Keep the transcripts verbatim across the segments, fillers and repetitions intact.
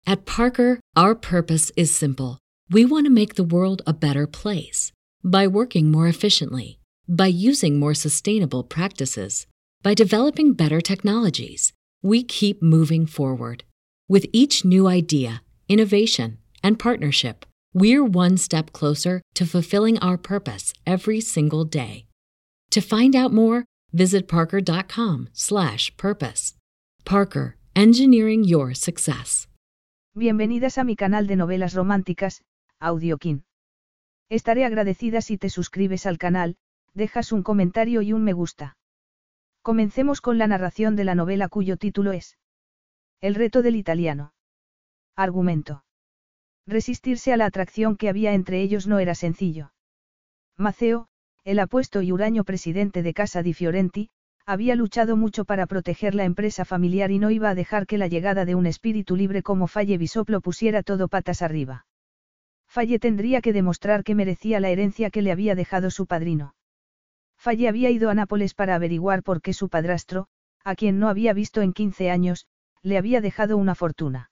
At Parker, our purpose is simple. We want to make the world a better place by working more efficiently, by using more sustainable practices, by developing better technologies. We keep moving forward. With each new idea, innovation, and partnership, we're one step closer to fulfilling our purpose every single day. To find out more, visit parker.com slash purpose. Parker, engineering your success. Bienvenidas a mi canal de novelas románticas, Audiokin. Estaré agradecida si te suscribes al canal, dejas un comentario y un me gusta. Comencemos con la narración de la novela cuyo título es El reto del italiano. Argumento. Resistirse a la atracción que había entre ellos no era sencillo. Maceo, el apuesto y huraño presidente de Casa di Fiorenti, había luchado mucho para proteger la empresa familiar y no iba a dejar que la llegada de un espíritu libre como Faye Bishop lo pusiera todo patas arriba. Faye tendría que demostrar que merecía la herencia que le había dejado su padrino. Faye había ido a Nápoles para averiguar por qué su padrastro, a quien no había visto en quince años, le había dejado una fortuna.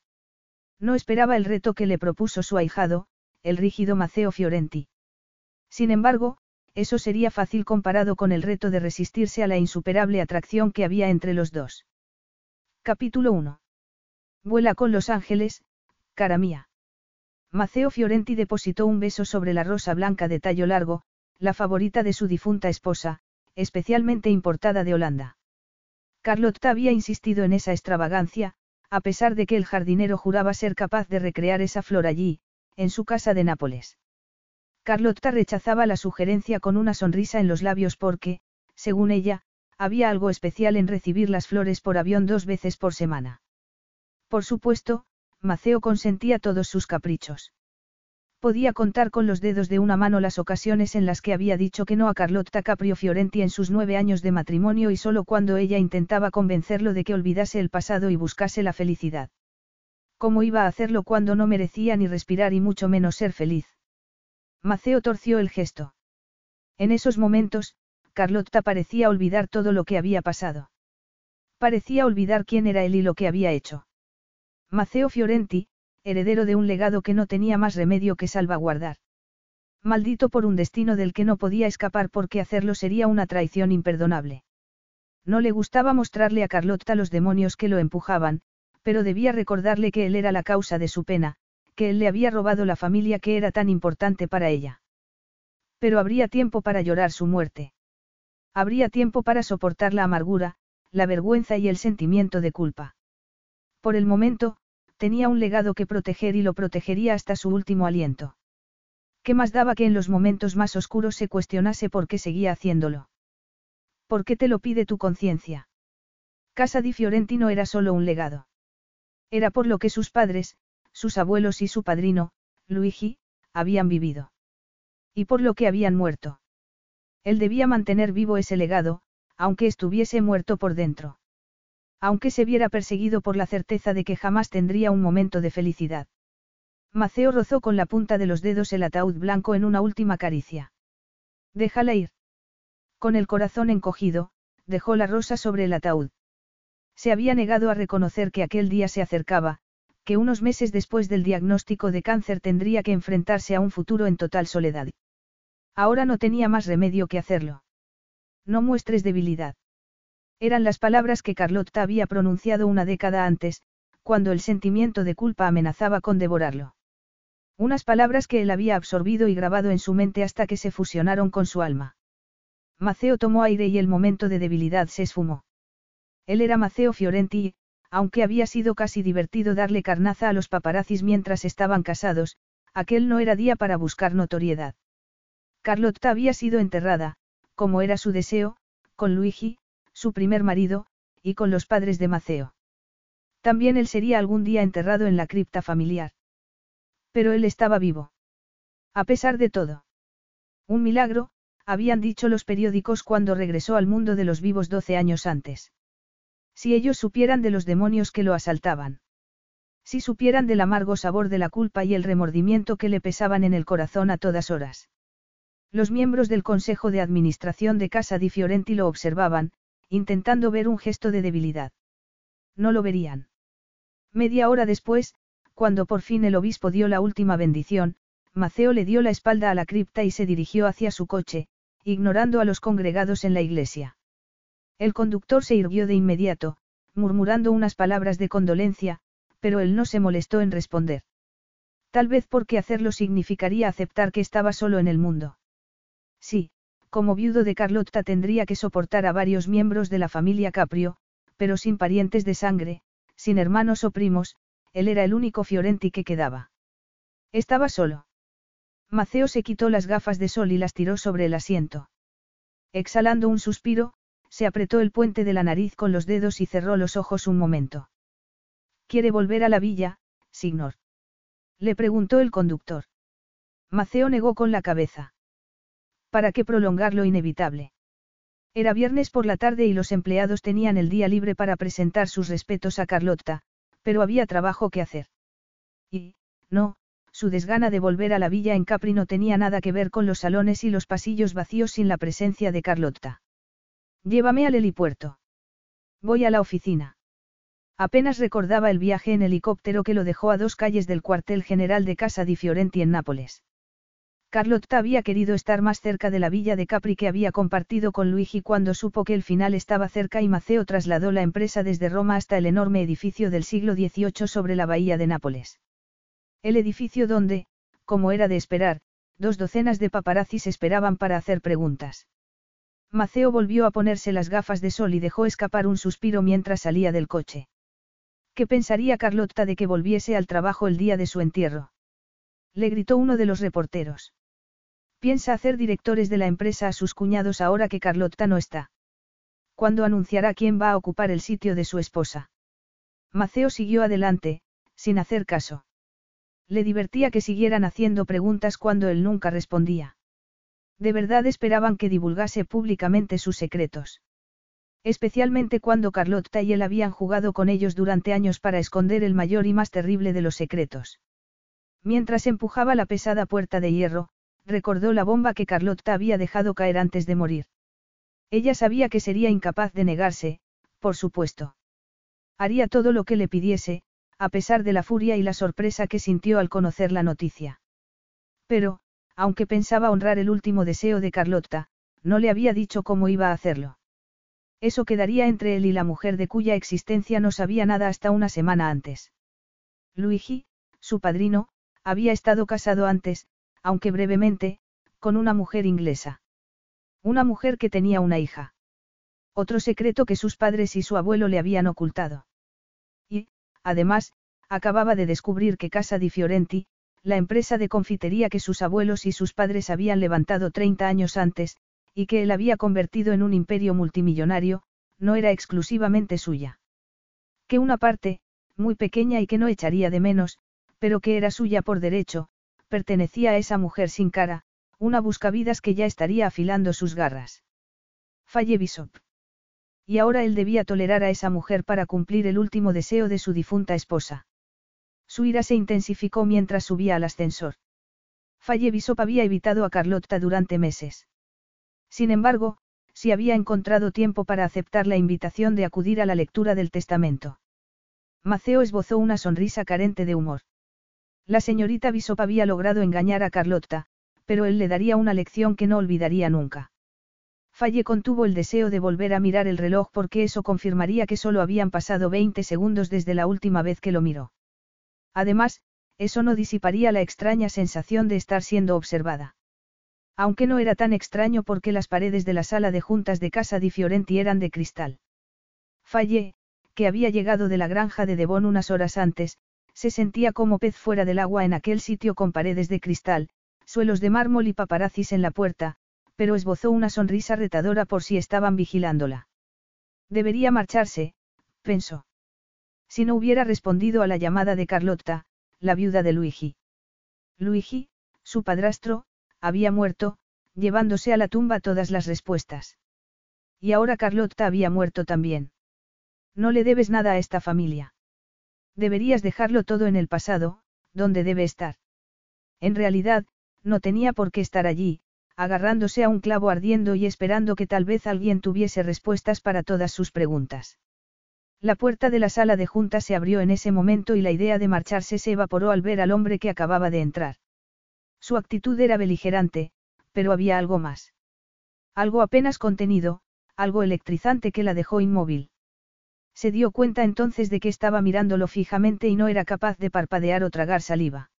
No esperaba el reto que le propuso su ahijado, el rígido Maceo Fiorenti. Sin embargo, eso sería fácil comparado con el reto de resistirse a la insuperable atracción que había entre los dos. Capítulo uno. Vuela con los ángeles, cara mía. Maceo Fiorenti depositó un beso sobre la rosa blanca de tallo largo, la favorita de su difunta esposa, especialmente importada de Holanda. Carlotta había insistido en esa extravagancia, a pesar de que el jardinero juraba ser capaz de recrear esa flor allí, en su casa de Nápoles. Carlotta rechazaba la sugerencia con una sonrisa en los labios porque, según ella, había algo especial en recibir las flores por avión dos veces por semana. Por supuesto, Maceo consentía todos sus caprichos. Podía contar con los dedos de una mano las ocasiones en las que había dicho que no a Carlotta Caprio Fiorenti en sus nueve años de matrimonio y solo cuando ella intentaba convencerlo de que olvidase el pasado y buscase la felicidad. ¿Cómo iba a hacerlo cuando no merecía ni respirar y mucho menos ser feliz? Maceo torció el gesto. En esos momentos, Carlotta parecía olvidar todo lo que había pasado. Parecía olvidar quién era él y lo que había hecho. Maceo Fiorenti, heredero de un legado que no tenía más remedio que salvaguardar. Maldito por un destino del que no podía escapar porque hacerlo sería una traición imperdonable. No le gustaba mostrarle a Carlotta los demonios que lo empujaban, pero debía recordarle que él era la causa de su pena, que él le había robado la familia que era tan importante para ella. Pero habría tiempo para llorar su muerte. Habría tiempo para soportar la amargura, la vergüenza y el sentimiento de culpa. Por el momento, tenía un legado que proteger y lo protegería hasta su último aliento. ¿Qué más daba que en los momentos más oscuros se cuestionase por qué seguía haciéndolo? ¿Por qué te lo pide tu conciencia? Casa di Fiorenti no era solo un legado. Era por lo que sus padres, sus abuelos y su padrino, Luigi, habían vivido. Y por lo que habían muerto. Él debía mantener vivo ese legado, aunque estuviese muerto por dentro. Aunque se viera perseguido por la certeza de que jamás tendría un momento de felicidad. Maceo rozó con la punta de los dedos el ataúd blanco en una última caricia. Déjala ir. Con el corazón encogido, dejó la rosa sobre el ataúd. Se había negado a reconocer que aquel día se acercaba, que unos meses después del diagnóstico de cáncer tendría que enfrentarse a un futuro en total soledad. Ahora no tenía más remedio que hacerlo. No muestres debilidad. Eran las palabras que Carlotta había pronunciado una década antes, cuando el sentimiento de culpa amenazaba con devorarlo. Unas palabras que él había absorbido y grabado en su mente hasta que se fusionaron con su alma. Maceo tomó aire y el momento de debilidad se esfumó. Él era Maceo Fiorenti y, aunque había sido casi divertido darle carnaza a los paparazzis mientras estaban casados, aquel no era día para buscar notoriedad. Carlotta había sido enterrada, como era su deseo, con Luigi, su primer marido, y con los padres de Maceo. También él sería algún día enterrado en la cripta familiar. Pero él estaba vivo. A pesar de todo. Un milagro, habían dicho los periódicos cuando regresó al mundo de los vivos doce años antes. Si ellos supieran de los demonios que lo asaltaban. Si supieran del amargo sabor de la culpa y el remordimiento que le pesaban en el corazón a todas horas. Los miembros del Consejo de Administración de Casa di Fiorenti lo observaban, intentando ver un gesto de debilidad. No lo verían. Media hora después, Cuando por fin el obispo dio la última bendición, Maceo le dio la espalda a la cripta y se dirigió hacia su coche, ignorando a los congregados en la iglesia. El conductor se irguió de inmediato, murmurando unas palabras de condolencia, pero él no se molestó en responder. Tal vez porque hacerlo significaría aceptar que estaba solo en el mundo. Sí, como viudo de Carlotta tendría que soportar a varios miembros de la familia Caprio, pero sin parientes de sangre, sin hermanos o primos, él era el único Fiorenti que quedaba. Estaba solo. Maceo se quitó las gafas de sol y las tiró sobre el asiento. Exhalando un suspiro, se apretó el puente de la nariz con los dedos y cerró los ojos un momento. ¿Quiere volver a la villa, signor?, le preguntó el conductor. Maceo negó con la cabeza. ¿Para qué prolongar lo inevitable? Era viernes por la tarde y los empleados tenían el día libre para presentar sus respetos a Carlotta, pero había trabajo que hacer. Y, no, su desgana de volver a la villa en Capri no tenía nada que ver con los salones y los pasillos vacíos sin la presencia de Carlotta. Llévame al helipuerto. Voy a la oficina. Apenas recordaba el viaje en helicóptero que lo dejó a dos calles del cuartel general de Casa di Fiorenti en Nápoles. Carlotta había querido estar más cerca de la villa de Capri que había compartido con Luigi cuando supo que el final estaba cerca y Maceo trasladó la empresa desde Roma hasta el enorme edificio del siglo dieciocho sobre la bahía de Nápoles. El edificio donde, como era de esperar, dos docenas de paparazzis esperaban para hacer preguntas. Maceo volvió a ponerse las gafas de sol y dejó escapar un suspiro mientras salía del coche. ¿Qué pensaría Carlotta de que volviese al trabajo el día de su entierro? Le gritó uno de los reporteros. Piensa hacer directores de la empresa a sus cuñados ahora que Carlotta no está. ¿Cuándo anunciará quién va a ocupar el sitio de su esposa? Maceo siguió adelante, sin hacer caso. Le divertía que siguieran haciendo preguntas cuando él nunca respondía. De verdad esperaban que divulgase públicamente sus secretos. Especialmente cuando Carlotta y él habían jugado con ellos durante años para esconder el mayor y más terrible de los secretos. Mientras empujaba la pesada puerta de hierro, recordó la bomba que Carlotta había dejado caer antes de morir. Ella sabía que sería incapaz de negarse, por supuesto. Haría todo lo que le pidiese, a pesar de la furia y la sorpresa que sintió al conocer la noticia. Pero, aunque pensaba honrar el último deseo de Carlotta, no le había dicho cómo iba a hacerlo. Eso quedaría entre él y la mujer de cuya existencia no sabía nada hasta una semana antes. Luigi, su padrino, había estado casado antes, aunque brevemente, con una mujer inglesa. Una mujer que tenía una hija. Otro secreto que sus padres y su abuelo le habían ocultado. Y, además, acababa de descubrir que Casa di Fiorenti, la empresa de confitería que sus abuelos y sus padres habían levantado treinta años antes, y que él había convertido en un imperio multimillonario, no era exclusivamente suya. Que una parte, muy pequeña y que no echaría de menos, pero que era suya por derecho, pertenecía a esa mujer sin cara, una buscavidas que ya estaría afilando sus garras. Falle Bishop. Y ahora él debía tolerar a esa mujer para cumplir el último deseo de su difunta esposa. Su ira se intensificó mientras subía al ascensor. Falle Bishop había evitado a Carlotta durante meses. Sin embargo, sí había encontrado tiempo para aceptar la invitación de acudir a la lectura del testamento. Maceo esbozó una sonrisa carente de humor. La señorita Bishop había logrado engañar a Carlotta, pero él le daría una lección que no olvidaría nunca. Falle contuvo el deseo de volver a mirar el reloj porque eso confirmaría que solo habían pasado veinte segundos desde la última vez que lo miró. Además, eso no disiparía la extraña sensación de estar siendo observada. Aunque no era tan extraño porque las paredes de la sala de juntas de Casa di Fiorenti eran de cristal. Falle, que había llegado de la granja de Devon unas horas antes, se sentía como pez fuera del agua en aquel sitio con paredes de cristal, suelos de mármol y paparazzis en la puerta, pero esbozó una sonrisa retadora por si estaban vigilándola. Debería marcharse, pensó. Si no hubiera respondido a la llamada de Carlotta, la viuda de Luigi. Luigi, su padrastro, había muerto, llevándose a la tumba todas las respuestas. Y ahora Carlotta había muerto también. No le debes nada a esta familia. Deberías dejarlo todo en el pasado, donde debe estar. En realidad, no tenía por qué estar allí, agarrándose a un clavo ardiendo y esperando que tal vez alguien tuviese respuestas para todas sus preguntas. La puerta de la sala de juntas se abrió en ese momento y la idea de marcharse se evaporó al ver al hombre que acababa de entrar. Su actitud era beligerante, pero había algo más. Algo apenas contenido, algo electrizante que la dejó inmóvil. Se dio cuenta entonces de que estaba mirándolo fijamente y no era capaz de parpadear o tragar saliva.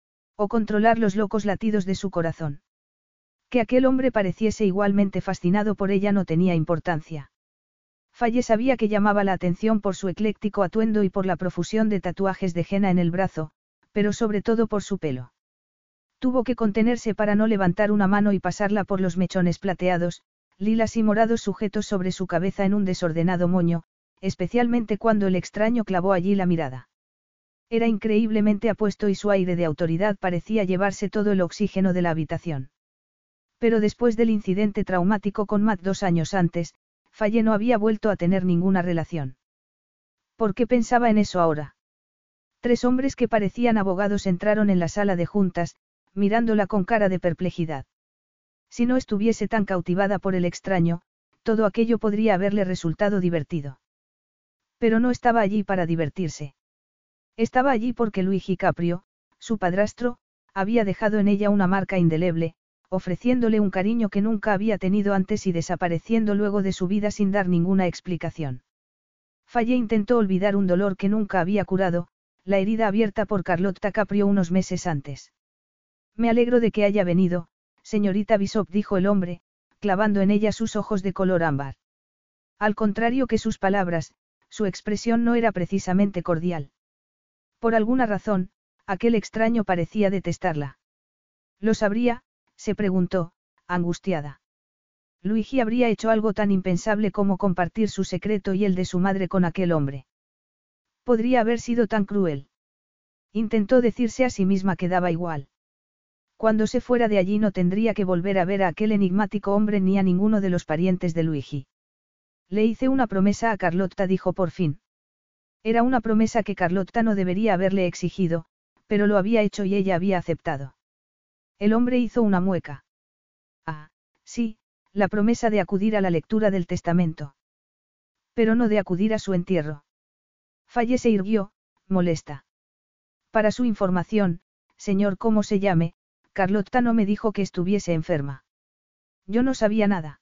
O controlar los locos latidos de su corazón. Que aquel hombre pareciese igualmente fascinado por ella no tenía importancia. Faye sabía que llamaba la atención por su ecléctico atuendo y por la profusión de tatuajes de henna en el brazo, pero sobre todo por su pelo. Tuvo que contenerse para no levantar una mano y pasarla por los mechones plateados, lilas y morados sujetos sobre su cabeza en un desordenado moño, especialmente cuando el extraño clavó allí la mirada. Era increíblemente apuesto y su aire de autoridad parecía llevarse todo el oxígeno de la habitación. Pero después del incidente traumático con Matt dos años antes, Faye no había vuelto a tener ninguna relación. ¿Por qué pensaba en eso ahora? Tres hombres que parecían abogados entraron en la sala de juntas, mirándola con cara de perplejidad. Si no estuviese tan cautivada por el extraño, todo aquello podría haberle resultado divertido. Pero no estaba allí para divertirse. Estaba allí porque Luigi Caprio, su padrastro, había dejado en ella una marca indeleble, ofreciéndole un cariño que nunca había tenido antes y desapareciendo luego de su vida sin dar ninguna explicación. Faye intentó olvidar un dolor que nunca había curado, la herida abierta por Carlotta Caprio unos meses antes. Me alegro de que haya venido, señorita Bishop, dijo el hombre, clavando en ella sus ojos de color ámbar. Al contrario que sus palabras, su expresión no era precisamente cordial. Por alguna razón, aquel extraño parecía detestarla. ¿Lo sabría?, se preguntó, angustiada. Luigi habría hecho algo tan impensable como compartir su secreto y el de su madre con aquel hombre. Podría haber sido tan cruel. Intentó decirse a sí misma que daba igual. Cuando se fuera de allí no tendría que volver a ver a aquel enigmático hombre ni a ninguno de los parientes de Luigi. Le hice una promesa a Carlotta, dijo por fin. Era una promesa que Carlotta no debería haberle exigido, pero lo había hecho y ella había aceptado. El hombre hizo una mueca. Ah, sí, la promesa de acudir a la lectura del testamento. Pero no de acudir a su entierro. Faye se irguió, molesta. Para su información, señor, como se llame, Carlotta no me dijo que estuviese enferma. Yo no sabía nada.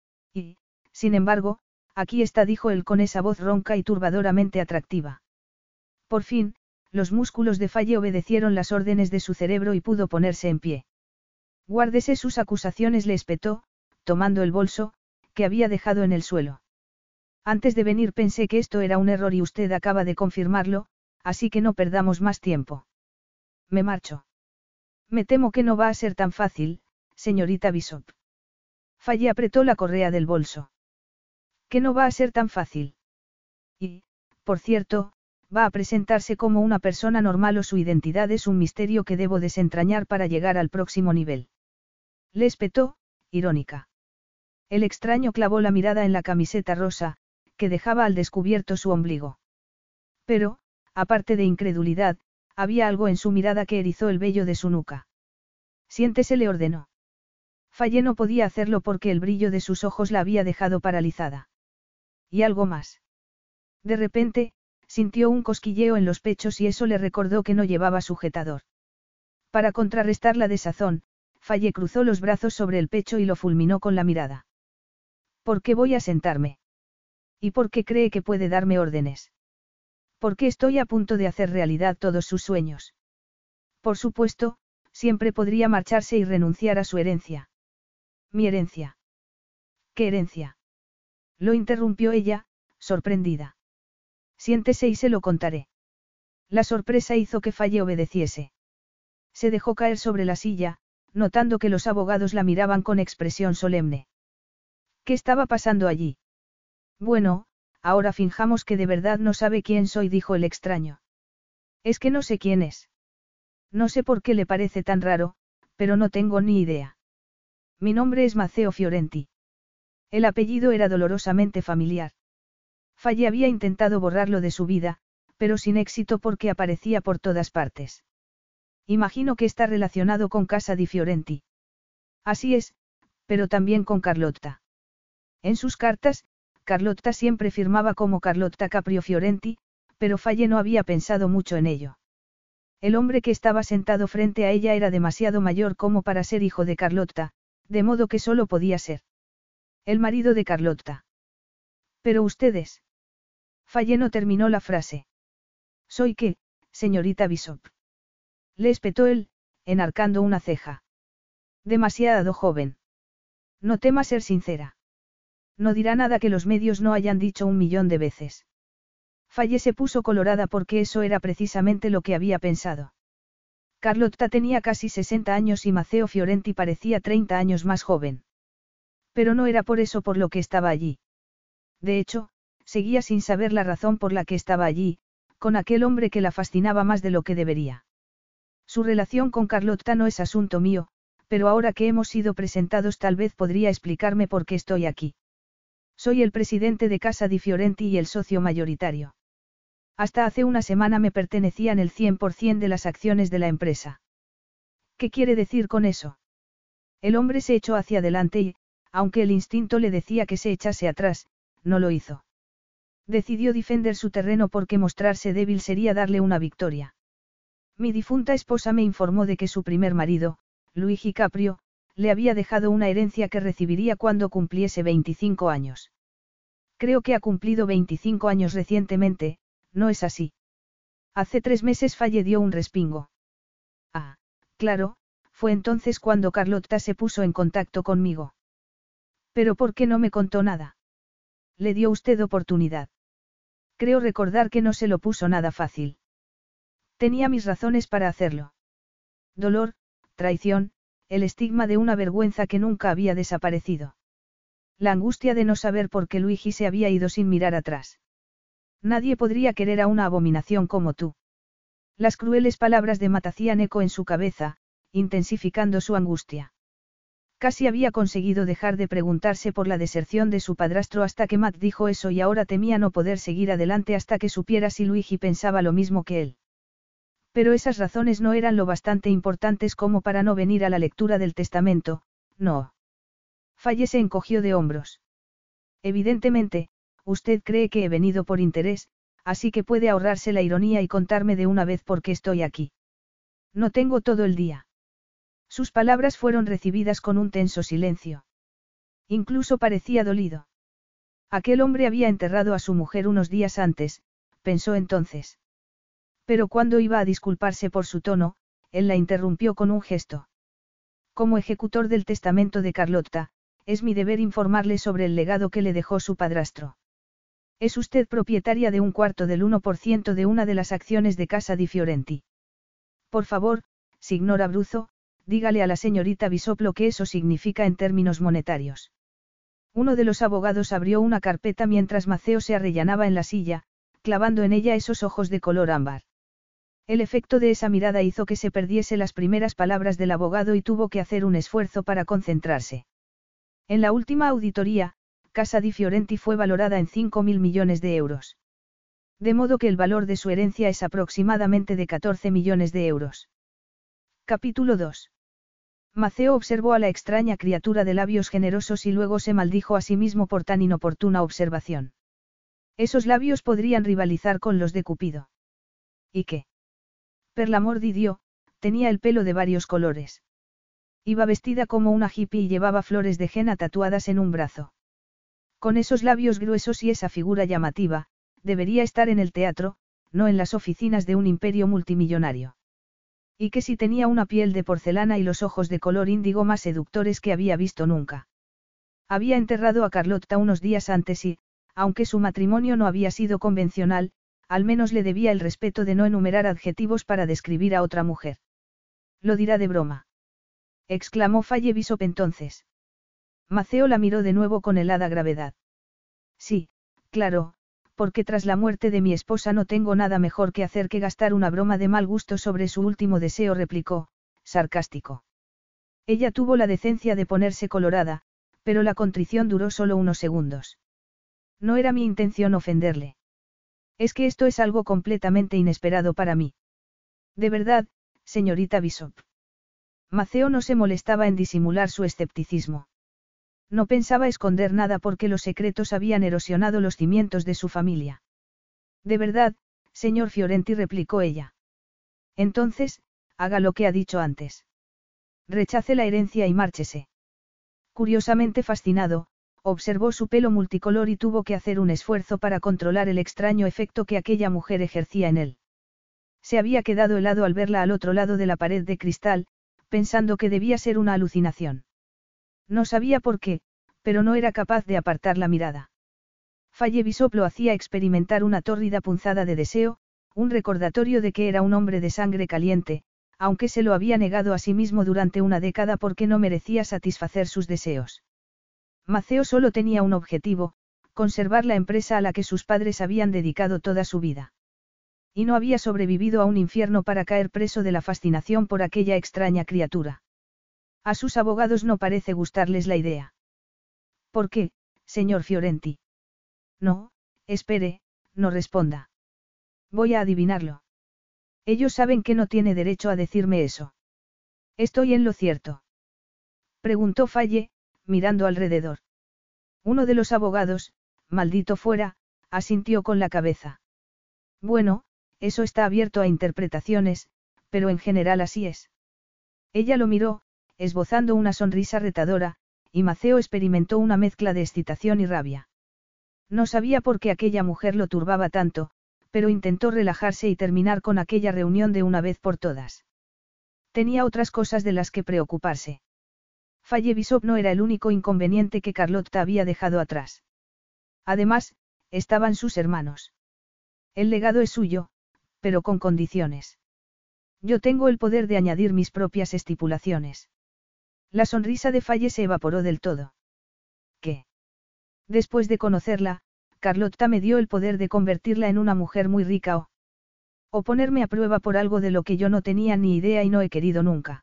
Y, sin embargo, aquí está, dijo él con esa voz ronca y turbadoramente atractiva. Por fin, los músculos de Faye obedecieron las órdenes de su cerebro y pudo ponerse en pie. Guárdese sus acusaciones, le espetó, tomando el bolso, que había dejado en el suelo. Antes de venir pensé que esto era un error y usted acaba de confirmarlo, así que no perdamos más tiempo. Me marcho. Me temo que no va a ser tan fácil, señorita Bishop. Faye apretó la correa del bolso. Que no va a ser tan fácil. Y, por cierto, va a presentarse como una persona normal o su identidad es un misterio que debo desentrañar para llegar al próximo nivel. Le espetó, irónica. El extraño clavó la mirada en la camiseta rosa, que dejaba al descubierto su ombligo. Pero, aparte de incredulidad, había algo en su mirada que erizó el vello de su nuca. Siéntese, le ordenó. Faye no podía hacerlo porque el brillo de sus ojos la había dejado paralizada. Y algo más. De repente, sintió un cosquilleo en los pechos y eso le recordó que no llevaba sujetador. Para contrarrestar la desazón, Faye cruzó los brazos sobre el pecho y lo fulminó con la mirada. ¿Por qué voy a sentarme? ¿Y por qué cree que puede darme órdenes? Porque estoy a punto de hacer realidad todos sus sueños. Por supuesto, siempre podría marcharse y renunciar a su herencia. ¿Mi herencia? ¿Qué herencia? Lo interrumpió ella, sorprendida. Siéntese y se lo contaré. La sorpresa hizo que Faye obedeciese. Se dejó caer sobre la silla, notando que los abogados la miraban con expresión solemne. ¿Qué estaba pasando allí? Bueno, ahora finjamos que de verdad no sabe quién soy, dijo el extraño. Es que no sé quién es. No sé por qué le parece tan raro, pero no tengo ni idea. Mi nombre es Maceo Fiorenti. El apellido era dolorosamente familiar. Faye había intentado borrarlo de su vida, pero sin éxito porque aparecía por todas partes. Imagino que está relacionado con Casa di Fiorenti. Así es, pero también con Carlotta. En sus cartas, Carlotta siempre firmaba como Carlotta Caprio Fiorenti, pero Faye no había pensado mucho en ello. El hombre que estaba sentado frente a ella era demasiado mayor como para ser hijo de Carlotta, de modo que solo podía ser el marido de Carlotta. Pero ustedes. Faye no terminó la frase. ¿Soy qué, señorita Bishop? Le espetó él, enarcando una ceja. Demasiado joven. No tema ser sincera. No dirá nada que los medios no hayan dicho un millón de veces. Faye se puso colorada porque eso era precisamente lo que había pensado. Carlotta tenía casi sesenta años y Maceo Fiorenti parecía treinta años más joven. Pero no era por eso por lo que estaba allí. De hecho, seguía sin saber la razón por la que estaba allí, con aquel hombre que la fascinaba más de lo que debería. Su relación con Carlotta no es asunto mío, pero ahora que hemos sido presentados tal vez podría explicarme por qué estoy aquí. Soy el presidente de Casa di Fiorenti y el socio mayoritario. Hasta hace una semana me pertenecían el cien por ciento de las acciones de la empresa. ¿Qué quiere decir con eso? El hombre se echó hacia adelante y, aunque el instinto le decía que se echase atrás, no lo hizo. Decidió defender su terreno porque mostrarse débil sería darle una victoria. Mi difunta esposa me informó de que su primer marido, Luigi Caprio, le había dejado una herencia que recibiría cuando cumpliese veinticinco años. Creo que ha cumplido veinticinco años recientemente, ¿no es así? Hace tres meses falleció un respingo. Ah, claro, fue entonces cuando Carlotta se puso en contacto conmigo. ¿Pero por qué no me contó nada? Le dio usted oportunidad. Creo recordar que no se lo puso nada fácil. Tenía mis razones para hacerlo. Dolor, traición, el estigma de una vergüenza que nunca había desaparecido. La angustia de no saber por qué Luigi se había ido sin mirar atrás. Nadie podría querer a una abominación como tú. Las crueles palabras de Matt hacían eco en su cabeza, intensificando su angustia. Casi había conseguido dejar de preguntarse por la deserción de su padrastro hasta que Matt dijo eso y ahora temía no poder seguir adelante hasta que supiera si Luigi pensaba lo mismo que él. Pero esas razones no eran lo bastante importantes como para no venir a la lectura del testamento, no. Faye se encogió de hombros. Evidentemente, usted cree que he venido por interés, así que puede ahorrarse la ironía y contarme de una vez por qué estoy aquí. No tengo todo el día. Sus palabras fueron recibidas con un tenso silencio. Incluso parecía dolido. Aquel hombre había enterrado a su mujer unos días antes, pensó entonces. Pero cuando iba a disculparse por su tono, él la interrumpió con un gesto. Como ejecutor del testamento de Carlotta, es mi deber informarle sobre el legado que le dejó su padrastro. Es usted propietaria de un cuarto del uno por ciento de una de las acciones de Casa di Fiorenti. Por favor, signor Abruzzo, dígale a la señorita Bishop lo que eso significa en términos monetarios. Uno de los abogados abrió una carpeta mientras Maceo se arrellanaba en la silla, clavando en ella esos ojos de color ámbar. El efecto de esa mirada hizo que se perdiese las primeras palabras del abogado y tuvo que hacer un esfuerzo para concentrarse. En la última auditoría, Casa di Fiorenti fue valorada en cinco mil millones de euros. De modo que el valor de su herencia es aproximadamente de catorce millones de euros. Capítulo dos. Maceo observó a la extraña criatura de labios generosos y luego se maldijo a sí mismo por tan inoportuna observación. Esos labios podrían rivalizar con los de Cupido. ¿Y qué? Per l'amor di Dio, tenía el pelo de varios colores. Iba vestida como una hippie y llevaba flores de henna tatuadas en un brazo. Con esos labios gruesos y esa figura llamativa, debería estar en el teatro, no en las oficinas de un imperio multimillonario. Y que si tenía una piel de porcelana y los ojos de color índigo más seductores que había visto nunca. Había enterrado a Carlotta unos días antes y, aunque su matrimonio no había sido convencional, al menos le debía el respeto de no enumerar adjetivos para describir a otra mujer. Lo dirá de broma. Exclamó Faye Bishop entonces. Maceo la miró de nuevo con helada gravedad. Sí, claro, porque tras la muerte de mi esposa no tengo nada mejor que hacer que gastar una broma de mal gusto sobre su último deseo, replicó, sarcástico. Ella tuvo la decencia de ponerse colorada, pero la contrición duró solo unos segundos. No era mi intención ofenderle. Es que esto es algo completamente inesperado para mí. De verdad, señorita Bishop. Maceo no se molestaba en disimular su escepticismo. No pensaba esconder nada porque los secretos habían erosionado los cimientos de su familia. De verdad, señor Fiorenti, replicó ella. Entonces, haga lo que ha dicho antes. Rechace la herencia y márchese. Curiosamente fascinado, observó su pelo multicolor y tuvo que hacer un esfuerzo para controlar el extraño efecto que aquella mujer ejercía en él. Se había quedado helado al verla al otro lado de la pared de cristal, pensando que debía ser una alucinación. No sabía por qué, pero no era capaz de apartar la mirada. Faye Bishop lo hacía experimentar una tórrida punzada de deseo, un recordatorio de que era un hombre de sangre caliente, aunque se lo había negado a sí mismo durante una década porque no merecía satisfacer sus deseos. Maceo solo tenía un objetivo, conservar la empresa a la que sus padres habían dedicado toda su vida. Y no había sobrevivido a un infierno para caer preso de la fascinación por aquella extraña criatura. A sus abogados no parece gustarles la idea. ¿Por qué, señor Fiorenti? No, espere, no responda. Voy a adivinarlo. Ellos saben que no tiene derecho a decirme eso. ¿Estoy en lo cierto? Preguntó Faye, mirando alrededor. Uno de los abogados, maldito fuera, asintió con la cabeza. Bueno, eso está abierto a interpretaciones, pero en general así es. Ella lo miró, esbozando una sonrisa retadora, y Maceo experimentó una mezcla de excitación y rabia. No sabía por qué aquella mujer lo turbaba tanto, pero intentó relajarse y terminar con aquella reunión de una vez por todas. Tenía otras cosas de las que preocuparse. Faye Bishop no era el único inconveniente que Carlotta había dejado atrás. Además, estaban sus hermanos. El legado es suyo, pero con condiciones. Yo tengo el poder de añadir mis propias estipulaciones. La sonrisa de Faye se evaporó del todo. ¿Qué? Después de conocerla, Carlotta me dio el poder de convertirla en una mujer muy rica o... o ponerme a prueba por algo de lo que yo no tenía ni idea y no he querido nunca.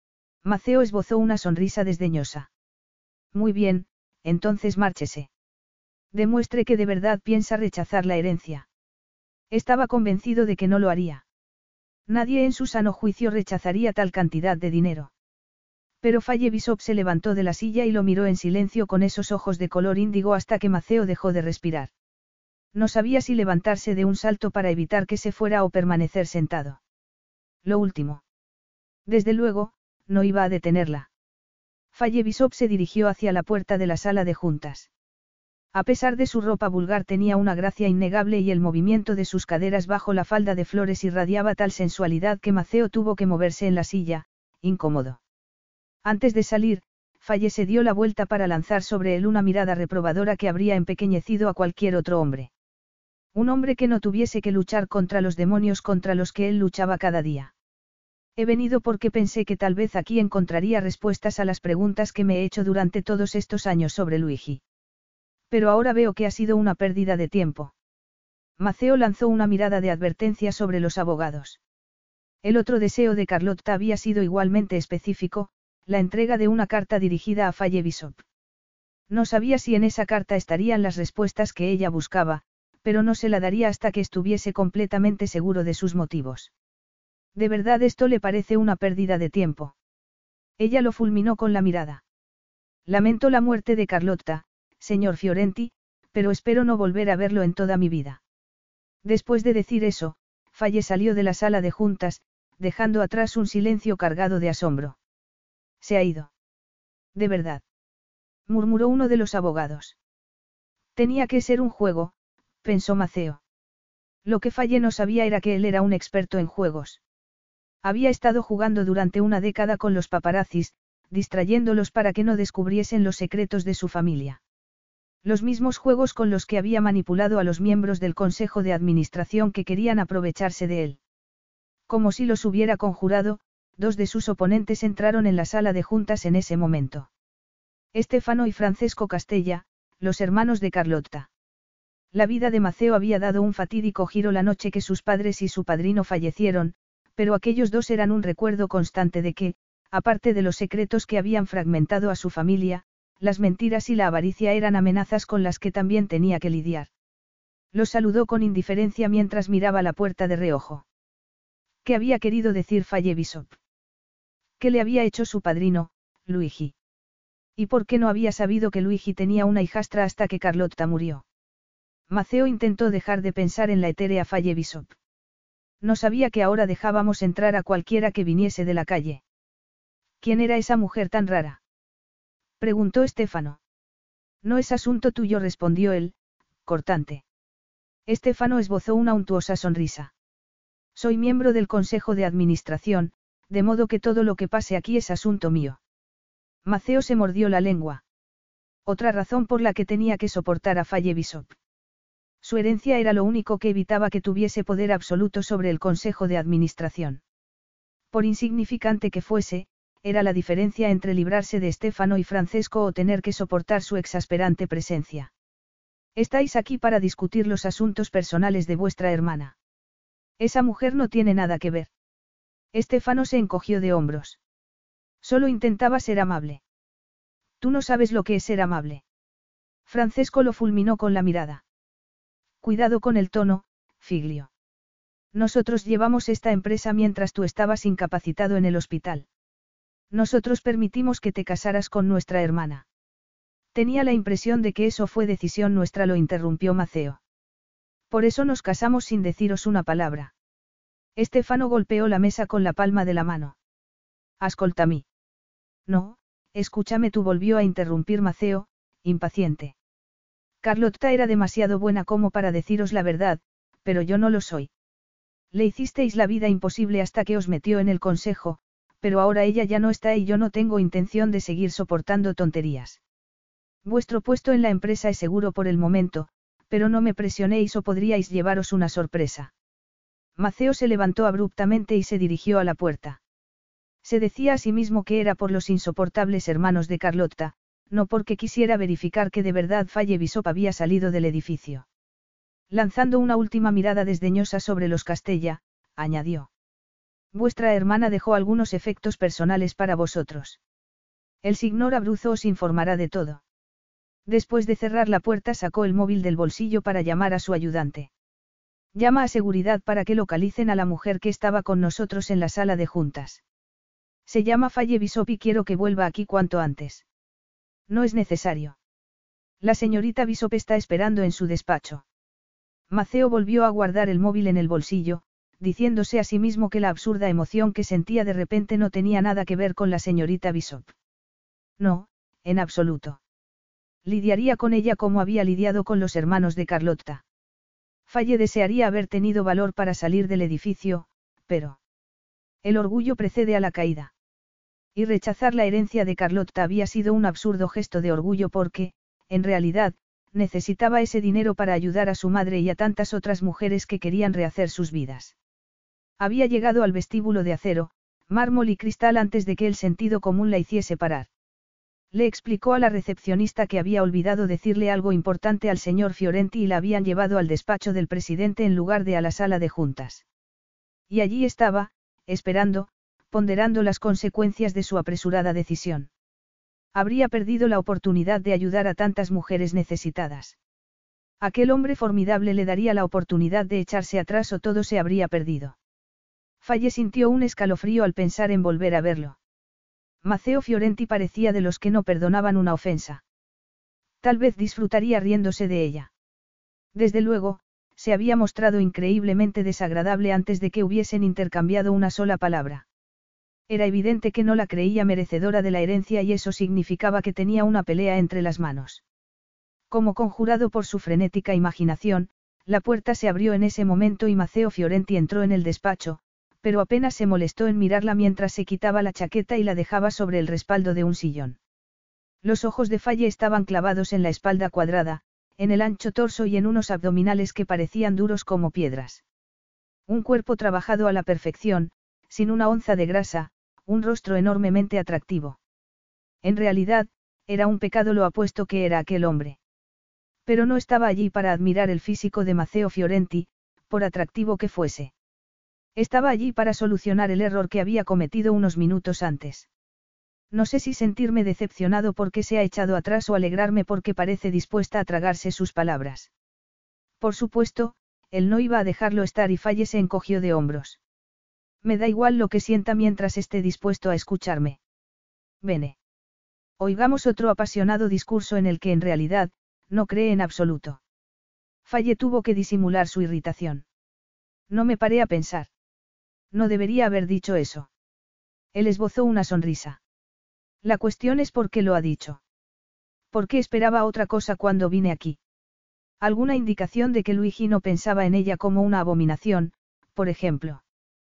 Maceo esbozó una sonrisa desdeñosa. Muy bien, entonces márchese. Demuestre que de verdad piensa rechazar la herencia. Estaba convencido de que no lo haría. Nadie en su sano juicio rechazaría tal cantidad de dinero. Pero Faye Bishop se levantó de la silla y lo miró en silencio con esos ojos de color índigo hasta que Maceo dejó de respirar. No sabía si levantarse de un salto para evitar que se fuera o permanecer sentado. Lo último. Desde luego, no iba a detenerla. Faye Bishop se dirigió hacia la puerta de la sala de juntas. A pesar de su ropa vulgar tenía una gracia innegable y el movimiento de sus caderas bajo la falda de flores irradiaba tal sensualidad que Maceo tuvo que moverse en la silla, incómodo. Antes de salir, Faye se dio la vuelta para lanzar sobre él una mirada reprobadora que habría empequeñecido a cualquier otro hombre. Un hombre que no tuviese que luchar contra los demonios contra los que él luchaba cada día. He venido porque pensé que tal vez aquí encontraría respuestas a las preguntas que me he hecho durante todos estos años sobre Luigi. Pero ahora veo que ha sido una pérdida de tiempo. Maceo lanzó una mirada de advertencia sobre los abogados. El otro deseo de Carlotta había sido igualmente específico, la entrega de una carta dirigida a Faye Bishop. No sabía si en esa carta estarían las respuestas que ella buscaba, pero no se la daría hasta que estuviese completamente seguro de sus motivos. ¿De verdad esto le parece una pérdida de tiempo? Ella lo fulminó con la mirada. Lamento la muerte de Carlotta, señor Fiorenti, pero espero no volver a verlo en toda mi vida. Después de decir eso, Faye salió de la sala de juntas, dejando atrás un silencio cargado de asombro. Se ha ido. De verdad. Murmuró uno de los abogados. Tenía que ser un juego, pensó Maceo. Lo que Faye no sabía era que él era un experto en juegos. Había estado jugando durante una década con los paparazzis, distrayéndolos para que no descubriesen los secretos de su familia. Los mismos juegos con los que había manipulado a los miembros del Consejo de Administración que querían aprovecharse de él. Como si los hubiera conjurado, dos de sus oponentes entraron en la sala de juntas en ese momento. Stefano y Francesco Castella, los hermanos de Carlotta. La vida de Maceo había dado un fatídico giro la noche que sus padres y su padrino fallecieron, pero aquellos dos eran un recuerdo constante de que, aparte de los secretos que habían fragmentado a su familia, las mentiras y la avaricia eran amenazas con las que también tenía que lidiar. Los saludó con indiferencia mientras miraba la puerta de reojo. ¿Qué había querido decir Faye Bishop? ¿Qué le había hecho su padrino, Luigi? ¿Y por qué no había sabido que Luigi tenía una hijastra hasta que Carlotta murió? Maceo intentó dejar de pensar en la etérea Faye Bishop. No sabía que ahora dejábamos entrar a cualquiera que viniese de la calle. ¿Quién era esa mujer tan rara? Preguntó Estefano. No es asunto tuyo, respondió él, cortante. Estefano esbozó una untuosa sonrisa. Soy miembro del Consejo de Administración, de modo que todo lo que pase aquí es asunto mío. Maceo se mordió la lengua. Otra razón por la que tenía que soportar a Faye Bishop. Su herencia era lo único que evitaba que tuviese poder absoluto sobre el Consejo de Administración. Por insignificante que fuese, era la diferencia entre librarse de Estefano y Francesco o tener que soportar su exasperante presencia. Estáis aquí para discutir los asuntos personales de vuestra hermana. Esa mujer no tiene nada que ver. Estefano se encogió de hombros. Solo intentaba ser amable. Tú no sabes lo que es ser amable. Francesco lo fulminó con la mirada. Cuidado con el tono, Figlio. Nosotros llevamos esta empresa mientras tú estabas incapacitado en el hospital. Nosotros permitimos que te casaras con nuestra hermana. Tenía la impresión de que eso fue decisión nuestra, lo interrumpió Maceo. Por eso nos casamos sin deciros una palabra. Estefano golpeó la mesa con la palma de la mano. Ascoltami. No, escúchame tú, volvió a interrumpir Maceo, impaciente. Carlotta era demasiado buena como para deciros la verdad, pero yo no lo soy. Le hicisteis la vida imposible hasta que os metió en el consejo, pero ahora ella ya no está y yo no tengo intención de seguir soportando tonterías. Vuestro puesto en la empresa es seguro por el momento, pero no me presionéis o podríais llevaros una sorpresa. Maceo se levantó abruptamente y se dirigió a la puerta. Se decía a sí mismo que era por los insoportables hermanos de Carlotta, no porque quisiera verificar que de verdad Faye Bishop había salido del edificio. Lanzando una última mirada desdeñosa sobre los Castella, añadió. Vuestra hermana dejó algunos efectos personales para vosotros. El signor Abruzzo os informará de todo. Después de cerrar la puerta sacó el móvil del bolsillo para llamar a su ayudante. Llama a seguridad para que localicen a la mujer que estaba con nosotros en la sala de juntas. Se llama Faye Bishop y quiero que vuelva aquí cuanto antes. No es necesario. La señorita Bishop está esperando en su despacho. Maceo volvió a guardar el móvil en el bolsillo, diciéndose a sí mismo que la absurda emoción que sentía de repente no tenía nada que ver con la señorita Bishop. No, en absoluto. Lidiaría con ella como había lidiado con los hermanos de Carlotta. Faye desearía haber tenido valor para salir del edificio, pero... El orgullo precede a la caída. Y rechazar la herencia de Carlotta había sido un absurdo gesto de orgullo porque, en realidad, necesitaba ese dinero para ayudar a su madre y a tantas otras mujeres que querían rehacer sus vidas. Había llegado al vestíbulo de acero, mármol y cristal antes de que el sentido común la hiciese parar. Le explicó a la recepcionista que había olvidado decirle algo importante al señor Fiorenti y la habían llevado al despacho del presidente en lugar de a la sala de juntas. Y allí estaba, esperando, ponderando las consecuencias de su apresurada decisión. Habría perdido la oportunidad de ayudar a tantas mujeres necesitadas. Aquel hombre formidable le daría la oportunidad de echarse atrás o todo se habría perdido. Faye sintió un escalofrío al pensar en volver a verlo. Maceo Fiorenti parecía de los que no perdonaban una ofensa. Tal vez disfrutaría riéndose de ella. Desde luego, se había mostrado increíblemente desagradable antes de que hubiesen intercambiado una sola palabra. Era evidente que no la creía merecedora de la herencia y eso significaba que tenía una pelea entre las manos. Como conjurado por su frenética imaginación, la puerta se abrió en ese momento y Maceo Fiorenti entró en el despacho, pero apenas se molestó en mirarla mientras se quitaba la chaqueta y la dejaba sobre el respaldo de un sillón. Los ojos de Faye estaban clavados en la espalda cuadrada, en el ancho torso y en unos abdominales que parecían duros como piedras. Un cuerpo trabajado a la perfección, sin una onza de grasa, un rostro enormemente atractivo. En realidad, era un pecado lo apuesto que era aquel hombre. Pero no estaba allí para admirar el físico de Maceo Fiorenti, por atractivo que fuese. Estaba allí para solucionar el error que había cometido unos minutos antes. No sé si sentirme decepcionado porque se ha echado atrás o alegrarme porque parece dispuesta a tragarse sus palabras. Por supuesto, él no iba a dejarlo estar y Faye se encogió de hombros. Me da igual lo que sienta mientras esté dispuesto a escucharme. Bene. Oigamos otro apasionado discurso en el que en realidad, no cree en absoluto. Faye tuvo que disimular su irritación. No me paré a pensar. No debería haber dicho eso. Él esbozó una sonrisa. La cuestión es por qué lo ha dicho. ¿Por qué esperaba otra cosa cuando vine aquí? Alguna indicación de que Luigi no pensaba en ella como una abominación, por ejemplo.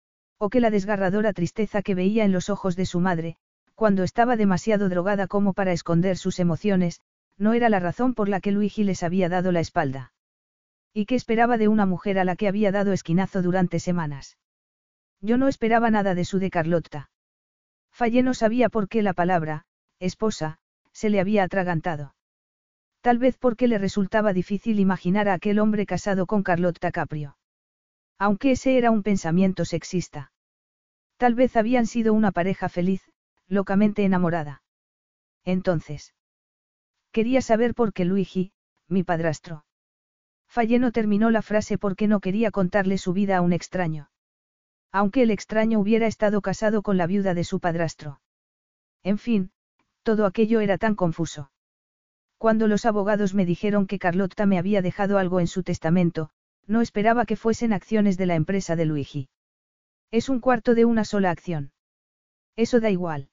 O que la desgarradora tristeza que veía en los ojos de su madre, cuando estaba demasiado drogada como para esconder sus emociones, no era la razón por la que Luigi les había dado la espalda. ¿Y qué esperaba de una mujer a la que había dado esquinazo durante semanas? Yo no esperaba nada de su de Carlotta. Faye no sabía por qué la palabra, esposa, se le había atragantado. Tal vez porque le resultaba difícil imaginar a aquel hombre casado con Carlotta Caprio. Aunque ese era un pensamiento sexista. Tal vez habían sido una pareja feliz, locamente enamorada. Entonces. Quería saber por qué Luigi, mi padrastro. Faye no terminó la frase porque no quería contarle su vida a un extraño. Aunque el extraño hubiera estado casado con la viuda de su padrastro. En fin, todo aquello era tan confuso. Cuando los abogados me dijeron que Carlotta me había dejado algo en su testamento, no esperaba que fuesen acciones de la empresa de Luigi. Es un cuarto de una sola acción. Eso da igual.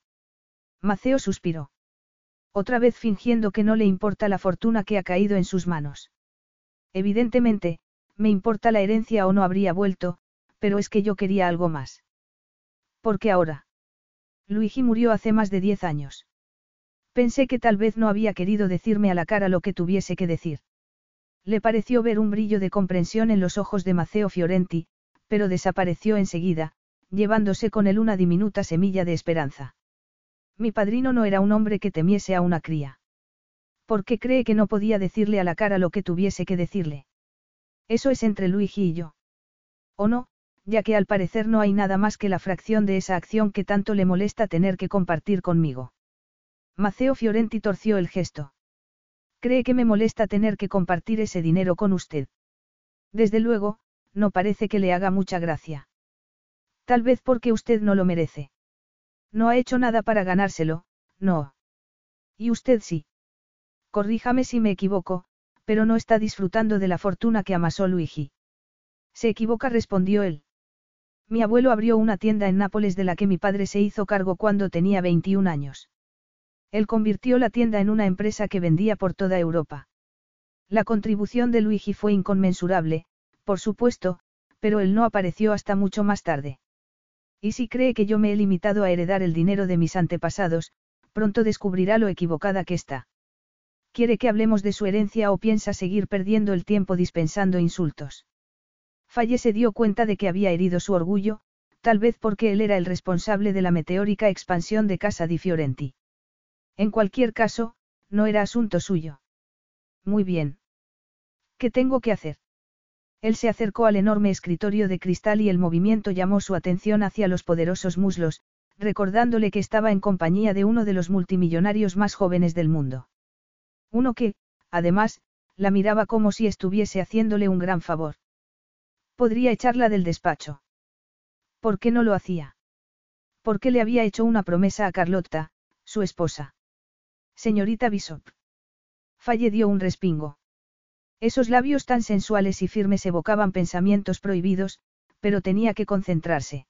Maceo suspiró. Otra vez fingiendo que no le importa la fortuna que ha caído en sus manos. Evidentemente, me importa la herencia o no habría vuelto, pero es que yo quería algo más. ¿Por qué ahora? Luigi murió hace más de diez años. Pensé que tal vez no había querido decirme a la cara lo que tuviese que decir. Le pareció ver un brillo de comprensión en los ojos de Maceo Fiorenti, pero desapareció enseguida, llevándose con él una diminuta semilla de esperanza. Mi padrino no era un hombre que temiese a una cría. ¿Por qué cree que no podía decirle a la cara lo que tuviese que decirle? Eso es entre Luigi y yo. ¿O no? Ya que al parecer no hay nada más que la fracción de esa acción que tanto le molesta tener que compartir conmigo. Maceo Fiorenti torció el gesto. ¿Cree que me molesta tener que compartir ese dinero con usted? Desde luego, no parece que le haga mucha gracia. Tal vez porque usted no lo merece. No ha hecho nada para ganárselo, no. Y usted sí. Corríjame si me equivoco, pero no está disfrutando de la fortuna que amasó Luigi. Se equivoca, respondió él. Mi abuelo abrió una tienda en Nápoles de la que mi padre se hizo cargo cuando tenía veintiún años. Él convirtió la tienda en una empresa que vendía por toda Europa. La contribución de Luigi fue inconmensurable, por supuesto, pero él no apareció hasta mucho más tarde. Y si cree que yo me he limitado a heredar el dinero de mis antepasados, pronto descubrirá lo equivocada que está. ¿Quiere que hablemos de su herencia o piensa seguir perdiendo el tiempo dispensando insultos? Faye se dio cuenta de que había herido su orgullo, tal vez porque él era el responsable de la meteórica expansión de Casa di Fiorenti. En cualquier caso, no era asunto suyo. Muy bien. ¿Qué tengo que hacer? Él se acercó al enorme escritorio de cristal y el movimiento llamó su atención hacia los poderosos muslos, recordándole que estaba en compañía de uno de los multimillonarios más jóvenes del mundo. Uno que, además, la miraba como si estuviese haciéndole un gran favor. Podría echarla del despacho. ¿Por qué no lo hacía? Porque le había hecho una promesa a Carlotta, su esposa. Señorita Bishop. Faye dio un respingo. Esos labios tan sensuales y firmes evocaban pensamientos prohibidos, pero tenía que concentrarse.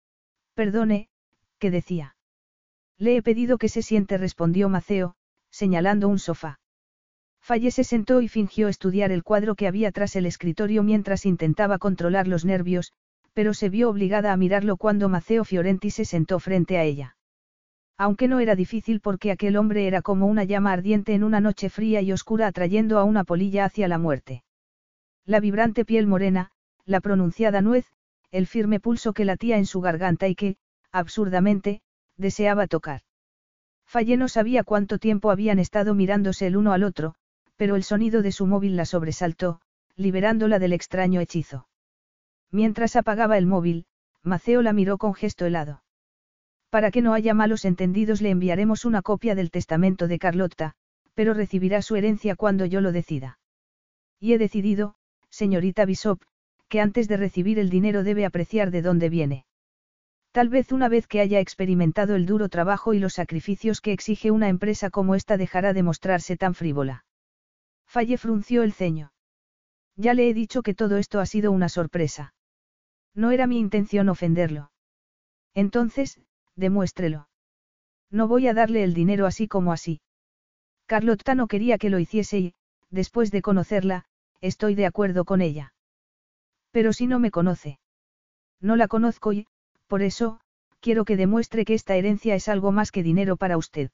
Perdone, ¿qué decía? Le he pedido que se siente, respondió Maceo, señalando un sofá. Faye se sentó y fingió estudiar el cuadro que había tras el escritorio mientras intentaba controlar los nervios, pero se vio obligada a mirarlo cuando Maceo Fiorenti se sentó frente a ella. Aunque no era difícil porque aquel hombre era como una llama ardiente en una noche fría y oscura atrayendo a una polilla hacia la muerte. La vibrante piel morena, la pronunciada nuez, el firme pulso que latía en su garganta y que, absurdamente, deseaba tocar. Faye no sabía cuánto tiempo habían estado mirándose el uno al otro, pero el sonido de su móvil la sobresaltó, liberándola del extraño hechizo. Mientras apagaba el móvil, Maceo la miró con gesto helado. Para que no haya malos entendidos, le enviaremos una copia del testamento de Carlotta, pero recibirá su herencia cuando yo lo decida. Y he decidido, señorita Bishop, que antes de recibir el dinero debe apreciar de dónde viene. Tal vez una vez que haya experimentado el duro trabajo y los sacrificios que exige una empresa como esta dejará de mostrarse tan frívola. Faye frunció el ceño. Ya le he dicho que todo esto ha sido una sorpresa. No era mi intención ofenderlo. Entonces, demuéstrelo. No voy a darle el dinero así como así. Carlotta no quería que lo hiciese y, después de conocerla, estoy de acuerdo con ella. Pero si no me conoce. No la conozco y, por eso, quiero que demuestre que esta herencia es algo más que dinero para usted.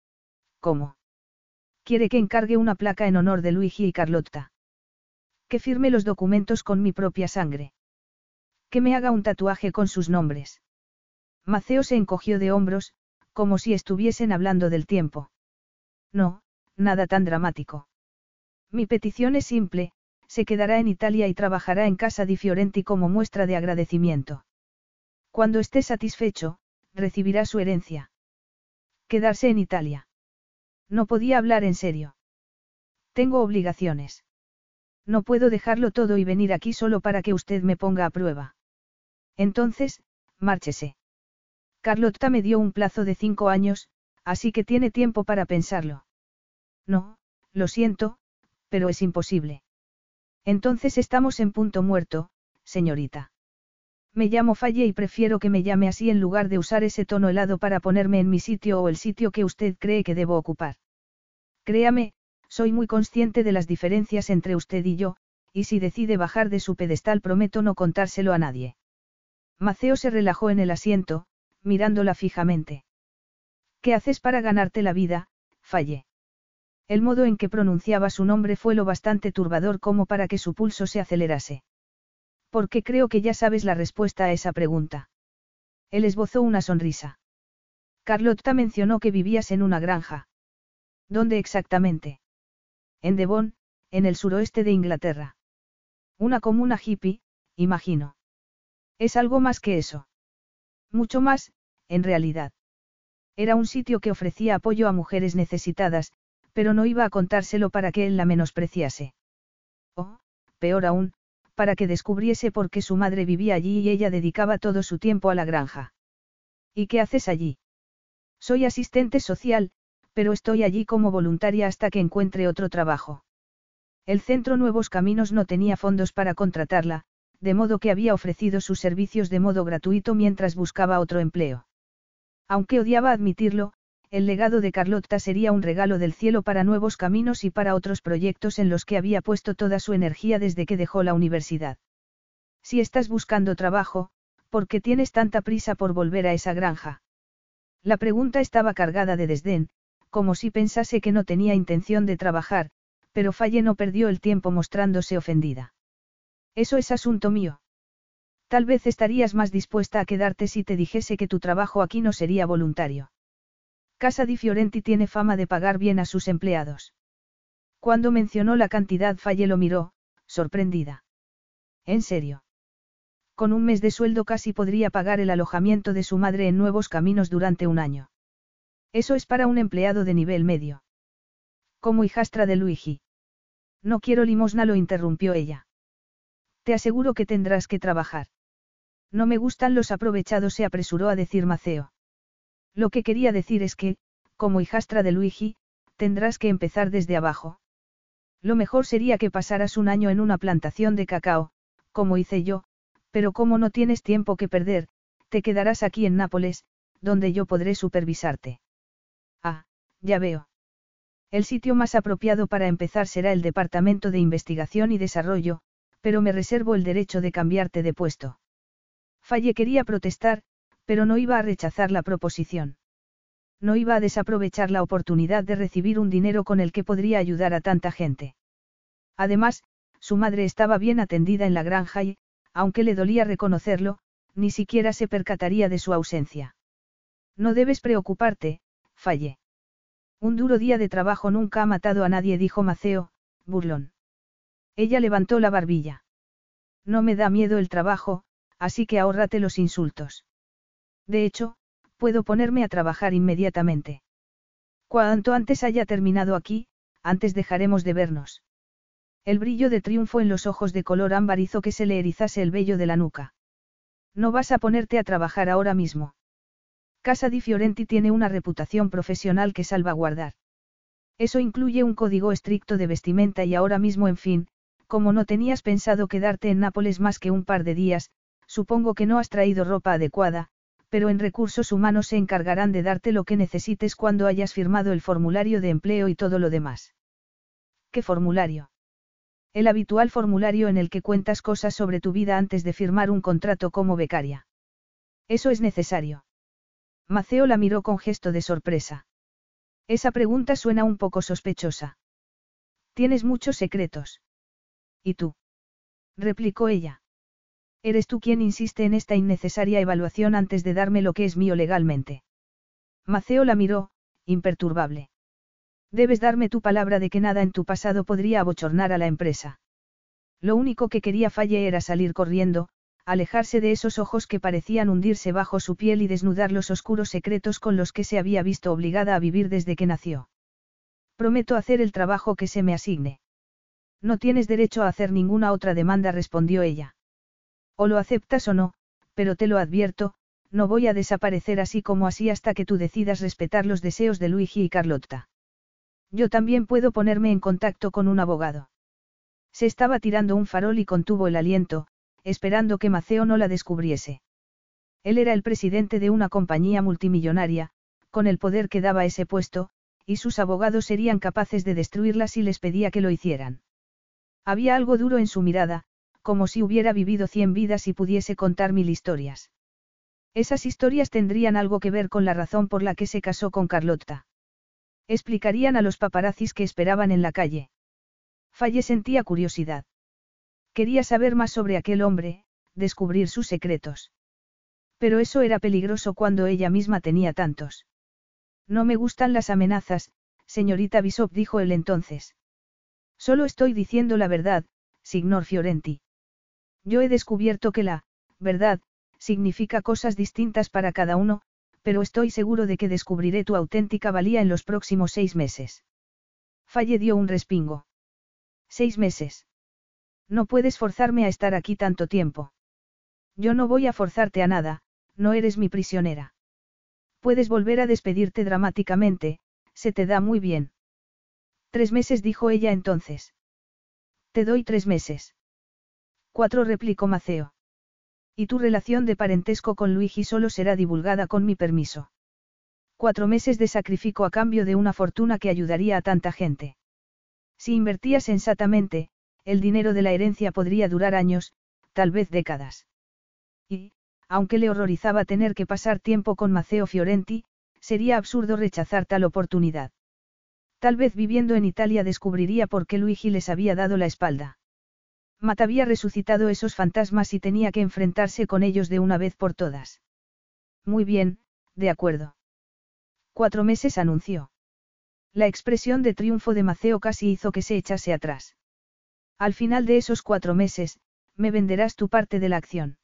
¿Cómo? Quiere que encargue una placa en honor de Luigi y Carlotta. Que firme los documentos con mi propia sangre. Que me haga un tatuaje con sus nombres. Maceo se encogió de hombros, como si estuviesen hablando del tiempo. No, nada tan dramático. Mi petición es simple, se quedará en Italia y trabajará en casa di Fiorenti como muestra de agradecimiento. Cuando esté satisfecho, recibirá su herencia. Quedarse en Italia. No podía hablar en serio. Tengo obligaciones. No puedo dejarlo todo y venir aquí solo para que usted me ponga a prueba. Entonces, márchese. Carlotta me dio un plazo de cinco años, así que tiene tiempo para pensarlo. No, lo siento, pero es imposible. Entonces estamos en punto muerto, señorita. Me llamo Faye y prefiero que me llame así en lugar de usar ese tono helado para ponerme en mi sitio o el sitio que usted cree que debo ocupar. Créame, soy muy consciente de las diferencias entre usted y yo, y si decide bajar de su pedestal prometo no contárselo a nadie. Maceo se relajó en el asiento, mirándola fijamente. ¿Qué haces para ganarte la vida, Faye? El modo en que pronunciaba su nombre fue lo bastante turbador como para que su pulso se acelerase. Porque creo que ya sabes la respuesta a esa pregunta. Él esbozó una sonrisa. Carlotta mencionó que vivías en una granja. ¿Dónde exactamente? En Devon, en el suroeste de Inglaterra. Una comuna hippie, imagino. Es algo más que eso. Mucho más, en realidad. Era un sitio que ofrecía apoyo a mujeres necesitadas, pero no iba a contárselo para que él la menospreciase. O, peor aún, para que descubriese por qué su madre vivía allí y ella dedicaba todo su tiempo a la granja. ¿Y qué haces allí? Soy asistente social, pero estoy allí como voluntaria hasta que encuentre otro trabajo. El Centro Nuevos Caminos no tenía fondos para contratarla, de modo que había ofrecido sus servicios de modo gratuito mientras buscaba otro empleo. Aunque odiaba admitirlo, el legado de Carlotta sería un regalo del cielo para Nuevos Caminos y para otros proyectos en los que había puesto toda su energía desde que dejó la universidad. Si estás buscando trabajo, ¿por qué tienes tanta prisa por volver a esa granja? La pregunta estaba cargada de desdén, como si pensase que no tenía intención de trabajar, pero Faye no perdió el tiempo mostrándose ofendida. Eso es asunto mío. Tal vez estarías más dispuesta a quedarte si te dijese que tu trabajo aquí no sería voluntario. Casa di Fiorenti tiene fama de pagar bien a sus empleados. Cuando mencionó la cantidad Faye lo miró, sorprendida. ¿En serio? Con un mes de sueldo casi podría pagar el alojamiento de su madre en Nuevos Caminos durante un año. Eso es para un empleado de nivel medio. Como hijastra de Luigi. No quiero limosna, lo interrumpió ella. Te aseguro que tendrás que trabajar. No me gustan los aprovechados, se apresuró a decir Maceo. Lo que quería decir es que, como hijastra de Luigi, tendrás que empezar desde abajo. Lo mejor sería que pasaras un año en una plantación de cacao, como hice yo, pero como no tienes tiempo que perder, te quedarás aquí en Nápoles, donde yo podré supervisarte. Ah, ya veo. El sitio más apropiado para empezar será el Departamento de Investigación y Desarrollo, pero me reservo el derecho de cambiarte de puesto. Faye quería protestar, pero no iba a rechazar la proposición. No iba a desaprovechar la oportunidad de recibir un dinero con el que podría ayudar a tanta gente. Además, su madre estaba bien atendida en la granja y, aunque le dolía reconocerlo, ni siquiera se percataría de su ausencia. No debes preocuparte, Faye. Un duro día de trabajo nunca ha matado a nadie, dijo Maceo, burlón. Ella levantó la barbilla. No me da miedo el trabajo, así que ahórrate los insultos. De hecho, puedo ponerme a trabajar inmediatamente. Cuanto antes haya terminado aquí, antes dejaremos de vernos. El brillo de triunfo en los ojos de color ámbar hizo que se le erizase el vello de la nuca. No vas a ponerte a trabajar ahora mismo. Casa di Fiorenti tiene una reputación profesional que salvaguardar. Eso incluye un código estricto de vestimenta y ahora mismo, en fin, como no tenías pensado quedarte en Nápoles más que un par de días, supongo que no has traído ropa adecuada, pero en recursos humanos se encargarán de darte lo que necesites cuando hayas firmado el formulario de empleo y todo lo demás. ¿Qué formulario? El habitual formulario en el que cuentas cosas sobre tu vida antes de firmar un contrato como becaria. ¿Eso es necesario? Maceo la miró con gesto de sorpresa. Esa pregunta suena un poco sospechosa. Tienes muchos secretos. ¿Y tú? Replicó ella. Eres tú quien insiste en esta innecesaria evaluación antes de darme lo que es mío legalmente. Maceo la miró, imperturbable. Debes darme tu palabra de que nada en tu pasado podría abochornar a la empresa. Lo único que quería Faye era salir corriendo, alejarse de esos ojos que parecían hundirse bajo su piel y desnudar los oscuros secretos con los que se había visto obligada a vivir desde que nació. Prometo hacer el trabajo que se me asigne. No tienes derecho a hacer ninguna otra demanda, respondió ella. O lo aceptas o no, pero te lo advierto, no voy a desaparecer así como así hasta que tú decidas respetar los deseos de Luigi y Carlotta. Yo también puedo ponerme en contacto con un abogado. Se estaba tirando un farol y contuvo el aliento, esperando que Maceo no la descubriese. Él era el presidente de una compañía multimillonaria, con el poder que daba ese puesto, y sus abogados serían capaces de destruirla si les pedía que lo hicieran. Había algo duro en su mirada, como si hubiera vivido cien vidas y pudiese contar mil historias. Esas historias tendrían algo que ver con la razón por la que se casó con Carlotta. Explicarían a los paparazzis que esperaban en la calle. Faye sentía curiosidad. Quería saber más sobre aquel hombre, descubrir sus secretos. Pero eso era peligroso cuando ella misma tenía tantos. No me gustan las amenazas, señorita Bishop, dijo él entonces. Solo estoy diciendo la verdad, signor Fiorenti. Yo he descubierto que la verdad significa cosas distintas para cada uno, pero estoy seguro de que descubriré tu auténtica valía en los próximos seis meses. Faye dio un respingo. Seis meses. No puedes forzarme a estar aquí tanto tiempo. Yo no voy a forzarte a nada, no eres mi prisionera. Puedes volver a despedirte dramáticamente, se te da muy bien. Tres meses, dijo ella entonces. Te doy tres meses. Cuatro, replicó Maceo. Y tu relación de parentesco con Luigi solo será divulgada con mi permiso. Cuatro meses de sacrificio a cambio de una fortuna que ayudaría a tanta gente. Si invertía sensatamente, el dinero de la herencia podría durar años, tal vez décadas. Y, aunque le horrorizaba tener que pasar tiempo con Maceo Fiorenti, sería absurdo rechazar tal oportunidad. Tal vez viviendo en Italia descubriría por qué Luigi les había dado la espalda. Matt había resucitado esos fantasmas y tenía que enfrentarse con ellos de una vez por todas. Muy bien, de acuerdo. Cuatro meses, anunció. La expresión de triunfo de Maceo casi hizo que se echase atrás. Al final de esos cuatro meses, me venderás tu parte de la acción.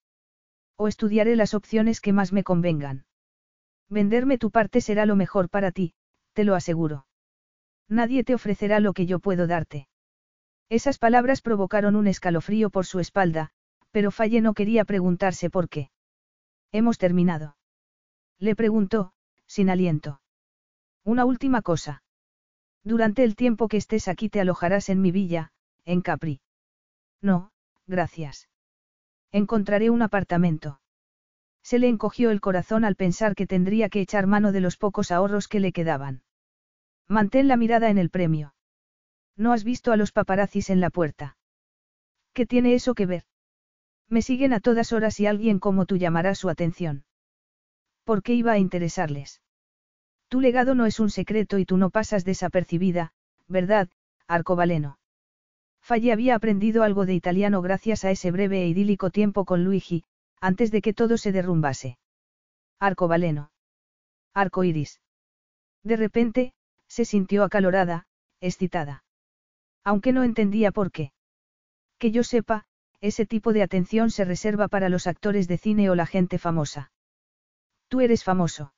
O estudiaré las opciones que más me convengan. Venderme tu parte será lo mejor para ti, te lo aseguro. Nadie te ofrecerá lo que yo puedo darte. Esas palabras provocaron un escalofrío por su espalda, pero Faye no quería preguntarse por qué. ¿Hemos terminado? Le preguntó, sin aliento. Una última cosa. Durante el tiempo que estés aquí te alojarás en mi villa, en Capri. No, gracias. Encontraré un apartamento. Se le encogió el corazón al pensar que tendría que echar mano de los pocos ahorros que le quedaban. Mantén la mirada en el premio. ¿No has visto a los paparazzis en la puerta? ¿Qué tiene eso que ver? Me siguen a todas horas y alguien como tú llamará su atención. ¿Por qué iba a interesarles? Tu legado no es un secreto y tú no pasas desapercibida, ¿verdad, arcobaleno? Faye había aprendido algo de italiano gracias a ese breve e idílico tiempo con Luigi, antes de que todo se derrumbase. Arcobaleno. Arco iris. De repente, se sintió acalorada, excitada. Aunque no entendía por qué. Que yo sepa, ese tipo de atención se reserva para los actores de cine o la gente famosa. Tú eres famoso.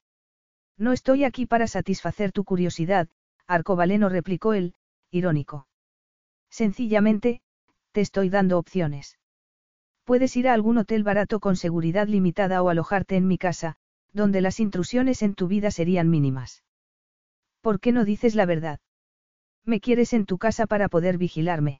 No estoy aquí para satisfacer tu curiosidad, arcobaleno, replicó él, irónico. Sencillamente, te estoy dando opciones. Puedes ir a algún hotel barato con seguridad limitada o alojarte en mi casa, donde las intrusiones en tu vida serían mínimas. ¿Por qué no dices la verdad? Me quieres en tu casa para poder vigilarme.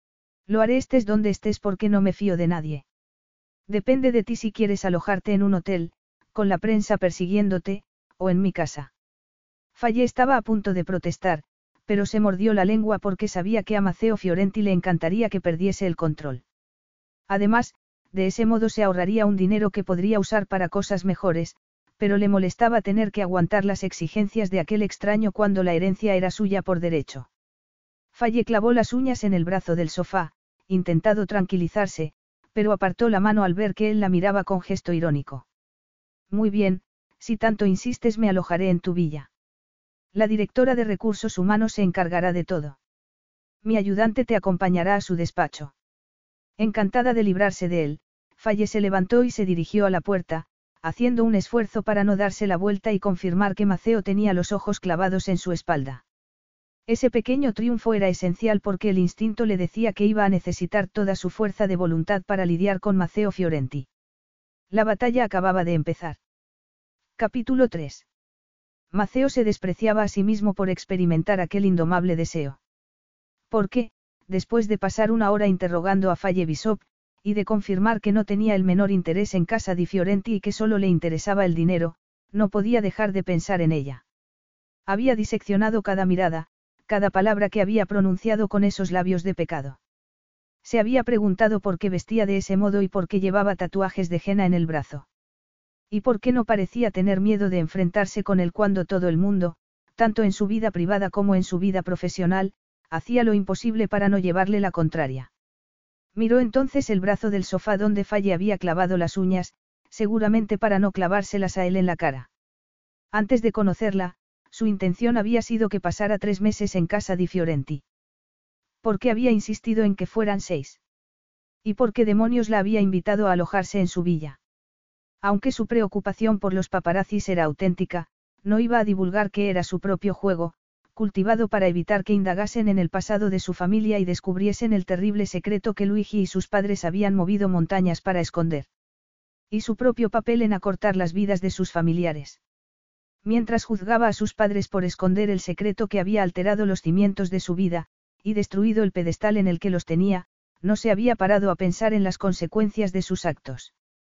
Lo haré estés donde estés porque no me fío de nadie. Depende de ti si quieres alojarte en un hotel, con la prensa persiguiéndote, o en mi casa. Faye estaba a punto de protestar, pero se mordió la lengua porque sabía que a Maceo Fiorenti le encantaría que perdiese el control. Además, de ese modo se ahorraría un dinero que podría usar para cosas mejores, pero le molestaba tener que aguantar las exigencias de aquel extraño cuando la herencia era suya por derecho. Faye clavó las uñas en el brazo del sofá, intentando tranquilizarse, pero apartó la mano al ver que él la miraba con gesto irónico. Muy bien, si tanto insistes me alojaré en tu villa. La directora de recursos humanos se encargará de todo. Mi ayudante te acompañará a su despacho. Encantada de librarse de él, Faye se levantó y se dirigió a la puerta, haciendo un esfuerzo para no darse la vuelta y confirmar que Maceo tenía los ojos clavados en su espalda. Ese pequeño triunfo era esencial porque el instinto le decía que iba a necesitar toda su fuerza de voluntad para lidiar con Maceo Fiorenti. La batalla acababa de empezar. Capítulo tres. Maceo se despreciaba a sí mismo por experimentar aquel indomable deseo. Porque, después de pasar una hora interrogando a Faye Bishop, y de confirmar que no tenía el menor interés en casa di Fiorenti y que solo le interesaba el dinero, no podía dejar de pensar en ella. Había diseccionado cada mirada, cada palabra que había pronunciado con esos labios de pecado. Se había preguntado por qué vestía de ese modo y por qué llevaba tatuajes de henna en el brazo. Y por qué no parecía tener miedo de enfrentarse con él cuando todo el mundo, tanto en su vida privada como en su vida profesional, hacía lo imposible para no llevarle la contraria. Miró entonces el brazo del sofá donde Faye había clavado las uñas, seguramente para no clavárselas a él en la cara. Antes de conocerla, su intención había sido que pasara tres meses en casa di Fiorenti. ¿Por qué había insistido en que fueran seis? ¿Y por qué demonios la había invitado a alojarse en su villa? Aunque su preocupación por los paparazzis era auténtica, no iba a divulgar que era su propio juego, cultivado para evitar que indagasen en el pasado de su familia y descubriesen el terrible secreto que Luigi y sus padres habían movido montañas para esconder. Y su propio papel en acortar las vidas de sus familiares. Mientras juzgaba a sus padres por esconder el secreto que había alterado los cimientos de su vida, y destruido el pedestal en el que los tenía, no se había parado a pensar en las consecuencias de sus actos.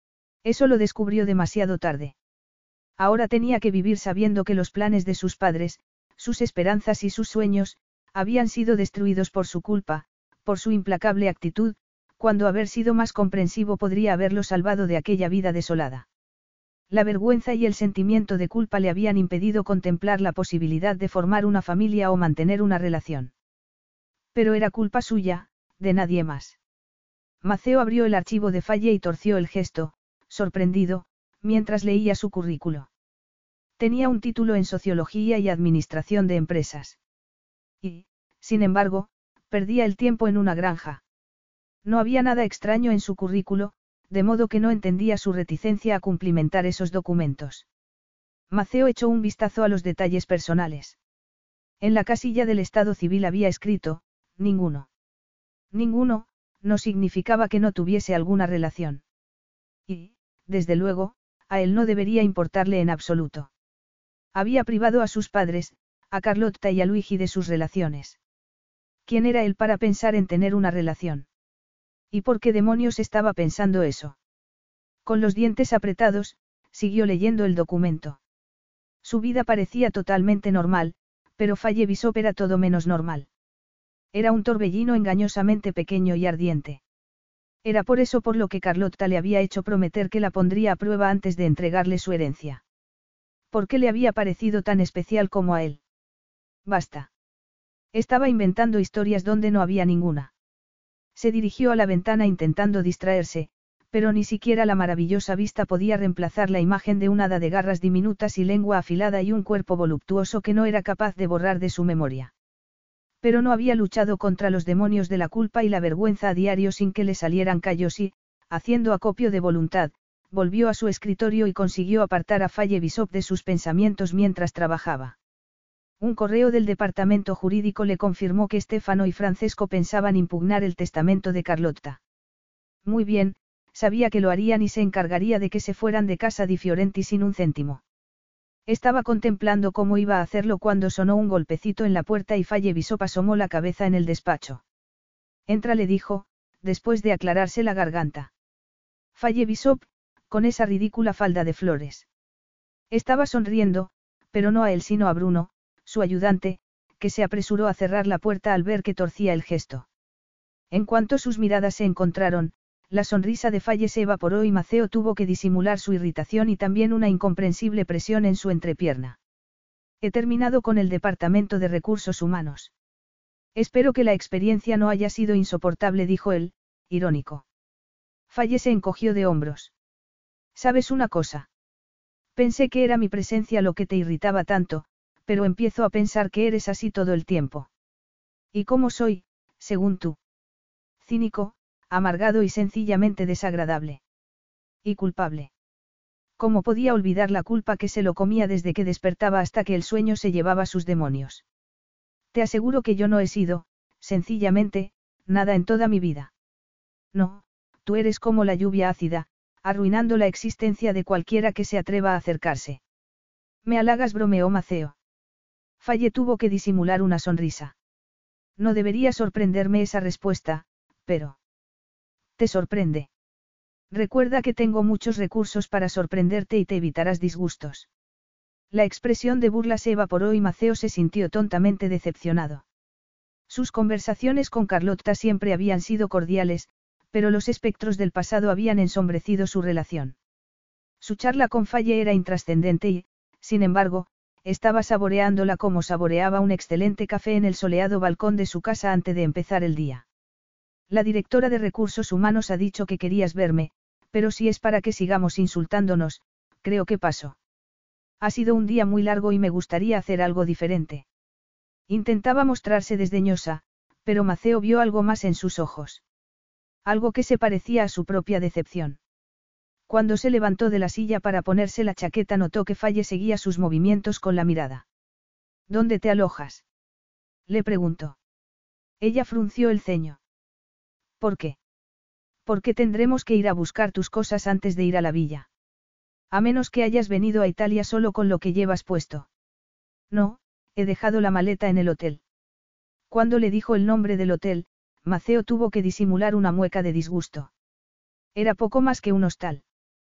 Eso lo descubrió demasiado tarde. Ahora tenía que vivir sabiendo que los planes de sus padres, sus esperanzas y sus sueños, habían sido destruidos por su culpa, por su implacable actitud, cuando haber sido más comprensivo podría haberlo salvado de aquella vida desolada. La vergüenza y el sentimiento de culpa le habían impedido contemplar la posibilidad de formar una familia o mantener una relación. Pero era culpa suya, de nadie más. Maceo abrió el archivo de Faye y torció el gesto, sorprendido, mientras leía su currículo. Tenía un título en Sociología y Administración de Empresas. Y, sin embargo, perdía el tiempo en una granja. No había nada extraño en su currículo, de modo que no entendía su reticencia a cumplimentar esos documentos. Maceo echó un vistazo a los detalles personales. En la casilla del Estado Civil había escrito, ninguno. Ninguno, no significaba que no tuviese alguna relación. Y, desde luego, a él no debería importarle en absoluto. Había privado a sus padres, a Carlotta y a Luigi de sus relaciones. ¿Quién era él para pensar en tener una relación? ¿Y por qué demonios estaba pensando eso? Con los dientes apretados, siguió leyendo el documento. Su vida parecía totalmente normal, pero Faye Bishop era todo menos normal. Era un torbellino engañosamente pequeño y ardiente. Era por eso por lo que Carlotta le había hecho prometer que la pondría a prueba antes de entregarle su herencia. ¿Por qué le había parecido tan especial como a él? Basta. Estaba inventando historias donde no había ninguna. Se dirigió a la ventana intentando distraerse, pero ni siquiera la maravillosa vista podía reemplazar la imagen de un hada de garras diminutas y lengua afilada y un cuerpo voluptuoso que no era capaz de borrar de su memoria. Pero no había luchado contra los demonios de la culpa y la vergüenza a diario sin que le salieran callos y, haciendo acopio de voluntad, volvió a su escritorio y consiguió apartar a Faye Bishop de sus pensamientos mientras trabajaba. Un correo del departamento jurídico le confirmó que Stefano y Francesco pensaban impugnar el testamento de Carlotta. Muy bien, sabía que lo harían y se encargaría de que se fueran de casa di Fiorenti sin un céntimo. Estaba contemplando cómo iba a hacerlo cuando sonó un golpecito en la puerta y Faye Bishop asomó la cabeza en el despacho. Entra, le dijo, después de aclararse la garganta. Faye Bishop, con esa ridícula falda de flores. Estaba sonriendo, pero no a él sino a Bruno, su ayudante, que se apresuró a cerrar la puerta al ver que torcía el gesto. En cuanto sus miradas se encontraron, la sonrisa de Faye se evaporó y Maceo tuvo que disimular su irritación y también una incomprensible presión en su entrepierna. He terminado con el Departamento de Recursos Humanos. Espero que la experiencia no haya sido insoportable, dijo él, irónico. Faye se encogió de hombros. ¿Sabes una cosa? Pensé que era mi presencia lo que te irritaba tanto, pero empiezo a pensar que eres así todo el tiempo. ¿Y cómo soy, según tú? Cínico, amargado y sencillamente desagradable. Y culpable. ¿Cómo podía olvidar la culpa que se lo comía desde que despertaba hasta que el sueño se llevaba sus demonios? Te aseguro que yo no he sido, sencillamente, nada en toda mi vida. No, tú eres como la lluvia ácida, arruinando la existencia de cualquiera que se atreva a acercarse. Me halagas, bromeó Maceo. Faye tuvo que disimular una sonrisa. No debería sorprenderme esa respuesta, pero... ¿Te sorprende? Recuerda que tengo muchos recursos para sorprenderte y te evitarás disgustos. La expresión de burla se evaporó y Maceo se sintió tontamente decepcionado. Sus conversaciones con Carlotta siempre habían sido cordiales, pero los espectros del pasado habían ensombrecido su relación. Su charla con Faye era intrascendente y, sin embargo, estaba saboreándola como saboreaba un excelente café en el soleado balcón de su casa antes de empezar el día. La directora de Recursos Humanos ha dicho que querías verme, pero si es para que sigamos insultándonos, creo que paso. Ha sido un día muy largo y me gustaría hacer algo diferente. Intentaba mostrarse desdeñosa, pero Maceo vio algo más en sus ojos. Algo que se parecía a su propia decepción. Cuando se levantó de la silla para ponerse la chaqueta notó que Faye seguía sus movimientos con la mirada. ¿Dónde te alojas? Le preguntó. Ella frunció el ceño. ¿Por qué? Porque tendremos que ir a buscar tus cosas antes de ir a la villa. A menos que hayas venido a Italia solo con lo que llevas puesto. No, he dejado la maleta en el hotel. Cuando le dijo el nombre del hotel, Maceo tuvo que disimular una mueca de disgusto. Era poco más que un hostal.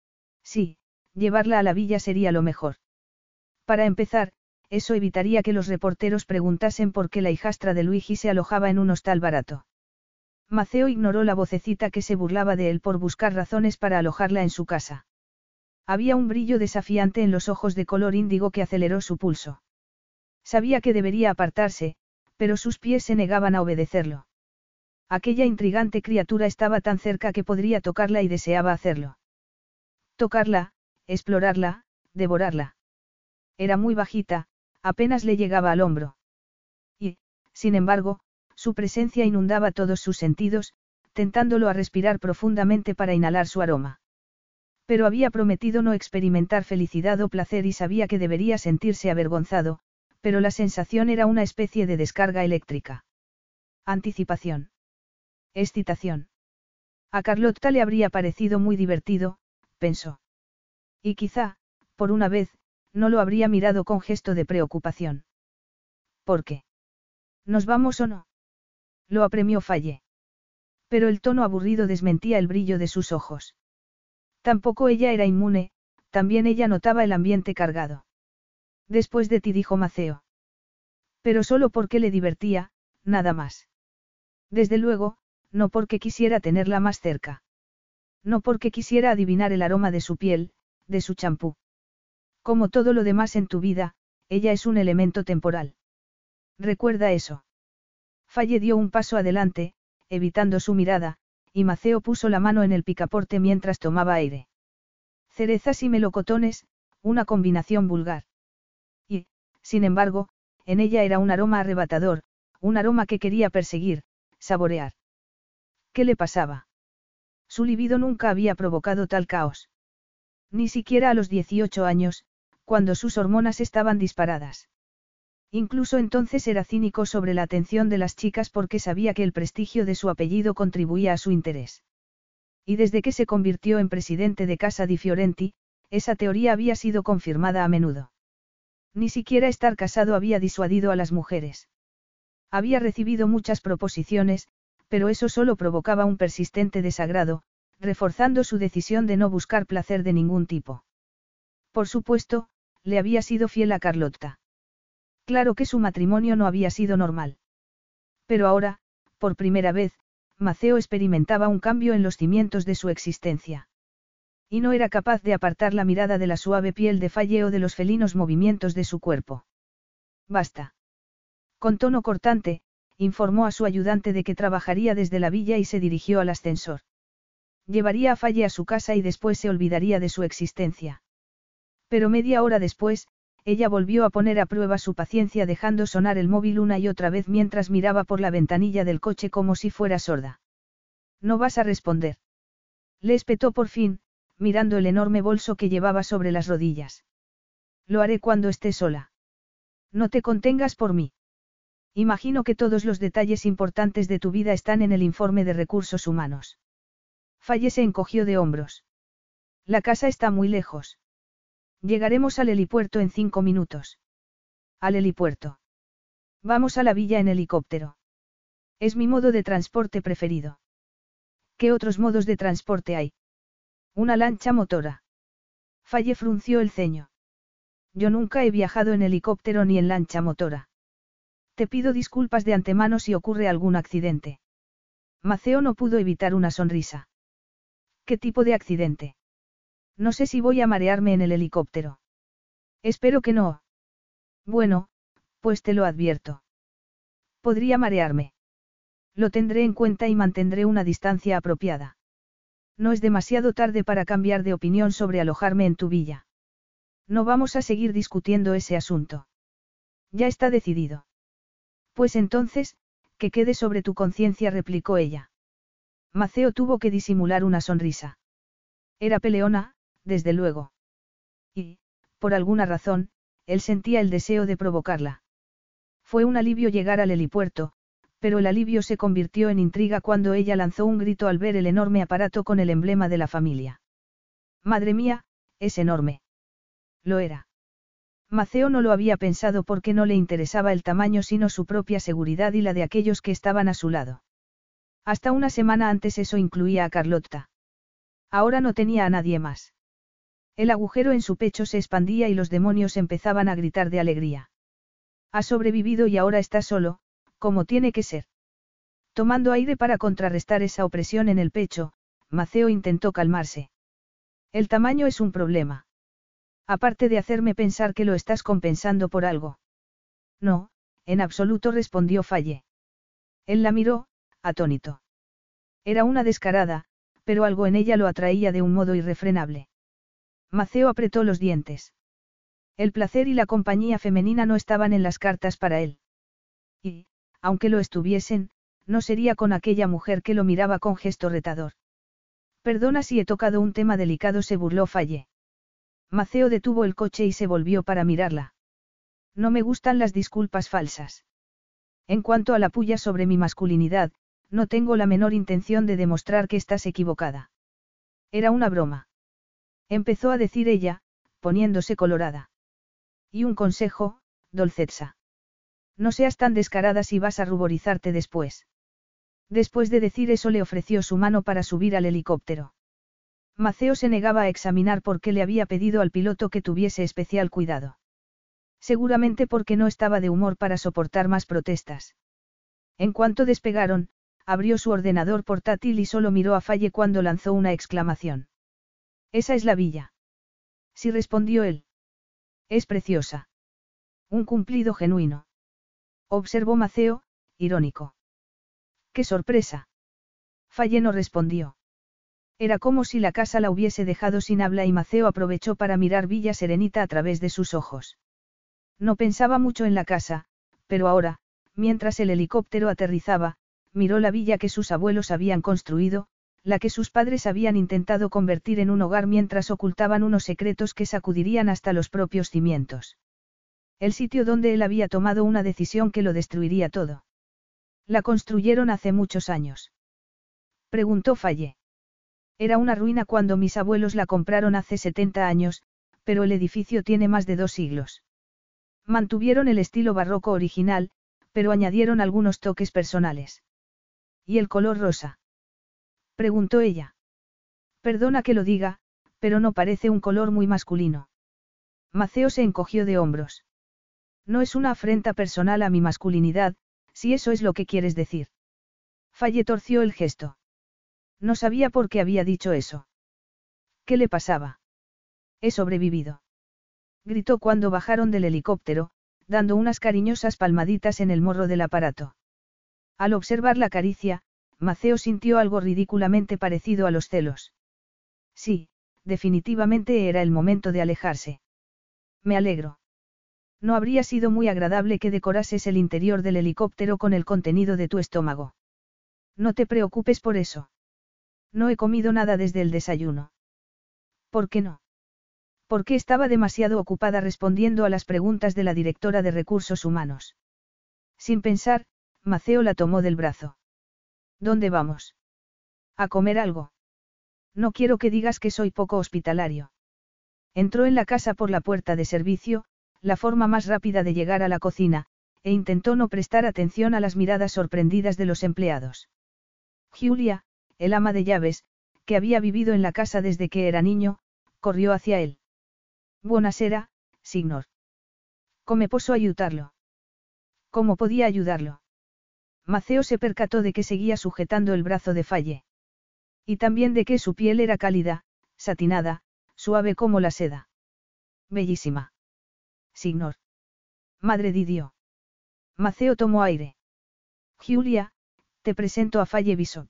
Sí, llevarla a la villa sería lo mejor. Para empezar, eso evitaría que los reporteros preguntasen por qué la hijastra de Luigi se alojaba en un hostal barato. Maceo ignoró la vocecita que se burlaba de él por buscar razones para alojarla en su casa. Había un brillo desafiante en los ojos de color índigo que aceleró su pulso. Sabía que debería apartarse, pero sus pies se negaban a obedecerlo. Aquella intrigante criatura estaba tan cerca que podría tocarla y deseaba hacerlo. Tocarla, explorarla, devorarla. Era muy bajita, apenas le llegaba al hombro. Y, sin embargo, su presencia inundaba todos sus sentidos, tentándolo a respirar profundamente para inhalar su aroma. Pero había prometido no experimentar felicidad o placer y sabía que debería sentirse avergonzado, pero la sensación era una especie de descarga eléctrica. Anticipación. Excitación. A Carlotta le habría parecido muy divertido, pensó. Y quizá, por una vez, no lo habría mirado con gesto de preocupación. ¿Por qué? ¿Nos vamos o no? Lo apremió Faye. Pero el tono aburrido desmentía el brillo de sus ojos. Tampoco ella era inmune, también ella notaba el ambiente cargado. Después de ti, dijo Maceo. Pero solo porque le divertía, nada más. Desde luego, no porque quisiera tenerla más cerca. No porque quisiera adivinar el aroma de su piel, de su champú. Como todo lo demás en tu vida, ella es un elemento temporal. Recuerda eso. Faye dio un paso adelante, evitando su mirada, y Maceo puso la mano en el picaporte mientras tomaba aire. Cerezas y melocotones, una combinación vulgar. Y, sin embargo, en ella era un aroma arrebatador, un aroma que quería perseguir, saborear. ¿Qué le pasaba? Su libido nunca había provocado tal caos. Ni siquiera a los dieciocho años, cuando sus hormonas estaban disparadas. Incluso entonces era cínico sobre la atención de las chicas porque sabía que el prestigio de su apellido contribuía a su interés. Y desde que se convirtió en presidente de Casa di Fiorenti, esa teoría había sido confirmada a menudo. Ni siquiera estar casado había disuadido a las mujeres. Había recibido muchas proposiciones, pero eso solo provocaba un persistente desagrado, reforzando su decisión de no buscar placer de ningún tipo. Por supuesto, le había sido fiel a Carlotta. Claro que su matrimonio no había sido normal. Pero ahora, por primera vez, Maceo experimentaba un cambio en los cimientos de su existencia. Y no era capaz de apartar la mirada de la suave piel de Faye o de los felinos movimientos de su cuerpo. Basta. Con tono cortante, informó a su ayudante de que trabajaría desde la villa y se dirigió al ascensor. Llevaría a Faye a su casa y después se olvidaría de su existencia. Pero media hora después, ella volvió a poner a prueba su paciencia dejando sonar el móvil una y otra vez mientras miraba por la ventanilla del coche como si fuera sorda. ¿No vas a responder? Le espetó por fin, mirando el enorme bolso que llevaba sobre las rodillas. Lo haré cuando esté sola. No te contengas por mí. Imagino que todos los detalles importantes de tu vida están en el informe de recursos humanos. Faye se encogió de hombros. La casa está muy lejos. Llegaremos al helipuerto en cinco minutos. Al helipuerto. Vamos a la villa en helicóptero. Es mi modo de transporte preferido. ¿Qué otros modos de transporte hay? Una lancha motora. Faye frunció el ceño. Yo nunca he viajado en helicóptero ni en lancha motora. Te pido disculpas de antemano si ocurre algún accidente. Maceo no pudo evitar una sonrisa. ¿Qué tipo de accidente? No sé si voy a marearme en el helicóptero. Espero que no. Bueno, pues te lo advierto. Podría marearme. Lo tendré en cuenta y mantendré una distancia apropiada. No es demasiado tarde para cambiar de opinión sobre alojarme en tu villa. No vamos a seguir discutiendo ese asunto. Ya está decidido. Pues entonces, que quede sobre tu conciencia, replicó ella. Maceo tuvo que disimular una sonrisa. Era peleona, desde luego. Y, por alguna razón, él sentía el deseo de provocarla. Fue un alivio llegar al helipuerto, pero el alivio se convirtió en intriga cuando ella lanzó un grito al ver el enorme aparato con el emblema de la familia. Madre mía, es enorme. Lo era. Maceo no lo había pensado porque no le interesaba el tamaño sino su propia seguridad y la de aquellos que estaban a su lado. Hasta una semana antes eso incluía a Carlotta. Ahora no tenía a nadie más. El agujero en su pecho se expandía y los demonios empezaban a gritar de alegría. Ha sobrevivido y ahora está solo, como tiene que ser. Tomando aire para contrarrestar esa opresión en el pecho, Maceo intentó calmarse. El tamaño es un problema. Aparte de hacerme pensar que lo estás compensando por algo. No, en absoluto, respondió Faye. Él la miró, atónito. Era una descarada, pero algo en ella lo atraía de un modo irrefrenable. Maceo apretó los dientes. El placer y la compañía femenina no estaban en las cartas para él. Y, aunque lo estuviesen, no sería con aquella mujer que lo miraba con gesto retador. Perdona si he tocado un tema delicado, se burló Faye. Maceo detuvo el coche y se volvió para mirarla. No me gustan las disculpas falsas. En cuanto a la puya sobre mi masculinidad, no tengo la menor intención de demostrar que estás equivocada. Era una broma. Empezó a decir ella, poniéndose colorada. Y un consejo, Dolcetsa. No seas tan descarada si vas a ruborizarte después. Después de decir eso le ofreció su mano para subir al helicóptero. Maceo se negaba a examinar por qué le había pedido al piloto que tuviese especial cuidado. Seguramente porque no estaba de humor para soportar más protestas. En cuanto despegaron, abrió su ordenador portátil y solo miró a Faye cuando lanzó una exclamación. «Esa es la villa». Sí, respondió él. «Es preciosa. Un cumplido genuino», observó Maceo, irónico. «¡Qué sorpresa!». Faye no respondió. Era como si la casa la hubiese dejado sin habla y Maceo aprovechó para mirar Villa Serenita a través de sus ojos. No pensaba mucho en la casa, pero ahora, mientras el helicóptero aterrizaba, miró la villa que sus abuelos habían construido, la que sus padres habían intentado convertir en un hogar mientras ocultaban unos secretos que sacudirían hasta los propios cimientos. El sitio donde él había tomado una decisión que lo destruiría todo. ¿La construyeron hace muchos años?, preguntó Faye. Era una ruina cuando mis abuelos la compraron hace setenta años, pero el edificio tiene más de dos siglos. Mantuvieron el estilo barroco original, pero añadieron algunos toques personales. ¿Y el color rosa? Preguntó ella. Perdona que lo diga, pero no parece un color muy masculino. Maceo se encogió de hombros. No es una afrenta personal a mi masculinidad, si eso es lo que quieres decir. Faye torció el gesto. No sabía por qué había dicho eso. ¿Qué le pasaba? He sobrevivido. Gritó cuando bajaron del helicóptero, dando unas cariñosas palmaditas en el morro del aparato. Al observar la caricia, Maceo sintió algo ridículamente parecido a los celos. Sí, definitivamente era el momento de alejarse. Me alegro. No habría sido muy agradable que decorases el interior del helicóptero con el contenido de tu estómago. No te preocupes por eso. No he comido nada desde el desayuno. ¿Por qué no? Porque estaba demasiado ocupada respondiendo a las preguntas de la directora de Recursos Humanos. Sin pensar, Maceo la tomó del brazo. ¿Dónde vamos? ¿A comer algo? No quiero que digas que soy poco hospitalario. Entró en la casa por la puerta de servicio, la forma más rápida de llegar a la cocina, e intentó no prestar atención a las miradas sorprendidas de los empleados. Giulia, el ama de llaves, que había vivido en la casa desde que era niño, corrió hacia él. Buonasera, signor. ¿Come posso aiutarlo? ¿Cómo podía ayudarlo? Maceo se percató de que seguía sujetando el brazo de Faye. Y también de que su piel era cálida, satinada, suave como la seda. Bellísima. Signor. Madre di Dio. Maceo tomó aire. Giulia, te presento a Faye Bishop.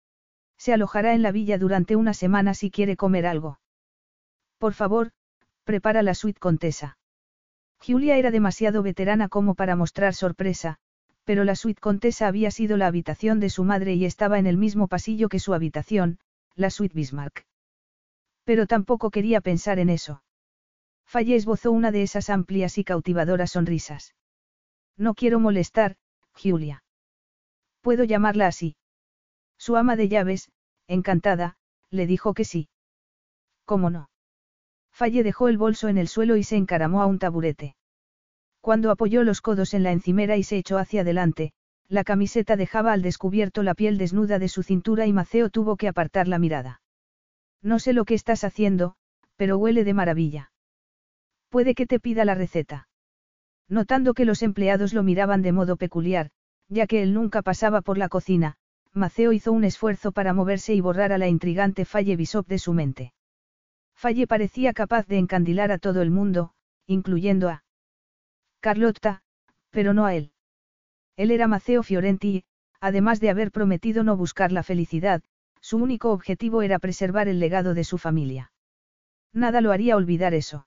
Se alojará en la villa durante una semana si quiere comer algo. Por favor, prepara la suite contesa. Giulia era demasiado veterana como para mostrar sorpresa, pero la suite contesa había sido la habitación de su madre y estaba en el mismo pasillo que su habitación, la suite Bismarck. Pero tampoco quería pensar en eso. Faye esbozó una de esas amplias y cautivadoras sonrisas. No quiero molestar, Giulia. ¿Puedo llamarla así? Su ama de llaves, encantada, le dijo que sí. ¿Cómo no? Faye dejó el bolso en el suelo y se encaramó a un taburete. Cuando apoyó los codos en la encimera y se echó hacia adelante, la camiseta dejaba al descubierto la piel desnuda de su cintura y Maceo tuvo que apartar la mirada. No sé lo que estás haciendo, pero huele de maravilla. Puede que te pida la receta. Notando que los empleados lo miraban de modo peculiar, ya que él nunca pasaba por la cocina, Maceo hizo un esfuerzo para moverse y borrar a la intrigante Faye Bishop de su mente. Faye parecía capaz de encandilar a todo el mundo, incluyendo a Carlotta, pero no a él. Él era Maceo Fiorenti y, además de haber prometido no buscar la felicidad, su único objetivo era preservar el legado de su familia. Nada lo haría olvidar eso.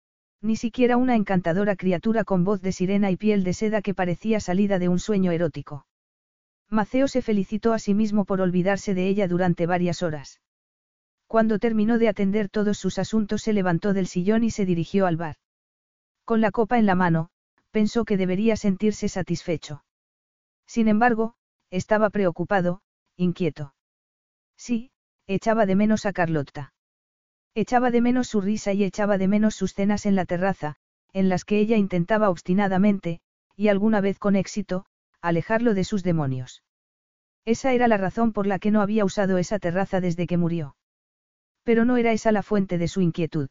Ni siquiera una encantadora criatura con voz de sirena y piel de seda que parecía salida de un sueño erótico. Maceo se felicitó a sí mismo por olvidarse de ella durante varias horas. Cuando terminó de atender todos sus asuntos se levantó del sillón y se dirigió al bar. Con la copa en la mano, pensó que debería sentirse satisfecho. Sin embargo, estaba preocupado, inquieto. Sí, echaba de menos a Carlotta. Echaba de menos su risa y echaba de menos sus cenas en la terraza, en las que ella intentaba obstinadamente, y alguna vez con éxito, alejarlo de sus demonios. Esa era la razón por la que no había usado esa terraza desde que murió. Pero no era esa la fuente de su inquietud.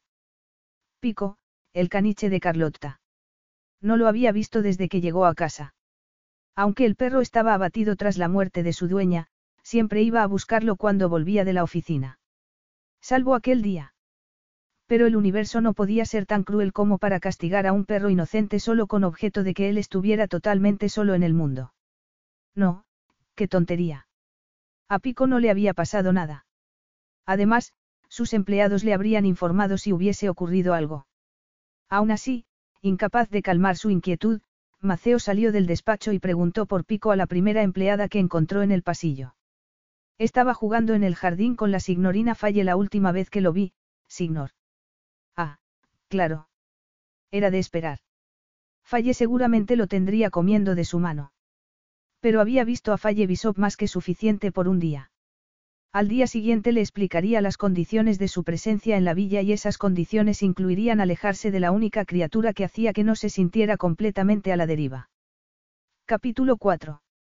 Pico, el caniche de Carlotta. No lo había visto desde que llegó a casa. Aunque el perro estaba abatido tras la muerte de su dueña, siempre iba a buscarlo cuando volvía de la oficina. Salvo aquel día. Pero el universo no podía ser tan cruel como para castigar a un perro inocente solo con objeto de que él estuviera totalmente solo en el mundo. No, qué tontería. A Pico no le había pasado nada. Además, sus empleados le habrían informado si hubiese ocurrido algo. Aún así, incapaz de calmar su inquietud, Maceo salió del despacho y preguntó por Pico a la primera empleada que encontró en el pasillo. Estaba jugando en el jardín con la signorina Faye la última vez que lo vi, signor. Ah, claro. Era de esperar. Faye seguramente lo tendría comiendo de su mano. Pero había visto a Faye Bishop más que suficiente por un día. Al día siguiente le explicaría las condiciones de su presencia en la villa y esas condiciones incluirían alejarse de la única criatura que hacía que no se sintiera completamente a la deriva. Capítulo cuatro.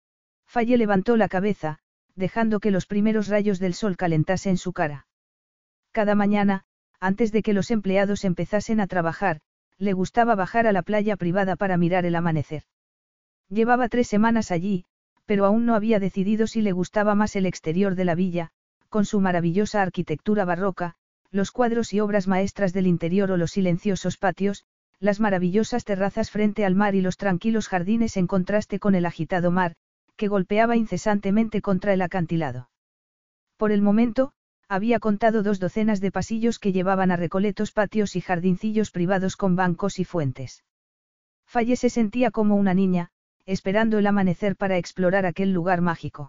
Faye levantó la cabeza, dejando que los primeros rayos del sol calentasen su cara. Cada mañana, antes de que los empleados empezasen a trabajar, le gustaba bajar a la playa privada para mirar el amanecer. Llevaba tres semanas allí, pero aún no había decidido si le gustaba más el exterior de la villa, con su maravillosa arquitectura barroca, los cuadros y obras maestras del interior o los silenciosos patios, las maravillosas terrazas frente al mar y los tranquilos jardines en contraste con el agitado mar, que golpeaba incesantemente contra el acantilado. Por el momento, había contado dos docenas de pasillos que llevaban a recoletos patios y jardincillos privados con bancos y fuentes. Faye se sentía como una niña, esperando el amanecer para explorar aquel lugar mágico.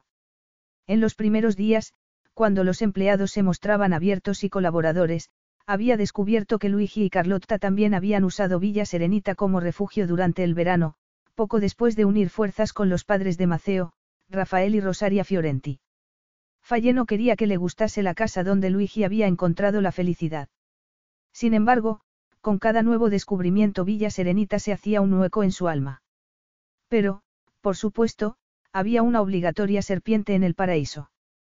En los primeros días, cuando los empleados se mostraban abiertos y colaboradores, había descubierto que Luigi y Carlotta también habían usado Villa Serenita como refugio durante el verano, poco después de unir fuerzas con los padres de Maceo, Rafael y Rosaria Fiorenti. Faye no quería que le gustase la casa donde Luigi había encontrado la felicidad. Sin embargo, con cada nuevo descubrimiento Villa Serenita se hacía un hueco en su alma. Pero, por supuesto, había una obligatoria serpiente en el paraíso.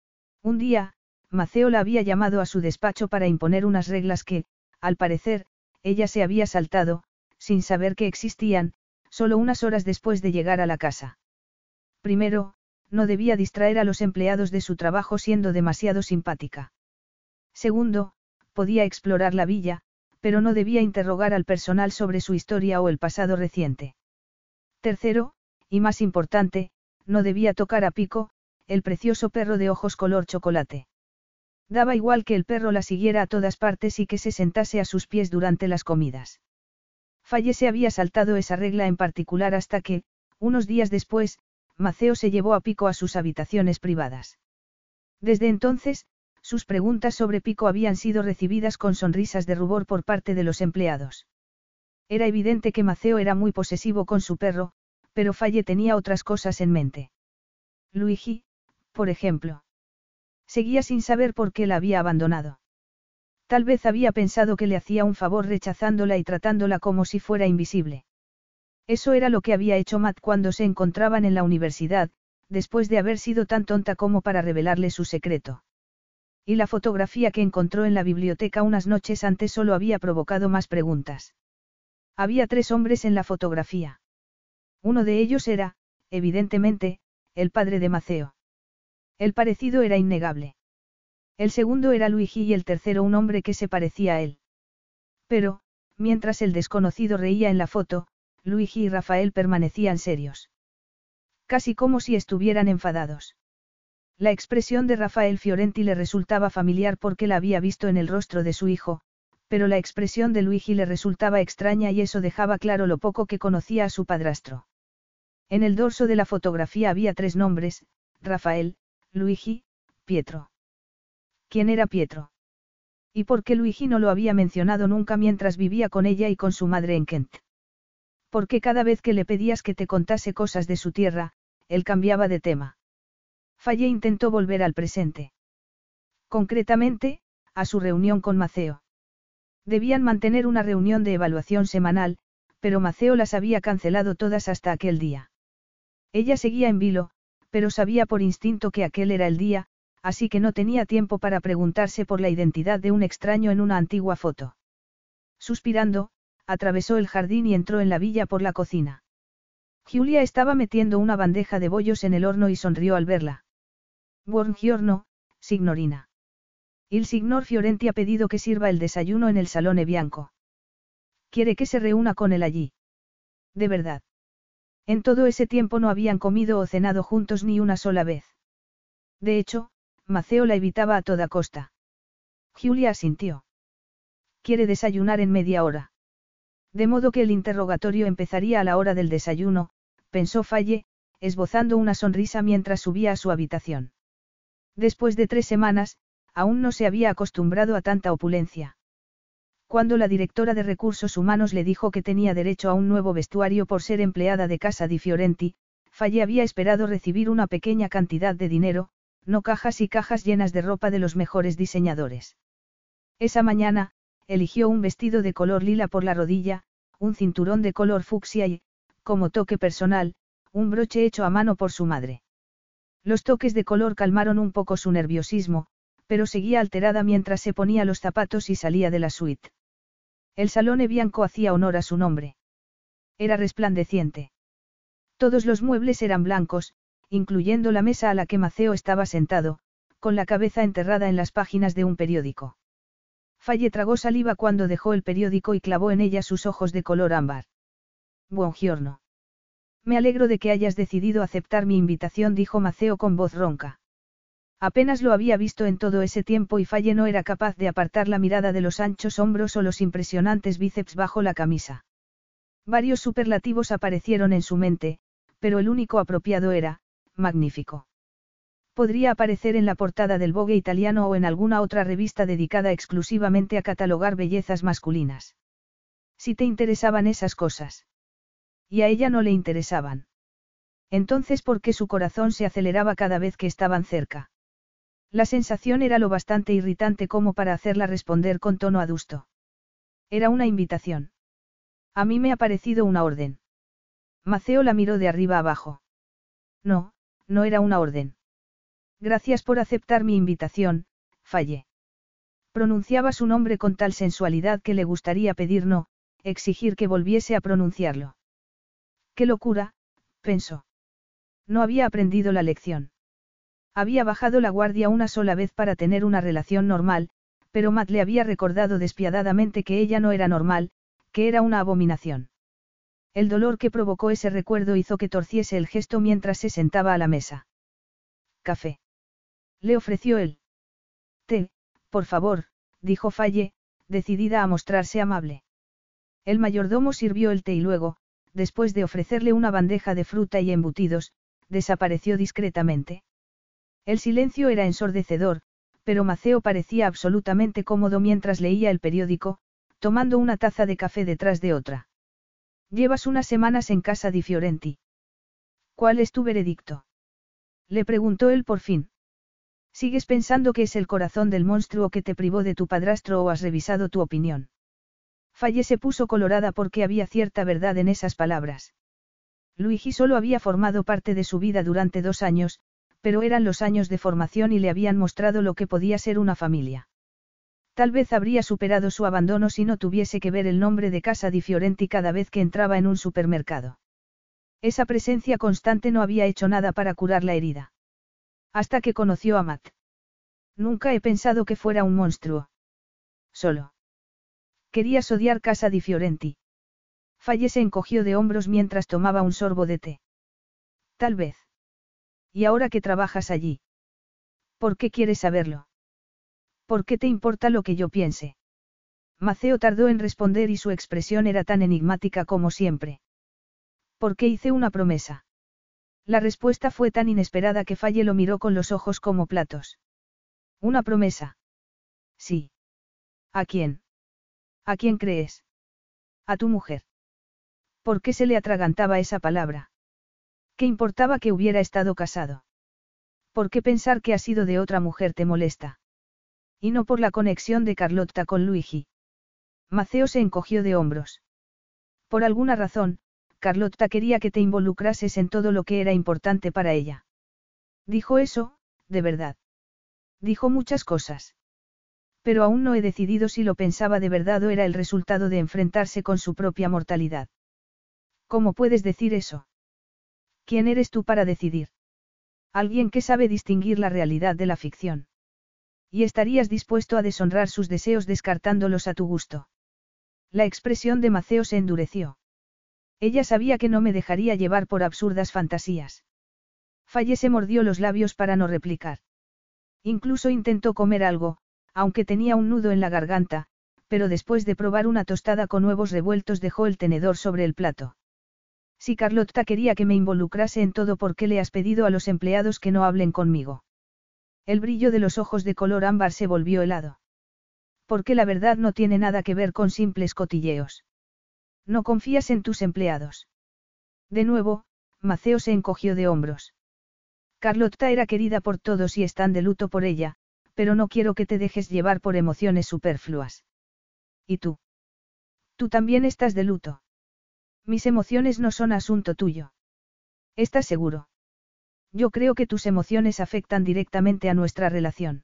Un día, Maceo la había llamado a su despacho para imponer unas reglas que, al parecer, ella se había saltado, sin saber que existían, solo unas horas después de llegar a la casa. Primero, no debía distraer a los empleados de su trabajo siendo demasiado simpática. Segundo, podía explorar la villa, pero no debía interrogar al personal sobre su historia o el pasado reciente. Tercero, y más importante, no debía tocar a Pico, el precioso perro de ojos color chocolate. Daba igual que el perro la siguiera a todas partes y que se sentase a sus pies durante las comidas. Faye se había saltado esa regla en particular hasta que, unos días después, Maceo se llevó a Pico a sus habitaciones privadas. Desde entonces, sus preguntas sobre Pico habían sido recibidas con sonrisas de rubor por parte de los empleados. Era evidente que Maceo era muy posesivo con su perro, pero Faye tenía otras cosas en mente. Luigi, por ejemplo. Seguía sin saber por qué la había abandonado. Tal vez había pensado que le hacía un favor rechazándola y tratándola como si fuera invisible. Eso era lo que había hecho Matt cuando se encontraban en la universidad, después de haber sido tan tonta como para revelarle su secreto. Y la fotografía que encontró en la biblioteca unas noches antes solo había provocado más preguntas. Había tres hombres en la fotografía. Uno de ellos era, evidentemente, el padre de Maceo. El parecido era innegable. El segundo era Luigi y el tercero un hombre que se parecía a él. Pero, mientras el desconocido reía en la foto, Luigi y Rafael permanecían serios. Casi como si estuvieran enfadados. La expresión de Rafael Fiorenti le resultaba familiar porque la había visto en el rostro de su hijo, pero la expresión de Luigi le resultaba extraña y eso dejaba claro lo poco que conocía a su padrastro. En el dorso de la fotografía había tres nombres: Rafael, Luigi, Pietro. ¿Quién era Pietro? ¿Y por qué Luigi no lo había mencionado nunca mientras vivía con ella y con su madre en Kent? Porque cada vez que le pedías que te contase cosas de su tierra, él cambiaba de tema. Faye intentó volver al presente. Concretamente, a su reunión con Maceo. Debían mantener una reunión de evaluación semanal, pero Maceo las había cancelado todas hasta aquel día. Ella seguía en vilo, pero sabía por instinto que aquel era el día, así que no tenía tiempo para preguntarse por la identidad de un extraño en una antigua foto. Suspirando, atravesó el jardín y entró en la villa por la cocina. Giulia estaba metiendo una bandeja de bollos en el horno y sonrió al verla. Buongiorno, signorina. Il signor Fiorenti ha pedido que sirva el desayuno en el salone bianco. Quiere que se reúna con él allí. De verdad. En todo ese tiempo no habían comido o cenado juntos ni una sola vez. De hecho, Maceo la evitaba a toda costa. Giulia asintió. Quiere desayunar en media hora. De modo que el interrogatorio empezaría a la hora del desayuno, pensó Faye, esbozando una sonrisa mientras subía a su habitación. Después de tres semanas, aún no se había acostumbrado a tanta opulencia. Cuando la directora de Recursos Humanos le dijo que tenía derecho a un nuevo vestuario por ser empleada de Casa di Fiorenti, Faye había esperado recibir una pequeña cantidad de dinero, no cajas y cajas llenas de ropa de los mejores diseñadores. Esa mañana, eligió un vestido de color lila por la rodilla, un cinturón de color fucsia y, como toque personal, un broche hecho a mano por su madre. Los toques de color calmaron un poco su nerviosismo, pero seguía alterada mientras se ponía los zapatos y salía de la suite. El Salone Bianco hacía honor a su nombre. Era resplandeciente. Todos los muebles eran blancos, incluyendo la mesa a la que Maceo estaba sentado, con la cabeza enterrada en las páginas de un periódico. Faye tragó saliva cuando dejó el periódico y clavó en ella sus ojos de color ámbar. Buongiorno. Me alegro de que hayas decidido aceptar mi invitación, dijo Maceo con voz ronca. Apenas lo había visto en todo ese tiempo y Faye no era capaz de apartar la mirada de los anchos hombros o los impresionantes bíceps bajo la camisa. Varios superlativos aparecieron en su mente, pero el único apropiado era, magnífico. Podría aparecer en la portada del Vogue italiano o en alguna otra revista dedicada exclusivamente a catalogar bellezas masculinas. Si te interesaban esas cosas. Y a ella no le interesaban. Entonces, ¿por qué su corazón se aceleraba cada vez que estaban cerca? La sensación era lo bastante irritante como para hacerla responder con tono adusto. Era una invitación. A mí me ha parecido una orden. Maceo la miró de arriba abajo. No, no era una orden. Gracias por aceptar mi invitación, Faye. Pronunciaba su nombre con tal sensualidad que le gustaría pedir no, exigir que volviese a pronunciarlo. ¡Qué locura!, pensó. No había aprendido la lección. Había bajado la guardia una sola vez para tener una relación normal, pero Matt le había recordado despiadadamente que ella no era normal, que era una abominación. El dolor que provocó ese recuerdo hizo que torciese el gesto mientras se sentaba a la mesa. Café. Le ofreció él. Té, por favor, dijo Faye, decidida a mostrarse amable. El mayordomo sirvió el té y luego, después de ofrecerle una bandeja de fruta y embutidos, desapareció discretamente. El silencio era ensordecedor, pero Maceo parecía absolutamente cómodo mientras leía el periódico, tomando una taza de café detrás de otra. Llevas unas semanas en casa di Fiorenti. ¿Cuál es tu veredicto? Le preguntó él por fin. ¿Sigues pensando que es el corazón del monstruo que te privó de tu padrastro o has revisado tu opinión? Faye se puso colorada porque había cierta verdad en esas palabras. Luigi solo había formado parte de su vida durante dos años, pero eran los años de formación y le habían mostrado lo que podía ser una familia. Tal vez habría superado su abandono si no tuviese que ver el nombre de Casa di Fiorenti cada vez que entraba en un supermercado. Esa presencia constante no había hecho nada para curar la herida. Hasta que conoció a Matt. Nunca he pensado que fuera un monstruo. Solo. Querías odiar Casa di Fiorenti. Faye se encogió de hombros mientras tomaba un sorbo de té. Tal vez. ¿Y ahora que trabajas allí? ¿Por qué quieres saberlo? ¿Por qué te importa lo que yo piense? Maceo tardó en responder y su expresión era tan enigmática como siempre. ¿Por qué hice una promesa? La respuesta fue tan inesperada que Faye lo miró con los ojos como platos. ¿Una promesa? Sí. ¿A quién? ¿A quién crees? A tu mujer. ¿Por qué se le atragantaba esa palabra? ¿Qué importaba que hubiera estado casado? ¿Por qué pensar que ha sido de otra mujer te molesta? Y no por la conexión de Carlotta con Luigi. Maceo se encogió de hombros. Por alguna razón, Carlotta quería que te involucrases en todo lo que era importante para ella. Dijo eso, de verdad. Dijo muchas cosas. Pero aún no he decidido si lo pensaba de verdad o era el resultado de enfrentarse con su propia mortalidad. ¿Cómo puedes decir eso? ¿Quién eres tú para decidir? Alguien que sabe distinguir la realidad de la ficción. ¿Y estarías dispuesto a deshonrar sus deseos descartándolos a tu gusto? La expresión de Maceo se endureció. Ella sabía que no me dejaría llevar por absurdas fantasías. Faye se mordió los labios para no replicar. Incluso intentó comer algo, aunque tenía un nudo en la garganta, pero después de probar una tostada con huevos revueltos dejó el tenedor sobre el plato. Si Carlotta quería que me involucrase en todo, ¿por qué le has pedido a los empleados que no hablen conmigo? El brillo de los ojos de color ámbar se volvió helado. Porque la verdad no tiene nada que ver con simples cotilleos. No confías en tus empleados. De nuevo, Maceo se encogió de hombros. Carlotta era querida por todos y están de luto por ella, pero no quiero que te dejes llevar por emociones superfluas. ¿Y tú? Tú también estás de luto. Mis emociones no son asunto tuyo. ¿Estás seguro? Yo creo que tus emociones afectan directamente a nuestra relación.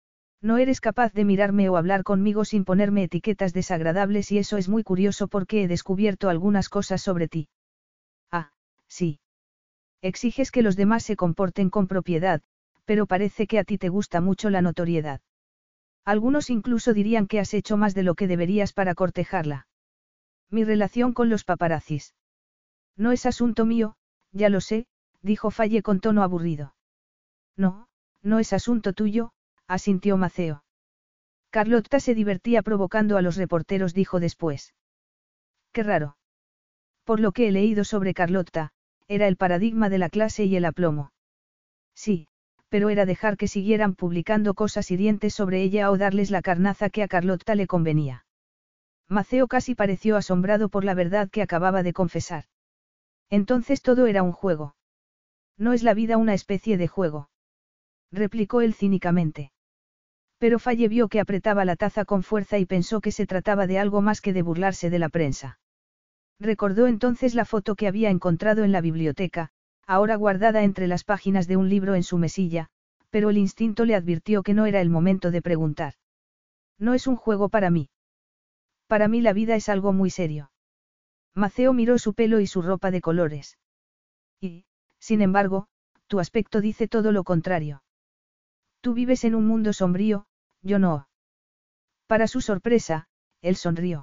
No eres capaz de mirarme o hablar conmigo sin ponerme etiquetas desagradables y eso es muy curioso porque he descubierto algunas cosas sobre ti. Ah, sí. Exiges que los demás se comporten con propiedad, pero parece que a ti te gusta mucho la notoriedad. Algunos incluso dirían que has hecho más de lo que deberías para cortejarla. Mi relación con los paparazzis. No es asunto mío, ya lo sé, dijo Faye con tono aburrido. No, no es asunto tuyo, asintió Maceo. Carlotta se divertía provocando a los reporteros, dijo después. Qué raro. Por lo que he leído sobre Carlotta, era el paradigma de la clase y el aplomo. Sí, pero era dejar que siguieran publicando cosas hirientes sobre ella o darles la carnaza que a Carlotta le convenía. Maceo casi pareció asombrado por la verdad que acababa de confesar. Entonces todo era un juego. ¿No es la vida una especie de juego?, replicó él cínicamente. Pero Faye vio que apretaba la taza con fuerza y pensó que se trataba de algo más que de burlarse de la prensa. Recordó entonces la foto que había encontrado en la biblioteca, ahora guardada entre las páginas de un libro en su mesilla, pero el instinto le advirtió que no era el momento de preguntar. No es un juego para mí. Para mí la vida es algo muy serio. Maceo miró su pelo y su ropa de colores. Y, sin embargo, tu aspecto dice todo lo contrario. Tú vives en un mundo sombrío, yo no. Para su sorpresa, él sonrió.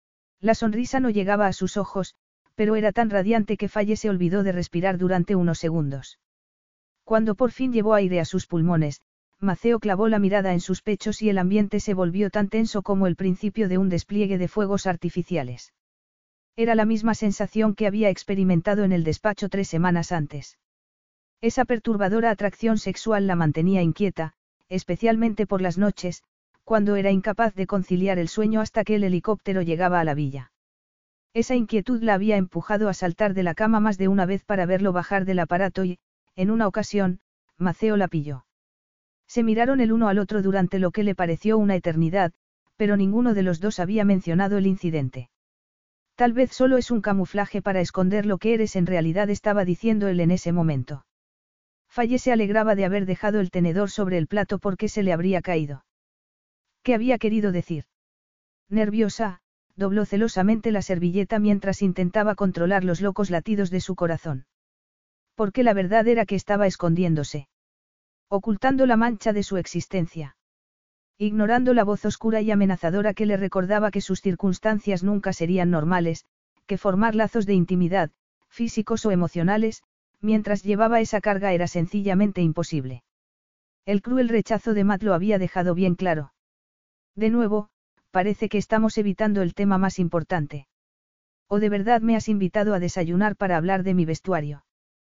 La sonrisa no llegaba a sus ojos, pero era tan radiante que Faye se olvidó de respirar durante unos segundos. Cuando por fin llevó aire a sus pulmones, Maceo clavó la mirada en sus pechos y el ambiente se volvió tan tenso como el principio de un despliegue de fuegos artificiales. Era la misma sensación que había experimentado en el despacho tres semanas antes. Esa perturbadora atracción sexual la mantenía inquieta, especialmente por las noches, cuando era incapaz de conciliar el sueño hasta que el helicóptero llegaba a la villa. Esa inquietud la había empujado a saltar de la cama más de una vez para verlo bajar del aparato y, en una ocasión, Maceo la pilló. Se miraron el uno al otro durante lo que le pareció una eternidad, pero ninguno de los dos había mencionado el incidente. Tal vez solo es un camuflaje para esconder lo que eres en realidad, estaba diciendo él en ese momento. Faye se alegraba de haber dejado el tenedor sobre el plato porque se le habría caído. ¿Qué había querido decir? Nerviosa, dobló celosamente la servilleta mientras intentaba controlar los locos latidos de su corazón. Porque la verdad era que estaba escondiéndose. Ocultando la mancha de su existencia. Ignorando la voz oscura y amenazadora que le recordaba que sus circunstancias nunca serían normales, que formar lazos de intimidad, físicos o emocionales, mientras llevaba esa carga era sencillamente imposible. El cruel rechazo de Matt lo había dejado bien claro. De nuevo, parece que estamos evitando el tema más importante. ¿O de verdad me has invitado a desayunar para hablar de mi vestuario?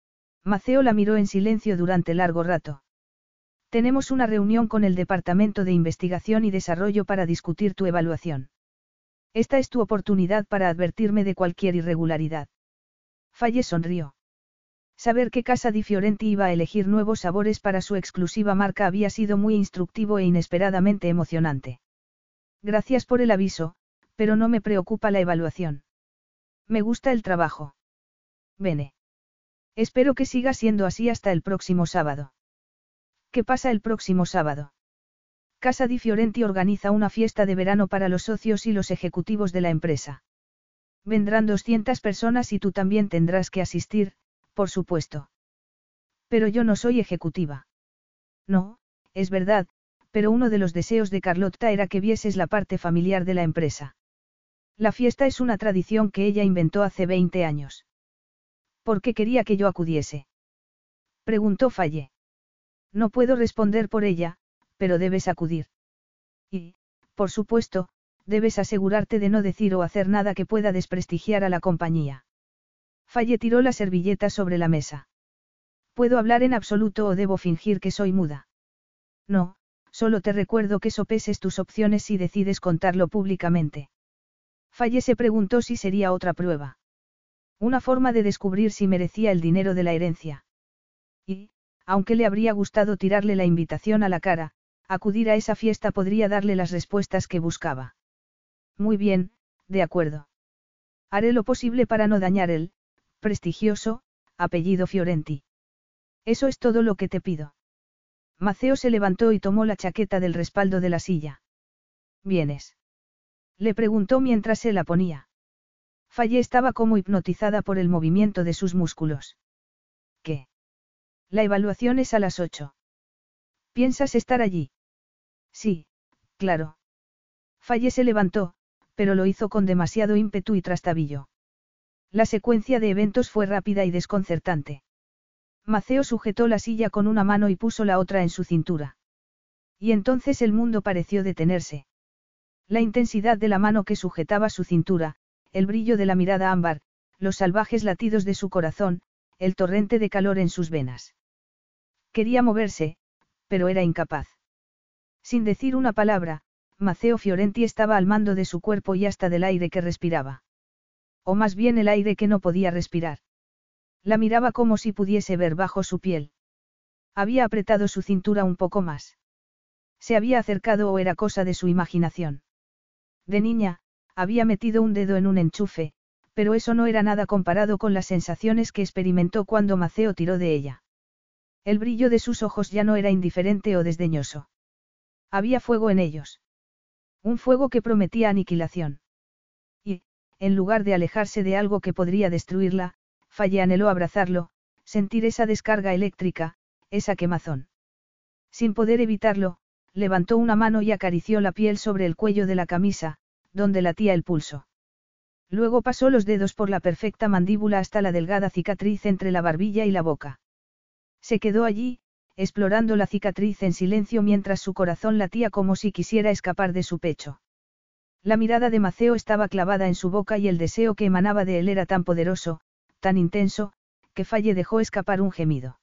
Maceo la miró en silencio durante largo rato. Tenemos una reunión con el Departamento de Investigación y Desarrollo para discutir tu evaluación. Esta es tu oportunidad para advertirme de cualquier irregularidad. Faye sonrió. Saber que Casa di Fiorenti iba a elegir nuevos sabores para su exclusiva marca había sido muy instructivo e inesperadamente emocionante. Gracias por el aviso, pero no me preocupa la evaluación. Me gusta el trabajo. Bene. Espero que siga siendo así hasta el próximo sábado. ¿Qué pasa el próximo sábado? Casa di Fiorenti organiza una fiesta de verano para los socios y los ejecutivos de la empresa. Vendrán doscientas personas y tú también tendrás que asistir, por supuesto. Pero yo no soy ejecutiva. No, es verdad, pero uno de los deseos de Carlotta era que vieses la parte familiar de la empresa. La fiesta es una tradición que ella inventó hace veinte años. ¿Por qué quería que yo acudiese? Preguntó Faye. No puedo responder por ella, pero debes acudir. Y, por supuesto, debes asegurarte de no decir o hacer nada que pueda desprestigiar a la compañía. Faye tiró la servilleta sobre la mesa. ¿Puedo hablar en absoluto o debo fingir que soy muda? No, solo te recuerdo que sopeses tus opciones si decides contarlo públicamente. Faye se preguntó si sería otra prueba. Una forma de descubrir si merecía el dinero de la herencia. Y, aunque le habría gustado tirarle la invitación a la cara, acudir a esa fiesta podría darle las respuestas que buscaba. Muy bien, de acuerdo. Haré lo posible para no dañar el prestigioso apellido Fiorenti. Eso es todo lo que te pido. Maceo se levantó y tomó la chaqueta del respaldo de la silla. ¿Vienes?, le preguntó mientras se la ponía. Faye estaba como hipnotizada por el movimiento de sus músculos. ¿Qué? La evaluación es a las ocho. ¿Piensas estar allí? Sí, claro. Faye se levantó, pero lo hizo con demasiado ímpetu y trastabillo. La secuencia de eventos fue rápida y desconcertante. Maceo sujetó la silla con una mano y puso la otra en su cintura. Y entonces el mundo pareció detenerse. La intensidad de la mano que sujetaba su cintura, el brillo de la mirada ámbar, los salvajes latidos de su corazón, el torrente de calor en sus venas. Quería moverse, pero era incapaz. Sin decir una palabra, Maceo Fiorenti estaba al mando de su cuerpo y hasta del aire que respiraba. O más bien el aire que no podía respirar. La miraba como si pudiese ver bajo su piel. Había apretado su cintura un poco más. Se había acercado o era cosa de su imaginación. De niña, había metido un dedo en un enchufe, pero eso no era nada comparado con las sensaciones que experimentó cuando Maceo tiró de ella. El brillo de sus ojos ya no era indiferente o desdeñoso. Había fuego en ellos. Un fuego que prometía aniquilación. Y, en lugar de alejarse de algo que podría destruirla, Faye anheló abrazarlo, sentir esa descarga eléctrica, esa quemazón. Sin poder evitarlo, levantó una mano y acarició la piel sobre el cuello de la camisa, donde latía el pulso. Luego pasó los dedos por la perfecta mandíbula hasta la delgada cicatriz entre la barbilla y la boca. Se quedó allí, explorando la cicatriz en silencio mientras su corazón latía como si quisiera escapar de su pecho. La mirada de Maceo estaba clavada en su boca y el deseo que emanaba de él era tan poderoso, tan intenso, que Faye dejó escapar un gemido.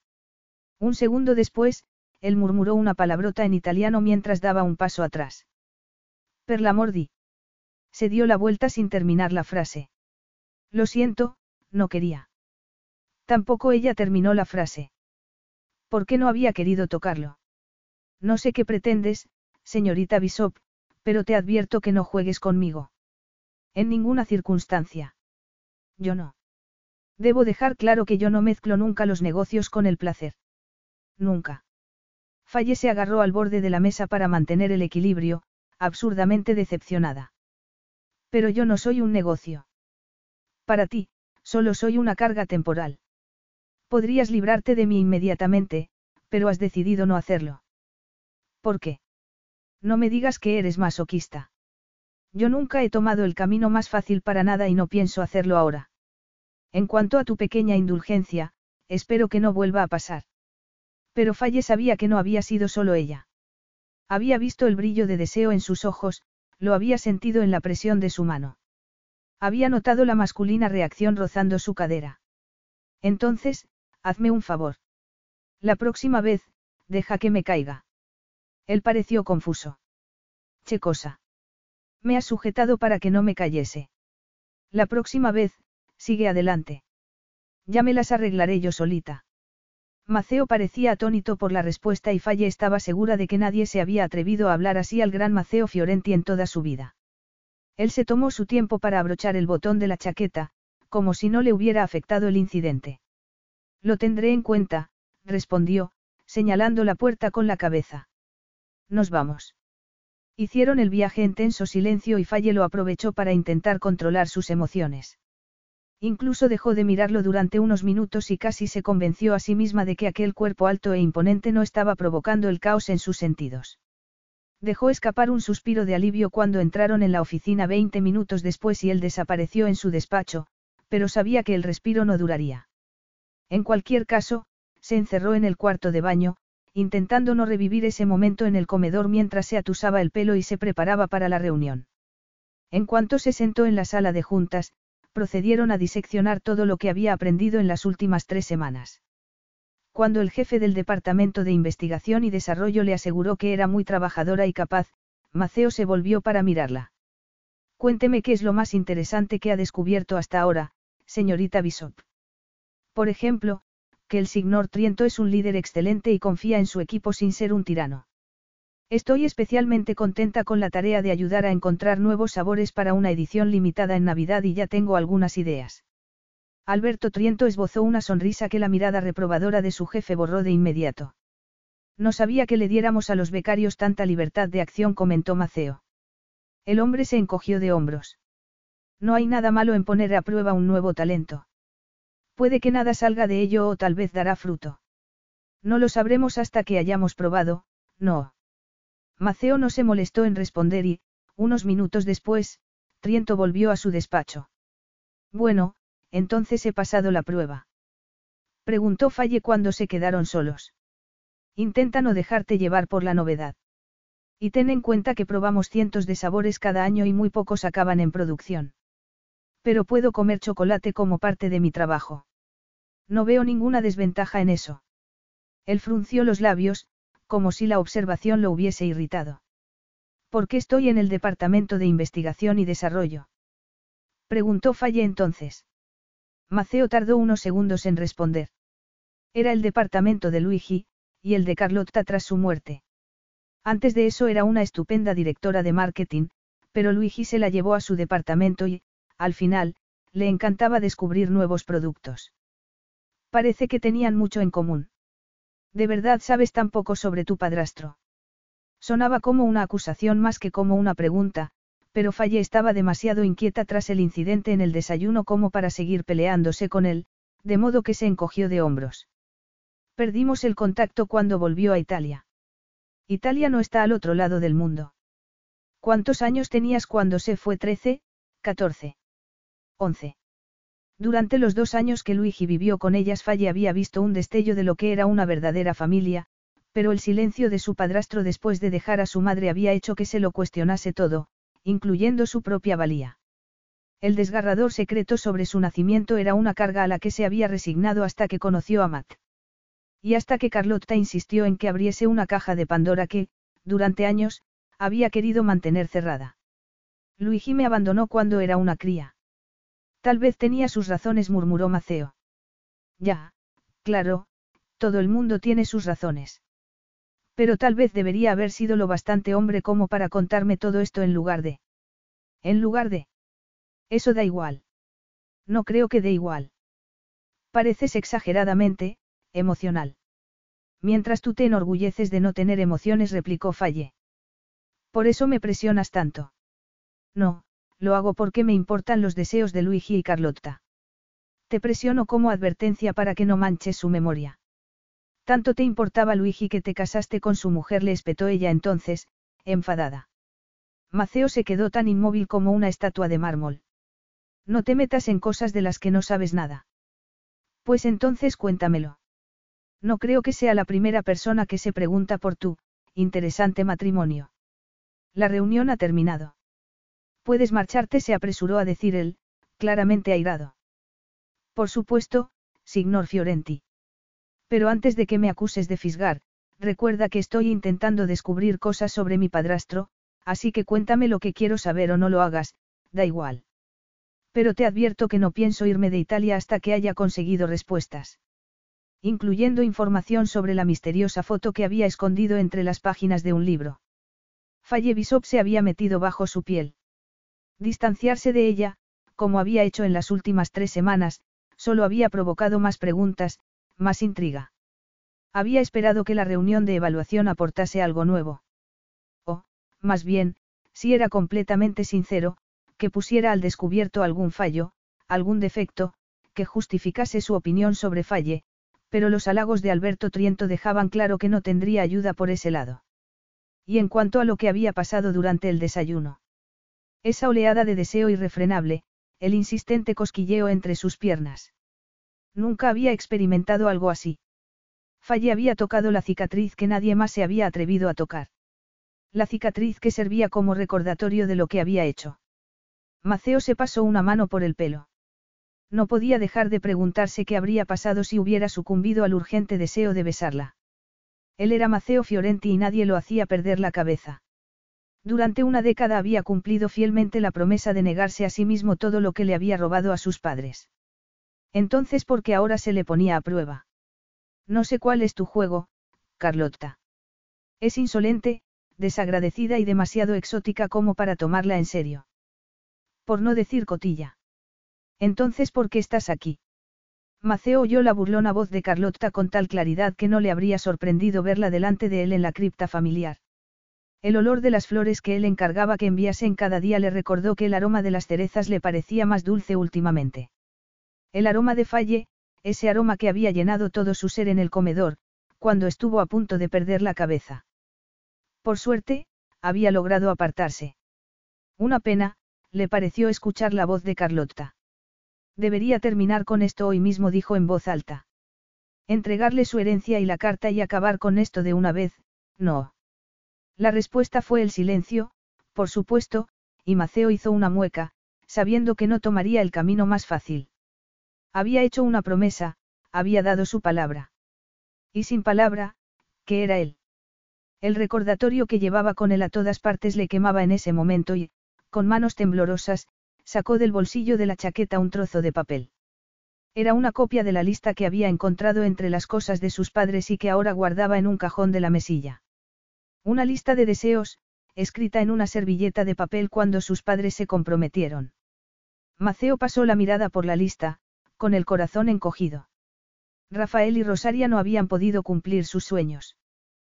Un segundo después, él murmuró una palabrota en italiano mientras daba un paso atrás. Per l'amor di. Se dio la vuelta sin terminar la frase. Lo siento, no quería. Tampoco ella terminó la frase. ¿Por qué no había querido tocarlo? No sé qué pretendes, señorita Bishop, pero te advierto que no juegues conmigo. En ninguna circunstancia. Yo no. Debo dejar claro que yo no mezclo nunca los negocios con el placer. Nunca. Faye se agarró al borde de la mesa para mantener el equilibrio, absurdamente decepcionada. Pero yo no soy un negocio. Para ti, solo soy una carga temporal. Podrías librarte de mí inmediatamente, pero has decidido no hacerlo. ¿Por qué? No me digas que eres masoquista. Yo nunca he tomado el camino más fácil para nada y no pienso hacerlo ahora. En cuanto a tu pequeña indulgencia, espero que no vuelva a pasar. Pero Faye sabía que no había sido solo ella. Había visto el brillo de deseo en sus ojos, lo había sentido en la presión de su mano. Había notado la masculina reacción rozando su cadera. Entonces, hazme un favor. La próxima vez, deja que me caiga. Él pareció confuso. ¿Qué cosa? Me has sujetado para que no me cayese. La próxima vez, sigue adelante. Ya me las arreglaré yo solita. Maceo parecía atónito por la respuesta y Faye estaba segura de que nadie se había atrevido a hablar así al gran Maceo Fiorenti en toda su vida. Él se tomó su tiempo para abrochar el botón de la chaqueta, como si no le hubiera afectado el incidente. Lo tendré en cuenta, respondió, señalando la puerta con la cabeza. Nos vamos. Hicieron el viaje en tenso silencio y Faye lo aprovechó para intentar controlar sus emociones. Incluso dejó de mirarlo durante unos minutos y casi se convenció a sí misma de que aquel cuerpo alto e imponente no estaba provocando el caos en sus sentidos. Dejó escapar un suspiro de alivio cuando entraron en la oficina veinte minutos después y él desapareció en su despacho, pero sabía que el respiro no duraría. En cualquier caso, se encerró en el cuarto de baño, intentando no revivir ese momento en el comedor mientras se atusaba el pelo y se preparaba para la reunión. En cuanto se sentó en la sala de juntas, procedieron a diseccionar todo lo que había aprendido en las últimas tres semanas. Cuando el jefe del Departamento de Investigación y Desarrollo le aseguró que era muy trabajadora y capaz, Maceo se volvió para mirarla. Cuénteme qué es lo más interesante que ha descubierto hasta ahora, señorita Bishop. Por ejemplo, que el signor Triento es un líder excelente y confía en su equipo sin ser un tirano. Estoy especialmente contenta con la tarea de ayudar a encontrar nuevos sabores para una edición limitada en Navidad y ya tengo algunas ideas. Alberto Triento esbozó una sonrisa que la mirada reprobadora de su jefe borró de inmediato. No sabía que le diéramos a los becarios tanta libertad de acción, comentó Maceo. El hombre se encogió de hombros. No hay nada malo en poner a prueba un nuevo talento. Puede que nada salga de ello o tal vez dará fruto. No lo sabremos hasta que hayamos probado, no. Maceo no se molestó en responder y, unos minutos después, Triento volvió a su despacho. Bueno, entonces he pasado la prueba. Preguntó Falle cuando se quedaron solos. Intenta no dejarte llevar por la novedad. Y ten en cuenta que probamos cientos de sabores cada año y muy pocos acaban en producción. Pero puedo comer chocolate como parte de mi trabajo. No veo ninguna desventaja en eso. Él frunció los labios, como si la observación lo hubiese irritado. ¿Por qué estoy en el Departamento de Investigación y Desarrollo? Preguntó Falle entonces. Maceo tardó unos segundos en responder. Era el departamento de Luigi, y el de Carlotta tras su muerte. Antes de eso era una estupenda directora de marketing, pero Luigi se la llevó a su departamento y, al final, le encantaba descubrir nuevos productos. Parece que tenían mucho en común. ¿De verdad sabes tan poco sobre tu padrastro? Sonaba como una acusación más que como una pregunta, pero Falle estaba demasiado inquieta tras el incidente en el desayuno como para seguir peleándose con él, de modo que se encogió de hombros. Perdimos el contacto cuando volvió a Italia. Italia no está al otro lado del mundo. ¿Cuántos años tenías cuando se fue? ¿Trece? ¿catorce? ¿once? Durante los dos años que Luigi vivió con ellas, Falle había visto un destello de lo que era una verdadera familia, pero el silencio de su padrastro después de dejar a su madre había hecho que se lo cuestionase todo, incluyendo su propia valía. El desgarrador secreto sobre su nacimiento era una carga a la que se había resignado hasta que conoció a Matt. Y hasta que Carlotta insistió en que abriese una caja de Pandora que, durante años, había querido mantener cerrada. Luigi me abandonó cuando era una cría. Tal vez tenía sus razones, murmuró Maceo. Ya, claro, todo el mundo tiene sus razones. Pero tal vez debería haber sido lo bastante hombre como para contarme todo esto en lugar de... En lugar de... Eso da igual. No creo que dé igual. Pareces exageradamente, emocional. Mientras tú te enorgulleces de no tener emociones, replicó Falle. Por eso me presionas tanto. No, lo hago porque me importan los deseos de Luigi y Carlotta. Te presiono como advertencia para que no manches su memoria. Tanto te importaba Luigi que te casaste con su mujer, le espetó ella entonces, enfadada. Maceo se quedó tan inmóvil como una estatua de mármol. No te metas en cosas de las que no sabes nada. Pues entonces cuéntamelo. No creo que sea la primera persona que se pregunta por tu interesante matrimonio. La reunión ha terminado. Puedes marcharte, se apresuró a decir él, claramente airado. Por supuesto, signor Fiorenti. Pero antes de que me acuses de fisgar, recuerda que estoy intentando descubrir cosas sobre mi padrastro, así que cuéntame lo que quiero saber o no lo hagas, da igual. Pero te advierto que no pienso irme de Italia hasta que haya conseguido respuestas. Incluyendo información sobre la misteriosa foto que había escondido entre las páginas de un libro. Falle Bishop se había metido bajo su piel. Distanciarse de ella, como había hecho en las últimas tres semanas, solo había provocado más preguntas, más intriga. Había esperado que la reunión de evaluación aportase algo nuevo. O, más bien, si era completamente sincero, que pusiera al descubierto algún fallo, algún defecto, que justificase su opinión sobre Falle, pero los halagos de Alberto Triento dejaban claro que no tendría ayuda por ese lado. Y en cuanto a lo que había pasado durante el desayuno. Esa oleada de deseo irrefrenable, el insistente cosquilleo entre sus piernas. Nunca había experimentado algo así. Falle había tocado la cicatriz que nadie más se había atrevido a tocar. La cicatriz que servía como recordatorio de lo que había hecho. Maceo se pasó una mano por el pelo. No podía dejar de preguntarse qué habría pasado si hubiera sucumbido al urgente deseo de besarla. Él era Maceo Fiorenti y nadie lo hacía perder la cabeza. Durante una década había cumplido fielmente la promesa de negarse a sí mismo todo lo que le había robado a sus padres. Entonces, ¿por qué ahora se le ponía a prueba? No sé cuál es tu juego, Carlotta. Es insolente, desagradecida y demasiado exótica como para tomarla en serio. Por no decir cotilla. Entonces, ¿por qué estás aquí? Maceo oyó la burlona voz de Carlotta con tal claridad que no le habría sorprendido verla delante de él en la cripta familiar. El olor de las flores que él encargaba que enviasen cada día le recordó que el aroma de las cerezas le parecía más dulce últimamente. El aroma de Falle, ese aroma que había llenado todo su ser en el comedor, cuando estuvo a punto de perder la cabeza. Por suerte, había logrado apartarse. Una pena, le pareció escuchar la voz de Carlotta. Debería terminar con esto hoy mismo, dijo en voz alta. Entregarle su herencia y la carta y acabar con esto de una vez, no. La respuesta fue el silencio, por supuesto, y Maceo hizo una mueca, sabiendo que no tomaría el camino más fácil. Había hecho una promesa, había dado su palabra. Y sin palabra, ¿qué era él? El recordatorio que llevaba con él a todas partes le quemaba en ese momento y, con manos temblorosas, sacó del bolsillo de la chaqueta un trozo de papel. Era una copia de la lista que había encontrado entre las cosas de sus padres y que ahora guardaba en un cajón de la mesilla. Una lista de deseos, escrita en una servilleta de papel cuando sus padres se comprometieron. Maceo pasó la mirada por la lista, con el corazón encogido. Rafael y Rosaria no habían podido cumplir sus sueños.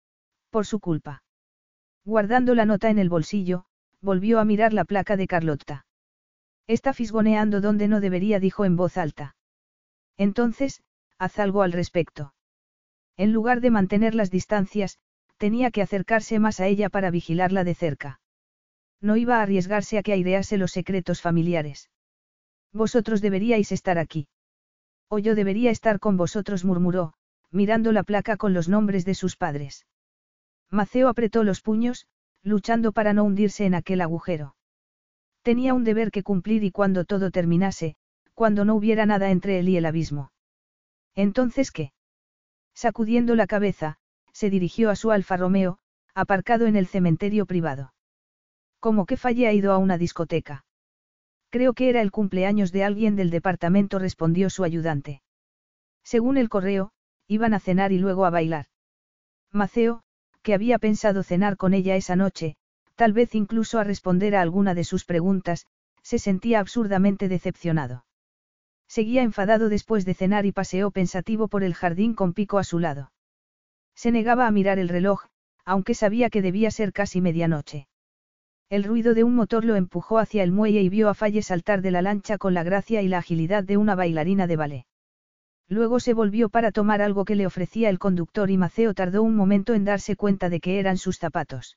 Por su culpa. Guardando la nota en el bolsillo, volvió a mirar la placa de Carlotta. Está fisgoneando donde no debería, dijo en voz alta. Entonces, haz algo al respecto. En lugar de mantener las distancias, tenía que acercarse más a ella para vigilarla de cerca. No iba a arriesgarse a que airease los secretos familiares. Vosotros deberíais estar aquí. O yo debería estar con vosotros, murmuró, mirando la placa con los nombres de sus padres. Maceo apretó los puños, luchando para no hundirse en aquel agujero. Tenía un deber que cumplir y cuando todo terminase, cuando no hubiera nada entre él y el abismo. ¿Entonces qué? Sacudiendo la cabeza, se dirigió a su Alfa Romeo, aparcado en el cementerio privado. ¿Cómo que Falle ha ido a una discoteca? Creo que era el cumpleaños de alguien del departamento, respondió su ayudante. Según el correo, iban a cenar y luego a bailar. Maceo, que había pensado cenar con ella esa noche, tal vez incluso a responder a alguna de sus preguntas, se sentía absurdamente decepcionado. Seguía enfadado después de cenar y paseó pensativo por el jardín con Pico a su lado. Se negaba a mirar el reloj, aunque sabía que debía ser casi medianoche. El ruido de un motor lo empujó hacia el muelle y vio a Falle saltar de la lancha con la gracia y la agilidad de una bailarina de ballet. Luego se volvió para tomar algo que le ofrecía el conductor y Maceo tardó un momento en darse cuenta de que eran sus zapatos.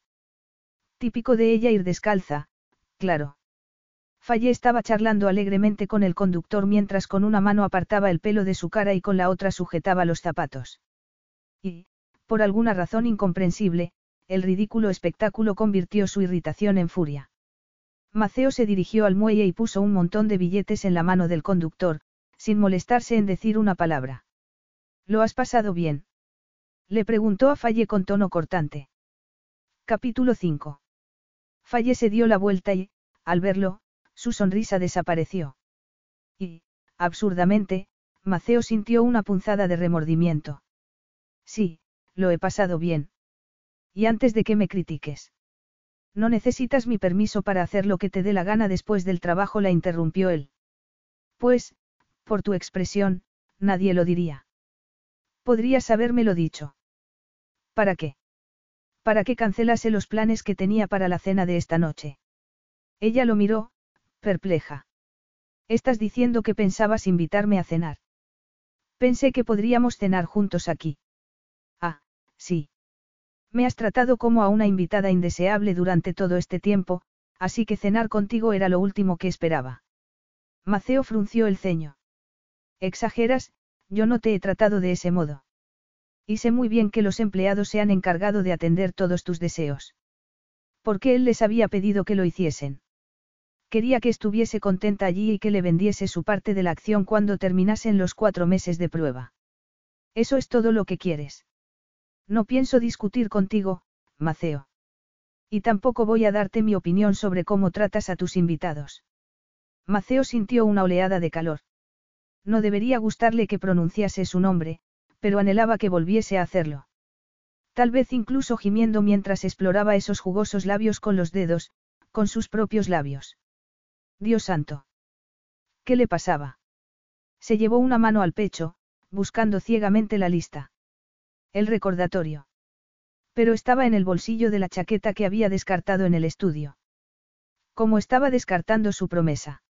Típico de ella ir descalza, claro. Falle estaba charlando alegremente con el conductor mientras con una mano apartaba el pelo de su cara y con la otra sujetaba los zapatos. Y, por alguna razón incomprensible, el ridículo espectáculo convirtió su irritación en furia. Maceo se dirigió al muelle y puso un montón de billetes en la mano del conductor, sin molestarse en decir una palabra. ¿Lo has pasado bien? Le preguntó a Falle con tono cortante. Capítulo cinco. Falle se dio la vuelta y, al verlo, su sonrisa desapareció. Y, absurdamente, Maceo sintió una punzada de remordimiento. Sí, lo he pasado bien. Y antes de que me critiques. No necesitas mi permiso para hacer lo que te dé la gana después del trabajo, la interrumpió él. Pues, por tu expresión, nadie lo diría. Podrías habérmelo dicho. ¿Para qué? Para que cancelase los planes que tenía para la cena de esta noche. Ella lo miró, perpleja. ¿Estás diciendo que pensabas invitarme a cenar? Pensé que podríamos cenar juntos aquí. Ah, sí. Me has tratado como a una invitada indeseable durante todo este tiempo, así que cenar contigo era lo último que esperaba. Maceo frunció el ceño. Exageras, yo no te he tratado de ese modo. Y sé muy bien que los empleados se han encargado de atender todos tus deseos. ¿Por qué él les había pedido que lo hiciesen? Quería que estuviese contenta allí y que le vendiese su parte de la acción cuando terminasen los cuatro meses de prueba. Eso es todo lo que quieres. No pienso discutir contigo, Maceo. Y tampoco voy a darte mi opinión sobre cómo tratas a tus invitados. Maceo sintió una oleada de calor. No debería gustarle que pronunciase su nombre, pero anhelaba que volviese a hacerlo. Tal vez incluso gimiendo mientras exploraba esos jugosos labios con los dedos, con sus propios labios. Dios santo. ¿Qué le pasaba? Se llevó una mano al pecho, buscando ciegamente la lista. El recordatorio. Pero estaba en el bolsillo de la chaqueta que había descartado en el estudio. ¿Cómo estaba descartando su promesa?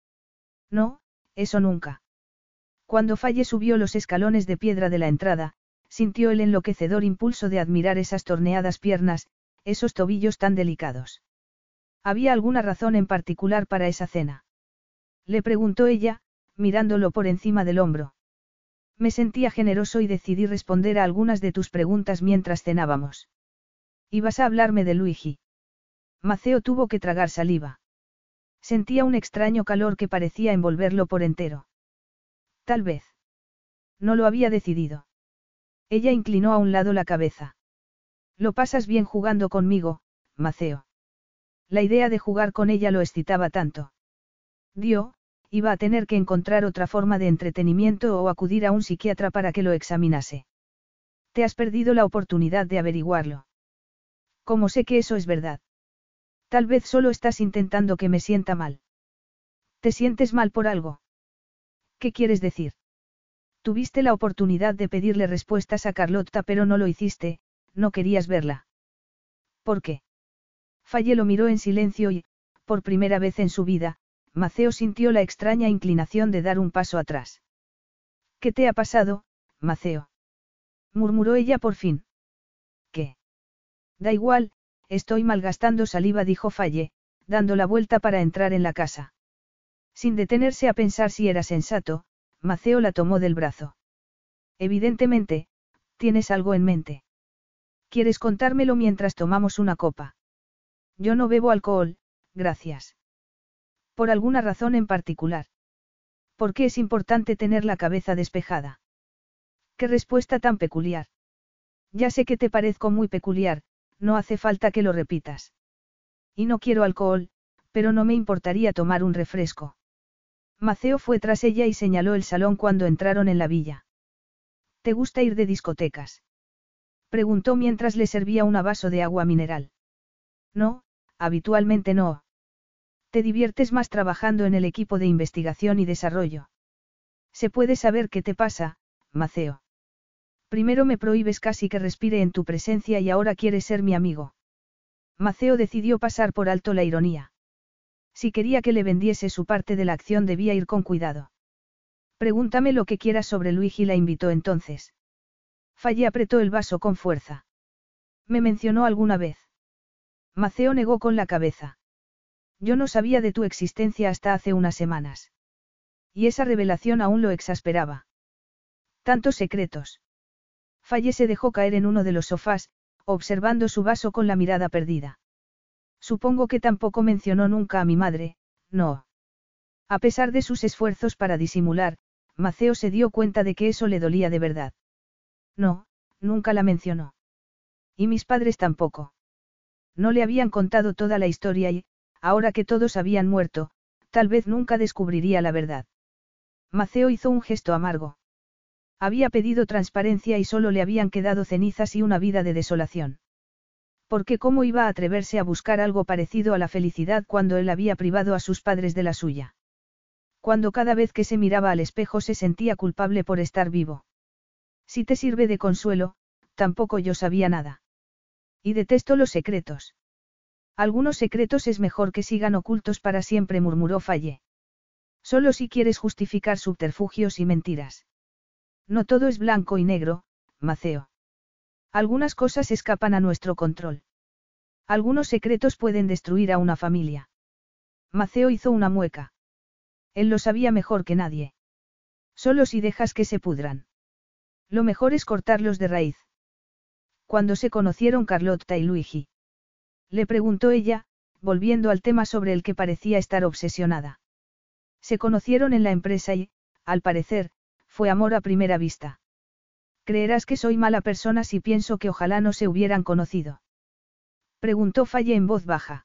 No, eso nunca. Cuando Faye subió los escalones de piedra de la entrada, sintió el enloquecedor impulso de admirar esas torneadas piernas, esos tobillos tan delicados. ¿Había alguna razón en particular para esa cena? Le preguntó ella, mirándolo por encima del hombro. Me sentía generoso y decidí responder a algunas de tus preguntas mientras cenábamos. ¿Ibas a hablarme de Luigi? Maceo tuvo que tragar saliva. Sentía un extraño calor que parecía envolverlo por entero. Tal vez. No lo había decidido. Ella inclinó a un lado la cabeza. Lo pasas bien jugando conmigo, Maceo. La idea de jugar con ella lo excitaba tanto. Dio, iba a tener que encontrar otra forma de entretenimiento o acudir a un psiquiatra para que lo examinase. Te has perdido la oportunidad de averiguarlo. ¿Cómo sé que eso es verdad? Tal vez solo estás intentando que me sienta mal. ¿Te sientes mal por algo? ¿Qué quieres decir? Tuviste la oportunidad de pedirle respuestas a Carlotta pero no lo hiciste, no querías verla. ¿Por qué? Faye lo miró en silencio y, por primera vez en su vida, Maceo sintió la extraña inclinación de dar un paso atrás. ¿Qué te ha pasado, Maceo? Murmuró ella por fin. ¿Qué? Da igual, estoy malgastando saliva, dijo Faye, dando la vuelta para entrar en la casa. Sin detenerse a pensar si era sensato, Maceo la tomó del brazo. Evidentemente, tienes algo en mente. ¿Quieres contármelo mientras tomamos una copa? Yo no bebo alcohol, gracias. ¿Por alguna razón en particular? ¿Por qué es importante tener la cabeza despejada? ¿Qué respuesta tan peculiar? Ya sé que te parezco muy peculiar, no hace falta que lo repitas. Y no quiero alcohol, pero no me importaría tomar un refresco. Maceo fue tras ella y señaló el salón cuando entraron en la villa. ¿Te gusta ir de discotecas? Preguntó mientras le servía un vaso de agua mineral. No, habitualmente no. Te diviertes más trabajando en el equipo de investigación y desarrollo. ¿Se puede saber qué te pasa, Maceo? Primero me prohíbes casi que respire en tu presencia y ahora quieres ser mi amigo. Maceo decidió pasar por alto la ironía. Si quería que le vendiese su parte de la acción debía ir con cuidado. Pregúntame lo que quieras sobre Luigi, la invitó entonces. Faye apretó el vaso con fuerza. ¿Me mencionó alguna vez? Maceo negó con la cabeza. Yo no sabía de tu existencia hasta hace unas semanas. Y esa revelación aún lo exasperaba. Tantos secretos. Faye se dejó caer en uno de los sofás, observando su vaso con la mirada perdida. Supongo que tampoco mencionó nunca a mi madre, no. A pesar de sus esfuerzos para disimular, Maceo se dio cuenta de que eso le dolía de verdad. No, nunca la mencionó. Y mis padres tampoco. No le habían contado toda la historia y, ahora que todos habían muerto, tal vez nunca descubriría la verdad. Maceo hizo un gesto amargo. Había pedido transparencia y solo le habían quedado cenizas y una vida de desolación. Porque cómo iba a atreverse a buscar algo parecido a la felicidad cuando él había privado a sus padres de la suya. Cuando cada vez que se miraba al espejo se sentía culpable por estar vivo. Si te sirve de consuelo, tampoco yo sabía nada. Y detesto los secretos. Algunos secretos es mejor que sigan ocultos para siempre, murmuró Faye. Solo si quieres justificar subterfugios y mentiras. No todo es blanco y negro, Maceo. Algunas cosas escapan a nuestro control. Algunos secretos pueden destruir a una familia. Maceo hizo una mueca. Él lo sabía mejor que nadie. Solo si dejas que se pudran. Lo mejor es cortarlos de raíz. ¿Cuándo se conocieron Carlotta y Luigi? Le preguntó ella, volviendo al tema sobre el que parecía estar obsesionada. Se conocieron en la empresa y, al parecer, fue amor a primera vista. Creerás que soy mala persona si pienso que ojalá no se hubieran conocido. Preguntó Faye en voz baja.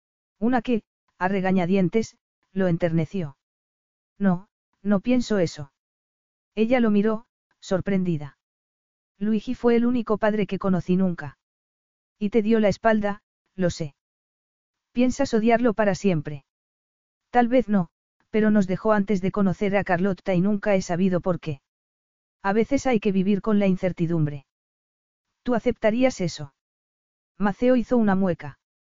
Una que, a regañadientes, lo enterneció. No, no pienso eso. Ella lo miró, sorprendida. Luigi fue el único padre que conocí nunca. Y te dio la espalda, lo sé. ¿Piensas odiarlo para siempre? Tal vez no, pero nos dejó antes de conocer a Carlotta y nunca he sabido por qué. A veces hay que vivir con la incertidumbre. ¿Tú aceptarías eso? Maceo hizo una mueca.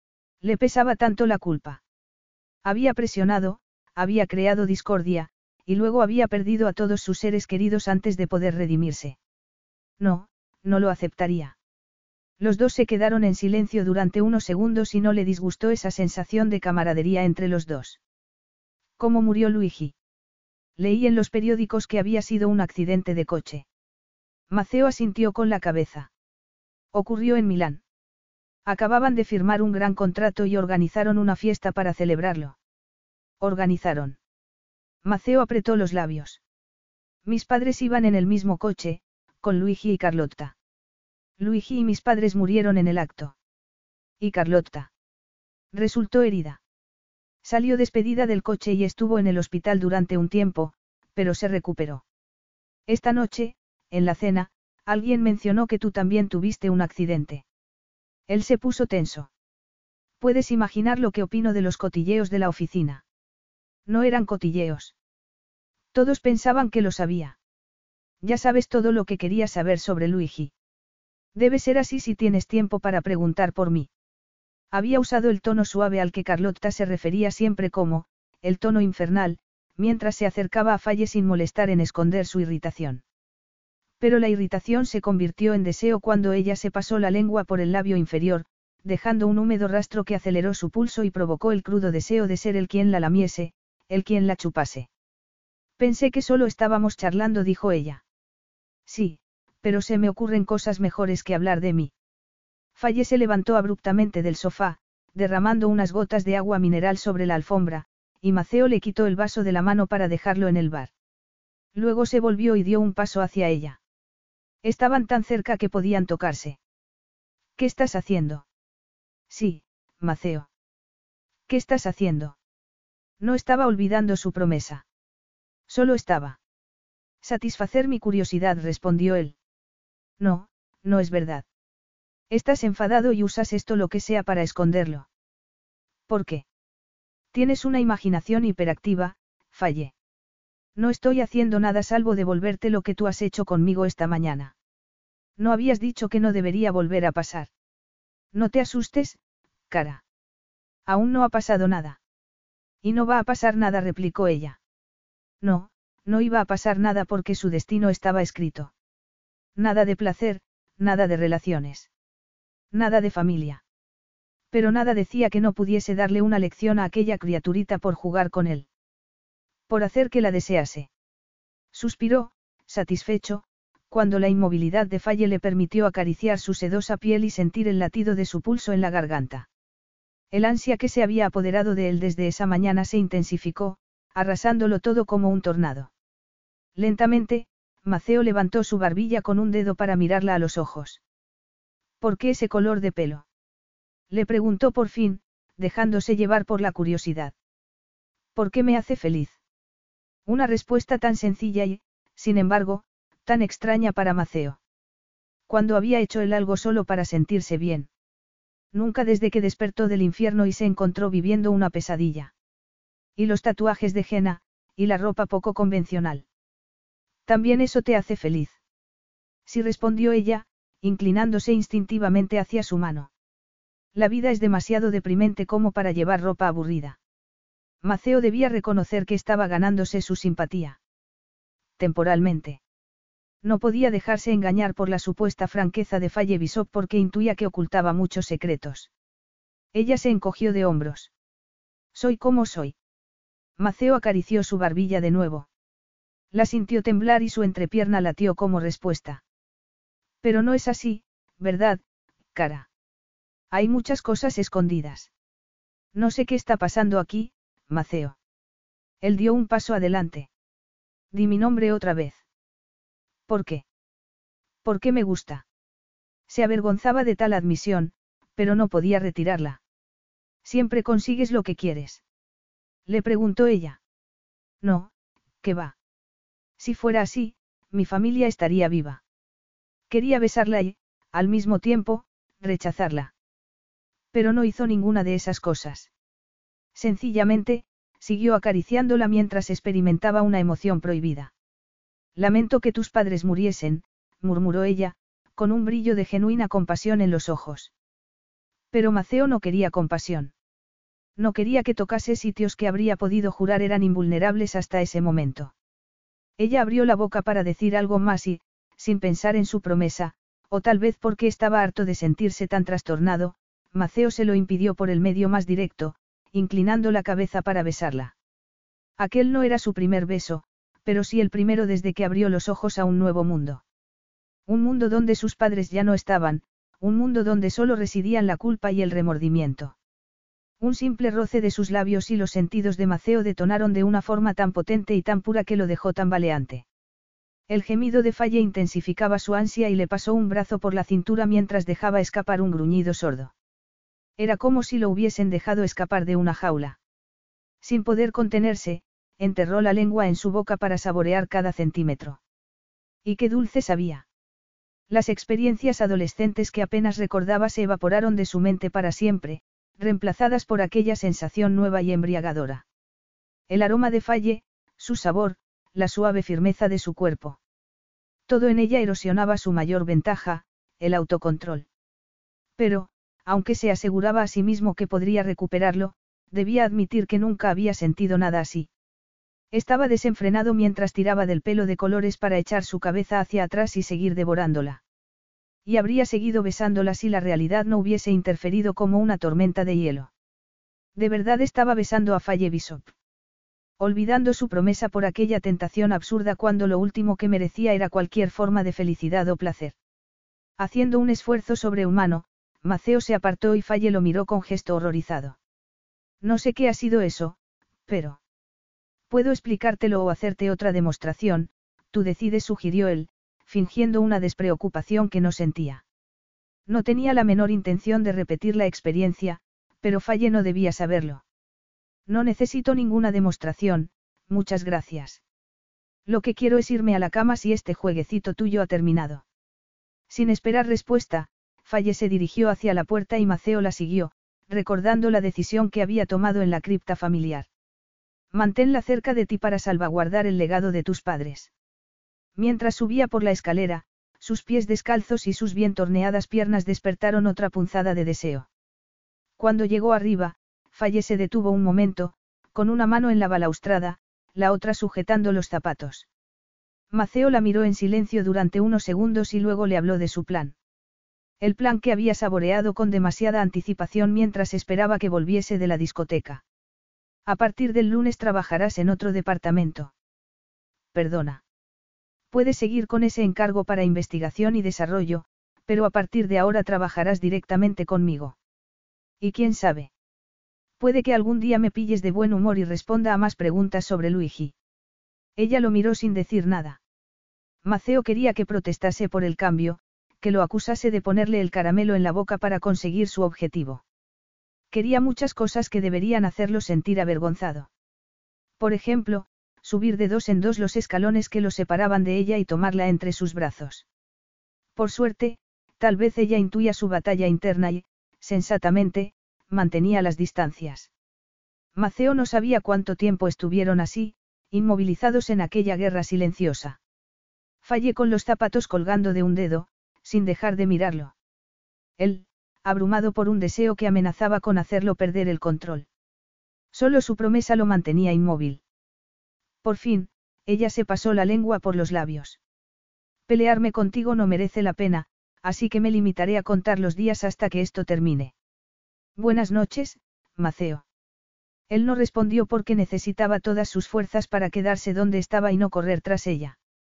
Le pesaba tanto la culpa. Había presionado, había creado discordia, y luego había perdido a todos sus seres queridos antes de poder redimirse. No, no lo aceptaría. Los dos se quedaron en silencio durante unos segundos y no le disgustó esa sensación de camaradería entre los dos. ¿Cómo murió Luigi? Leí en los periódicos que había sido un accidente de coche. Maceo asintió con la cabeza. Ocurrió en Milán. Acababan de firmar un gran contrato y organizaron una fiesta para celebrarlo. Organizaron. Maceo apretó los labios. Mis padres iban en el mismo coche, con Luigi y Carlotta. Luigi y mis padres murieron en el acto. ¿Y Carlotta? Resultó herida. Salió despedida del coche y estuvo en el hospital durante un tiempo, pero se recuperó. Esta noche, en la cena, alguien mencionó que tú también tuviste un accidente. Él se puso tenso. Puedes imaginar lo que opino de los cotilleos de la oficina. No eran cotilleos. Todos pensaban que lo sabía. Ya sabes todo lo que quería saber sobre Luigi. Debe ser así si tienes tiempo para preguntar por mí. Había usado el tono suave al que Carlotta se refería siempre como, el tono infernal, mientras se acercaba a Faye sin molestar en esconder su irritación. Pero la irritación se convirtió en deseo cuando ella se pasó la lengua por el labio inferior, dejando un húmedo rastro que aceleró su pulso y provocó el crudo deseo de ser el quien la lamiese, el quien la chupase. Pensé que solo estábamos charlando, dijo ella. Sí, pero se me ocurren cosas mejores que hablar de mí. Faye se levantó abruptamente del sofá, derramando unas gotas de agua mineral sobre la alfombra, y Maceo le quitó el vaso de la mano para dejarlo en el bar. Luego se volvió y dio un paso hacia ella. Estaban tan cerca que podían tocarse. ¿Qué estás haciendo? Sí, Maceo. ¿Qué estás haciendo? No estaba olvidando su promesa. Solo estaba. Satisfacer mi curiosidad, respondió él. No, no es verdad. Estás enfadado y usas esto lo que sea para esconderlo. ¿Por qué? Tienes una imaginación hiperactiva, Faye. No estoy haciendo nada salvo devolverte lo que tú has hecho conmigo esta mañana. No habías dicho que no debería volver a pasar. No te asustes, cara. Aún no ha pasado nada. Y no va a pasar nada, replicó ella. No, no iba a pasar nada porque su destino estaba escrito. Nada de placer, nada de relaciones. Nada de familia. Pero nada decía que no pudiese darle una lección a aquella criaturita por jugar con él. Por hacer que la desease. Suspiró, satisfecho, cuando la inmovilidad de Faye le permitió acariciar su sedosa piel y sentir el latido de su pulso en la garganta. El ansia que se había apoderado de él desde esa mañana se intensificó, arrasándolo todo como un tornado. Lentamente, Maceo levantó su barbilla con un dedo para mirarla a los ojos. ¿Por qué ese color de pelo? Le preguntó por fin, dejándose llevar por la curiosidad. ¿Por qué me hace feliz? Una respuesta tan sencilla y, sin embargo, tan extraña para Maceo. ¿Cuándo había hecho él algo solo para sentirse bien? Nunca desde que despertó del infierno y se encontró viviendo una pesadilla. Y los tatuajes de henna, y la ropa poco convencional. ¿También eso te hace feliz? Sí, respondió ella, inclinándose instintivamente hacia su mano. La vida es demasiado deprimente como para llevar ropa aburrida. Maceo debía reconocer que estaba ganándose su simpatía. Temporalmente. No podía dejarse engañar por la supuesta franqueza de Faye Bishop porque intuía que ocultaba muchos secretos. Ella se encogió de hombros. Soy como soy. Maceo acarició su barbilla de nuevo. La sintió temblar y su entrepierna latió como respuesta. Pero no es así, ¿verdad, cara? Hay muchas cosas escondidas. No sé qué está pasando aquí, Maceo. Él dio un paso adelante. Di mi nombre otra vez. ¿Por qué? ¿Por qué me gusta? Se avergonzaba de tal admisión, pero no podía retirarla. ¿Siempre consigues lo que quieres? Le preguntó ella. No, ¿qué va? Si fuera así, mi familia estaría viva. Quería besarla y, al mismo tiempo, rechazarla. Pero no hizo ninguna de esas cosas. Sencillamente, siguió acariciándola mientras experimentaba una emoción prohibida. Lamento que tus padres muriesen, murmuró ella, con un brillo de genuina compasión en los ojos. Pero Maceo no quería compasión. No quería que tocase sitios que habría podido jurar eran invulnerables hasta ese momento. Ella abrió la boca para decir algo más y, sin pensar en su promesa, o tal vez porque estaba harto de sentirse tan trastornado, Maceo se lo impidió por el medio más directo, inclinando la cabeza para besarla. Aquel no era su primer beso, pero sí el primero desde que abrió los ojos a un nuevo mundo. Un mundo donde sus padres ya no estaban, un mundo donde solo residían la culpa y el remordimiento. Un simple roce de sus labios y los sentidos de Maceo detonaron de una forma tan potente y tan pura que lo dejó tambaleante. El gemido de Faye intensificaba su ansia y le pasó un brazo por la cintura mientras dejaba escapar un gruñido sordo. Era como si lo hubiesen dejado escapar de una jaula. Sin poder contenerse, enterró la lengua en su boca para saborear cada centímetro. Y qué dulce sabía. Las experiencias adolescentes que apenas recordaba se evaporaron de su mente para siempre, reemplazadas por aquella sensación nueva y embriagadora. El aroma de Faye, su sabor, la suave firmeza de su cuerpo. Todo en ella erosionaba su mayor ventaja, el autocontrol. Pero, aunque se aseguraba a sí mismo que podría recuperarlo, debía admitir que nunca había sentido nada así. Estaba desenfrenado mientras tiraba del pelo de colores para echar su cabeza hacia atrás y seguir devorándola. Y habría seguido besándola si la realidad no hubiese interferido como una tormenta de hielo. De verdad estaba besando a Faye Bishop. Olvidando su promesa por aquella tentación absurda cuando lo último que merecía era cualquier forma de felicidad o placer. Haciendo un esfuerzo sobrehumano, Maceo se apartó y Faye lo miró con gesto horrorizado. No sé qué ha sido eso, pero... Puedo explicártelo o hacerte otra demostración, tú decides, sugirió él, fingiendo una despreocupación que no sentía. No tenía la menor intención de repetir la experiencia, pero Faye no debía saberlo. No necesito ninguna demostración, muchas gracias. Lo que quiero es irme a la cama si este jueguecito tuyo ha terminado. Sin esperar respuesta, Faye se dirigió hacia la puerta y Maceo la siguió, recordando la decisión que había tomado en la cripta familiar. Manténla cerca de ti para salvaguardar el legado de tus padres. Mientras subía por la escalera, sus pies descalzos y sus bien torneadas piernas despertaron otra punzada de deseo. Cuando llegó arriba, Faye se detuvo un momento, con una mano en la balaustrada, la otra sujetando los zapatos. Maceo la miró en silencio durante unos segundos y luego le habló de su plan. El plan que había saboreado con demasiada anticipación mientras esperaba que volviese de la discoteca. A partir del lunes trabajarás en otro departamento. Perdona. Puedes seguir con ese encargo para investigación y desarrollo, pero a partir de ahora trabajarás directamente conmigo. Y quién sabe. Puede que algún día me pilles de buen humor y responda a más preguntas sobre Luigi. Ella lo miró sin decir nada. Maceo quería que protestase por el cambio, que lo acusase de ponerle el caramelo en la boca para conseguir su objetivo. Quería muchas cosas que deberían hacerlo sentir avergonzado. Por ejemplo, subir de dos en dos los escalones que lo separaban de ella y tomarla entre sus brazos. Por suerte, tal vez ella intuía su batalla interna y, sensatamente, mantenía las distancias. Maceo no sabía cuánto tiempo estuvieron así, inmovilizados en aquella guerra silenciosa. Fallé con los zapatos colgando de un dedo, sin dejar de mirarlo. Él, abrumado por un deseo que amenazaba con hacerlo perder el control. Solo su promesa lo mantenía inmóvil. Por fin, ella se pasó la lengua por los labios. Pelearme contigo no merece la pena, así que me limitaré a contar los días hasta que esto termine. Buenas noches, Maceo. Él no respondió porque necesitaba todas sus fuerzas para quedarse donde estaba y no correr tras ella.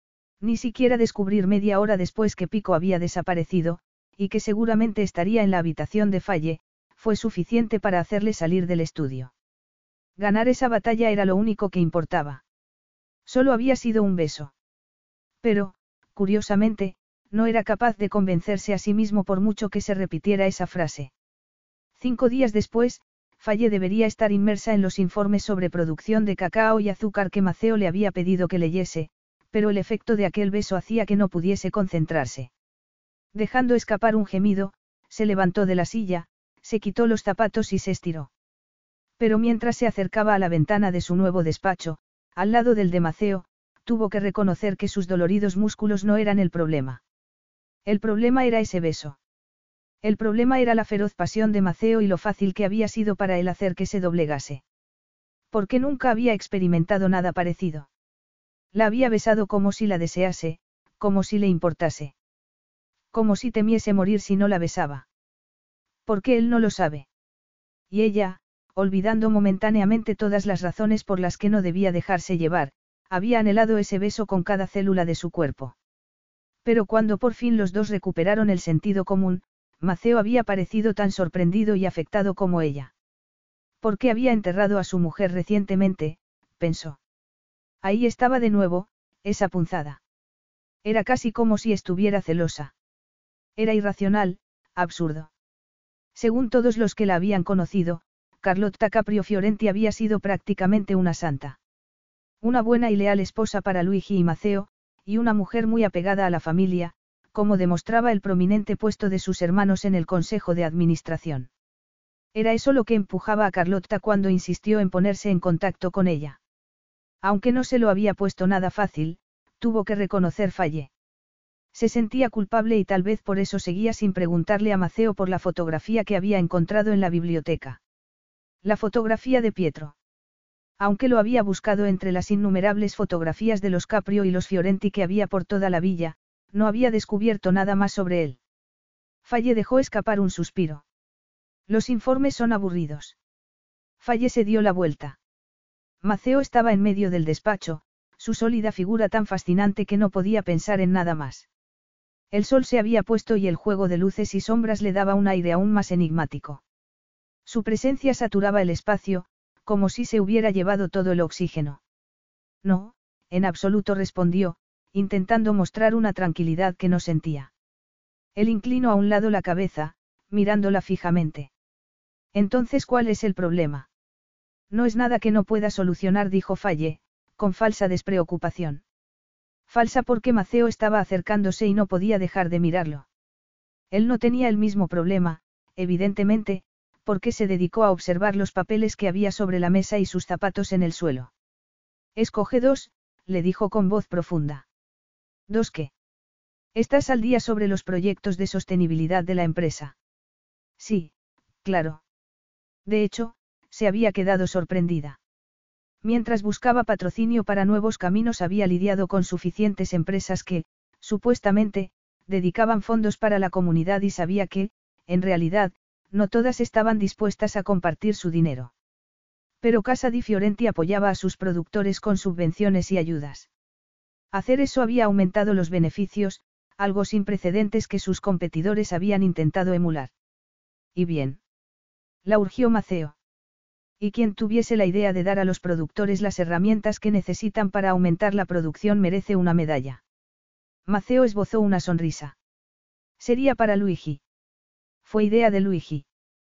Ni siquiera descubrir media hora después que Pico había desaparecido, y que seguramente estaría en la habitación de Faye, fue suficiente para hacerle salir del estudio. Ganar esa batalla era lo único que importaba. Solo había sido un beso. Pero, curiosamente, no era capaz de convencerse a sí mismo por mucho que se repitiera esa frase. Cinco días después, Faye debería estar inmersa en los informes sobre producción de cacao y azúcar que Maceo le había pedido que leyese, pero el efecto de aquel beso hacía que no pudiese concentrarse. Dejando escapar un gemido, se levantó de la silla, se quitó los zapatos y se estiró. Pero mientras se acercaba a la ventana de su nuevo despacho, al lado del de Maceo, tuvo que reconocer que sus doloridos músculos no eran el problema. El problema era ese beso. El problema era la feroz pasión de Maceo y lo fácil que había sido para él hacer que se doblegase. Porque nunca había experimentado nada parecido. La había besado como si la desease, como si le importase. Como si temiese morir si no la besaba. Porque él no lo sabe. Y ella, olvidando momentáneamente todas las razones por las que no debía dejarse llevar, había anhelado ese beso con cada célula de su cuerpo. Pero cuando por fin los dos recuperaron el sentido común, Maceo había parecido tan sorprendido y afectado como ella. ¿Por qué había enterrado a su mujer recientemente?, pensó. Ahí estaba de nuevo, esa punzada. Era casi como si estuviera celosa. Era irracional, absurdo. Según todos los que la habían conocido, Carlotta Caprio Fiorenti había sido prácticamente una santa. Una buena y leal esposa para Luigi y Maceo, y una mujer muy apegada a la familia, como demostraba el prominente puesto de sus hermanos en el consejo de administración. Era eso lo que empujaba a Carlotta cuando insistió en ponerse en contacto con ella. Aunque no se lo había puesto nada fácil, tuvo que reconocer fallé. Se sentía culpable y tal vez por eso seguía sin preguntarle a Maceo por la fotografía que había encontrado en la biblioteca. La fotografía de Pietro. Aunque lo había buscado entre las innumerables fotografías de los Caprio y los Fiorenti que había por toda la villa, no había descubierto nada más sobre él. Falle dejó escapar un suspiro. Los informes son aburridos. Falle se dio la vuelta. Maceo estaba en medio del despacho, su sólida figura tan fascinante que no podía pensar en nada más. El sol se había puesto y el juego de luces y sombras le daba un aire aún más enigmático. Su presencia saturaba el espacio, como si se hubiera llevado todo el oxígeno. No, en absoluto respondió, intentando mostrar una tranquilidad que no sentía. Él inclinó a un lado la cabeza, mirándola fijamente. Entonces, ¿cuál es el problema? No es nada que no pueda solucionar, dijo Falle, con falsa despreocupación. Falsa porque Maceo estaba acercándose y no podía dejar de mirarlo. Él no tenía el mismo problema, evidentemente, porque se dedicó a observar los papeles que había sobre la mesa y sus zapatos en el suelo. Escoge dos, le dijo con voz profunda. ¿Dos qué? ¿Estás al día sobre los proyectos de sostenibilidad de la empresa? Sí, claro. De hecho, se había quedado sorprendida. Mientras buscaba patrocinio para nuevos caminos había lidiado con suficientes empresas que, supuestamente, dedicaban fondos para la comunidad y sabía que, en realidad, no todas estaban dispuestas a compartir su dinero. Pero Casa di Fiorenti apoyaba a sus productores con subvenciones y ayudas. Hacer eso había aumentado los beneficios, algo sin precedentes que sus competidores habían intentado emular. ¿Y bien? La urgió Maceo. Y quien tuviese la idea de dar a los productores las herramientas que necesitan para aumentar la producción merece una medalla. Maceo esbozó una sonrisa. Sería para Luigi. Fue idea de Luigi.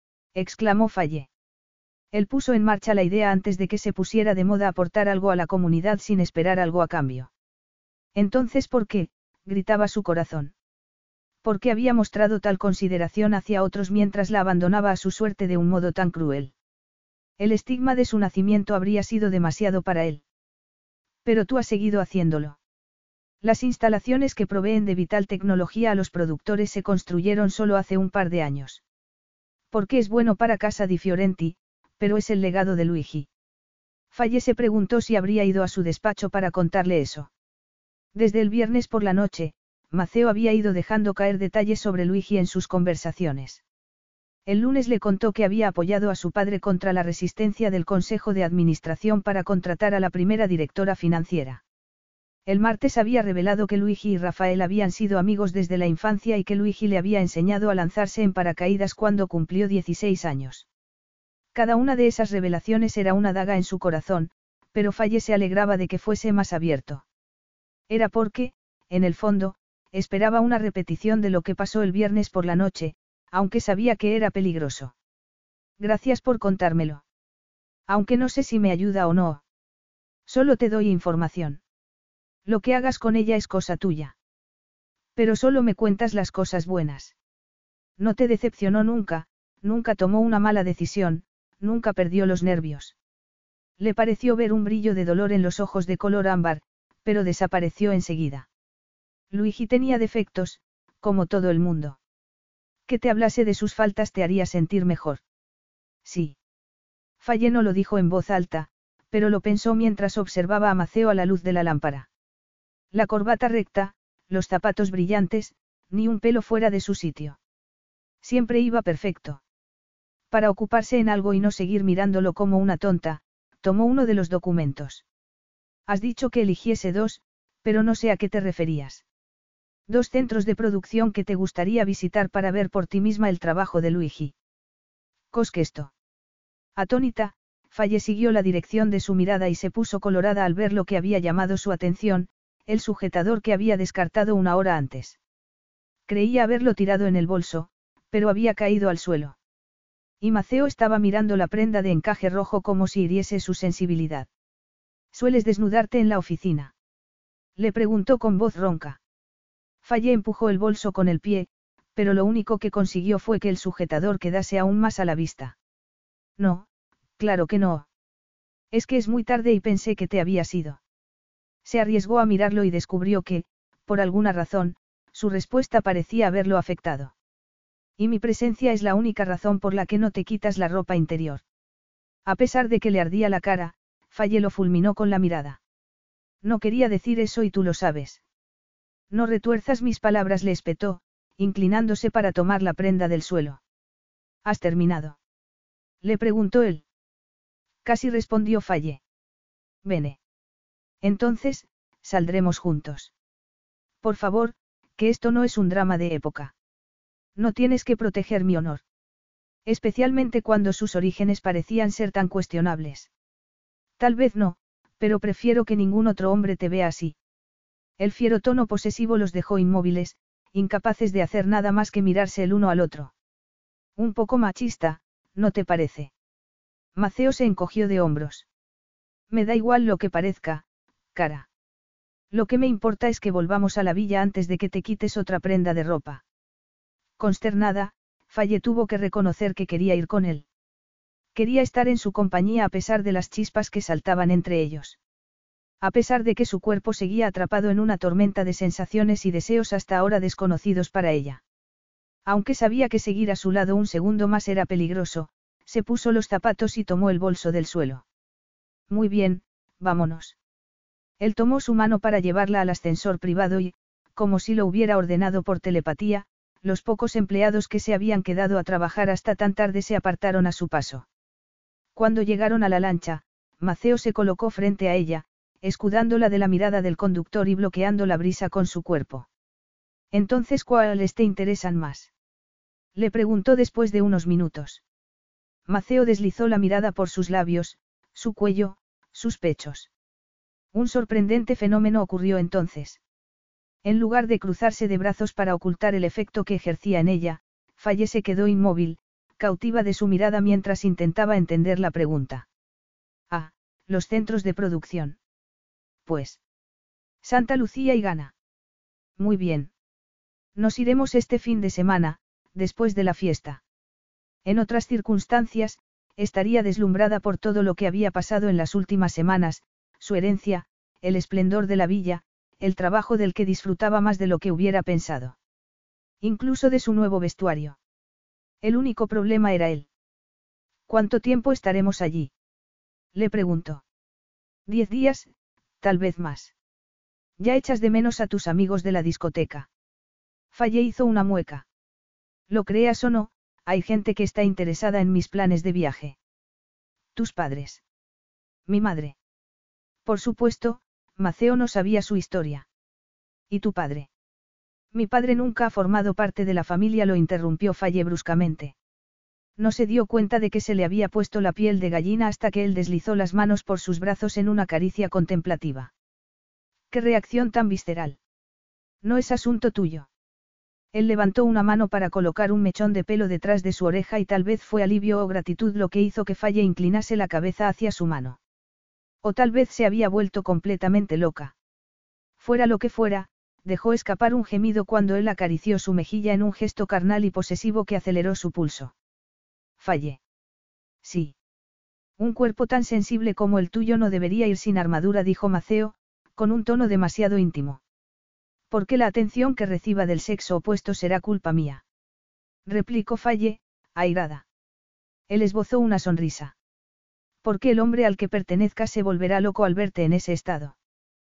Exclamó Falle. Él puso en marcha la idea antes de que se pusiera de moda aportar algo a la comunidad sin esperar algo a cambio. Entonces, ¿por qué?, gritaba su corazón. ¿Por qué había mostrado tal consideración hacia otros mientras la abandonaba a su suerte de un modo tan cruel? El estigma de su nacimiento habría sido demasiado para él. Pero tú has seguido haciéndolo. Las instalaciones que proveen de vital tecnología a los productores se construyeron solo hace un par de años. Porque es bueno para Casa di Fiorenti, pero es el legado de Luigi. Falle se preguntó si habría ido a su despacho para contarle eso. Desde el viernes por la noche, Maceo había ido dejando caer detalles sobre Luigi en sus conversaciones. El lunes le contó que había apoyado a su padre contra la resistencia del Consejo de Administración para contratar a la primera directora financiera. El martes había revelado que Luigi y Rafael habían sido amigos desde la infancia y que Luigi le había enseñado a lanzarse en paracaídas cuando cumplió dieciséis años. Cada una de esas revelaciones era una daga en su corazón, pero Falle se alegraba de que fuese más abierto. Era porque, en el fondo, esperaba una repetición de lo que pasó el viernes por la noche, aunque sabía que era peligroso. Gracias por contármelo. Aunque no sé si me ayuda o no. Solo te doy información. Lo que hagas con ella es cosa tuya. Pero solo me cuentas las cosas buenas. No te decepcionó nunca, nunca tomó una mala decisión, nunca perdió los nervios. Le pareció ver un brillo de dolor en los ojos de color ámbar, pero desapareció enseguida. Luigi tenía defectos, como todo el mundo. Que te hablase de sus faltas te haría sentir mejor. Sí. Faye no lo dijo en voz alta, pero lo pensó mientras observaba a Maceo a la luz de la lámpara. La corbata recta, los zapatos brillantes, ni un pelo fuera de su sitio. Siempre iba perfecto. Para ocuparse en algo y no seguir mirándolo como una tonta, tomó uno de los documentos. Has dicho que eligiese dos, pero no sé a qué te referías. Dos centros de producción que te gustaría visitar para ver por ti misma el trabajo de Luigi. Cosquesto. Atónita, Faye siguió la dirección de su mirada y se puso colorada al ver lo que había llamado su atención, el sujetador que había descartado una hora antes. Creía haberlo tirado en el bolso, pero había caído al suelo. Y Maceo estaba mirando la prenda de encaje rojo como si hiriese su sensibilidad. ¿Sueles desnudarte en la oficina? Le preguntó con voz ronca. Faye empujó el bolso con el pie, pero lo único que consiguió fue que el sujetador quedase aún más a la vista. No, claro que no. Es que es muy tarde y pensé que te habías ido. Se arriesgó a mirarlo y descubrió que, por alguna razón, su respuesta parecía haberlo afectado. Y mi presencia es la única razón por la que no te quitas la ropa interior. A pesar de que le ardía la cara, Faye lo fulminó con la mirada. No quería decir eso y tú lo sabes. No retuerzas mis palabras, le espetó, inclinándose para tomar la prenda del suelo. ¿Has terminado? Le preguntó él. Casi respondió Faye. Vene. Entonces, saldremos juntos. Por favor, que esto no es un drama de época. No tienes que proteger mi honor. Especialmente cuando sus orígenes parecían ser tan cuestionables. Tal vez no, pero prefiero que ningún otro hombre te vea así. El fiero tono posesivo los dejó inmóviles, incapaces de hacer nada más que mirarse el uno al otro. Un poco machista, ¿no te parece? Maceo se encogió de hombros. Me da igual lo que parezca, cara. Lo que me importa es que volvamos a la villa antes de que te quites otra prenda de ropa. Consternada, Faye tuvo que reconocer que quería ir con él. Quería estar en su compañía a pesar de las chispas que saltaban entre ellos. A pesar de que su cuerpo seguía atrapado en una tormenta de sensaciones y deseos hasta ahora desconocidos para ella. Aunque sabía que seguir a su lado un segundo más era peligroso, se puso los zapatos y tomó el bolso del suelo. Muy bien, vámonos. Él tomó su mano para llevarla al ascensor privado y, como si lo hubiera ordenado por telepatía, los pocos empleados que se habían quedado a trabajar hasta tan tarde se apartaron a su paso. Cuando llegaron a la lancha, Maceo se colocó frente a ella, escudándola de la mirada del conductor y bloqueando la brisa con su cuerpo. Entonces, ¿cuáles te interesan más? Le preguntó después de unos minutos. Maceo deslizó la mirada por sus labios, su cuello, sus pechos. Un sorprendente fenómeno ocurrió entonces. En lugar de cruzarse de brazos para ocultar el efecto que ejercía en ella, Faye se quedó inmóvil, cautiva de su mirada mientras intentaba entender la pregunta. Ah, los centros de producción. Pues. Santa Lucía y Ghana. Muy bien. Nos iremos este fin de semana, después de la fiesta. En otras circunstancias, estaría deslumbrada por todo lo que había pasado en las últimas semanas, su herencia, el esplendor de la villa, el trabajo del que disfrutaba más de lo que hubiera pensado. Incluso de su nuevo vestuario. El único problema era él. ¿Cuánto tiempo estaremos allí? Le preguntó. Diez días, tal vez más. ¿Ya echas de menos a tus amigos de la discoteca? Faye hizo una mueca. Lo creas o no, hay gente que está interesada en mis planes de viaje. ¿Tus padres? Mi madre. Por supuesto, Maceo no sabía su historia. ¿Y tu padre? Mi padre nunca ha formado parte de la familia, lo interrumpió Faye bruscamente. No se dio cuenta de que se le había puesto la piel de gallina hasta que él deslizó las manos por sus brazos en una caricia contemplativa. ¡Qué reacción tan visceral! No es asunto tuyo. Él levantó una mano para colocar un mechón de pelo detrás de su oreja y tal vez fue alivio o gratitud lo que hizo que Faye inclinase la cabeza hacia su mano. O tal vez se había vuelto completamente loca. Fuera lo que fuera, dejó escapar un gemido cuando él acarició su mejilla en un gesto carnal y posesivo que aceleró su pulso. Falle. Sí. Un cuerpo tan sensible como el tuyo no debería ir sin armadura, dijo Maceo, con un tono demasiado íntimo. Porque la atención que reciba del sexo opuesto será culpa mía. Replicó Falle, airada. Él esbozó una sonrisa. Porque el hombre al que pertenezcas se volverá loco al verte en ese estado.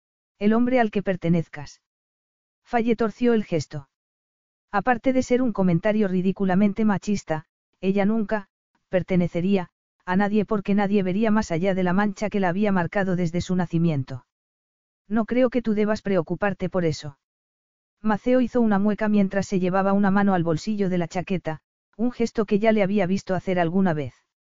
El hombre al que pertenezcas. Falle torció el gesto. Aparte de ser un comentario ridículamente machista, ella nunca, pertenecería, a nadie porque nadie vería más allá de la mancha que la había marcado desde su nacimiento. No creo que tú debas preocuparte por eso. Maceo hizo una mueca mientras se llevaba una mano al bolsillo de la chaqueta, un gesto que ya le había visto hacer alguna vez.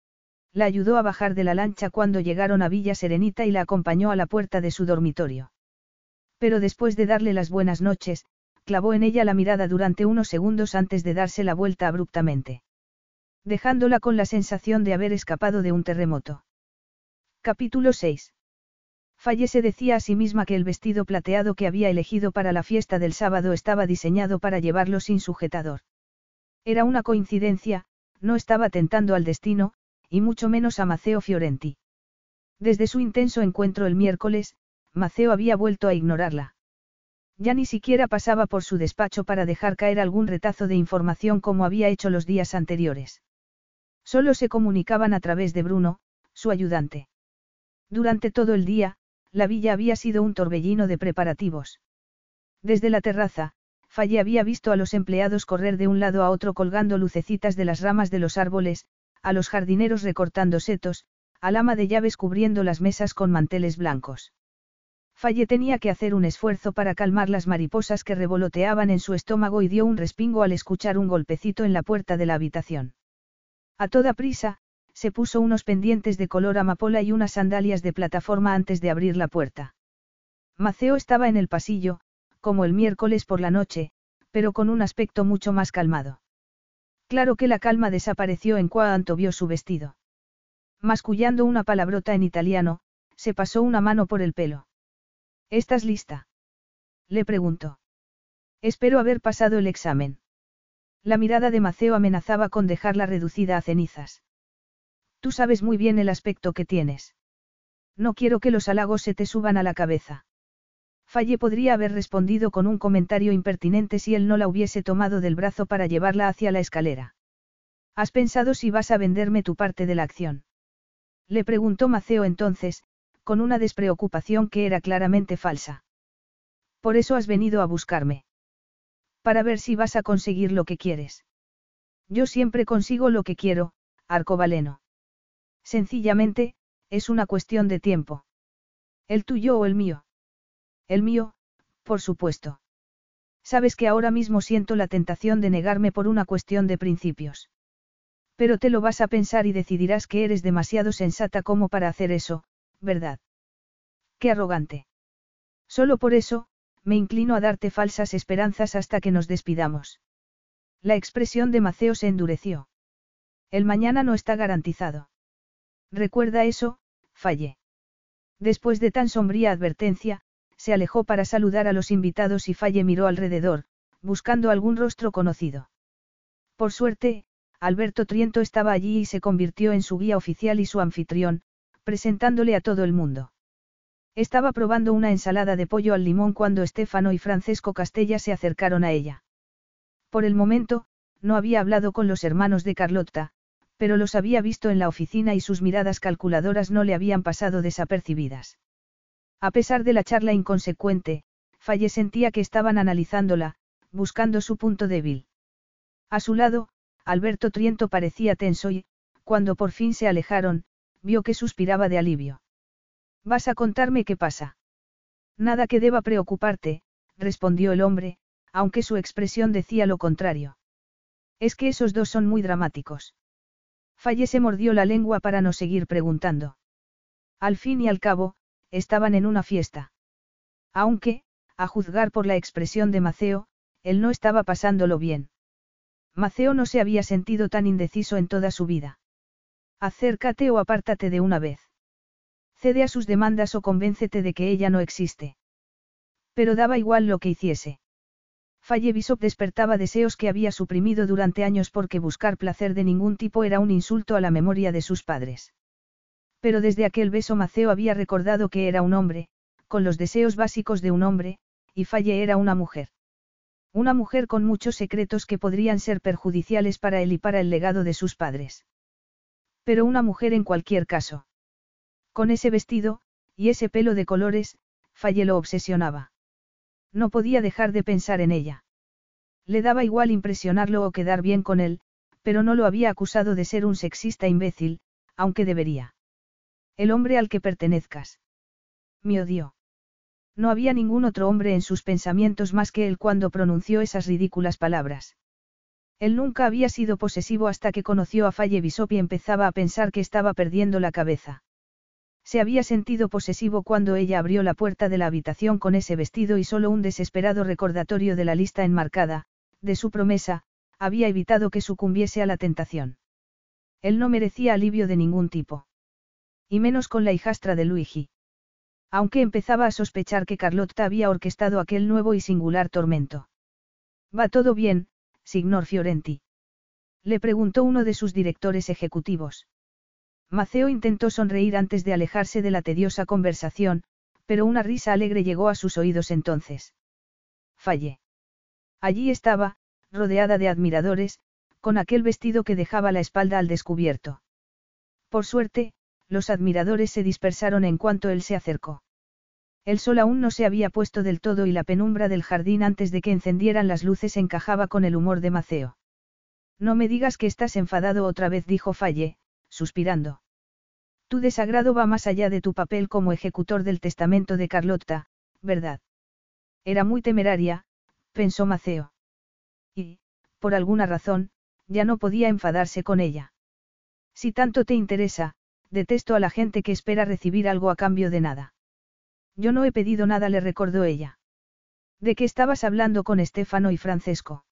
La ayudó a bajar de la lancha cuando llegaron a Villa Serenita y la acompañó a la puerta de su dormitorio. Pero después de darle las buenas noches, clavó en ella la mirada durante unos segundos antes de darse la vuelta abruptamente, dejándola con la sensación de haber escapado de un terremoto. Capítulo seis. Falle se decía a sí misma que el vestido plateado que había elegido para la fiesta del sábado estaba diseñado para llevarlo sin sujetador. Era una coincidencia, no estaba tentando al destino, y mucho menos a Maceo Fiorenti. Desde su intenso encuentro el miércoles, Maceo había vuelto a ignorarla. Ya ni siquiera pasaba por su despacho para dejar caer algún retazo de información como había hecho los días anteriores. Solo se comunicaban a través de Bruno, su ayudante. Durante todo el día, la villa había sido un torbellino de preparativos. Desde la terraza, Falle había visto a los empleados correr de un lado a otro colgando lucecitas de las ramas de los árboles, a los jardineros recortando setos, al ama de llaves cubriendo las mesas con manteles blancos. Falle tenía que hacer un esfuerzo para calmar las mariposas que revoloteaban en su estómago y dio un respingo al escuchar un golpecito en la puerta de la habitación. A toda prisa, se puso unos pendientes de color amapola y unas sandalias de plataforma antes de abrir la puerta. Maceo estaba en el pasillo, como el miércoles por la noche, pero con un aspecto mucho más calmado. Claro que la calma desapareció en cuanto vio su vestido. Mascullando una palabrota en italiano, se pasó una mano por el pelo. ¿Estás lista?, le preguntó. Espero haber pasado el examen. La mirada de Maceo amenazaba con dejarla reducida a cenizas. Tú sabes muy bien el aspecto que tienes. No quiero que los halagos se te suban a la cabeza. Falle podría haber respondido con un comentario impertinente si él no la hubiese tomado del brazo para llevarla hacia la escalera. ¿Has pensado si vas a venderme tu parte de la acción?, le preguntó Maceo entonces, con una despreocupación que era claramente falsa. Por eso has venido a buscarme. Para ver si vas a conseguir lo que quieres. Yo siempre consigo lo que quiero, arcobaleno. Sencillamente, es una cuestión de tiempo. ¿El tuyo o el mío? El mío, por supuesto. Sabes que ahora mismo siento la tentación de negarme por una cuestión de principios. Pero te lo vas a pensar y decidirás que eres demasiado sensata como para hacer eso, ¿verdad? Qué arrogante. Solo por eso, me inclino a darte falsas esperanzas hasta que nos despidamos. La expresión de Maceo se endureció. El mañana no está garantizado. Recuerda eso, Falle. Después de tan sombría advertencia, se alejó para saludar a los invitados y Falle miró alrededor, buscando algún rostro conocido. Por suerte, Alberto Triento estaba allí y se convirtió en su guía oficial y su anfitrión, presentándole a todo el mundo. Estaba probando una ensalada de pollo al limón cuando Stefano y Francesco Castella se acercaron a ella. Por el momento, no había hablado con los hermanos de Carlotta, pero los había visto en la oficina y sus miradas calculadoras no le habían pasado desapercibidas. A pesar de la charla inconsecuente, Falle sentía que estaban analizándola, buscando su punto débil. A su lado, Alberto Triento parecía tenso y, cuando por fin se alejaron, vio que suspiraba de alivio. ¿Vas a contarme qué pasa? Nada que deba preocuparte, respondió el hombre, aunque su expresión decía lo contrario. Es que esos dos son muy dramáticos. Falle se mordió la lengua para no seguir preguntando. Al fin y al cabo, estaban en una fiesta. Aunque, a juzgar por la expresión de Maceo, él no estaba pasándolo bien. Maceo no se había sentido tan indeciso en toda su vida. Acércate o apártate de una vez. Cede a sus demandas o convéncete de que ella no existe. Pero daba igual lo que hiciese. Faye Bishop despertaba deseos que había suprimido durante años porque buscar placer de ningún tipo era un insulto a la memoria de sus padres. Pero desde aquel beso Maceo había recordado que era un hombre, con los deseos básicos de un hombre, y Faye era una mujer. Una mujer con muchos secretos que podrían ser perjudiciales para él y para el legado de sus padres. Pero una mujer en cualquier caso. Con ese vestido, y ese pelo de colores, Faye lo obsesionaba. No podía dejar de pensar en ella. Le daba igual impresionarlo o quedar bien con él, pero no lo había acusado de ser un sexista imbécil, aunque debería. El hombre al que pertenezcas. Me odió. No había ningún otro hombre en sus pensamientos más que él cuando pronunció esas ridículas palabras. Él nunca había sido posesivo hasta que conoció a Faye Bishop y empezaba a pensar que estaba perdiendo la cabeza. Se había sentido posesivo cuando ella abrió la puerta de la habitación con ese vestido y solo un desesperado recordatorio de la lista enmarcada, de su promesa, había evitado que sucumbiese a la tentación. Él no merecía alivio de ningún tipo. Y menos con la hijastra de Luigi. Aunque empezaba a sospechar que Carlotta había orquestado aquel nuevo y singular tormento. ¿Va todo bien, signor Fiorenti? Le preguntó uno de sus directores ejecutivos. Maceo intentó sonreír antes de alejarse de la tediosa conversación, pero una risa alegre llegó a sus oídos entonces. Faye. Allí estaba, rodeada de admiradores, con aquel vestido que dejaba la espalda al descubierto. Por suerte, los admiradores se dispersaron en cuanto él se acercó. El sol aún no se había puesto del todo y la penumbra del jardín antes de que encendieran las luces encajaba con el humor de Maceo. No me digas que estás enfadado otra vez, dijo Faye, suspirando. Tu desagrado va más allá de tu papel como ejecutor del testamento de Carlotta, ¿verdad? Era muy temeraria, pensó Maceo. Y, por alguna razón, ya no podía enfadarse con ella. Si tanto te interesa, detesto a la gente que espera recibir algo a cambio de nada. Yo no he pedido nada, le recordó ella. ¿De qué estabas hablando con Stefano y Francesco?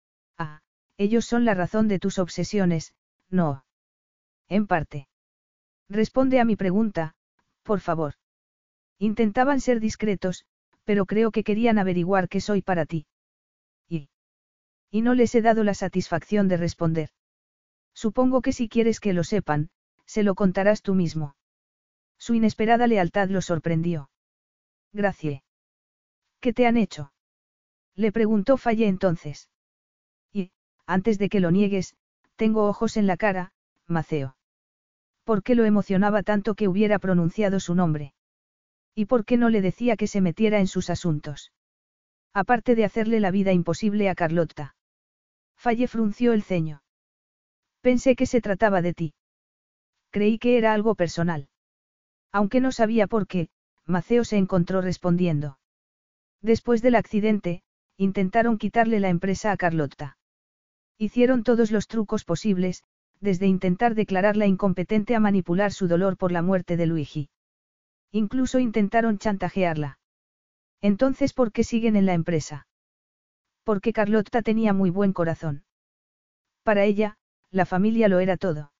Ah, ellos son la razón de tus obsesiones, no. En parte. Responde a mi pregunta, por favor. Intentaban ser discretos, pero creo que querían averiguar qué soy para ti. Y. Y no les he dado la satisfacción de responder. Supongo que si quieres que lo sepan, se lo contarás tú mismo. Su inesperada lealtad lo sorprendió. Gracie. ¿Qué te han hecho? Le preguntó Faye entonces. Y, antes de que lo niegues, tengo ojos en la cara, Maceo. ¿Por qué lo emocionaba tanto que hubiera pronunciado su nombre? ¿Y por qué no le decía que se metiera en sus asuntos? Aparte de hacerle la vida imposible a Carlotta. Faye frunció el ceño. Pensé que se trataba de ti. Creí que era algo personal. Aunque no sabía por qué, Maceo se encontró respondiendo. Después del accidente, intentaron quitarle la empresa a Carlotta. Hicieron todos los trucos posibles, desde intentar declararla incompetente a manipular su dolor por la muerte de Luigi. Incluso intentaron chantajearla. Entonces, ¿por qué siguen en la empresa? Porque Carlotta tenía muy buen corazón. Para ella, la familia lo era todo.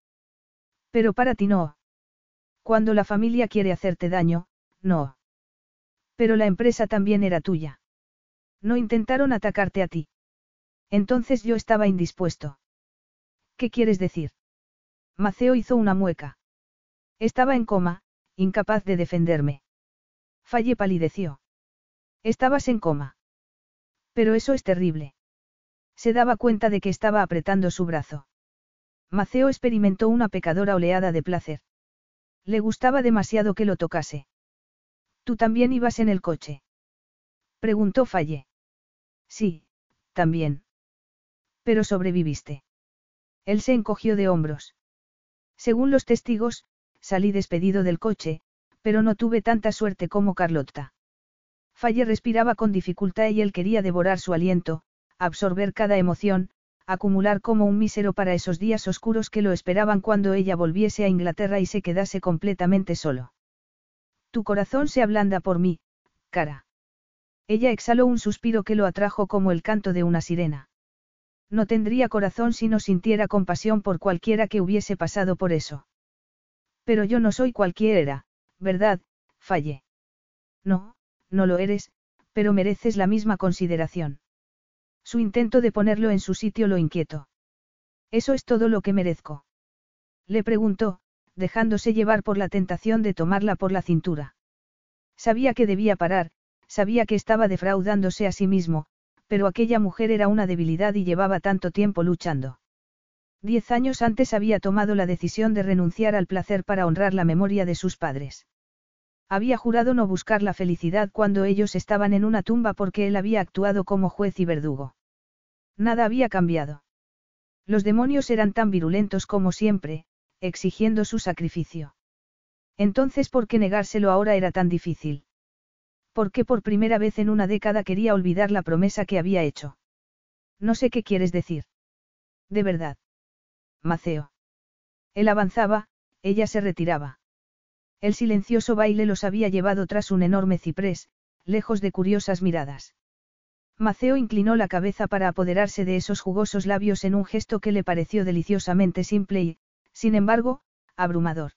Pero para ti no. Cuando la familia quiere hacerte daño, no. Pero la empresa también era tuya. No intentaron atacarte a ti. Entonces yo estaba indispuesto. ¿Qué quieres decir? Maceo hizo una mueca. Estaba en coma, incapaz de defenderme. Faye palideció. Estabas en coma. Pero eso es terrible. Se daba cuenta de que estaba apretando su brazo. Maceo experimentó una pecadora oleada de placer. Le gustaba demasiado que lo tocase. ¿Tú también ibas en el coche? Preguntó Faye. Sí, también. Pero sobreviviste. Él se encogió de hombros. Según los testigos, salí despedido del coche, pero no tuve tanta suerte como Carlotta. Faye respiraba con dificultad y él quería devorar su aliento, absorber cada emoción, acumular como un mísero para esos días oscuros que lo esperaban cuando ella volviese a Inglaterra y se quedase completamente solo. Tu corazón se ablanda por mí, cara. Ella exhaló un suspiro que lo atrajo como el canto de una sirena. No tendría corazón si no sintiera compasión por cualquiera que hubiese pasado por eso. Pero yo no soy cualquiera, ¿verdad, Faye? No, no lo eres, Pero mereces la misma consideración. Su intento de ponerlo en su sitio lo inquietó. ¿Eso es todo lo que merezco?, le preguntó, dejándose llevar por la tentación de tomarla por la cintura. Sabía que debía parar, sabía que estaba defraudándose a sí mismo, pero aquella mujer era una debilidad y llevaba tanto tiempo luchando. Diez años antes había tomado la decisión de renunciar al placer para honrar la memoria de sus padres. Había jurado no buscar la felicidad cuando ellos estaban en una tumba porque él había actuado como juez y verdugo. Nada había cambiado. Los demonios eran tan virulentos como siempre, exigiendo su sacrificio. Entonces, ¿por qué negárselo ahora era tan difícil? ¿Por qué por primera vez en una década quería olvidar la promesa que había hecho? No sé qué quieres decir. De verdad. Maceo. Él avanzaba, ella se retiraba. El silencioso baile los había llevado tras un enorme ciprés, lejos de curiosas miradas. Maceo inclinó la cabeza para apoderarse de esos jugosos labios en un gesto que le pareció deliciosamente simple y, sin embargo, abrumador.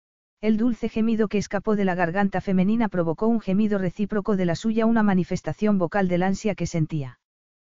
El dulce gemido que escapó de la garganta femenina provocó un gemido recíproco de la suya, una manifestación vocal del ansia que sentía.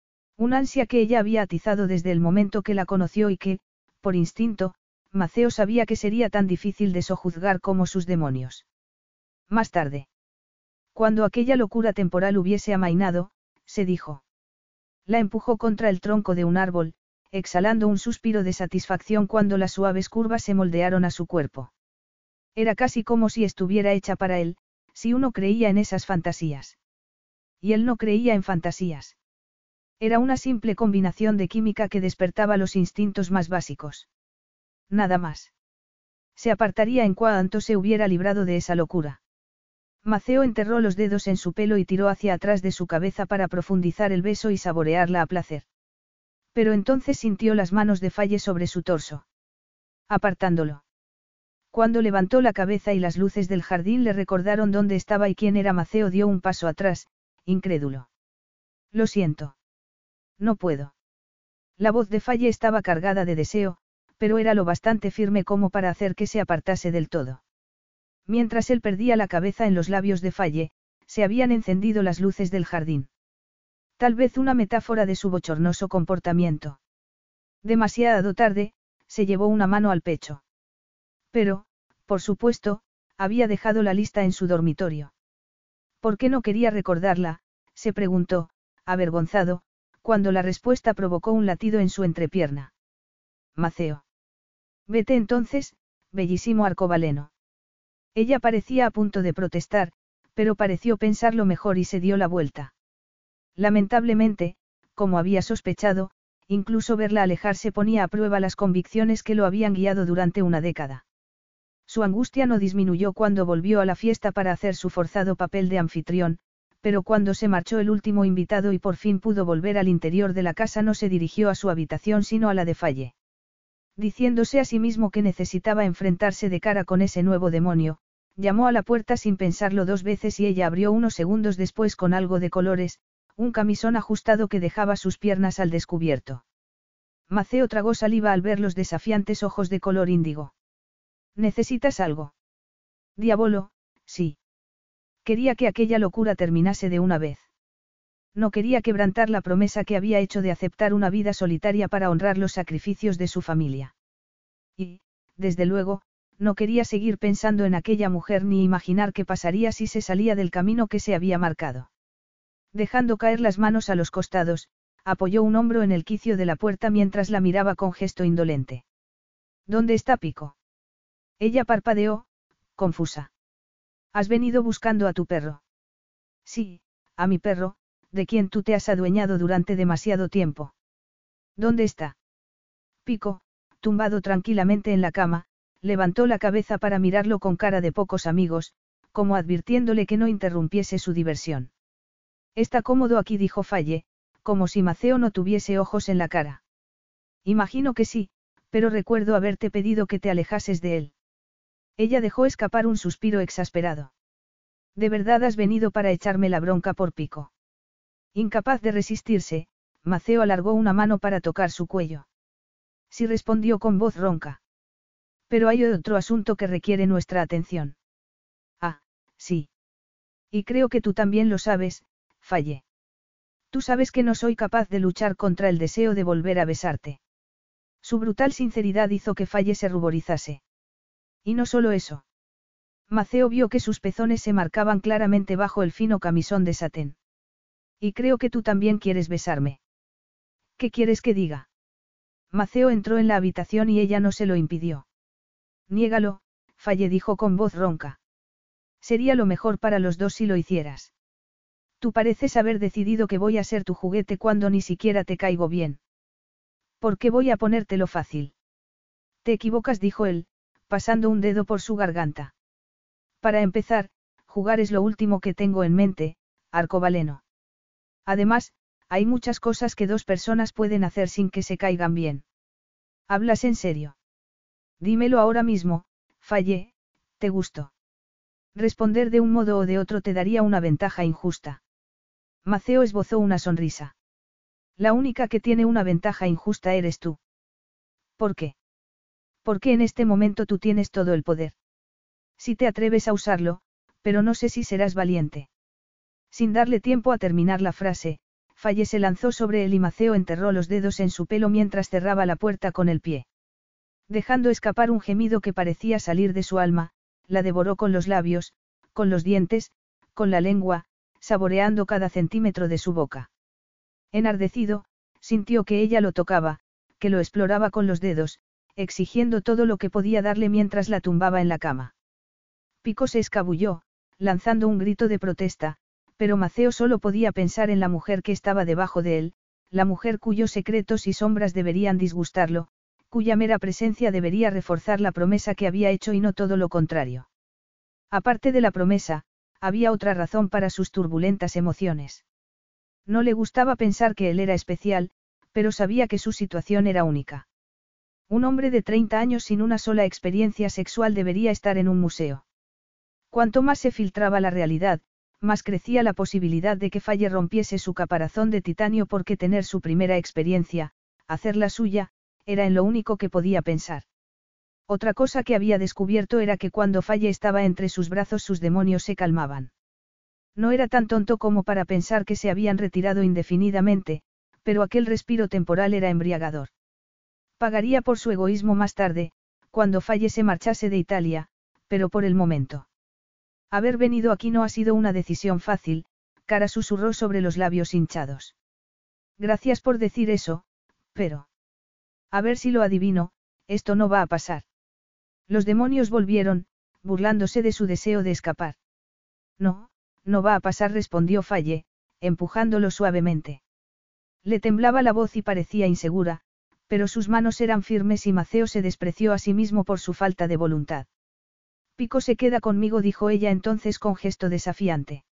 Un ansia que ella había atizado desde el momento que la conoció y que, por instinto, Maceo sabía que sería tan difícil de sojuzgar como sus demonios. Más tarde. Cuando aquella locura temporal hubiese amainado, se dijo. La empujó contra el tronco de un árbol, exhalando un suspiro de satisfacción cuando las suaves curvas se moldearon a su cuerpo. Era casi como si estuviera hecha para él, si uno creía en esas fantasías. Y él no creía en fantasías. Era una simple combinación de química que despertaba los instintos más básicos. Nada más. Se apartaría en cuanto se hubiera librado de esa locura. Maceo enterró los dedos en su pelo y tiró hacia atrás de su cabeza para profundizar el beso y saborearla a placer. Pero entonces sintió las manos de Faye sobre su torso. Apartándolo. Cuando levantó la cabeza y las luces del jardín le recordaron dónde estaba y quién era, Maceo dio un paso atrás, incrédulo. Lo siento. No puedo. La voz de Faye estaba cargada de deseo, pero era lo bastante firme como para hacer que se apartase del todo. Mientras él perdía la cabeza en los labios de Faye, se habían encendido las luces del jardín. Tal vez una metáfora de su bochornoso comportamiento. Demasiado tarde, se llevó una mano al pecho. Pero, por supuesto, había dejado la lista en su dormitorio. ¿Por qué no quería recordarla?, se preguntó, avergonzado, cuando la respuesta provocó un latido en su entrepierna. Maceo. Vete entonces, bellísimo arcobaleno. Ella parecía a punto de protestar, pero pareció pensarlo mejor y se dio la vuelta. Lamentablemente, como había sospechado, incluso verla alejarse ponía a prueba las convicciones que lo habían guiado durante una década. Su angustia no disminuyó cuando volvió a la fiesta para hacer su forzado papel de anfitrión, pero cuando se marchó el último invitado y por fin pudo volver al interior de la casa, no se dirigió a su habitación sino a la de Faye. Diciéndose a sí mismo que necesitaba enfrentarse de cara con ese nuevo demonio, llamó a la puerta sin pensarlo dos veces y ella abrió unos segundos después con algo de colores, un camisón ajustado que dejaba sus piernas al descubierto. Maceo tragó saliva al ver los desafiantes ojos de color índigo. ¿Necesitas algo? Diabolo, sí. Quería que aquella locura terminase de una vez. No quería quebrantar la promesa que había hecho de aceptar una vida solitaria para honrar los sacrificios de su familia. Y, desde luego, no quería seguir pensando en aquella mujer ni imaginar qué pasaría si se salía del camino que se había marcado. Dejando caer las manos a los costados, apoyó un hombro en el quicio de la puerta mientras la miraba con gesto indolente. ¿Dónde está Pico? Ella parpadeó, confusa. ¿Has venido buscando a tu perro? Sí, a mi perro, de quien tú te has adueñado durante demasiado tiempo. ¿Dónde está? Pico, tumbado tranquilamente en la cama, levantó la cabeza para mirarlo con cara de pocos amigos, como advirtiéndole que no interrumpiese su diversión. Está cómodo aquí, dijo Faye, como si Maceo no tuviese ojos en la cara. Imagino que sí, pero recuerdo haberte pedido que te alejases de él. Ella dejó escapar un suspiro exasperado. ¿De verdad has venido para echarme la bronca por Pico? Incapaz de resistirse, Maceo alargó una mano para tocar su cuello. Sí, respondió con voz ronca. Pero hay otro asunto que requiere nuestra atención. Ah, sí. Y creo que tú también lo sabes, Falle. Tú sabes que no soy capaz de luchar contra el deseo de volver a besarte. Su brutal sinceridad hizo que Falle se ruborizase. Y no solo eso. Maceo vio que sus pezones se marcaban claramente bajo el fino camisón de satén. Y creo que tú también quieres besarme. ¿Qué quieres que diga? Maceo entró en la habitación y ella no se lo impidió. Niégalo, Falle dijo con voz ronca. Sería lo mejor para los dos si lo hicieras. Tú pareces haber decidido que voy a ser tu juguete cuando ni siquiera te caigo bien. ¿Por qué voy a ponértelo fácil? Te equivocas, dijo él, pasando un dedo por su garganta. Para empezar, jugar es lo último que tengo en mente, arcobaleno. Además, hay muchas cosas que dos personas pueden hacer sin que se caigan bien. ¿Hablas en serio? Dímelo ahora mismo, Falle, ¿te gustó? Responder de un modo o de otro te daría una ventaja injusta. Maceo esbozó una sonrisa. La única que tiene una ventaja injusta eres tú. ¿Por qué? Porque en este momento tú tienes todo el poder. Si te atreves a usarlo, pero no sé si serás valiente. Sin darle tiempo a terminar la frase, Falle se lanzó sobre él y Maceo enterró los dedos en su pelo mientras cerraba la puerta con el pie. Dejando escapar un gemido que parecía salir de su alma, la devoró con los labios, con los dientes, con la lengua, saboreando cada centímetro de su boca. Enardecido, sintió que ella lo tocaba, que lo exploraba con los dedos, exigiendo todo lo que podía darle mientras la tumbaba en la cama. Pico se escabulló, lanzando un grito de protesta, pero Maceo solo podía pensar en la mujer que estaba debajo de él, la mujer cuyos secretos y sombras deberían disgustarlo, cuya mera presencia debería reforzar la promesa que había hecho y no todo lo contrario. Aparte de la promesa, había otra razón para sus turbulentas emociones. No le gustaba pensar que él era especial, pero sabía que su situación era única. Un hombre de treinta años sin una sola experiencia sexual debería estar en un museo. Cuanto más se filtraba la realidad, más crecía la posibilidad de que Falle rompiese su caparazón de titanio porque tener su primera experiencia, hacerla suya, era en lo único que podía pensar. Otra cosa que había descubierto era que cuando Falle estaba entre sus brazos sus demonios se calmaban. No era tan tonto como para pensar que se habían retirado indefinidamente, pero aquel respiro temporal era embriagador. Pagaría por su egoísmo más tarde, cuando Falle se marchase de Italia, pero por el momento. Haber venido aquí no ha sido una decisión fácil, Cara susurró sobre los labios hinchados. Gracias por decir eso, pero... A ver si lo adivino, esto no va a pasar. Los demonios volvieron, burlándose de su deseo de escapar. No, no va a pasar, respondió Falle, empujándolo suavemente. Le temblaba la voz y parecía insegura, pero sus manos eran firmes y Maceo se despreció a sí mismo por su falta de voluntad. Pico se queda conmigo, dijo ella entonces con gesto desafiante.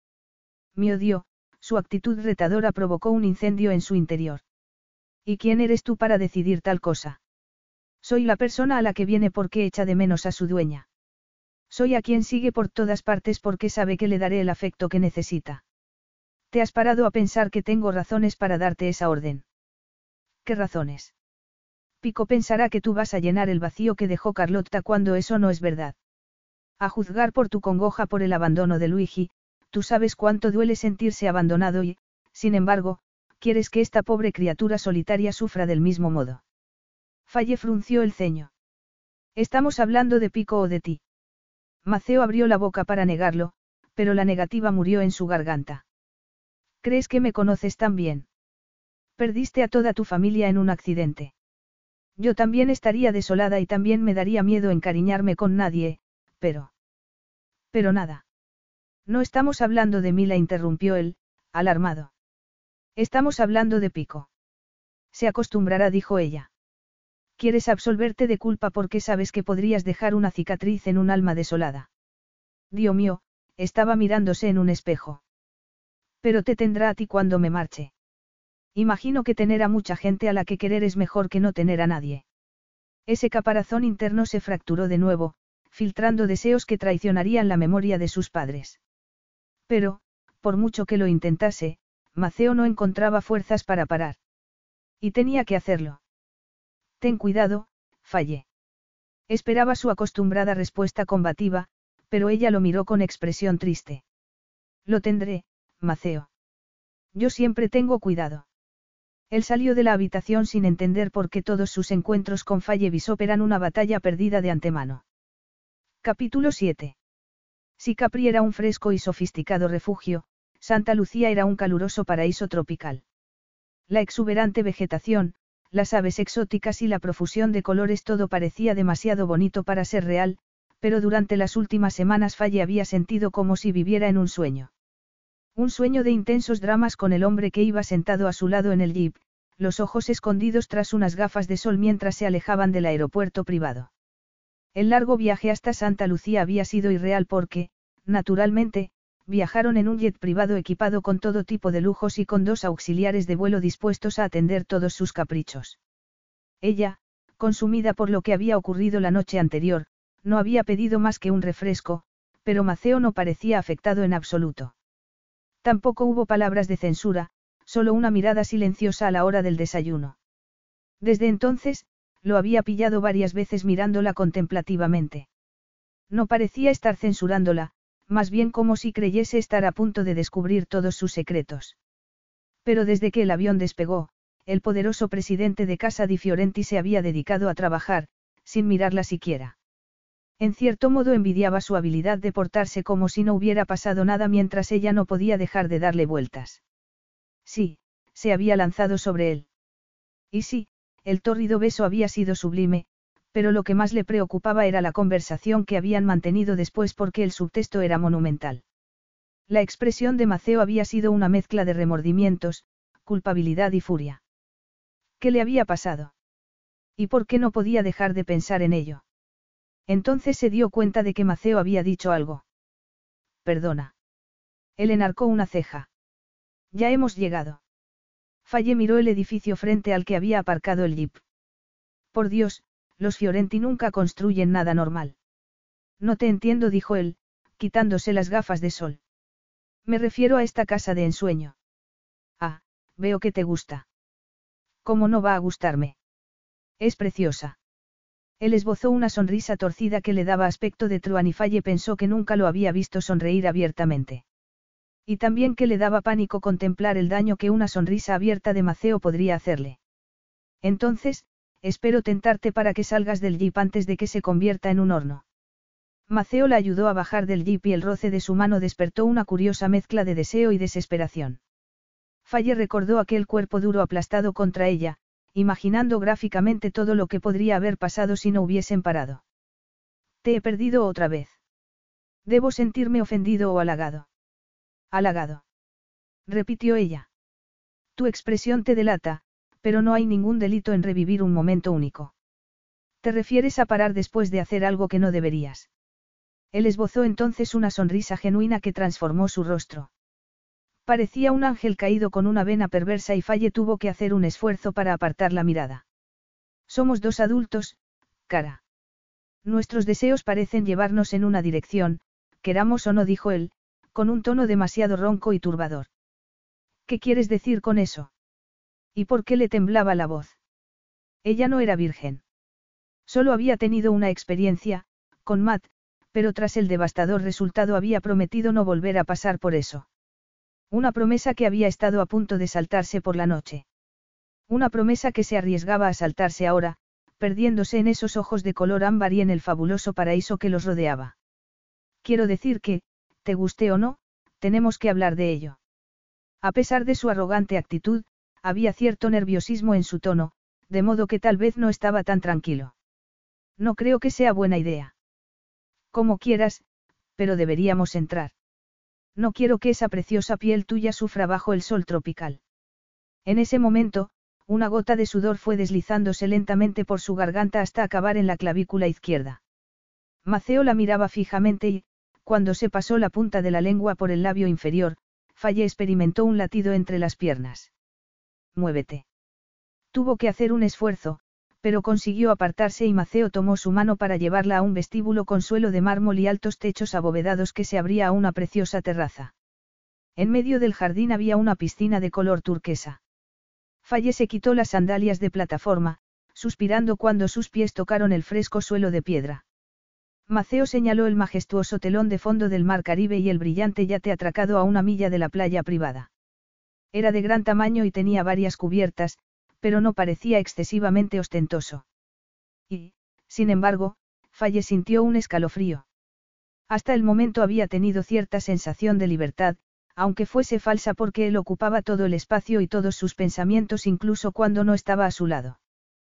Me odió, su actitud retadora provocó un incendio en su interior. ¿Y quién eres tú para decidir tal cosa? Soy la persona a la que viene porque echa de menos a su dueña. Soy a quien sigue por todas partes porque sabe que le daré el afecto que necesita. ¿Te has parado a pensar que tengo razones para darte esa orden? ¿Qué razones? Pico pensará que tú vas a llenar el vacío que dejó Carlotta cuando eso no es verdad. A juzgar por tu congoja por el abandono de Luigi, tú sabes cuánto duele sentirse abandonado y, sin embargo, quieres que esta pobre criatura solitaria sufra del mismo modo. Falle frunció el ceño. ¿Estamos hablando de Pico o de ti? Maceo abrió la boca para negarlo, pero la negativa murió en su garganta. ¿Crees que me conoces tan bien? Perdiste a toda tu familia en un accidente. Yo también estaría desolada y también me daría miedo encariñarme con nadie, pero... Pero nada. No estamos hablando de mí, la interrumpió él, alarmado. Estamos hablando de Pico. Se acostumbrará, dijo ella. Quieres absolverte de culpa porque sabes que podrías dejar una cicatriz en un alma desolada. Dios mío, estaba mirándose en un espejo. Pero te tendrá a ti cuando me marche. Imagino que tener a mucha gente a la que querer es mejor que no tener a nadie. Ese caparazón interno se fracturó de nuevo, filtrando deseos que traicionarían la memoria de sus padres. Pero, por mucho que lo intentase, Maceo no encontraba fuerzas para parar. Y tenía que hacerlo. Ten cuidado, Falle. Esperaba su acostumbrada respuesta combativa, pero ella lo miró con expresión triste. Lo tendré, Maceo. Yo siempre tengo cuidado. Él salió de la habitación sin entender por qué todos sus encuentros con Faye Bishop eran una batalla perdida de antemano. Capítulo siete. Si Capri era un fresco y sofisticado refugio, Santa Lucía era un caluroso paraíso tropical. La exuberante vegetación, las aves exóticas y la profusión de colores, todo parecía demasiado bonito para ser real, pero durante las últimas semanas Faye había sentido como si viviera en un sueño. Un sueño de intensos dramas con el hombre que iba sentado a su lado en el jeep, los ojos escondidos tras unas gafas de sol mientras se alejaban del aeropuerto privado. El largo viaje hasta Santa Lucía había sido irreal porque, naturalmente, viajaron en un jet privado equipado con todo tipo de lujos y con dos auxiliares de vuelo dispuestos a atender todos sus caprichos. Ella, consumida por lo que había ocurrido la noche anterior, no había pedido más que un refresco, pero Maceo no parecía afectado en absoluto. Tampoco hubo palabras de censura, solo una mirada silenciosa a la hora del desayuno. Desde entonces, lo había pillado varias veces mirándola contemplativamente. No parecía estar censurándola, más bien como si creyese estar a punto de descubrir todos sus secretos. Pero desde que el avión despegó, el poderoso presidente de Casa di Fiorenti se había dedicado a trabajar, sin mirarla siquiera. En cierto modo envidiaba su habilidad de portarse como si no hubiera pasado nada mientras ella no podía dejar de darle vueltas. Sí, se había lanzado sobre él. Y sí, el tórrido beso había sido sublime, pero lo que más le preocupaba era la conversación que habían mantenido después porque el subtexto era monumental. La expresión de Maceo había sido una mezcla de remordimientos, culpabilidad y furia. ¿Qué le había pasado? ¿Y por qué no podía dejar de pensar en ello? Entonces se dio cuenta de que Maceo había dicho algo. Perdona. Él enarcó una ceja. Ya hemos llegado. Faye miró el edificio frente al que había aparcado el jeep. Por Dios, los Fiorenti nunca construyen nada normal. No te entiendo, dijo él, quitándose las gafas de sol. Me refiero a esta casa de ensueño. Ah, veo que te gusta. ¿Cómo no va a gustarme? Es preciosa. Él esbozó una sonrisa torcida que le daba aspecto de truán y Faye pensó que nunca lo había visto sonreír abiertamente. Y también que le daba pánico contemplar el daño que una sonrisa abierta de Maceo podría hacerle. Entonces, espero tentarte para que salgas del jeep antes de que se convierta en un horno. Maceo la ayudó a bajar del jeep y el roce de su mano despertó una curiosa mezcla de deseo y desesperación. Faye recordó aquel cuerpo duro aplastado contra ella, imaginando gráficamente todo lo que podría haber pasado si no hubiesen parado. Te he perdido otra vez. ¿Debo sentirme ofendido o halagado? Halagado. Repitió ella. Tu expresión te delata, pero no hay ningún delito en revivir un momento único. ¿Te refieres a parar después de hacer algo que no deberías? Él esbozó entonces una sonrisa genuina que transformó su rostro. Parecía un ángel caído con una vena perversa y Faye tuvo que hacer un esfuerzo para apartar la mirada. Somos dos adultos, cara. Nuestros deseos parecen llevarnos en una dirección, queramos o no, dijo él, con un tono demasiado ronco y turbador. ¿Qué quieres decir con eso? ¿Y por qué le temblaba la voz? Ella no era virgen. Solo había tenido una experiencia, con Matt, pero tras el devastador resultado había prometido no volver a pasar por eso. Una promesa que había estado a punto de saltarse por la noche. Una promesa que se arriesgaba a saltarse ahora, perdiéndose en esos ojos de color ámbar y en el fabuloso paraíso que los rodeaba. Quiero decir que, te guste o no, tenemos que hablar de ello. A pesar de su arrogante actitud, había cierto nerviosismo en su tono, de modo que tal vez no estaba tan tranquilo. No creo que sea buena idea. Como quieras, pero deberíamos entrar. No quiero que esa preciosa piel tuya sufra bajo el sol tropical. En ese momento, una gota de sudor fue deslizándose lentamente por su garganta hasta acabar en la clavícula izquierda. Maceo la miraba fijamente y, cuando se pasó la punta de la lengua por el labio inferior, Faye experimentó un latido entre las piernas. Muévete. Tuvo que hacer un esfuerzo, pero consiguió apartarse y Maceo tomó su mano para llevarla a un vestíbulo con suelo de mármol y altos techos abovedados que se abría a una preciosa terraza. En medio del jardín había una piscina de color turquesa. Faye se quitó las sandalias de plataforma, suspirando cuando sus pies tocaron el fresco suelo de piedra. Maceo señaló el majestuoso telón de fondo del mar Caribe y el brillante yate atracado a una milla de la playa privada. Era de gran tamaño y tenía varias cubiertas, pero no parecía excesivamente ostentoso. Y, sin embargo, Faye sintió un escalofrío. Hasta el momento había tenido cierta sensación de libertad, aunque fuese falsa porque él ocupaba todo el espacio y todos sus pensamientos incluso cuando no estaba a su lado.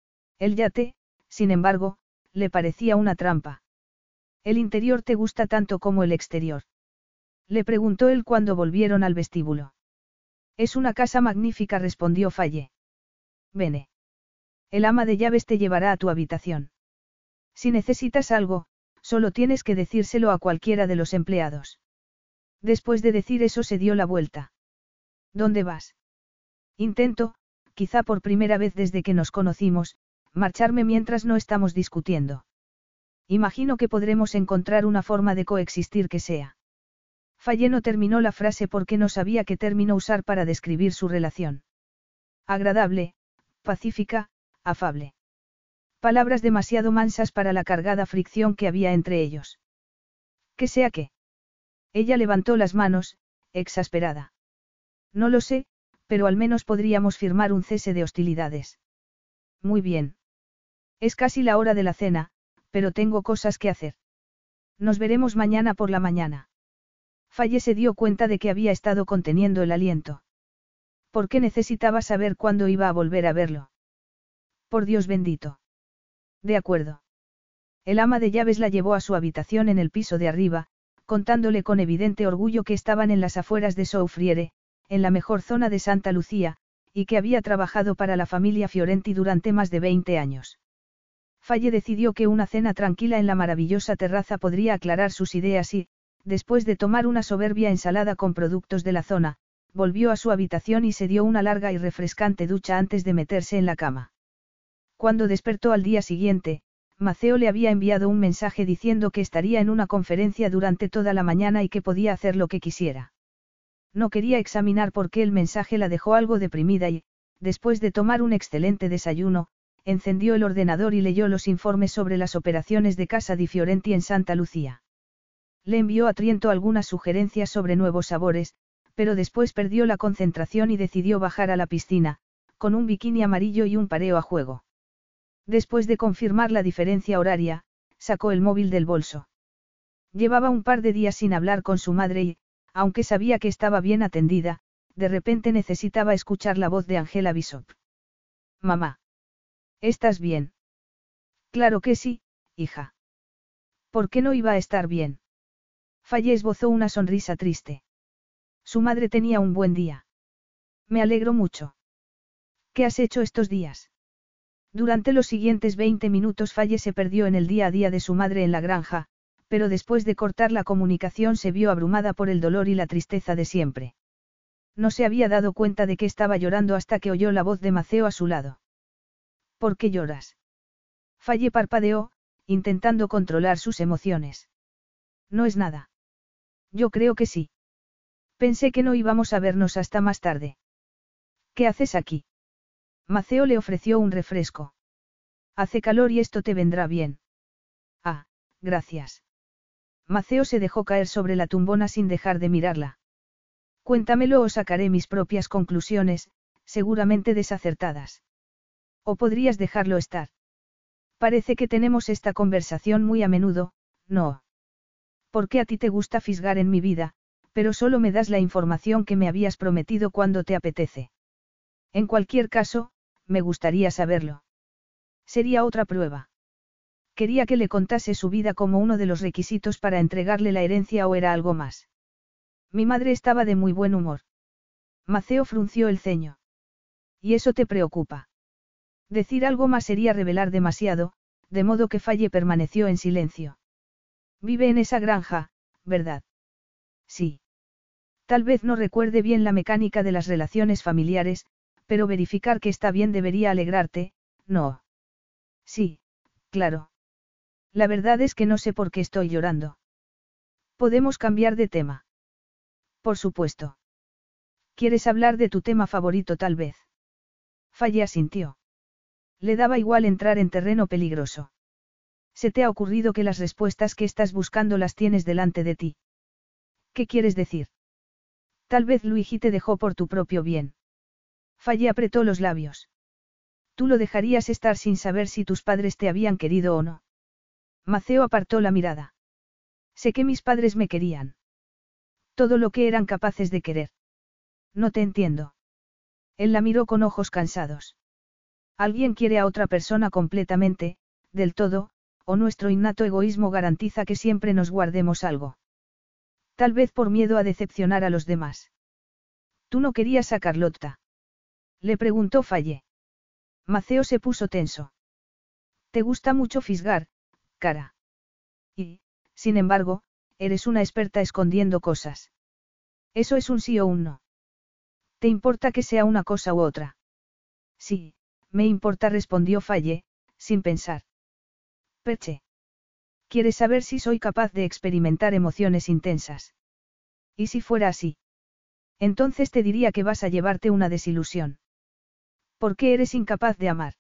El yate, sin embargo, le parecía una trampa. ¿El interior te gusta tanto como el exterior?, le preguntó él cuando volvieron al vestíbulo. Es una casa magnífica, respondió Faye. Vene. El ama de llaves te llevará a tu habitación. Si necesitas algo, solo tienes que decírselo a cualquiera de los empleados. Después de decir eso se dio la vuelta. ¿Dónde vas? Intento, quizá por primera vez desde que nos conocimos, marcharme mientras no estamos discutiendo. Imagino que podremos encontrar una forma de coexistir que sea. Faye no terminó la frase porque no sabía qué término usar para describir su relación. Agradable, pacífica, afable. Palabras demasiado mansas para la cargada fricción que había entre ellos. ¿Qué sea qué? Ella levantó las manos, exasperada. No lo sé, pero al menos podríamos firmar un cese de hostilidades. Muy bien. Es casi la hora de la cena, pero tengo cosas que hacer. Nos veremos mañana por la mañana. Faye se dio cuenta de que había estado conteniendo el aliento. ¿Por qué necesitaba saber cuándo iba a volver a verlo? Por Dios bendito. De acuerdo. El ama de llaves la llevó a su habitación en el piso de arriba, contándole con evidente orgullo que estaban en las afueras de Soufriere, en la mejor zona de Santa Lucía, y que había trabajado para la familia Fiorenti durante más de veinte años. Faye decidió que una cena tranquila en la maravillosa terraza podría aclarar sus ideas y, después de tomar una soberbia ensalada con productos de la zona, volvió a su habitación y se dio una larga y refrescante ducha antes de meterse en la cama. Cuando despertó al día siguiente, Maceo le había enviado un mensaje diciendo que estaría en una conferencia durante toda la mañana y que podía hacer lo que quisiera. No quería examinar por qué el mensaje la dejó algo deprimida y, después de tomar un excelente desayuno, encendió el ordenador y leyó los informes sobre las operaciones de Casa di Fiorenti en Santa Lucía. Le envió a Triento algunas sugerencias sobre nuevos sabores, pero después perdió la concentración y decidió bajar a la piscina, con un bikini amarillo y un pareo a juego. Después de confirmar la diferencia horaria, sacó el móvil del bolso. Llevaba un par de días sin hablar con su madre y, aunque sabía que estaba bien atendida, de repente necesitaba escuchar la voz de Angela Bishop. Mamá. ¿Estás bien? Claro que sí, hija. ¿Por qué no iba a estar bien? Faye esbozó una sonrisa triste. Su madre tenía un buen día. Me alegro mucho. ¿Qué has hecho estos días? Durante los siguientes veinte minutos Faye se perdió en el día a día de su madre en la granja, pero después de cortar la comunicación se vio abrumada por el dolor y la tristeza de siempre. No se había dado cuenta de que estaba llorando hasta que oyó la voz de Maceo a su lado. ¿Por qué lloras? Faye parpadeó, intentando controlar sus emociones. No es nada. Yo creo que sí. Pensé que no íbamos a vernos hasta más tarde. ¿Qué haces aquí? Maceo le ofreció un refresco. Hace calor y esto te vendrá bien. Ah, gracias. Maceo se dejó caer sobre la tumbona sin dejar de mirarla. Cuéntamelo o sacaré mis propias conclusiones, seguramente desacertadas. O podrías dejarlo estar. Parece que tenemos esta conversación muy a menudo, ¿no? Porque a ti te gusta fisgar en mi vida, pero solo me das la información que me habías prometido cuando te apetece. En cualquier caso, me gustaría saberlo. Sería otra prueba. Quería que le contase su vida como uno de los requisitos para entregarle la herencia o era algo más. Mi madre estaba de muy buen humor. Maceo frunció el ceño. ¿Y eso te preocupa? Decir algo más sería revelar demasiado, de modo que Faye permaneció en silencio. Vive en esa granja, ¿verdad? Sí. Tal vez no recuerde bien la mecánica de las relaciones familiares, pero verificar que está bien debería alegrarte, ¿no? Sí, claro. La verdad es que no sé por qué estoy llorando. ¿Podemos cambiar de tema? Por supuesto. ¿Quieres hablar de tu tema favorito tal vez? Faye asintió. Le daba igual entrar en terreno peligroso. ¿Se te ha ocurrido que las respuestas que estás buscando las tienes delante de ti? ¿Qué quieres decir? Tal vez Luigi te dejó por tu propio bien. Faye apretó los labios. Tú lo dejarías estar sin saber si tus padres te habían querido o no. Maceo apartó la mirada. Sé que mis padres me querían. Todo lo que eran capaces de querer. No te entiendo. Él la miró con ojos cansados. Alguien quiere a otra persona completamente, del todo, o nuestro innato egoísmo garantiza que siempre nos guardemos algo. Tal vez por miedo a decepcionar a los demás. ¿Tú no querías a Carlotta? Le preguntó Faye. Maceo se puso tenso. Te gusta mucho fisgar, cara. Y, sin embargo, eres una experta escondiendo cosas. Eso es un sí o un no. ¿Te importa que sea una cosa u otra? Sí, me importa, respondió Faye, sin pensar. Perche. ¿Quieres saber si soy capaz de experimentar emociones intensas? ¿Y si fuera así? Entonces te diría que vas a llevarte una desilusión. ¿Por qué eres incapaz de amar?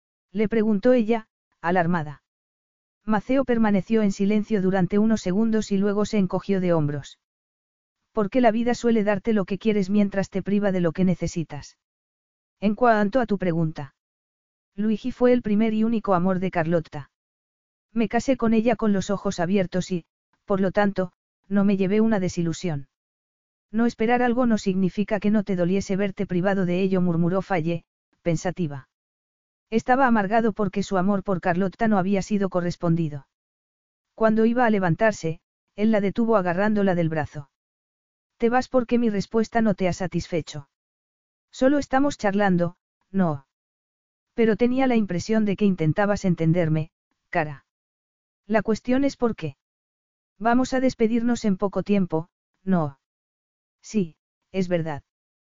Le preguntó ella, alarmada. Maceo permaneció en silencio durante unos segundos y luego se encogió de hombros. Porque la vida suele darte lo que quieres mientras te priva de lo que necesitas. En cuanto a tu pregunta. Luigi fue el primer y único amor de Carlotta. Me casé con ella con los ojos abiertos y, por lo tanto, no me llevé una desilusión. No esperar algo no significa que no te doliese verte privado de ello, murmuró Faye, pensativa. Estaba amargado porque su amor por Carlotta no había sido correspondido. Cuando iba a levantarse, él la detuvo agarrándola del brazo. Te vas porque mi respuesta no te ha satisfecho. Solo estamos charlando, no. Pero tenía la impresión de que intentabas entenderme, cara. La cuestión es por qué. Vamos a despedirnos en poco tiempo, no. Sí, es verdad.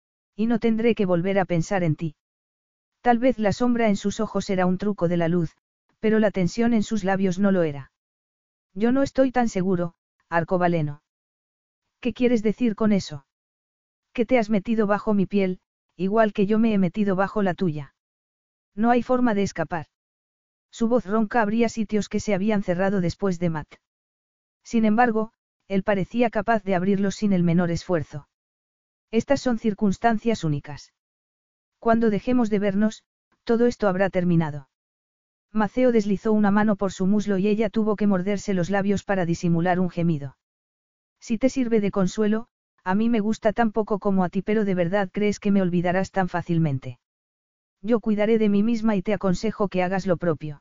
Y no tendré que volver a pensar en ti. Tal vez la sombra en sus ojos era un truco de la luz, pero la tensión en sus labios no lo era. Yo no estoy tan seguro, Arcobaleno. ¿Qué quieres decir con eso? Que te has metido bajo mi piel, igual que yo me he metido bajo la tuya. No hay forma de escapar. Su voz ronca abría sitios que se habían cerrado después de Matt. Sin embargo, él parecía capaz de abrirlos sin el menor esfuerzo. Estas son circunstancias únicas. Cuando dejemos de vernos, todo esto habrá terminado. Maceo deslizó una mano por su muslo y ella tuvo que morderse los labios para disimular un gemido. Si te sirve de consuelo, a mí me gusta tan poco como a ti, pero ¿de verdad crees que me olvidarás tan fácilmente? Yo cuidaré de mí misma y te aconsejo que hagas lo propio.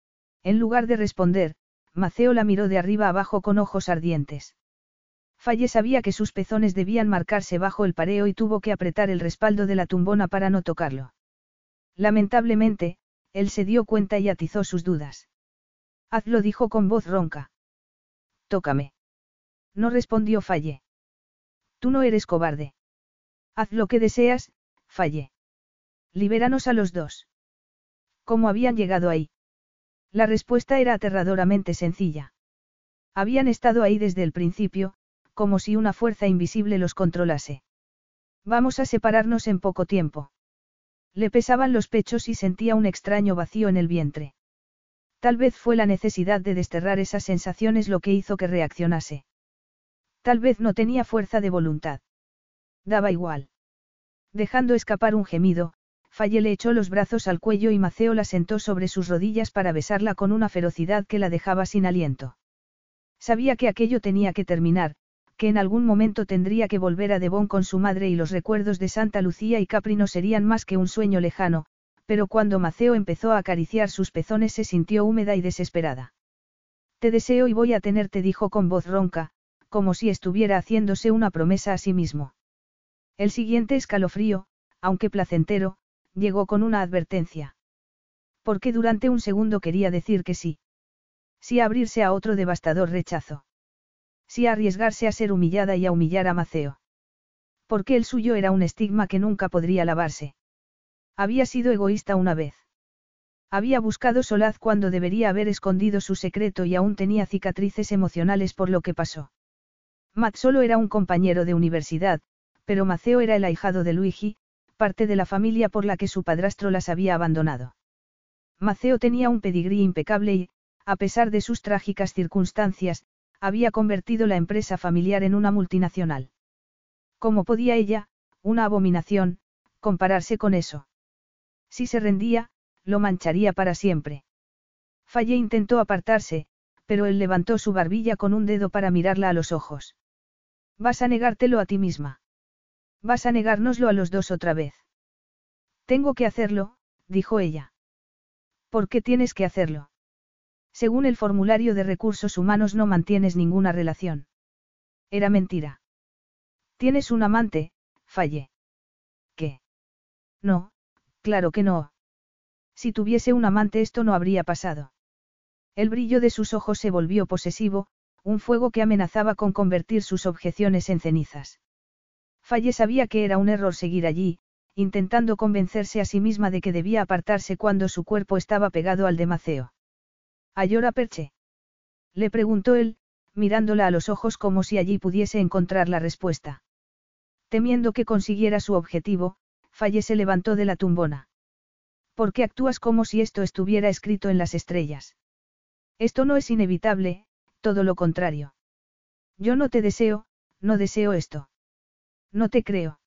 En lugar de responder, Maceo la miró de arriba abajo con ojos ardientes. Faye sabía que sus pezones debían marcarse bajo el pareo y tuvo que apretar el respaldo de la tumbona para no tocarlo. Lamentablemente, él se dio cuenta y atizó sus dudas. Hazlo, dijo con voz ronca. Tócame. No respondió Faye. Tú no eres cobarde. Haz lo que deseas, Faye. Libéranos a los dos. ¿Cómo habían llegado ahí? La respuesta era aterradoramente sencilla. Habían estado ahí desde el principio, como si una fuerza invisible los controlase. Vamos a separarnos en poco tiempo. Le pesaban los pechos y sentía un extraño vacío en el vientre. Tal vez fue la necesidad de desterrar esas sensaciones lo que hizo que reaccionase. Tal vez no tenía fuerza de voluntad. Daba igual. Dejando escapar un gemido, Faye le echó los brazos al cuello y Maceo la sentó sobre sus rodillas para besarla con una ferocidad que la dejaba sin aliento. Sabía que aquello tenía que terminar, que en algún momento tendría que volver a Devon con su madre y los recuerdos de Santa Lucía y Capri no serían más que un sueño lejano, pero cuando Maceo empezó a acariciar sus pezones se sintió húmeda y desesperada. Te deseo y voy a tenerte, dijo con voz ronca, como si estuviera haciéndose una promesa a sí mismo. El siguiente escalofrío, aunque placentero, llegó con una advertencia. Porque durante un segundo quería decir que sí. Sí a abrirse a otro devastador rechazo. Sí a arriesgarse a ser humillada y a humillar a Maceo. Porque el suyo era un estigma que nunca podría lavarse. Había sido egoísta una vez. Había buscado solaz cuando debería haber escondido su secreto y aún tenía cicatrices emocionales por lo que pasó. Matt solo era un compañero de universidad, pero Maceo era el ahijado de Luigi, parte de la familia por la que su padrastro las había abandonado. Maceo tenía un pedigrí impecable y, a pesar de sus trágicas circunstancias, había convertido la empresa familiar en una multinacional. ¿Cómo podía ella, una abominación, compararse con eso? Si se rendía, lo mancharía para siempre. Faye intentó apartarse, pero él levantó su barbilla con un dedo para mirarla a los ojos. ¿Vas a negártelo a ti misma? ¿Vas a negárnoslo a los dos otra vez? Tengo que hacerlo, dijo ella. ¿Por qué tienes que hacerlo? Según el formulario de recursos humanos no mantienes ninguna relación. Era mentira. Tienes un amante, Faye. ¿Qué? No, claro que no. Si tuviese un amante esto no habría pasado. El brillo de sus ojos se volvió posesivo, un fuego que amenazaba con convertir sus objeciones en cenizas. Faye sabía que era un error seguir allí, intentando convencerse a sí misma de que debía apartarse cuando su cuerpo estaba pegado al de Maceo. ¿Ayora Perche? Le preguntó él, mirándola a los ojos como si allí pudiese encontrar la respuesta. Temiendo que consiguiera su objetivo, Faye se levantó de la tumbona. ¿Por qué actúas como si esto estuviera escrito en las estrellas? Esto no es inevitable, todo lo contrario. Yo no te deseo, no deseo esto. No te creo.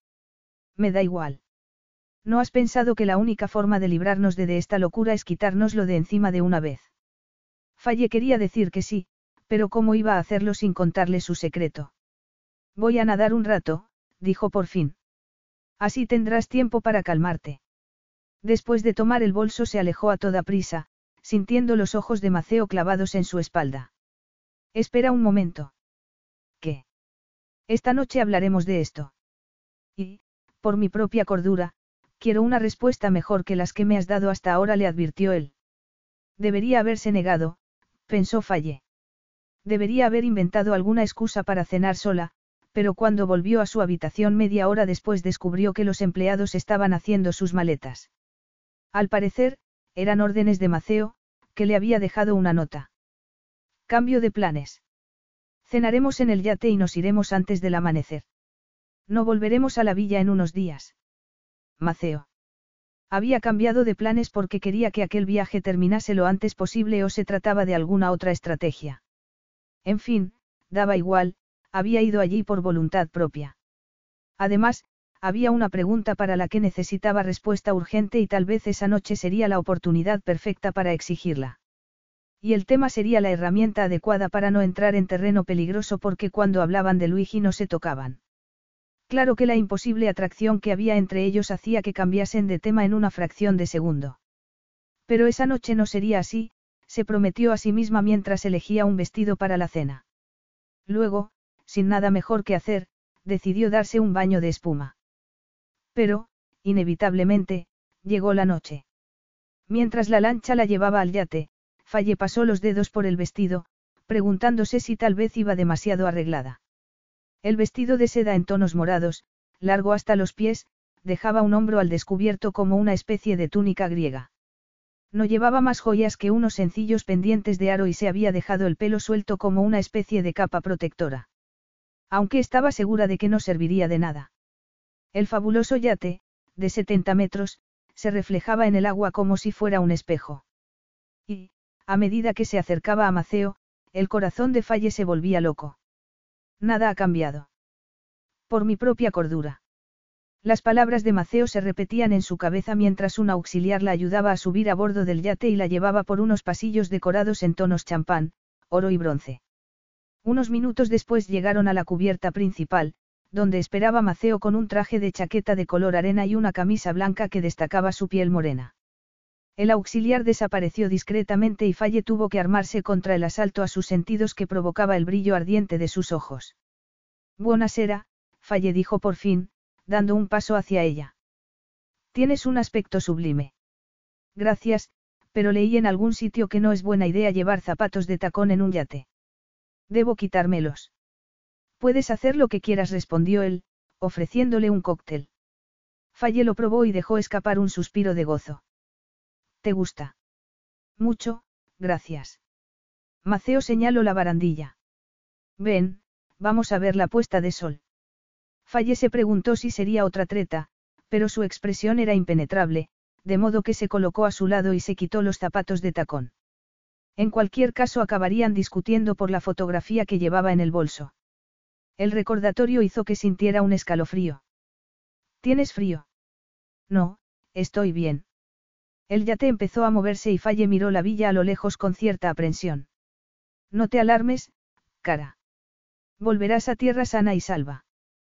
Me da igual. ¿No has pensado que la única forma de librarnos de, de esta locura es quitárnoslo de encima de una vez? Faye quería decir que sí, pero ¿cómo iba a hacerlo sin contarle su secreto? Voy a nadar un rato, dijo por fin. Así tendrás tiempo para calmarte. Después de tomar el bolso se alejó a toda prisa, sintiendo los ojos de Maceo clavados en su espalda. Espera un momento. ¿Qué? Esta noche hablaremos de esto. Y, por mi propia cordura, quiero una respuesta mejor que las que me has dado hasta ahora, le advirtió él. Debería haberse negado, pensó Faye. Debería haber inventado alguna excusa para cenar sola, pero cuando volvió a su habitación media hora después descubrió que los empleados estaban haciendo sus maletas. Al parecer, eran órdenes de Maceo, que le había dejado una nota. Cambio de planes. Cenaremos en el yate y nos iremos antes del amanecer. No volveremos a la villa en unos días. Maceo. Había cambiado de planes porque quería que aquel viaje terminase lo antes posible o se trataba de alguna otra estrategia. En fin, daba igual, había ido allí por voluntad propia. Además, había una pregunta para la que necesitaba respuesta urgente y tal vez esa noche sería la oportunidad perfecta para exigirla. Y el tema sería la herramienta adecuada para no entrar en terreno peligroso porque cuando hablaban de Luigi no se tocaban. Claro que la imposible atracción que había entre ellos hacía que cambiasen de tema en una fracción de segundo. Pero esa noche no sería así, se prometió a sí misma mientras elegía un vestido para la cena. Luego, sin nada mejor que hacer, decidió darse un baño de espuma. Pero, inevitablemente, llegó la noche. Mientras la lancha la llevaba al yate, Faye pasó los dedos por el vestido, preguntándose si tal vez iba demasiado arreglada. El vestido de seda en tonos morados, largo hasta los pies, dejaba un hombro al descubierto como una especie de túnica griega. No llevaba más joyas que unos sencillos pendientes de aro y se había dejado el pelo suelto como una especie de capa protectora. Aunque estaba segura de que no serviría de nada. El fabuloso yate, de setenta metros, se reflejaba en el agua como si fuera un espejo. Y, a medida que se acercaba a Maceo, el corazón de Faye se volvía loco. Nada ha cambiado. Por mi propia cordura. Las palabras de Maceo se repetían en su cabeza mientras un auxiliar la ayudaba a subir a bordo del yate y la llevaba por unos pasillos decorados en tonos champán, oro y bronce. Unos minutos después llegaron a la cubierta principal, donde esperaba Maceo con un traje de chaqueta de color arena y una camisa blanca que destacaba su piel morena. El auxiliar desapareció discretamente y Faye tuvo que armarse contra el asalto a sus sentidos que provocaba el brillo ardiente de sus ojos. Buonasera, Faye dijo por fin, dando un paso hacia ella. Tienes un aspecto sublime. Gracias, pero leí en algún sitio que no es buena idea llevar zapatos de tacón en un yate. Debo quitármelos. Puedes hacer lo que quieras, respondió él, ofreciéndole un cóctel. Faye lo probó y dejó escapar un suspiro de gozo. ¿Te gusta? Mucho, gracias. Maceo señaló la barandilla. Ven, vamos a ver la puesta de sol. Faye se preguntó si sería otra treta, pero su expresión era impenetrable, de modo que se colocó a su lado y se quitó los zapatos de tacón. En cualquier caso acabarían discutiendo por la fotografía que llevaba en el bolso. El recordatorio hizo que sintiera un escalofrío. ¿Tienes frío? No, estoy bien. El yate empezó a moverse y Faye miró la villa a lo lejos con cierta aprensión. No te alarmes, cara. Volverás a tierra sana y salva.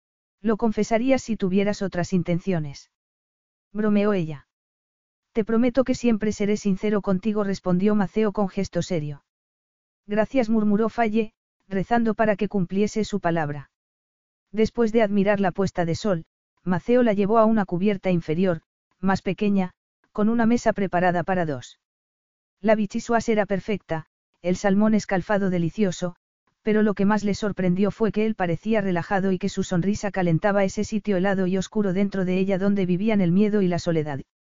Lo confesarías si tuvieras otras intenciones. Bromeó ella. Te prometo que siempre seré sincero contigo, respondió Maceo con gesto serio. Gracias, murmuró Faye, rezando para que cumpliese su palabra. Después de admirar la puesta de sol, Maceo la llevó a una cubierta inferior, más pequeña, con una mesa preparada para dos. La bichisuas era perfecta, el salmón escalfado delicioso, pero lo que más le sorprendió fue que él parecía relajado y que su sonrisa calentaba ese sitio helado y oscuro dentro de ella donde vivían el miedo y la soledad.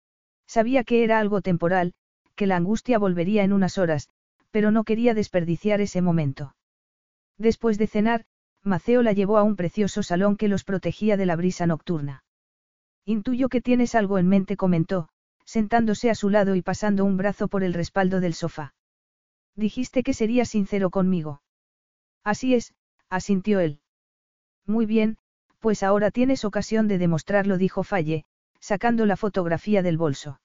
Sabía que era algo temporal, que la angustia volvería en unas horas, pero no quería desperdiciar ese momento. Después de cenar, Maceo la llevó a un precioso salón que los protegía de la brisa nocturna. Intuyo que tienes algo en mente, comentó, sentándose a su lado y pasando un brazo por el respaldo del sofá. Dijiste que serías sincero conmigo. Así es, asintió él. Muy bien, pues ahora tienes ocasión de demostrarlo, dijo Faye, sacando la fotografía del bolso.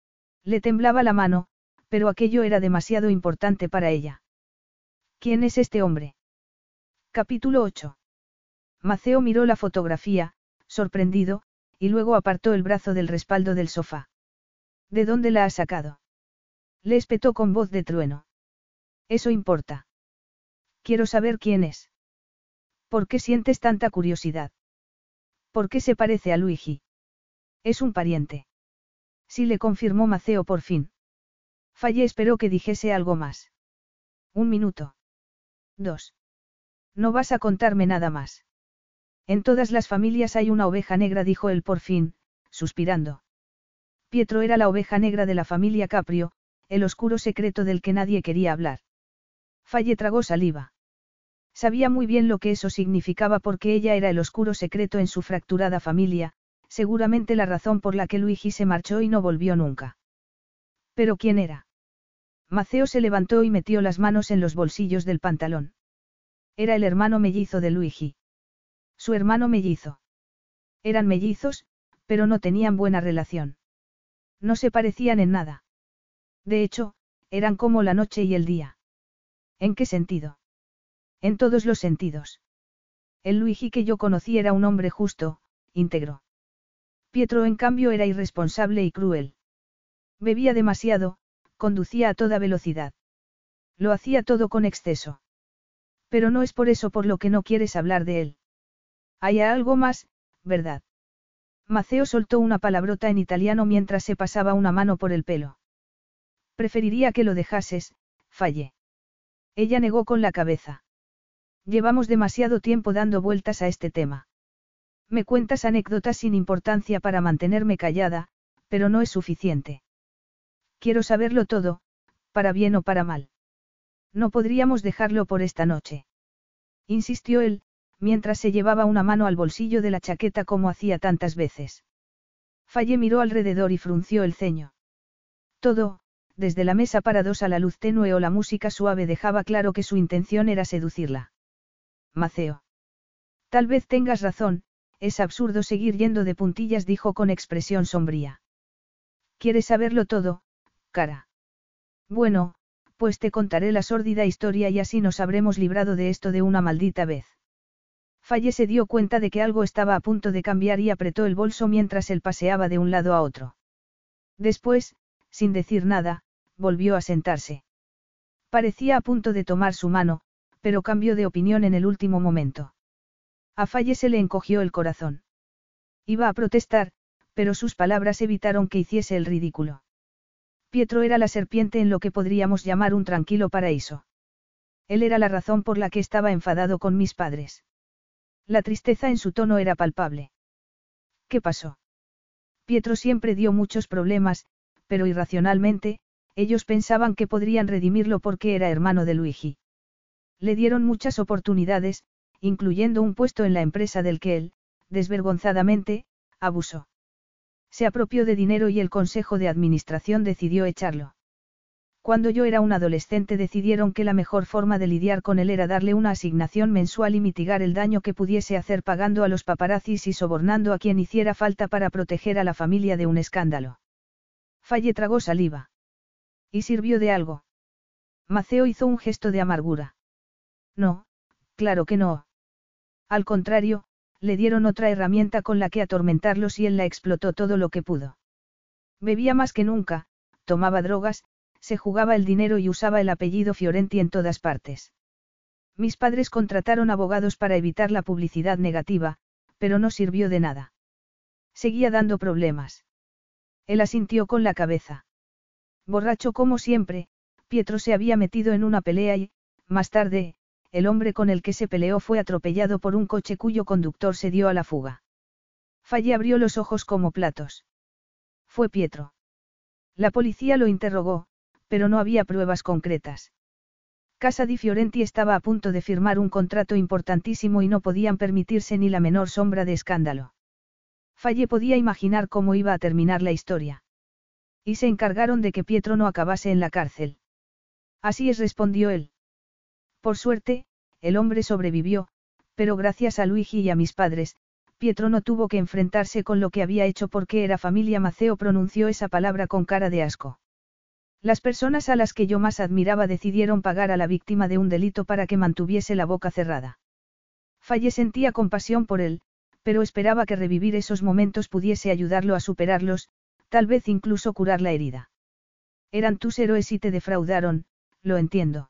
Le temblaba la mano, pero aquello era demasiado importante para ella. ¿Quién es este hombre? Capítulo ocho. Maceo miró la fotografía, sorprendido, y luego apartó el brazo del respaldo del sofá. ¿De dónde la has sacado? Le espetó con voz de trueno. Eso importa. Quiero saber quién es. ¿Por qué sientes tanta curiosidad? ¿Por qué se parece a Luigi? Es un pariente. Sí, le confirmó Maceo por fin. Faye esperó que dijese algo más. Un minuto. Dos. No vas a contarme nada más. En todas las familias hay una oveja negra, dijo él por fin, suspirando. Pietro era la oveja negra de la familia Caprio, el oscuro secreto del que nadie quería hablar. Faye tragó saliva. Sabía muy bien lo que eso significaba porque ella era el oscuro secreto en su fracturada familia, seguramente la razón por la que Luigi se marchó y no volvió nunca. ¿Pero quién era? Maceo se levantó y metió las manos en los bolsillos del pantalón. Era el hermano mellizo de Luigi. Su hermano mellizo. Eran mellizos, pero no tenían buena relación. No se parecían en nada. De hecho, eran como la noche y el día. ¿En qué sentido? En todos los sentidos. El Luigi que yo conocí era un hombre justo, íntegro. Pietro, en cambio, era irresponsable y cruel. Bebía demasiado, conducía a toda velocidad. Lo hacía todo con exceso. Pero no es por eso por lo que no quieres hablar de él. Hay algo más, ¿verdad? Maceo soltó una palabrota en italiano mientras se pasaba una mano por el pelo. Preferiría que lo dejases, Faye. Ella negó con la cabeza. Llevamos demasiado tiempo dando vueltas a este tema. Me cuentas anécdotas sin importancia para mantenerme callada, pero no es suficiente. Quiero saberlo todo, para bien o para mal. No podríamos dejarlo por esta noche. Insistió él, mientras se llevaba una mano al bolsillo de la chaqueta como hacía tantas veces. Faye miró alrededor y frunció el ceño. Todo, desde la mesa para dos a la luz tenue o la música suave, dejaba claro que su intención era seducirla. Maceo. Tal vez tengas razón, es absurdo seguir yendo de puntillas, dijo con expresión sombría. ¿Quieres saberlo todo, cara? Bueno, pues te contaré la sórdida historia y así nos habremos librado de esto de una maldita vez. Faye se dio cuenta de que algo estaba a punto de cambiar y apretó el bolso mientras él paseaba de un lado a otro. Después, sin decir nada, volvió a sentarse. Parecía a punto de tomar su mano, pero cambió de opinión en el último momento. A Faye se le encogió el corazón. Iba a protestar, pero sus palabras evitaron que hiciese el ridículo. Pietro era la serpiente en lo que podríamos llamar un tranquilo paraíso. Él era la razón por la que estaba enfadado con mis padres. La tristeza en su tono era palpable. ¿Qué pasó? Pietro siempre dio muchos problemas, pero irracionalmente, ellos pensaban que podrían redimirlo porque era hermano de Luigi. Le dieron muchas oportunidades, incluyendo un puesto en la empresa del que él, desvergonzadamente, abusó. Se apropió de dinero y el consejo de administración decidió echarlo. Cuando yo era un adolescente decidieron que la mejor forma de lidiar con él era darle una asignación mensual y mitigar el daño que pudiese hacer pagando a los paparazzis y sobornando a quien hiciera falta para proteger a la familia de un escándalo. Faye tragó saliva. ¿Y sirvió de algo? Maceo hizo un gesto de amargura. No, claro que no. Al contrario, le dieron otra herramienta con la que atormentarlos y él la explotó todo lo que pudo. Bebía más que nunca, tomaba drogas, se jugaba el dinero y usaba el apellido Fiorenti en todas partes. Mis padres contrataron abogados para evitar la publicidad negativa, pero no sirvió de nada. Seguía dando problemas. Él asintió con la cabeza. Borracho como siempre, Pietro se había metido en una pelea y, más tarde, el hombre con el que se peleó fue atropellado por un coche cuyo conductor se dio a la fuga. Faye abrió los ojos como platos. Fue Pietro. La policía lo interrogó, pero no había pruebas concretas. Casa di Fiorenti estaba a punto de firmar un contrato importantísimo y no podían permitirse ni la menor sombra de escándalo. Faye podía imaginar cómo iba a terminar la historia. Y se encargaron de que Pietro no acabase en la cárcel. Así es, respondió él. Por suerte, el hombre sobrevivió, pero gracias a Luigi y a mis padres, Pietro no tuvo que enfrentarse con lo que había hecho porque era familia. Maceo pronunció esa palabra con cara de asco. Las personas a las que yo más admiraba decidieron pagar a la víctima de un delito para que mantuviese la boca cerrada. Faye sentía compasión por él, pero esperaba que revivir esos momentos pudiese ayudarlo a superarlos, tal vez incluso curar la herida. Eran tus héroes y te defraudaron, lo entiendo.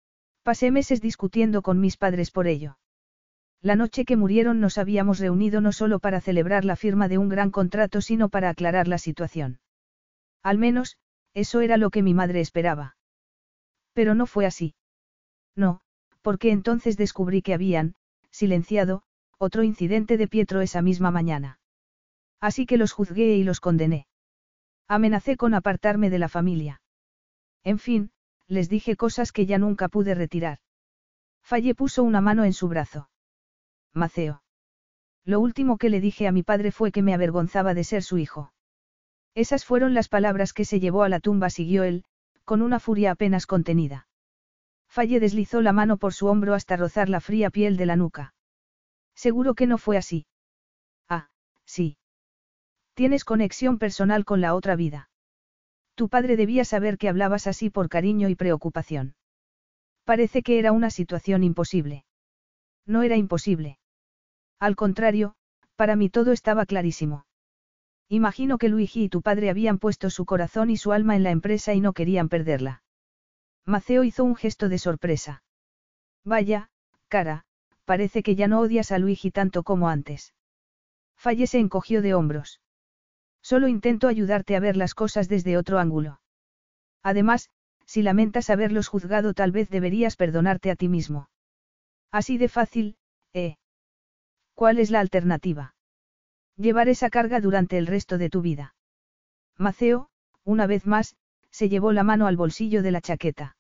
Pasé meses discutiendo con mis padres por ello. La noche que murieron nos habíamos reunido no solo para celebrar la firma de un gran contrato, sino para aclarar la situación. Al menos, eso era lo que mi madre esperaba. Pero no fue así. No, porque entonces descubrí que habían, silenciado, otro incidente de Pietro esa misma mañana. Así que los juzgué y los condené. Amenacé con apartarme de la familia. En fin, les dije cosas que ya nunca pude retirar. Faye puso una mano en su brazo. Maceo. Lo último que le dije a mi padre fue que me avergonzaba de ser su hijo. Esas fueron las palabras que se llevó a la tumba, siguió él, con una furia apenas contenida. Faye deslizó la mano por su hombro hasta rozar la fría piel de la nuca. Seguro que no fue así. Ah, sí. Tienes conexión personal con la otra vida. Tu padre debía saber que hablabas así por cariño y preocupación. Parece que era una situación imposible. No era imposible. Al contrario, para mí todo estaba clarísimo. Imagino que Luigi y tu padre habían puesto su corazón y su alma en la empresa y no querían perderla. Maceo hizo un gesto de sorpresa. Vaya, cara, parece que ya no odias a Luigi tanto como antes. Faye se encogió de hombros. Solo intento ayudarte a ver las cosas desde otro ángulo. Además, si lamentas haberlos juzgado, tal vez deberías perdonarte a ti mismo. Así de fácil, ¿eh? ¿Cuál es la alternativa? Llevar esa carga durante el resto de tu vida. Maceo, una vez más, se llevó la mano al bolsillo de la chaqueta.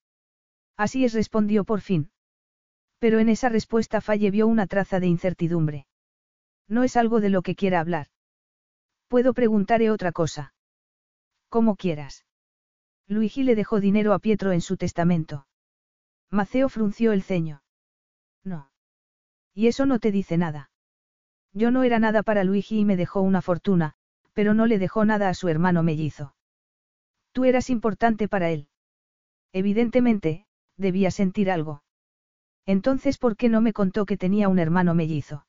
Así es, respondió por fin. Pero en esa respuesta Faye vio una traza de incertidumbre. No es algo de lo que quiera hablar. Puedo preguntarle otra cosa. Como quieras. Luigi le dejó dinero a Pietro en su testamento. Maceo frunció el ceño. No. Y eso no te dice nada. Yo no era nada para Luigi y me dejó una fortuna, pero no le dejó nada a su hermano mellizo. Tú eras importante para él. Evidentemente, debía sentir algo. Entonces, ¿por qué no me contó que tenía un hermano mellizo?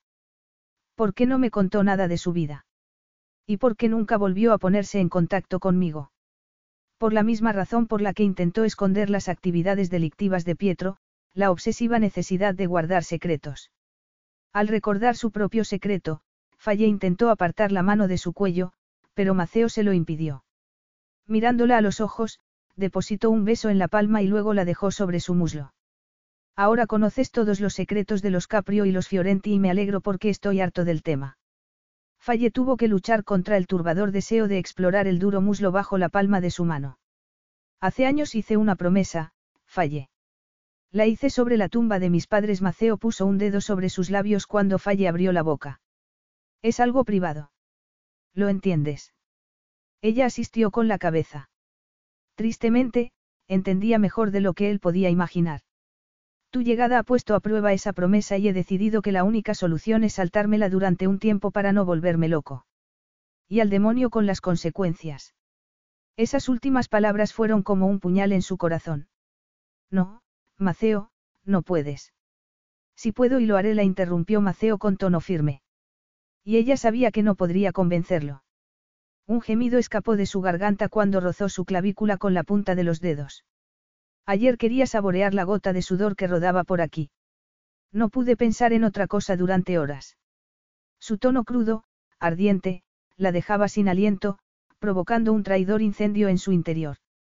¿Por qué no me contó nada de su vida? ¿Y por qué nunca volvió a ponerse en contacto conmigo? Por la misma razón por la que intentó esconder las actividades delictivas de Pietro, la obsesiva necesidad de guardar secretos. Al recordar su propio secreto, Faye intentó apartar la mano de su cuello, pero Maceo se lo impidió. Mirándola a los ojos, depositó un beso en la palma y luego la dejó sobre su muslo. Ahora conoces todos los secretos de los Caprio y los Fiorenti y me alegro porque estoy harto del tema. Faye tuvo que luchar contra el turbador deseo de explorar el duro muslo bajo la palma de su mano. Hace años hice una promesa, Faye. La hice sobre la tumba de mis padres. Maceo puso un dedo sobre sus labios cuando Faye abrió la boca. Es algo privado. ¿Lo entiendes? Ella asistió con la cabeza. Tristemente, entendía mejor de lo que él podía imaginar. Tu llegada ha puesto a prueba esa promesa y he decidido que la única solución es saltármela durante un tiempo para no volverme loco. Y al demonio con las consecuencias. Esas últimas palabras fueron como un puñal en su corazón. No, Maceo, no puedes. Si puedo y lo haré, la interrumpió Maceo con tono firme. Y ella sabía que no podría convencerlo. Un gemido escapó de su garganta cuando rozó su clavícula con la punta de los dedos. Ayer quería saborear la gota de sudor que rodaba por aquí. No pude pensar en otra cosa durante horas. Su tono crudo, ardiente, la dejaba sin aliento, provocando un traidor incendio en su interior.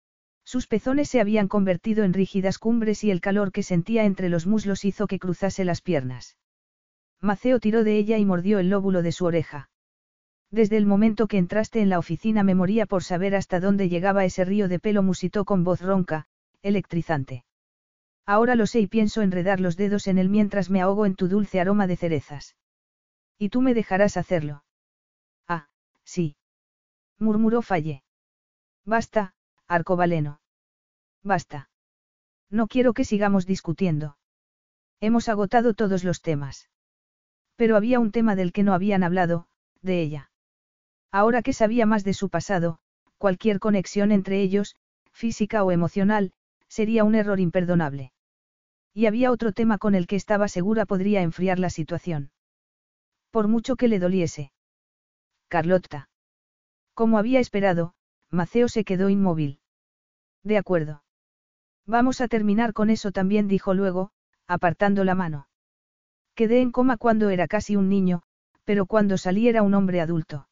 Sus pezones se habían convertido en rígidas cumbres y el calor que sentía entre los muslos hizo que cruzase las piernas. Maceo tiró de ella y mordió el lóbulo de su oreja. Desde el momento que entraste en la oficina me moría por saber hasta dónde llegaba ese río de pelo, musitó con voz ronca, electrizante. Ahora lo sé y pienso enredar los dedos en él mientras me ahogo en tu dulce aroma de cerezas. ¿Y tú me dejarás hacerlo? Ah, sí. Murmuró Faye. Basta, Arcobaleno. Basta. No quiero que sigamos discutiendo. Hemos agotado todos los temas. Pero había un tema del que no habían hablado, de ella. Ahora que sabía más de su pasado, cualquier conexión entre ellos, física o emocional, sería un error imperdonable. Y había otro tema con el que estaba segura podría enfriar la situación. Por mucho que le doliese. Carlotta. Como había esperado, Maceo se quedó inmóvil. De acuerdo. Vamos a terminar con eso también, dijo luego, apartando la mano. Quedé en coma cuando era casi un niño, pero cuando salí era un hombre adulto.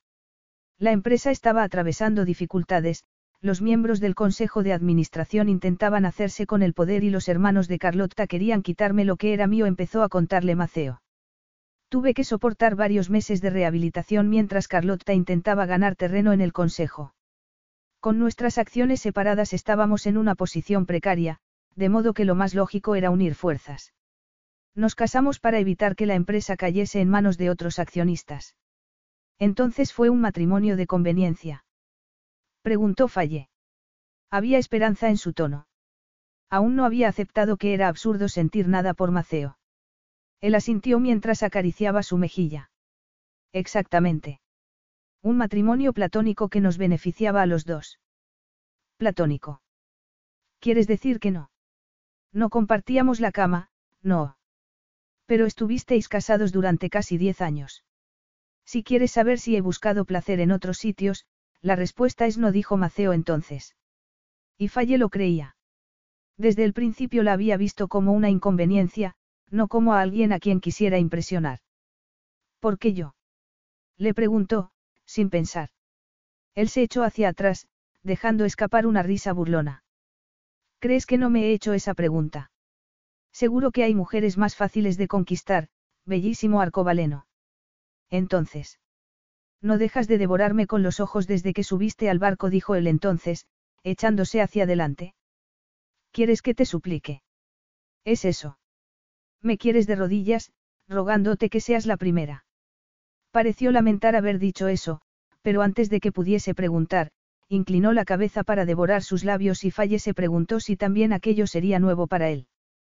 La empresa estaba atravesando dificultades, los miembros del Consejo de Administración intentaban hacerse con el poder y los hermanos de Carlotta querían quitarme lo que era mío, empezó a contarle Maceo. Tuve que soportar varios meses de rehabilitación mientras Carlotta intentaba ganar terreno en el Consejo. Con nuestras acciones separadas estábamos en una posición precaria, de modo que lo más lógico era unir fuerzas. Nos casamos para evitar que la empresa cayese en manos de otros accionistas. Entonces fue un matrimonio de conveniencia. Preguntó Faye. Había esperanza en su tono. Aún no había aceptado que era absurdo sentir nada por Maceo. Él asintió mientras acariciaba su mejilla. Exactamente. Un matrimonio platónico que nos beneficiaba a los dos. Platónico. ¿Quieres decir que no? No compartíamos la cama, no. Pero estuvisteis casados durante casi diez años. Si quieres saber si he buscado placer en otros sitios, la respuesta es no, dijo Maceo entonces. Y Faye lo creía. Desde el principio la había visto como una inconveniencia, no como a alguien a quien quisiera impresionar. ¿Por qué yo? Le preguntó, sin pensar. Él se echó hacia atrás, dejando escapar una risa burlona. ¿Crees que no me he hecho esa pregunta? Seguro que hay mujeres más fáciles de conquistar, bellísimo Arcobaleno. Entonces. No dejas de devorarme con los ojos desde que subiste al barco, dijo él entonces, echándose hacia adelante. ¿Quieres que te suplique? ¿Es eso? ¿Me quieres de rodillas, rogándote que seas la primera? Pareció lamentar haber dicho eso, pero antes de que pudiese preguntar, inclinó la cabeza para devorar sus labios y Faye se preguntó si también aquello sería nuevo para él.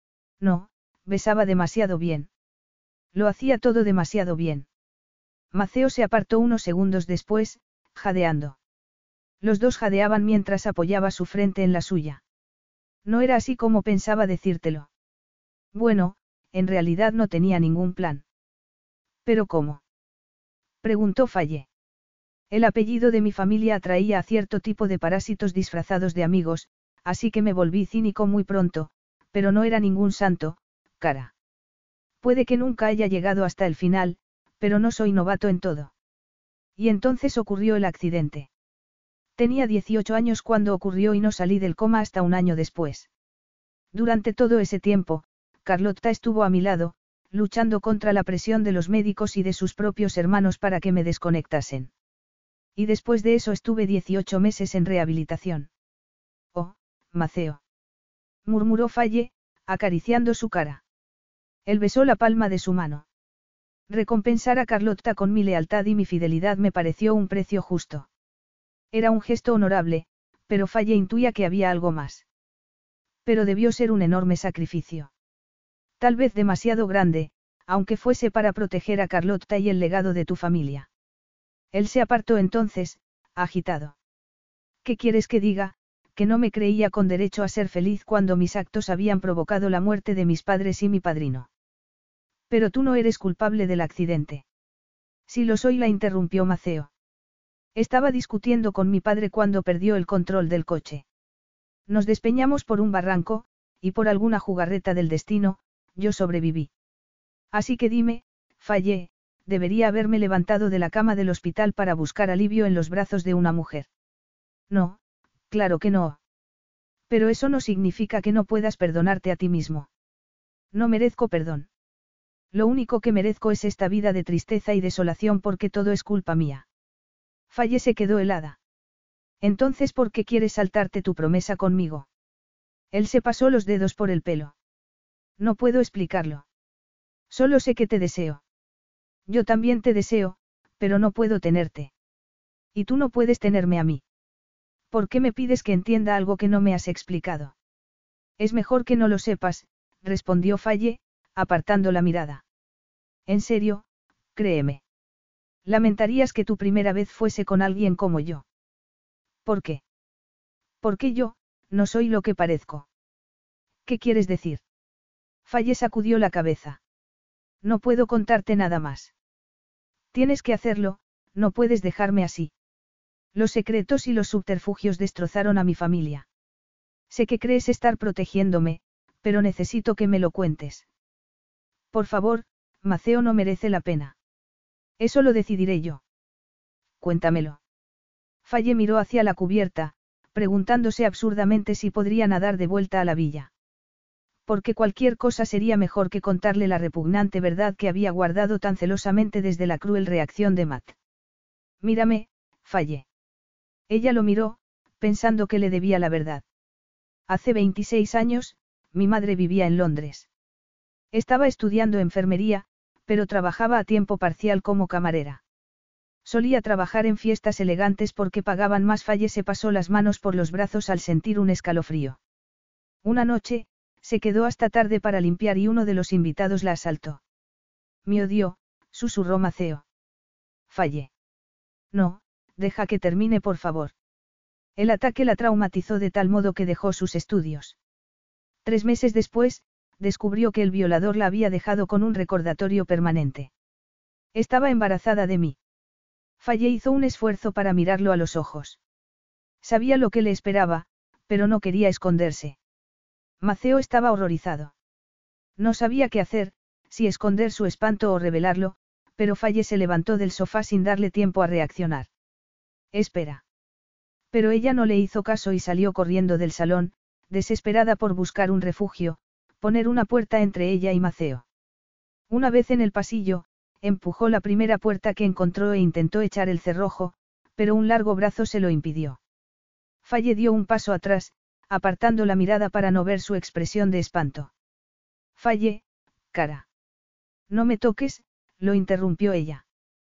No, besaba demasiado bien. Lo hacía todo demasiado bien. Maceo se apartó unos segundos después, jadeando. Los dos jadeaban mientras apoyaba su frente en la suya. No era así como pensaba decírtelo. Bueno, en realidad no tenía ningún plan. ¿Pero cómo? Preguntó Faye. El apellido de mi familia atraía a cierto tipo de parásitos disfrazados de amigos, así que me volví cínico muy pronto, pero no era ningún santo, cara. Puede que nunca haya llegado hasta el final, pero no soy novato en todo. Y entonces ocurrió el accidente. Tenía dieciocho años cuando ocurrió y no salí del coma hasta un año después. Durante todo ese tiempo, Carlotta estuvo a mi lado, luchando contra la presión de los médicos y de sus propios hermanos para que me desconectasen. Y después de eso estuve dieciocho meses en rehabilitación. Oh, Maceo. Murmuró Faye, acariciando su cara. Él besó la palma de su mano. Recompensar a Carlotta con mi lealtad y mi fidelidad me pareció un precio justo. Era un gesto honorable, pero Faye intuía que había algo más. Pero debió ser un enorme sacrificio. Tal vez demasiado grande, aunque fuese para proteger a Carlotta y el legado de tu familia. Él se apartó entonces, agitado. ¿Qué quieres que diga? Que no me creía con derecho a ser feliz cuando mis actos habían provocado la muerte de mis padres y mi padrino. Pero tú no eres culpable del accidente. Sí lo soy, la interrumpió Maceo. Estaba discutiendo con mi padre cuando perdió el control del coche. Nos despeñamos por un barranco, y por alguna jugarreta del destino, yo sobreviví. Así que dime, fallé, debería haberme levantado de la cama del hospital para buscar alivio en los brazos de una mujer. No, claro que no. Pero eso no significa que no puedas perdonarte a ti mismo. No merezco perdón. Lo único que merezco es esta vida de tristeza y desolación porque todo es culpa mía. Falle se quedó helada. Entonces, ¿por qué quieres saltarte tu promesa conmigo? Él se pasó los dedos por el pelo. No puedo explicarlo. Solo sé que te deseo. Yo también te deseo, pero no puedo tenerte. Y tú no puedes tenerme a mí. ¿Por qué me pides que entienda algo que no me has explicado? Es mejor que no lo sepas, respondió Falle, apartando la mirada. En serio, créeme. Lamentarías que tu primera vez fuese con alguien como yo. ¿Por qué? Porque yo, no soy lo que parezco. ¿Qué quieres decir? Falle sacudió la cabeza. No puedo contarte nada más. Tienes que hacerlo, no puedes dejarme así. Los secretos y los subterfugios destrozaron a mi familia. Sé que crees estar protegiéndome, pero necesito que me lo cuentes. Por favor, Maceo, no merece la pena. Eso lo decidiré yo. Cuéntamelo. Falle miró hacia la cubierta, preguntándose absurdamente si podría nadar de vuelta a la villa. Porque cualquier cosa sería mejor que contarle la repugnante verdad que había guardado tan celosamente desde la cruel reacción de Matt. Mírame, Falle. Ella lo miró, pensando que le debía la verdad. Hace veintiséis años, mi madre vivía en Londres. Estaba estudiando enfermería, pero trabajaba a tiempo parcial como camarera. Solía trabajar en fiestas elegantes porque pagaban más. Falle se pasó las manos por los brazos al sentir un escalofrío. Una noche, se quedó hasta tarde para limpiar y uno de los invitados la asaltó. Me odió, susurró Maceo. Falle. No, deja que termine, por favor. El ataque la traumatizó de tal modo que dejó sus estudios. Tres meses después, descubrió que el violador la había dejado con un recordatorio permanente. Estaba embarazada de mí. Falle hizo un esfuerzo para mirarlo a los ojos. Sabía lo que le esperaba, pero no quería esconderse. Maceo estaba horrorizado. No sabía qué hacer, si esconder su espanto o revelarlo, pero Falle se levantó del sofá sin darle tiempo a reaccionar. Espera. Pero ella no le hizo caso y salió corriendo del salón, desesperada por buscar un refugio, poner una puerta entre ella y Maceo. Una vez en el pasillo, empujó la primera puerta que encontró e intentó echar el cerrojo, pero un largo brazo se lo impidió. Falle dio un paso atrás, apartando la mirada para no ver su expresión de espanto. Falle, cara. No me toques, lo interrumpió ella.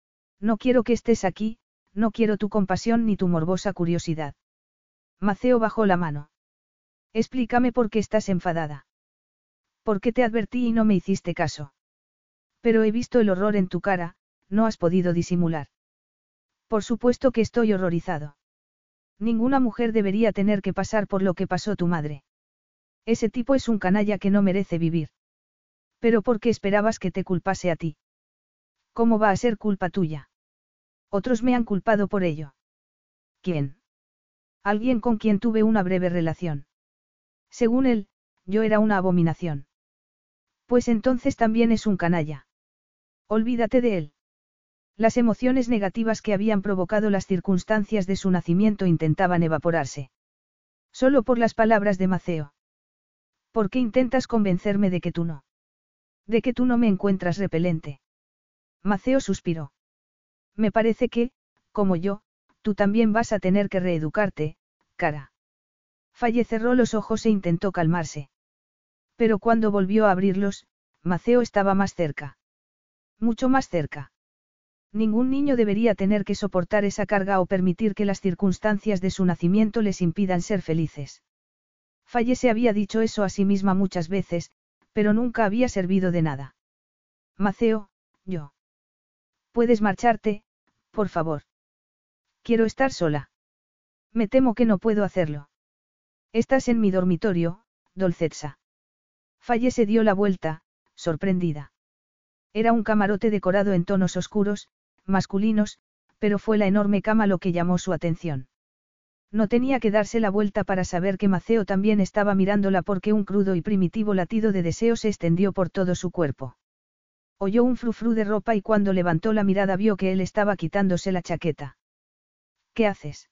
No quiero que estés aquí, no quiero tu compasión ni tu morbosa curiosidad. Maceo bajó la mano. Explícame por qué estás enfadada. ¿Por qué te advertí y no me hiciste caso? Pero he visto el horror en tu cara, no has podido disimular. Por supuesto que estoy horrorizado. Ninguna mujer debería tener que pasar por lo que pasó tu madre. Ese tipo es un canalla que no merece vivir. Pero ¿por qué esperabas que te culpase a ti? ¿Cómo va a ser culpa tuya? Otros me han culpado por ello. ¿Quién? Alguien con quien tuve una breve relación. Según él, yo era una abominación. Pues entonces también es un canalla. Olvídate de él. Las emociones negativas que habían provocado las circunstancias de su nacimiento intentaban evaporarse. Solo por las palabras de Maceo. ¿Por qué intentas convencerme de que tú no? De que tú no me encuentras repelente. Maceo suspiró. Me parece que, como yo, tú también vas a tener que reeducarte, cara. Falle cerró los ojos e intentó calmarse. Pero cuando volvió a abrirlos, Maceo estaba más cerca. Mucho más cerca. Ningún niño debería tener que soportar esa carga o permitir que las circunstancias de su nacimiento les impidan ser felices. Faye se había dicho eso a sí misma muchas veces, pero nunca había servido de nada. Maceo, yo. Puedes marcharte, por favor. Quiero estar sola. Me temo que no puedo hacerlo. Estás en mi dormitorio, Dolcetsa. Faye se dio la vuelta, sorprendida. Era un camarote decorado en tonos oscuros, masculinos, pero fue la enorme cama lo que llamó su atención. No tenía que darse la vuelta para saber que Maceo también estaba mirándola porque un crudo y primitivo latido de deseo se extendió por todo su cuerpo. Oyó un frufru de ropa y cuando levantó la mirada vio que él estaba quitándose la chaqueta. ¿Qué haces?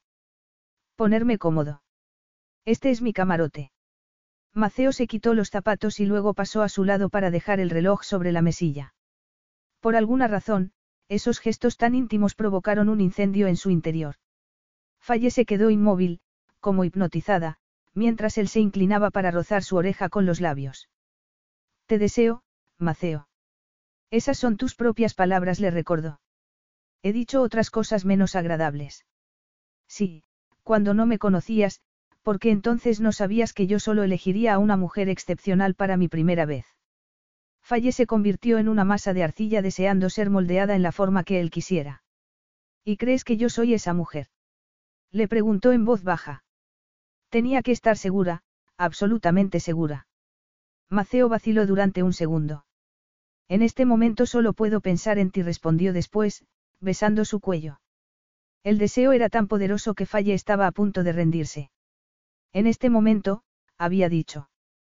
Ponerme cómodo. Este es mi camarote. Maceo se quitó los zapatos y luego pasó a su lado para dejar el reloj sobre la mesilla. Por alguna razón, esos gestos tan íntimos provocaron un incendio en su interior. Faye se quedó inmóvil, como hipnotizada, mientras él se inclinaba para rozar su oreja con los labios. Te deseo, Maceo. Esas son tus propias palabras, le recordó. He dicho otras cosas menos agradables. Sí, cuando no me conocías, porque entonces no sabías que yo solo elegiría a una mujer excepcional para mi primera vez. Faye se convirtió en una masa de arcilla deseando ser moldeada en la forma que él quisiera. ¿Y crees que yo soy esa mujer? Le preguntó en voz baja. Tenía que estar segura, absolutamente segura. Maceo vaciló durante un segundo. En este momento solo puedo pensar en ti, respondió después, besando su cuello. El deseo era tan poderoso que Faye estaba a punto de rendirse. En este momento, había dicho.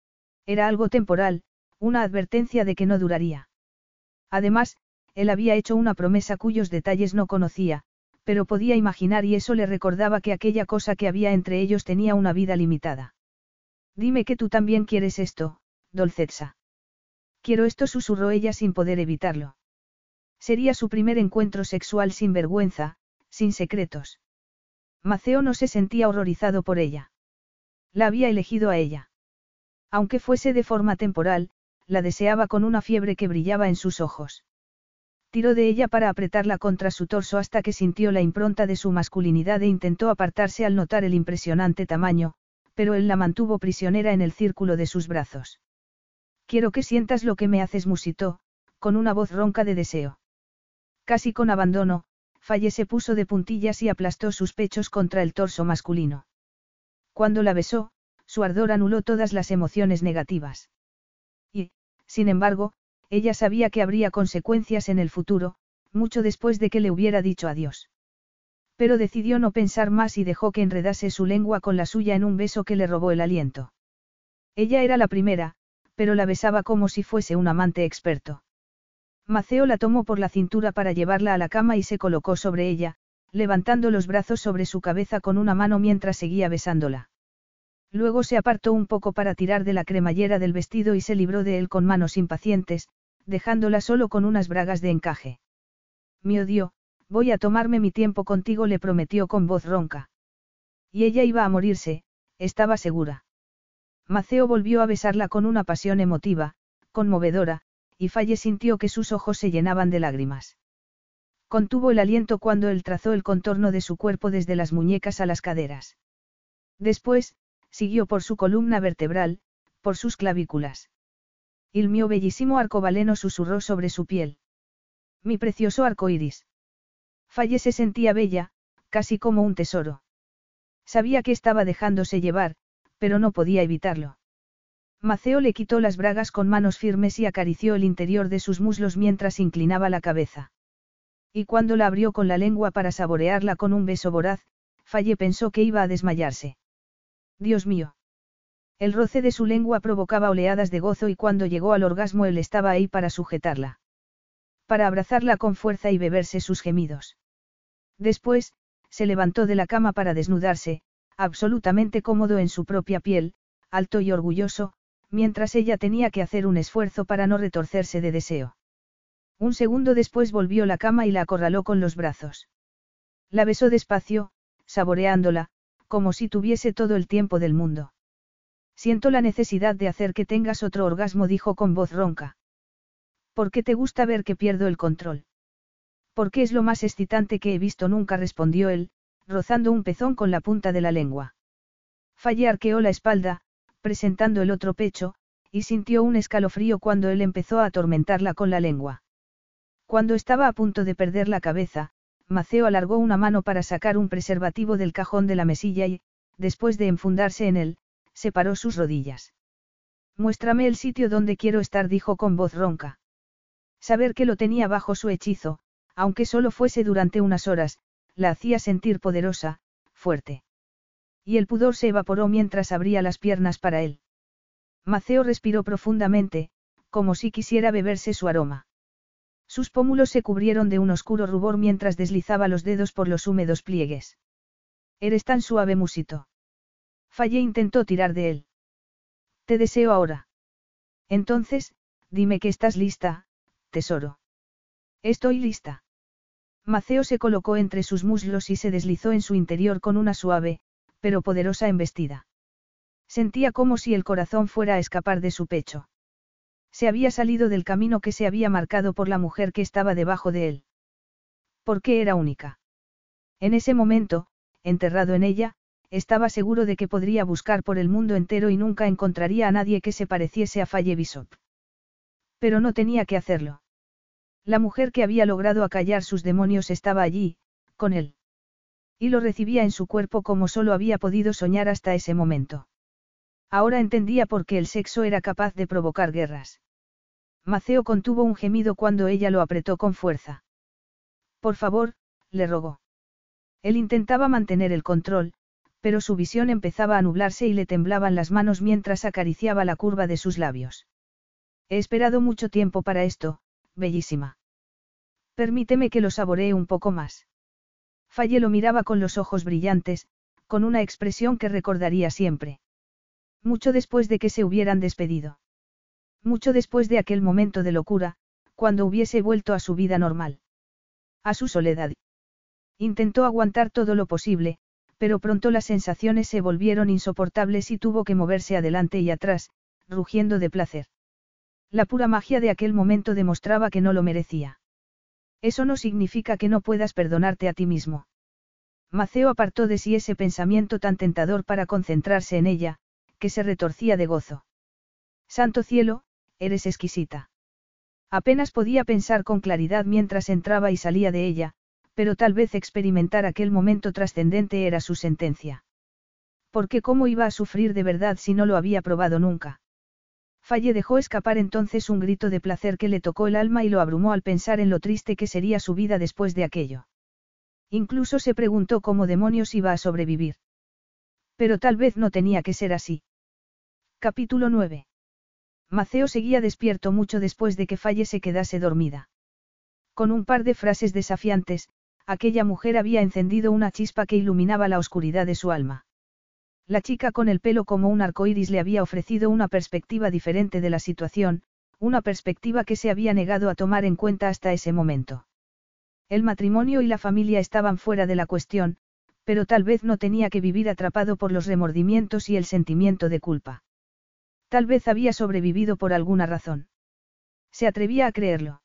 Era algo temporal, una advertencia de que no duraría. Además, él había hecho una promesa cuyos detalles no conocía, pero podía imaginar y eso le recordaba que aquella cosa que había entre ellos tenía una vida limitada. Dime que tú también quieres esto, Dolcetsa. Quiero esto, susurró ella sin poder evitarlo. Sería su primer encuentro sexual sin vergüenza, sin secretos. Maceo no se sentía horrorizado por ella. La había elegido a ella. Aunque fuese de forma temporal, la deseaba con una fiebre que brillaba en sus ojos. Tiró de ella para apretarla contra su torso hasta que sintió la impronta de su masculinidad e intentó apartarse al notar el impresionante tamaño, pero él la mantuvo prisionera en el círculo de sus brazos. Quiero que sientas lo que me haces, musitó, con una voz ronca de deseo. Casi con abandono, Faye se puso de puntillas y aplastó sus pechos contra el torso masculino. Cuando la besó, su ardor anuló todas las emociones negativas. Y, sin embargo, ella sabía que habría consecuencias en el futuro, mucho después de que le hubiera dicho adiós. Pero decidió no pensar más y dejó que enredase su lengua con la suya en un beso que le robó el aliento. Ella era la primera, pero la besaba como si fuese un amante experto. Maceo la tomó por la cintura para llevarla a la cama y se colocó sobre ella, levantando los brazos sobre su cabeza con una mano mientras seguía besándola. Luego se apartó un poco para tirar de la cremallera del vestido y se libró de él con manos impacientes, dejándola solo con unas bragas de encaje. Mi odio, voy a tomarme mi tiempo contigo, le prometió con voz ronca. Y ella iba a morirse, estaba segura. Maceo volvió a besarla con una pasión emotiva, conmovedora, y Faye sintió que sus ojos se llenaban de lágrimas. Contuvo el aliento cuando él trazó el contorno de su cuerpo desde las muñecas a las caderas. Después, siguió por su columna vertebral, por sus clavículas. Il mio bellísimo arcobaleno, susurró sobre su piel. Mi precioso arco iris. Faye se sentía bella, casi como un tesoro. Sabía que estaba dejándose llevar, pero no podía evitarlo. Maceo le quitó las bragas con manos firmes y acarició el interior de sus muslos mientras inclinaba la cabeza. Y cuando la abrió con la lengua para saborearla con un beso voraz, Faye pensó que iba a desmayarse. Dios mío. El roce de su lengua provocaba oleadas de gozo y cuando llegó al orgasmo él estaba ahí para sujetarla. Para abrazarla con fuerza y beberse sus gemidos. Después, se levantó de la cama para desnudarse, absolutamente cómodo en su propia piel, alto y orgulloso, mientras ella tenía que hacer un esfuerzo para no retorcerse de deseo. Un segundo después volvió a la cama y la acorraló con los brazos. La besó despacio, saboreándola, como si tuviese todo el tiempo del mundo. Siento la necesidad de hacer que tengas otro orgasmo, dijo con voz ronca. ¿Por qué te gusta ver que pierdo el control? Porque es lo más excitante que he visto nunca, respondió él, rozando un pezón con la punta de la lengua. Faye arqueó la espalda, presentando el otro pecho, y sintió un escalofrío cuando él empezó a atormentarla con la lengua. Cuando estaba a punto de perder la cabeza, Maceo alargó una mano para sacar un preservativo del cajón de la mesilla y, después de enfundarse en él, separó sus rodillas. Muéstrame el sitio donde quiero estar, dijo con voz ronca. Saber que lo tenía bajo su hechizo, aunque solo fuese durante unas horas, la hacía sentir poderosa, fuerte. Y el pudor se evaporó mientras abría las piernas para él. Maceo respiró profundamente, como si quisiera beberse su aroma. Sus pómulos se cubrieron de un oscuro rubor mientras deslizaba los dedos por los húmedos pliegues. Eres tan suave, musito. Faye intentó tirar de él. Te deseo ahora. Entonces, dime que estás lista, tesoro. Estoy lista. Maceo se colocó entre sus muslos y se deslizó en su interior con una suave, pero poderosa embestida. Sentía como si el corazón fuera a escapar de su pecho. Se había salido del camino que se había marcado por la mujer que estaba debajo de él. ¿Por qué era única? En ese momento, enterrado en ella, estaba seguro de que podría buscar por el mundo entero y nunca encontraría a nadie que se pareciese a Faye Bishop. Pero no tenía que hacerlo. La mujer que había logrado acallar sus demonios estaba allí, con él. Y lo recibía en su cuerpo como solo había podido soñar hasta ese momento. Ahora entendía por qué el sexo era capaz de provocar guerras. Maceo contuvo un gemido cuando ella lo apretó con fuerza. Por favor, le rogó. Él intentaba mantener el control, pero su visión empezaba a nublarse y le temblaban las manos mientras acariciaba la curva de sus labios. He esperado mucho tiempo para esto, bellísima. Permíteme que lo saboree un poco más. Faye lo miraba con los ojos brillantes, con una expresión que recordaría siempre. Mucho después de que se hubieran despedido. Mucho después de aquel momento de locura, cuando hubiese vuelto a su vida normal. A su soledad. Intentó aguantar todo lo posible, pero pronto las sensaciones se volvieron insoportables y tuvo que moverse adelante y atrás, rugiendo de placer. La pura magia de aquel momento demostraba que no lo merecía. Eso no significa que no puedas perdonarte a ti mismo. Maceo apartó de sí ese pensamiento tan tentador para concentrarse en ella, que se retorcía de gozo. Santo cielo, eres exquisita. Apenas podía pensar con claridad mientras entraba y salía de ella, pero tal vez experimentar aquel momento trascendente era su sentencia. Porque cómo iba a sufrir de verdad si no lo había probado nunca. Faye dejó escapar entonces un grito de placer que le tocó el alma y lo abrumó al pensar en lo triste que sería su vida después de aquello. Incluso se preguntó cómo demonios iba a sobrevivir. Pero tal vez no tenía que ser así. Capítulo nueve. Maceo seguía despierto mucho después de que Faye se quedase dormida. Con un par de frases desafiantes, aquella mujer había encendido una chispa que iluminaba la oscuridad de su alma. La chica con el pelo como un arcoíris le había ofrecido una perspectiva diferente de la situación, una perspectiva que se había negado a tomar en cuenta hasta ese momento. El matrimonio y la familia estaban fuera de la cuestión, pero tal vez no tenía que vivir atrapado por los remordimientos y el sentimiento de culpa. Tal vez había sobrevivido por alguna razón. Se atrevía a creerlo.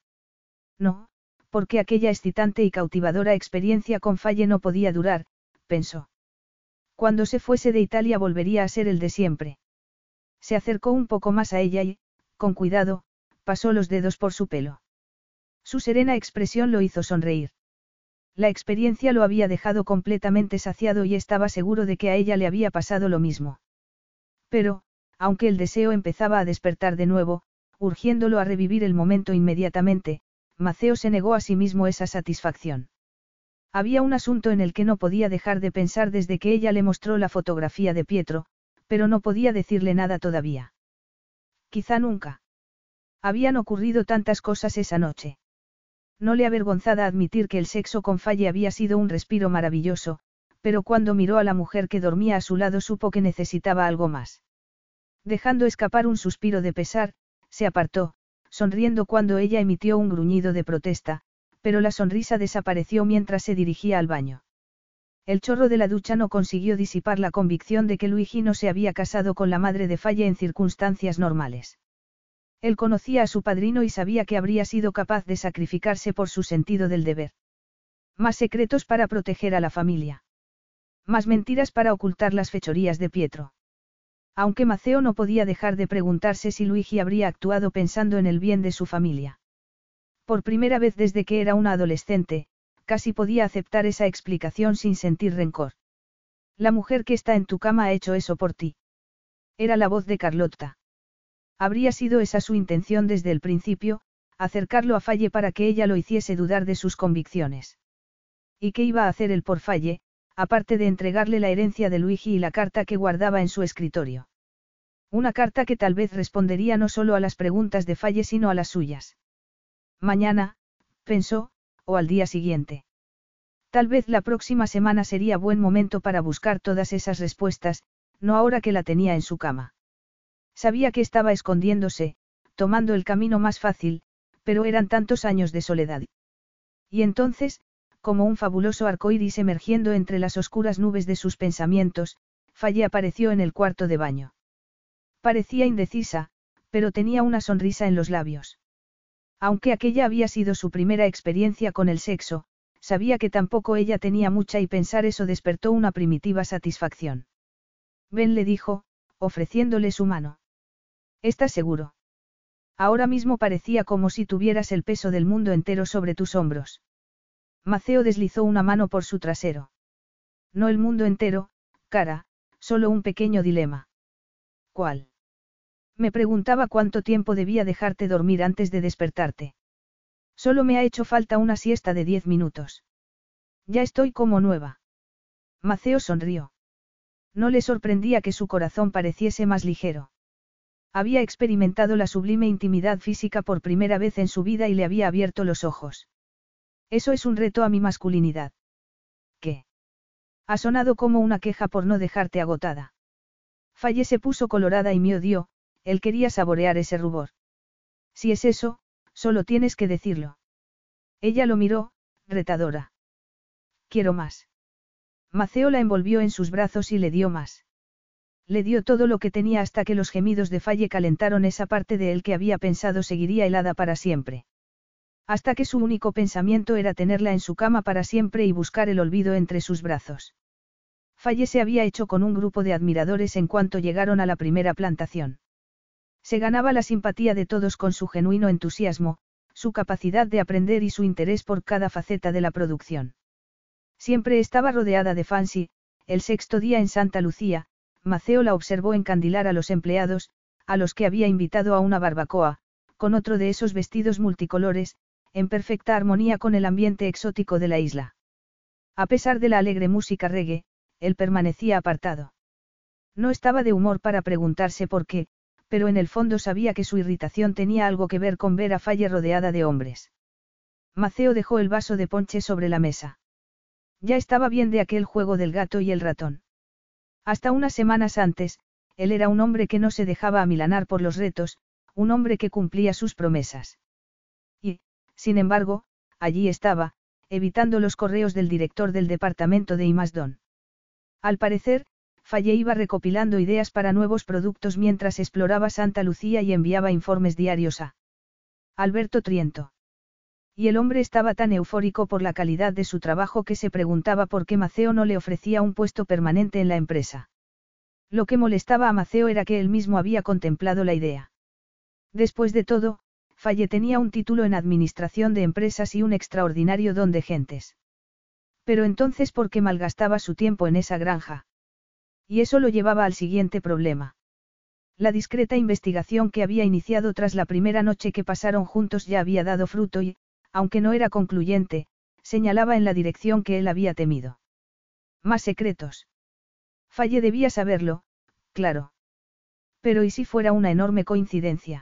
No, porque aquella excitante y cautivadora experiencia con Faye no podía durar, pensó. Cuando se fuese de Italia volvería a ser el de siempre. Se acercó un poco más a ella y, con cuidado, pasó los dedos por su pelo. Su serena expresión lo hizo sonreír. La experiencia lo había dejado completamente saciado y estaba seguro de que a ella le había pasado lo mismo. Pero, aunque el deseo empezaba a despertar de nuevo, urgiéndolo a revivir el momento inmediatamente, Maceo se negó a sí mismo esa satisfacción. Había un asunto en el que no podía dejar de pensar desde que ella le mostró la fotografía de Pietro, pero no podía decirle nada todavía. Quizá nunca. Habían ocurrido tantas cosas esa noche. No le avergonzaba admitir que el sexo con Faye había sido un respiro maravilloso, pero cuando miró a la mujer que dormía a su lado supo que necesitaba algo más. Dejando escapar un suspiro de pesar, se apartó, sonriendo cuando ella emitió un gruñido de protesta, pero la sonrisa desapareció mientras se dirigía al baño. El chorro de la ducha no consiguió disipar la convicción de que Luigi no se había casado con la madre de Faye en circunstancias normales. Él conocía a su padrino y sabía que habría sido capaz de sacrificarse por su sentido del deber. Más secretos para proteger a la familia. Más mentiras para ocultar las fechorías de Pietro. Aunque Maceo no podía dejar de preguntarse si Luigi habría actuado pensando en el bien de su familia. Por primera vez desde que era una adolescente, casi podía aceptar esa explicación sin sentir rencor. La mujer que está en tu cama ha hecho eso por ti. Era la voz de Carlotta. Habría sido esa su intención desde el principio, acercarlo a Faye para que ella lo hiciese dudar de sus convicciones. ¿Y qué iba a hacer él por Faye, aparte de entregarle la herencia de Luigi y la carta que guardaba en su escritorio? Una carta que tal vez respondería no solo a las preguntas de Faye sino a las suyas. Mañana, pensó, o al día siguiente. Tal vez la próxima semana sería buen momento para buscar todas esas respuestas, no ahora que la tenía en su cama. Sabía que estaba escondiéndose, tomando el camino más fácil, pero eran tantos años de soledad. Y entonces, como un fabuloso arcoíris emergiendo entre las oscuras nubes de sus pensamientos, Faye apareció en el cuarto de baño. Parecía indecisa, pero tenía una sonrisa en los labios. Aunque aquella había sido su primera experiencia con el sexo, sabía que tampoco ella tenía mucha y pensar eso despertó una primitiva satisfacción. Ven, le dijo, ofreciéndole su mano. ¿Estás seguro? Ahora mismo parecía como si tuvieras el peso del mundo entero sobre tus hombros. Maceo deslizó una mano por su trasero. No el mundo entero, cara, solo un pequeño dilema. ¿Cuál? Me preguntaba cuánto tiempo debía dejarte dormir antes de despertarte. Solo me ha hecho falta una siesta de diez minutos. Ya estoy como nueva. Maceo sonrió. No le sorprendía que su corazón pareciese más ligero. Había experimentado la sublime intimidad física por primera vez en su vida y le había abierto los ojos. Eso es un reto a mi masculinidad. ¿Qué? Ha sonado como una queja por no dejarte agotada. Faye se puso colorada y me odió, él quería saborear ese rubor. Si es eso, solo tienes que decirlo. Ella lo miró, retadora. Quiero más. Maceo la envolvió en sus brazos y le dio más. Le dio todo lo que tenía hasta que los gemidos de Faye calentaron esa parte de él que había pensado seguiría helada para siempre. Hasta que su único pensamiento era tenerla en su cama para siempre y buscar el olvido entre sus brazos. Faye se había hecho con un grupo de admiradores en cuanto llegaron a la primera plantación. Se ganaba la simpatía de todos con su genuino entusiasmo, su capacidad de aprender y su interés por cada faceta de la producción. Siempre estaba rodeada de fans y, el sexto día en Santa Lucía, Maceo la observó encandilar a los empleados, a los que había invitado a una barbacoa, con otro de esos vestidos multicolores, en perfecta armonía con el ambiente exótico de la isla. A pesar de la alegre música reggae, él permanecía apartado. No estaba de humor para preguntarse por qué, pero en el fondo sabía que su irritación tenía algo que ver con ver a Faye rodeada de hombres. Maceo dejó el vaso de ponche sobre la mesa. Ya estaba bien de aquel juego del gato y el ratón. Hasta unas semanas antes, él era un hombre que no se dejaba amilanar por los retos, un hombre que cumplía sus promesas. Y, sin embargo, allí estaba, evitando los correos del director del departamento de Imasdon. Al parecer, Faye iba recopilando ideas para nuevos productos mientras exploraba Santa Lucía y enviaba informes diarios a Alberto Triento. Y el hombre estaba tan eufórico por la calidad de su trabajo que se preguntaba por qué Maceo no le ofrecía un puesto permanente en la empresa. Lo que molestaba a Maceo era que él mismo había contemplado la idea. Después de todo, Faye tenía un título en administración de empresas y un extraordinario don de gentes. Pero entonces, ¿por qué malgastaba su tiempo en esa granja? Y eso lo llevaba al siguiente problema. La discreta investigación que había iniciado tras la primera noche que pasaron juntos ya había dado fruto y, aunque no era concluyente, señalaba en la dirección que él había temido. Más secretos. Faye debía saberlo, claro. Pero ¿y si fuera una enorme coincidencia?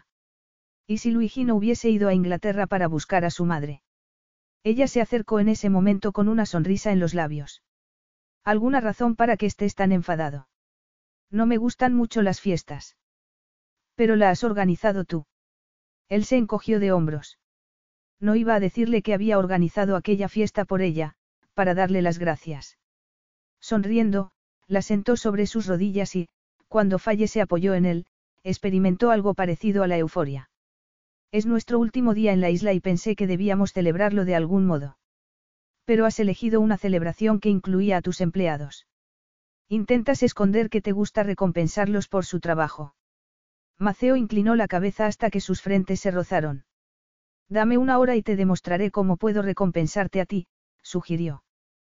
¿Y si Luigi no hubiese ido a Inglaterra para buscar a su madre? Ella se acercó en ese momento con una sonrisa en los labios. ¿Alguna razón para que estés tan enfadado? No me gustan mucho las fiestas. Pero la has organizado tú. Él se encogió de hombros. No iba a decirle que había organizado aquella fiesta por ella, para darle las gracias. Sonriendo, la sentó sobre sus rodillas y, cuando Faye se apoyó en él, experimentó algo parecido a la euforia. Es nuestro último día en la isla y pensé que debíamos celebrarlo de algún modo. Pero has elegido una celebración que incluía a tus empleados. Intentas esconder que te gusta recompensarlos por su trabajo. Maceo inclinó la cabeza hasta que sus frentes se rozaron. Dame una hora y te demostraré cómo puedo recompensarte a ti, sugirió.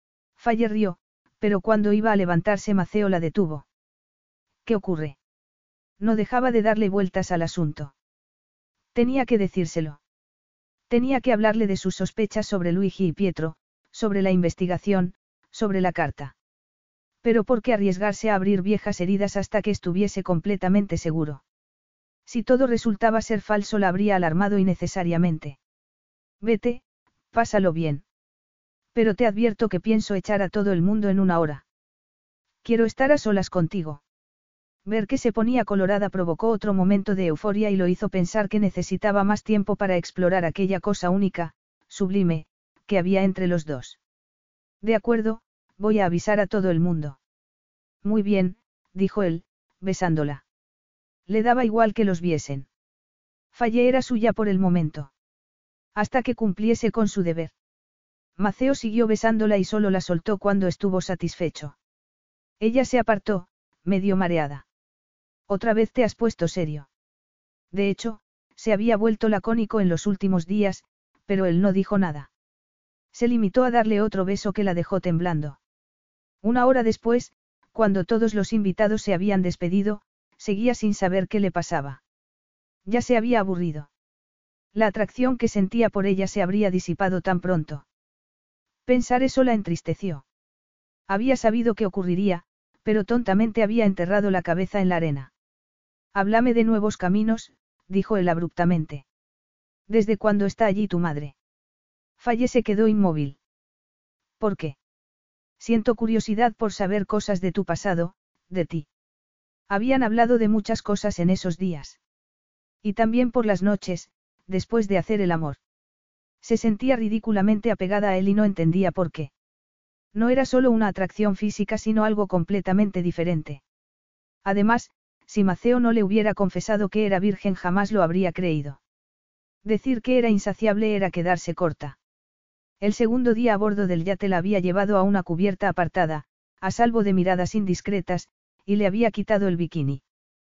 Faye rió, pero cuando iba a levantarse Maceo la detuvo. ¿Qué ocurre? No dejaba de darle vueltas al asunto. Tenía que decírselo. Tenía que hablarle de sus sospechas sobre Luigi y Pietro, sobre la investigación, sobre la carta. Pero ¿por qué arriesgarse a abrir viejas heridas hasta que estuviese completamente seguro? Si todo resultaba ser falso la habría alarmado innecesariamente. Vete, pásalo bien. Pero te advierto que pienso echar a todo el mundo en una hora. Quiero estar a solas contigo. Ver que se ponía colorada provocó otro momento de euforia y lo hizo pensar que necesitaba más tiempo para explorar aquella cosa única, sublime, que había entre los dos. De acuerdo, voy a avisar a todo el mundo. Muy bien, dijo él, besándola. Le daba igual que los viesen. Faye era suya por el momento. Hasta que cumpliese con su deber. Maceo siguió besándola y solo la soltó cuando estuvo satisfecho. Ella se apartó, medio mareada. Otra vez te has puesto serio. De hecho, se había vuelto lacónico en los últimos días, pero él no dijo nada. Se limitó a darle otro beso que la dejó temblando. Una hora después, cuando todos los invitados se habían despedido, seguía sin saber qué le pasaba. Ya se había aburrido. La atracción que sentía por ella se habría disipado tan pronto. Pensar eso la entristeció. Había sabido que ocurriría, pero tontamente había enterrado la cabeza en la arena. Háblame de nuevos caminos, dijo él abruptamente. ¿Desde cuándo está allí tu madre? Faye se quedó inmóvil. ¿Por qué? Siento curiosidad por saber cosas de tu pasado, de ti. Habían hablado de muchas cosas en esos días. Y también por las noches, después de hacer el amor. Se sentía ridículamente apegada a él y no entendía por qué. No era solo una atracción física sino algo completamente diferente. Además, si Maceo no le hubiera confesado que era virgen jamás lo habría creído. Decir que era insaciable era quedarse corta. El segundo día a bordo del yate la había llevado a una cubierta apartada, a salvo de miradas indiscretas, y le había quitado el bikini.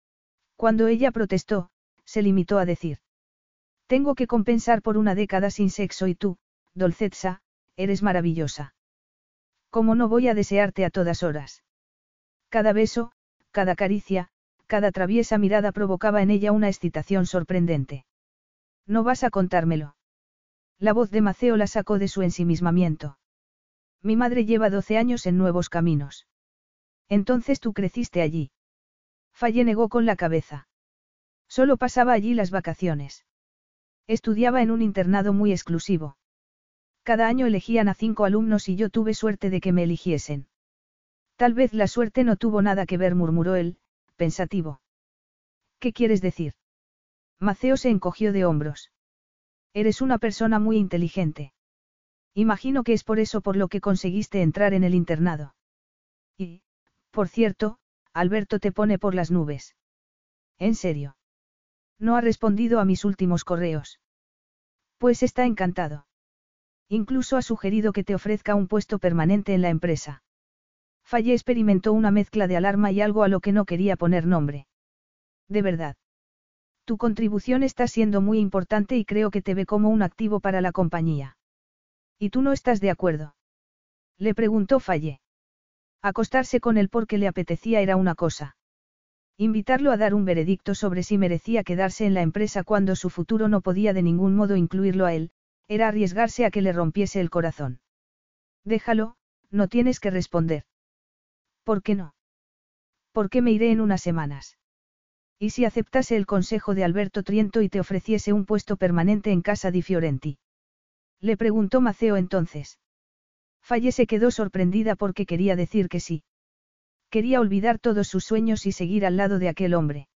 Cuando ella protestó, se limitó a decir: Tengo que compensar por una década sin sexo y tú, Dolcetsa, eres maravillosa. ¿Cómo no voy a desearte a todas horas? Cada beso, cada caricia, cada traviesa mirada provocaba en ella una excitación sorprendente. ¿No vas a contármelo? La voz de Maceo la sacó de su ensimismamiento. Mi madre lleva doce años en Nuevos Caminos. Entonces tú creciste allí. Faye negó con la cabeza. Solo pasaba allí las vacaciones. Estudiaba en un internado muy exclusivo. Cada año elegían a cinco alumnos y yo tuve suerte de que me eligiesen. Tal vez la suerte no tuvo nada que ver, murmuró él, pensativo. ¿Qué quieres decir? Maceo se encogió de hombros. Eres una persona muy inteligente. Imagino que es por eso por lo que conseguiste entrar en el internado. Y, por cierto, Alberto te pone por las nubes. ¿En serio? No ha respondido a mis últimos correos. Pues está encantado. Incluso ha sugerido que te ofrezca un puesto permanente en la empresa. Faye experimentó una mezcla de alarma y algo a lo que no quería poner nombre. De verdad. Tu contribución está siendo muy importante y creo que te ve como un activo para la compañía. ¿Y tú no estás de acuerdo? Le preguntó Faye. Acostarse con él porque le apetecía era una cosa. Invitarlo a dar un veredicto sobre si merecía quedarse en la empresa cuando su futuro no podía de ningún modo incluirlo a él, era arriesgarse a que le rompiese el corazón. Déjalo, no tienes que responder. ¿Por qué no? ¿Por qué me iré en unas semanas? ¿Y si aceptase el consejo de Alberto Triento y te ofreciese un puesto permanente en casa di Fiorenti? Le preguntó Maceo entonces. Faye se quedó sorprendida porque quería decir que sí. Quería olvidar todos sus sueños y seguir al lado de aquel hombre.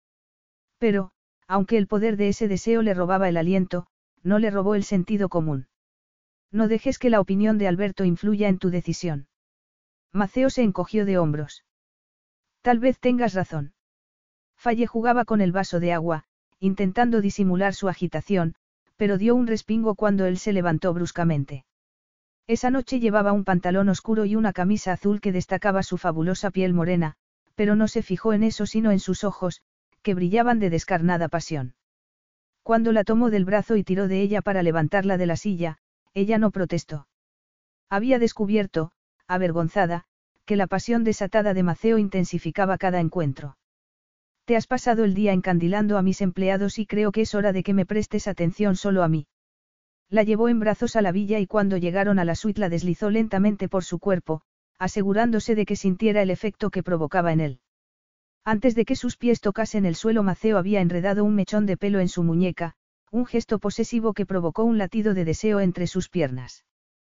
Pero, aunque el poder de ese deseo le robaba el aliento, no le robó el sentido común. No dejes que la opinión de Alberto influya en tu decisión. Maceo se encogió de hombros. Tal vez tengas razón. Faye jugaba con el vaso de agua, intentando disimular su agitación, pero dio un respingo cuando él se levantó bruscamente. Esa noche llevaba un pantalón oscuro y una camisa azul que destacaba su fabulosa piel morena, pero no se fijó en eso sino en sus ojos, que brillaban de descarnada pasión. Cuando la tomó del brazo y tiró de ella para levantarla de la silla, ella no protestó. Había descubierto, avergonzada, que la pasión desatada de Maceo intensificaba cada encuentro. Te has pasado el día encandilando a mis empleados y creo que es hora de que me prestes atención solo a mí. La llevó en brazos a la villa y cuando llegaron a la suite la deslizó lentamente por su cuerpo, asegurándose de que sintiera el efecto que provocaba en él. Antes de que sus pies tocasen el suelo, Maceo había enredado un mechón de pelo en su muñeca, un gesto posesivo que provocó un latido de deseo entre sus piernas.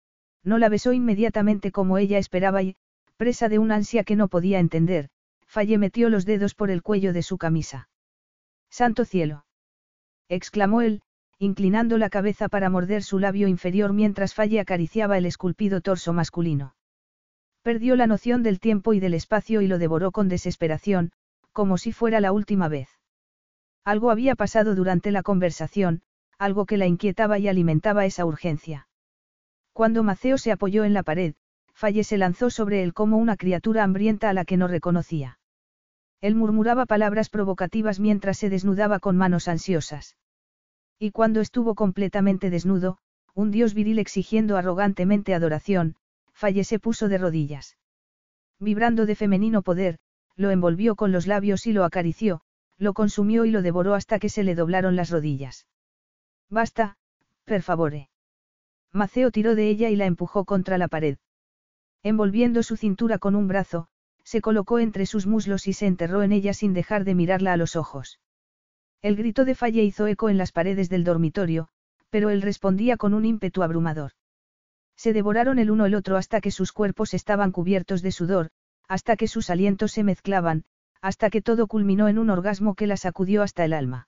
No la besó inmediatamente como ella esperaba y, presa de un ansia que no podía entender, Faye metió los dedos por el cuello de su camisa. ¡Santo cielo!, exclamó él, inclinando la cabeza para morder su labio inferior mientras Faye acariciaba el esculpido torso masculino. Perdió la noción del tiempo y del espacio y lo devoró con desesperación, como si fuera la última vez. Algo había pasado durante la conversación, algo que la inquietaba y alimentaba esa urgencia. Cuando Maceo se apoyó en la pared, Faye se lanzó sobre él como una criatura hambrienta a la que no reconocía. Él murmuraba palabras provocativas mientras se desnudaba con manos ansiosas. Y cuando estuvo completamente desnudo, un dios viril exigiendo arrogantemente adoración, Faye se puso de rodillas. Vibrando de femenino poder, lo envolvió con los labios y lo acarició, lo consumió y lo devoró hasta que se le doblaron las rodillas. Basta, per favore. Maceo tiró de ella y la empujó contra la pared. Envolviendo su cintura con un brazo, se colocó entre sus muslos y se enterró en ella sin dejar de mirarla a los ojos. El grito de Faye hizo eco en las paredes del dormitorio, pero él respondía con un ímpetu abrumador. Se devoraron el uno el otro hasta que sus cuerpos estaban cubiertos de sudor, hasta que sus alientos se mezclaban, hasta que todo culminó en un orgasmo que la sacudió hasta el alma.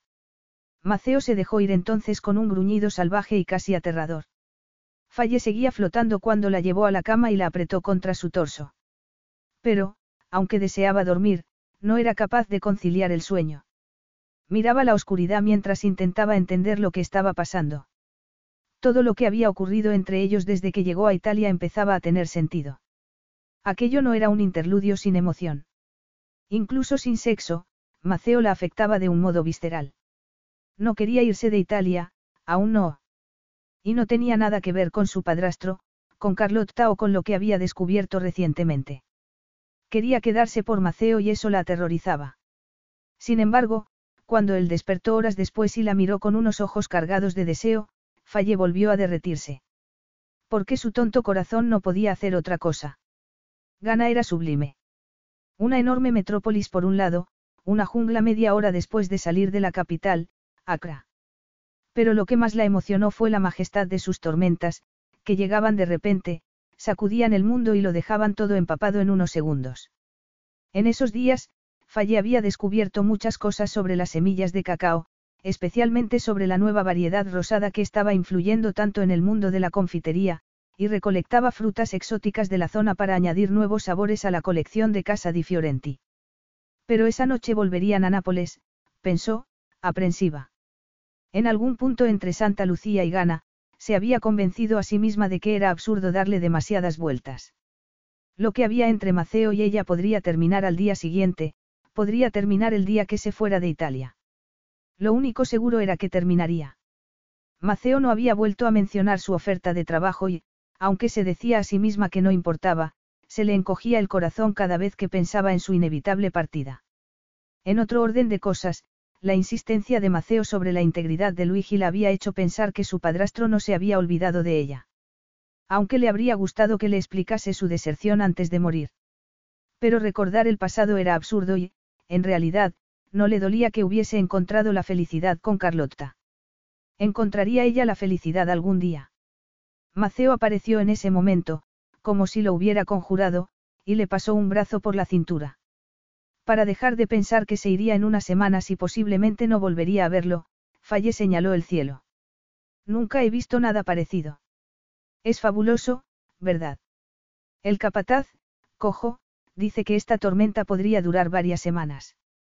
Maceo se dejó ir entonces con un gruñido salvaje y casi aterrador. Faye seguía flotando cuando la llevó a la cama y la apretó contra su torso. Pero, aunque deseaba dormir, no era capaz de conciliar el sueño. Miraba la oscuridad mientras intentaba entender lo que estaba pasando. Todo lo que había ocurrido entre ellos desde que llegó a Italia empezaba a tener sentido. Aquello no era un interludio sin emoción. Incluso sin sexo, Maceo la afectaba de un modo visceral. No quería irse de Italia, aún no. Y no tenía nada que ver con su padrastro, con Carlotta o con lo que había descubierto recientemente. Quería quedarse por Maceo y eso la aterrorizaba. Sin embargo, cuando él despertó horas después y la miró con unos ojos cargados de deseo, Faye volvió a derretirse. Porque su tonto corazón no podía hacer otra cosa. Ghana era sublime. Una enorme metrópolis por un lado, una jungla media hora después de salir de la capital, Accra. Pero lo que más la emocionó fue la majestad de sus tormentas, que llegaban de repente, sacudían el mundo y lo dejaban todo empapado en unos segundos. En esos días, Faye había descubierto muchas cosas sobre las semillas de cacao, especialmente sobre la nueva variedad rosada que estaba influyendo tanto en el mundo de la confitería, y recolectaba frutas exóticas de la zona para añadir nuevos sabores a la colección de Casa di Fiorenti. Pero esa noche volverían a Nápoles, pensó, aprensiva. En algún punto entre Santa Lucía y Ghana, se había convencido a sí misma de que era absurdo darle demasiadas vueltas. Lo que había entre Maceo y ella podría terminar al día siguiente, podría terminar el día que se fuera de Italia. Lo único seguro era que terminaría. Maceo no había vuelto a mencionar su oferta de trabajo y, aunque se decía a sí misma que no importaba, se le encogía el corazón cada vez que pensaba en su inevitable partida. En otro orden de cosas, la insistencia de Maceo sobre la integridad de Luigi la había hecho pensar que su padrastro no se había olvidado de ella. Aunque le habría gustado que le explicase su deserción antes de morir. Pero recordar el pasado era absurdo y, en realidad, no le dolía que hubiese encontrado la felicidad con Carlotta. ¿Encontraría ella la felicidad algún día? Maceo apareció en ese momento, como si lo hubiera conjurado, y le pasó un brazo por la cintura. Para dejar de pensar que se iría en unas semanas y posiblemente no volvería a verlo, Faye señaló el cielo. Nunca he visto nada parecido. Es fabuloso, ¿verdad? El capataz, cojo, dice que esta tormenta podría durar varias semanas.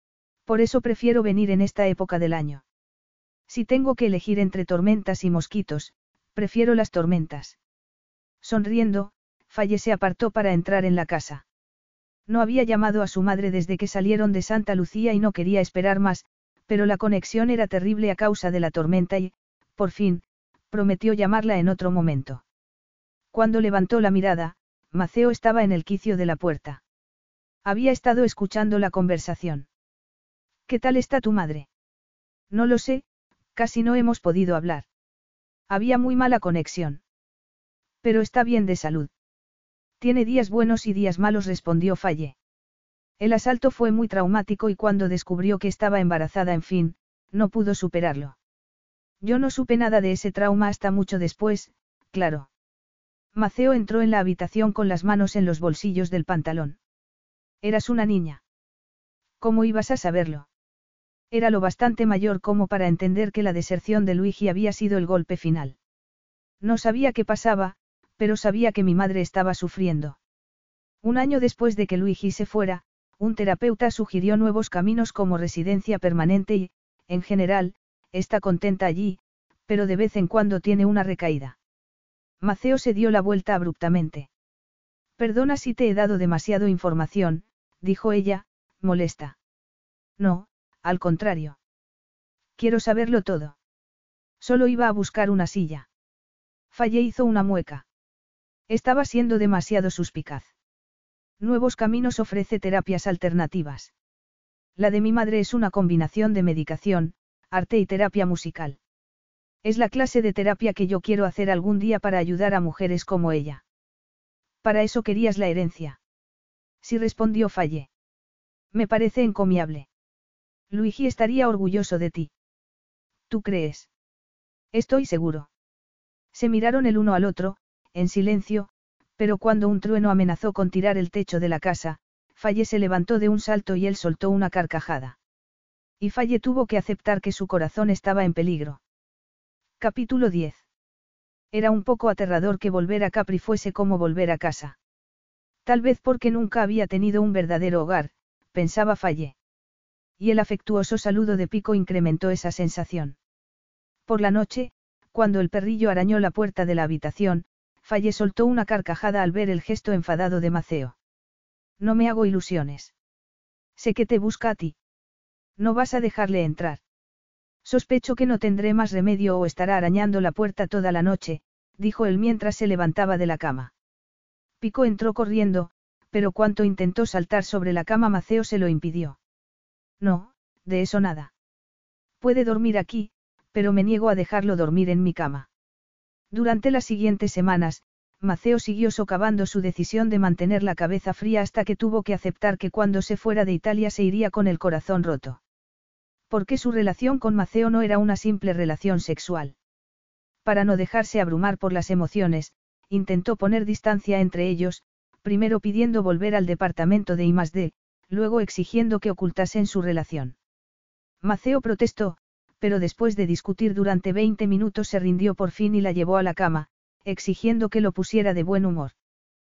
Por eso prefiero venir en esta época del año. Si tengo que elegir entre tormentas y mosquitos, prefiero las tormentas. Sonriendo, Faye se apartó para entrar en la casa. No había llamado a su madre desde que salieron de Santa Lucía y no quería esperar más, pero la conexión era terrible a causa de la tormenta y, por fin, prometió llamarla en otro momento. Cuando levantó la mirada, Maceo estaba en el quicio de la puerta. Había estado escuchando la conversación. ¿Qué tal está tu madre? No lo sé, casi no hemos podido hablar. Había muy mala conexión. Pero está bien de salud. Tiene días buenos y días malos, respondió Faye. El asalto fue muy traumático y cuando descubrió que estaba embarazada, en fin, no pudo superarlo. Yo no supe nada de ese trauma hasta mucho después, claro. Maceo entró en la habitación con las manos en los bolsillos del pantalón. Eras una niña. ¿Cómo ibas a saberlo? Era lo bastante mayor como para entender que la deserción de Luigi había sido el golpe final. No sabía qué pasaba, pero sabía que mi madre estaba sufriendo. Un año después de que Luigi se fuera, un terapeuta sugirió nuevos caminos como residencia permanente y, en general, está contenta allí, pero de vez en cuando tiene una recaída. Maceo se dio la vuelta abruptamente. Perdona si te he dado demasiado información, dijo ella, molesta. No, al contrario. Quiero saberlo todo. Solo iba a buscar una silla. Faye hizo una mueca. Estaba siendo demasiado suspicaz. Nuevos Caminos ofrece terapias alternativas. La de mi madre es una combinación de medicación, arte y terapia musical. Es la clase de terapia que yo quiero hacer algún día para ayudar a mujeres como ella. ¿Para eso querías la herencia? Sí, respondió Faye. Me parece encomiable. Luigi estaría orgulloso de ti. ¿Tú crees? Estoy seguro. Se miraron el uno al otro, en silencio, pero cuando un trueno amenazó con tirar el techo de la casa, Faye se levantó de un salto y él soltó una carcajada. Y Faye tuvo que aceptar que su corazón estaba en peligro. Capítulo diez. Era un poco aterrador que volver a Capri fuese como volver a casa. Tal vez porque nunca había tenido un verdadero hogar, pensaba Faye. Y el afectuoso saludo de Pico incrementó esa sensación. Por la noche, cuando el perrillo arañó la puerta de la habitación, Faye soltó una carcajada al ver el gesto enfadado de Maceo. No me hago ilusiones. Sé que te busca a ti. No vas a dejarle entrar. Sospecho que no tendré más remedio o estará arañando la puerta toda la noche, dijo él mientras se levantaba de la cama. Pico entró corriendo, pero cuando intentó saltar sobre la cama Maceo se lo impidió. No, de eso nada. Puede dormir aquí, pero me niego a dejarlo dormir en mi cama. Durante las siguientes semanas, Maceo siguió socavando su decisión de mantener la cabeza fría hasta que tuvo que aceptar que cuando se fuera de Italia se iría con el corazón roto. Porque su relación con Maceo no era una simple relación sexual. Para no dejarse abrumar por las emociones, intentó poner distancia entre ellos, primero pidiendo volver al departamento de I más D, luego exigiendo que ocultasen su relación. Maceo protestó, pero después de discutir durante veinte minutos se rindió por fin y la llevó a la cama, exigiendo que lo pusiera de buen humor.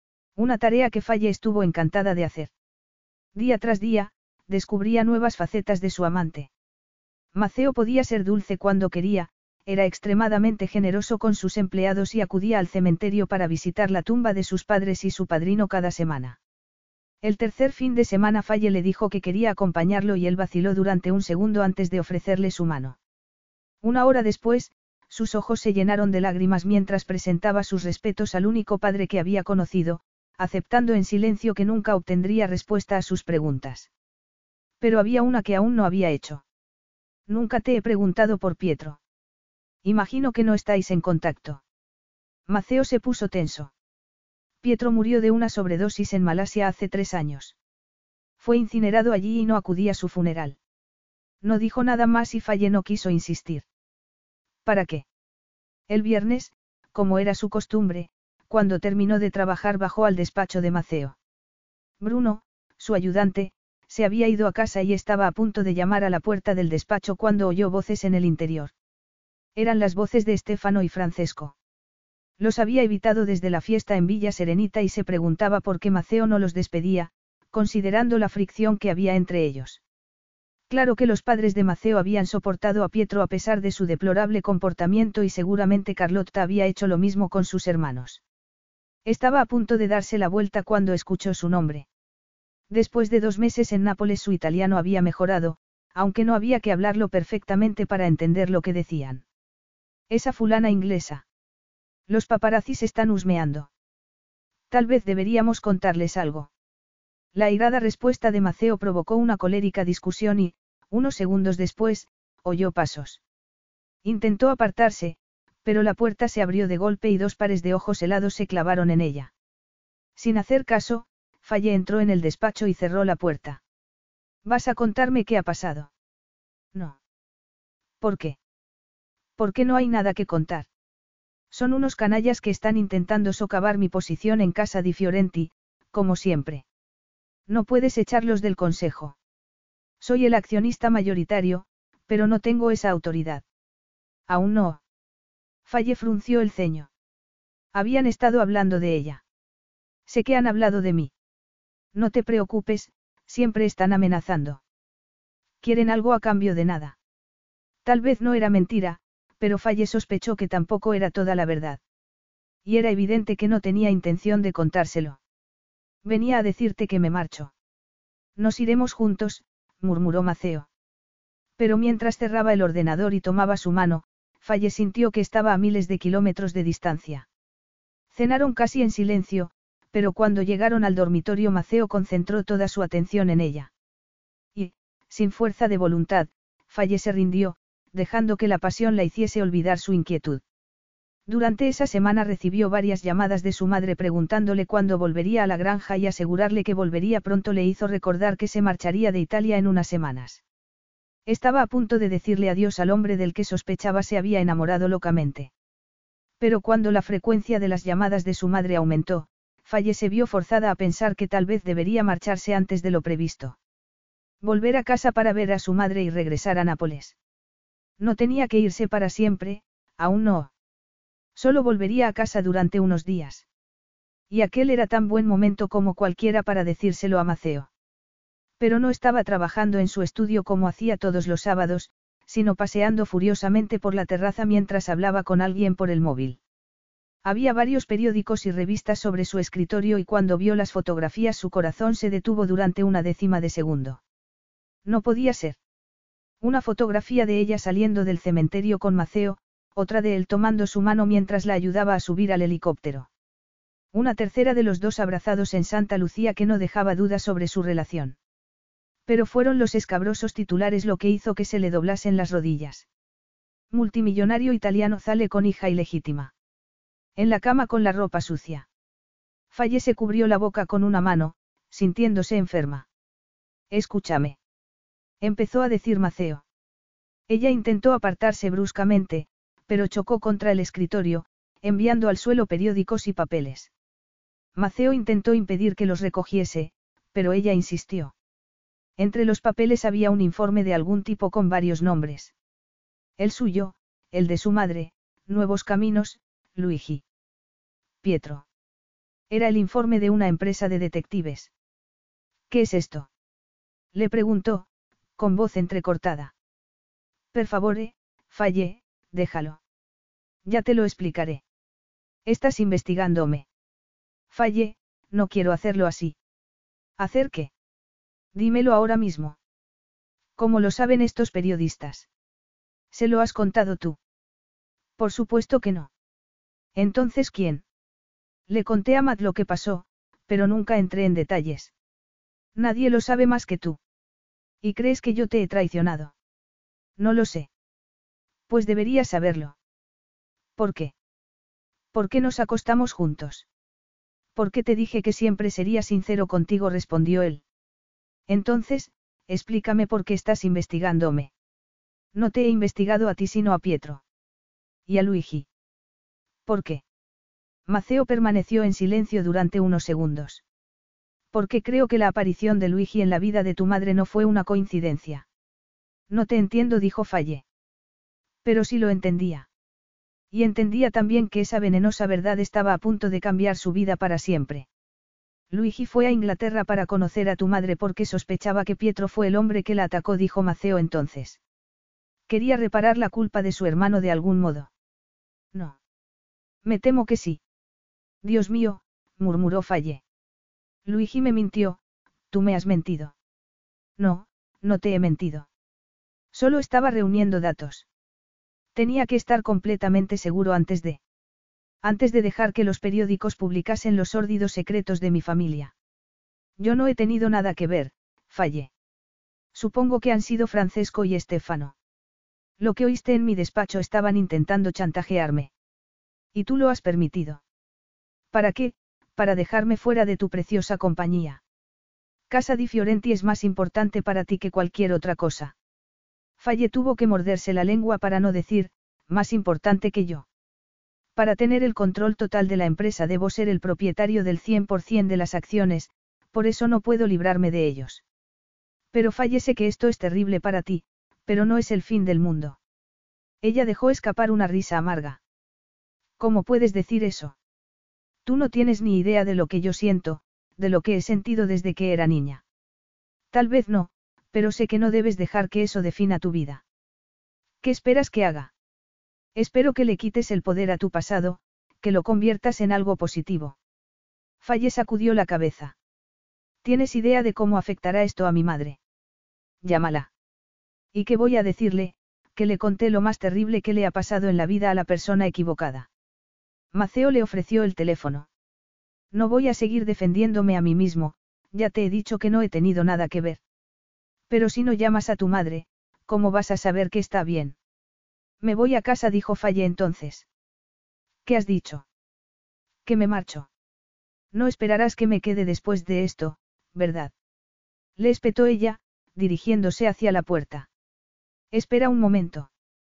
Una tarea que Faye estuvo encantada de hacer. Día tras día, descubría nuevas facetas de su amante. Maceo podía ser dulce cuando quería, era extremadamente generoso con sus empleados y acudía al cementerio para visitar la tumba de sus padres y su padrino cada semana. El tercer fin de semana Faye le dijo que quería acompañarlo y él vaciló durante un segundo antes de ofrecerle su mano. Una hora después, sus ojos se llenaron de lágrimas mientras presentaba sus respetos al único padre que había conocido, aceptando en silencio que nunca obtendría respuesta a sus preguntas. Pero había una que aún no había hecho. Nunca te he preguntado por Pietro. Imagino que no estáis en contacto. Maceo se puso tenso. Pietro murió de una sobredosis en Malasia hace tres años. Fue incinerado allí y no acudí a su funeral. No dijo nada más y Faye no quiso insistir. ¿Para qué? El viernes, como era su costumbre, cuando terminó de trabajar bajó al despacho de Maceo. Bruno, su ayudante, se había ido a casa y estaba a punto de llamar a la puerta del despacho cuando oyó voces en el interior. Eran las voces de Stefano y Francesco. Los había evitado desde la fiesta en Villa Serenita y se preguntaba por qué Maceo no los despedía, considerando la fricción que había entre ellos. Claro que los padres de Maceo habían soportado a Pietro a pesar de su deplorable comportamiento y seguramente Carlotta había hecho lo mismo con sus hermanos. Estaba a punto de darse la vuelta cuando escuchó su nombre. Después de dos meses en Nápoles su italiano había mejorado, aunque no había que hablarlo perfectamente para entender lo que decían. Esa fulana inglesa. Los paparazzis están husmeando. Tal vez deberíamos contarles algo. La airada respuesta de Maceo provocó una colérica discusión y, unos segundos después, oyó pasos. Intentó apartarse, pero la puerta se abrió de golpe y dos pares de ojos helados se clavaron en ella. Sin hacer caso, Faye entró en el despacho y cerró la puerta. ¿Vas a contarme qué ha pasado? No. ¿Por qué? ¿Por qué no hay nada que contar? Son unos canallas que están intentando socavar mi posición en casa di Fiorenti, como siempre. No puedes echarlos del consejo. Soy el accionista mayoritario, pero no tengo esa autoridad. Aún no. Faye frunció el ceño. Habían estado hablando de ella. Sé que han hablado de mí. No te preocupes, siempre están amenazando. Quieren algo a cambio de nada. Tal vez no era mentira, pero Faye sospechó que tampoco era toda la verdad. Y era evidente que no tenía intención de contárselo. Venía a decirte que me marcho. Nos iremos juntos, murmuró Maceo. Pero mientras cerraba el ordenador y tomaba su mano, Faye sintió que estaba a miles de kilómetros de distancia. Cenaron casi en silencio, pero cuando llegaron al dormitorio Maceo concentró toda su atención en ella. Y, sin fuerza de voluntad, Faye se rindió, dejando que la pasión la hiciese olvidar su inquietud. Durante esa semana recibió varias llamadas de su madre preguntándole cuándo volvería a la granja y asegurarle que volvería pronto le hizo recordar que se marcharía de Italia en unas semanas. Estaba a punto de decirle adiós al hombre del que sospechaba se había enamorado locamente. Pero cuando la frecuencia de las llamadas de su madre aumentó, Faye se vio forzada a pensar que tal vez debería marcharse antes de lo previsto. Volver a casa para ver a su madre y regresar a Nápoles. No tenía que irse para siempre, aún no. Solo volvería a casa durante unos días. Y aquel era tan buen momento como cualquiera para decírselo a Maceo. Pero no estaba trabajando en su estudio como hacía todos los sábados, sino paseando furiosamente por la terraza mientras hablaba con alguien por el móvil. Había varios periódicos y revistas sobre su escritorio y cuando vio las fotografías su corazón se detuvo durante una décima de segundo. No podía ser. Una fotografía de ella saliendo del cementerio con Maceo, otra de él tomando su mano mientras la ayudaba a subir al helicóptero. Una tercera de los dos abrazados en Santa Lucía que no dejaba dudas sobre su relación. Pero fueron los escabrosos titulares lo que hizo que se le doblasen las rodillas. Multimillonario italiano sale con hija ilegítima. En la cama con la ropa sucia. Faye se cubrió la boca con una mano, sintiéndose enferma. Escúchame. Empezó a decir Maceo. Ella intentó apartarse bruscamente, pero chocó contra el escritorio, enviando al suelo periódicos y papeles. Maceo intentó impedir que los recogiese, pero ella insistió. Entre los papeles había un informe de algún tipo con varios nombres. El suyo, el de su madre, Nuevos Caminos, Luigi. Pietro. Era el informe de una empresa de detectives. ¿Qué es esto? Le preguntó, con voz entrecortada. Per favore, Faye, déjalo. Ya te lo explicaré. Estás investigándome. Faye, no quiero hacerlo así. ¿Hacer qué? Dímelo ahora mismo. ¿Cómo lo saben estos periodistas? ¿Se lo has contado tú? Por supuesto que no. Entonces, ¿quién? Le conté a Matt lo que pasó, pero nunca entré en detalles. Nadie lo sabe más que tú. ¿Y crees que yo te he traicionado? No lo sé. Pues deberías saberlo. ¿Por qué? ¿Por qué nos acostamos juntos? ¿Por qué te dije que siempre sería sincero contigo?, respondió él. Entonces, explícame por qué estás investigándome. No te he investigado a ti sino a Pietro. Y a Luigi. ¿Por qué? Maceo permaneció en silencio durante unos segundos. Porque creo que la aparición de Luigi en la vida de tu madre no fue una coincidencia. No te entiendo, dijo Faye. Pero sí lo entendía. Y entendía también que esa venenosa verdad estaba a punto de cambiar su vida para siempre. Luigi fue a Inglaterra para conocer a tu madre porque sospechaba que Pietro fue el hombre que la atacó, dijo Maceo entonces. Quería reparar la culpa de su hermano de algún modo. No. Me temo que sí. Dios mío, murmuró Faye. Luigi me mintió, tú me has mentido. No, no te he mentido. Solo estaba reuniendo datos. Tenía que estar completamente seguro antes de... Antes de dejar que los periódicos publicasen los sórdidos secretos de mi familia. Yo no he tenido nada que ver, Faye. Supongo que han sido Francesco y Estefano. Lo que oíste en mi despacho estaban intentando chantajearme. Y tú lo has permitido. ¿Para qué? Para dejarme fuera de tu preciosa compañía. Casa di Fiorenti es más importante para ti que cualquier otra cosa. Faye tuvo que morderse la lengua para no decir, más importante que yo. Para tener el control total de la empresa debo ser el propietario del cien por ciento de las acciones, por eso no puedo librarme de ellos. Pero Faye, sé que esto es terrible para ti, pero no es el fin del mundo. Ella dejó escapar una risa amarga. ¿Cómo puedes decir eso? Tú no tienes ni idea de lo que yo siento, de lo que he sentido desde que era niña. Tal vez no, pero sé que no debes dejar que eso defina tu vida. ¿Qué esperas que haga? Espero que le quites el poder a tu pasado, que lo conviertas en algo positivo. Faye sacudió la cabeza. ¿Tienes idea de cómo afectará esto a mi madre? Llámala. ¿Y qué voy a decirle? Que le conté lo más terrible que le ha pasado en la vida a la persona equivocada. Maceo le ofreció el teléfono. No voy a seguir defendiéndome a mí mismo, ya te he dicho que no he tenido nada que ver. Pero si no llamas a tu madre, ¿cómo vas a saber que está bien? Me voy a casa, dijo Faye entonces. ¿Qué has dicho? Que me marcho. No esperarás que me quede después de esto, ¿verdad? Le espetó ella, dirigiéndose hacia la puerta. Espera un momento.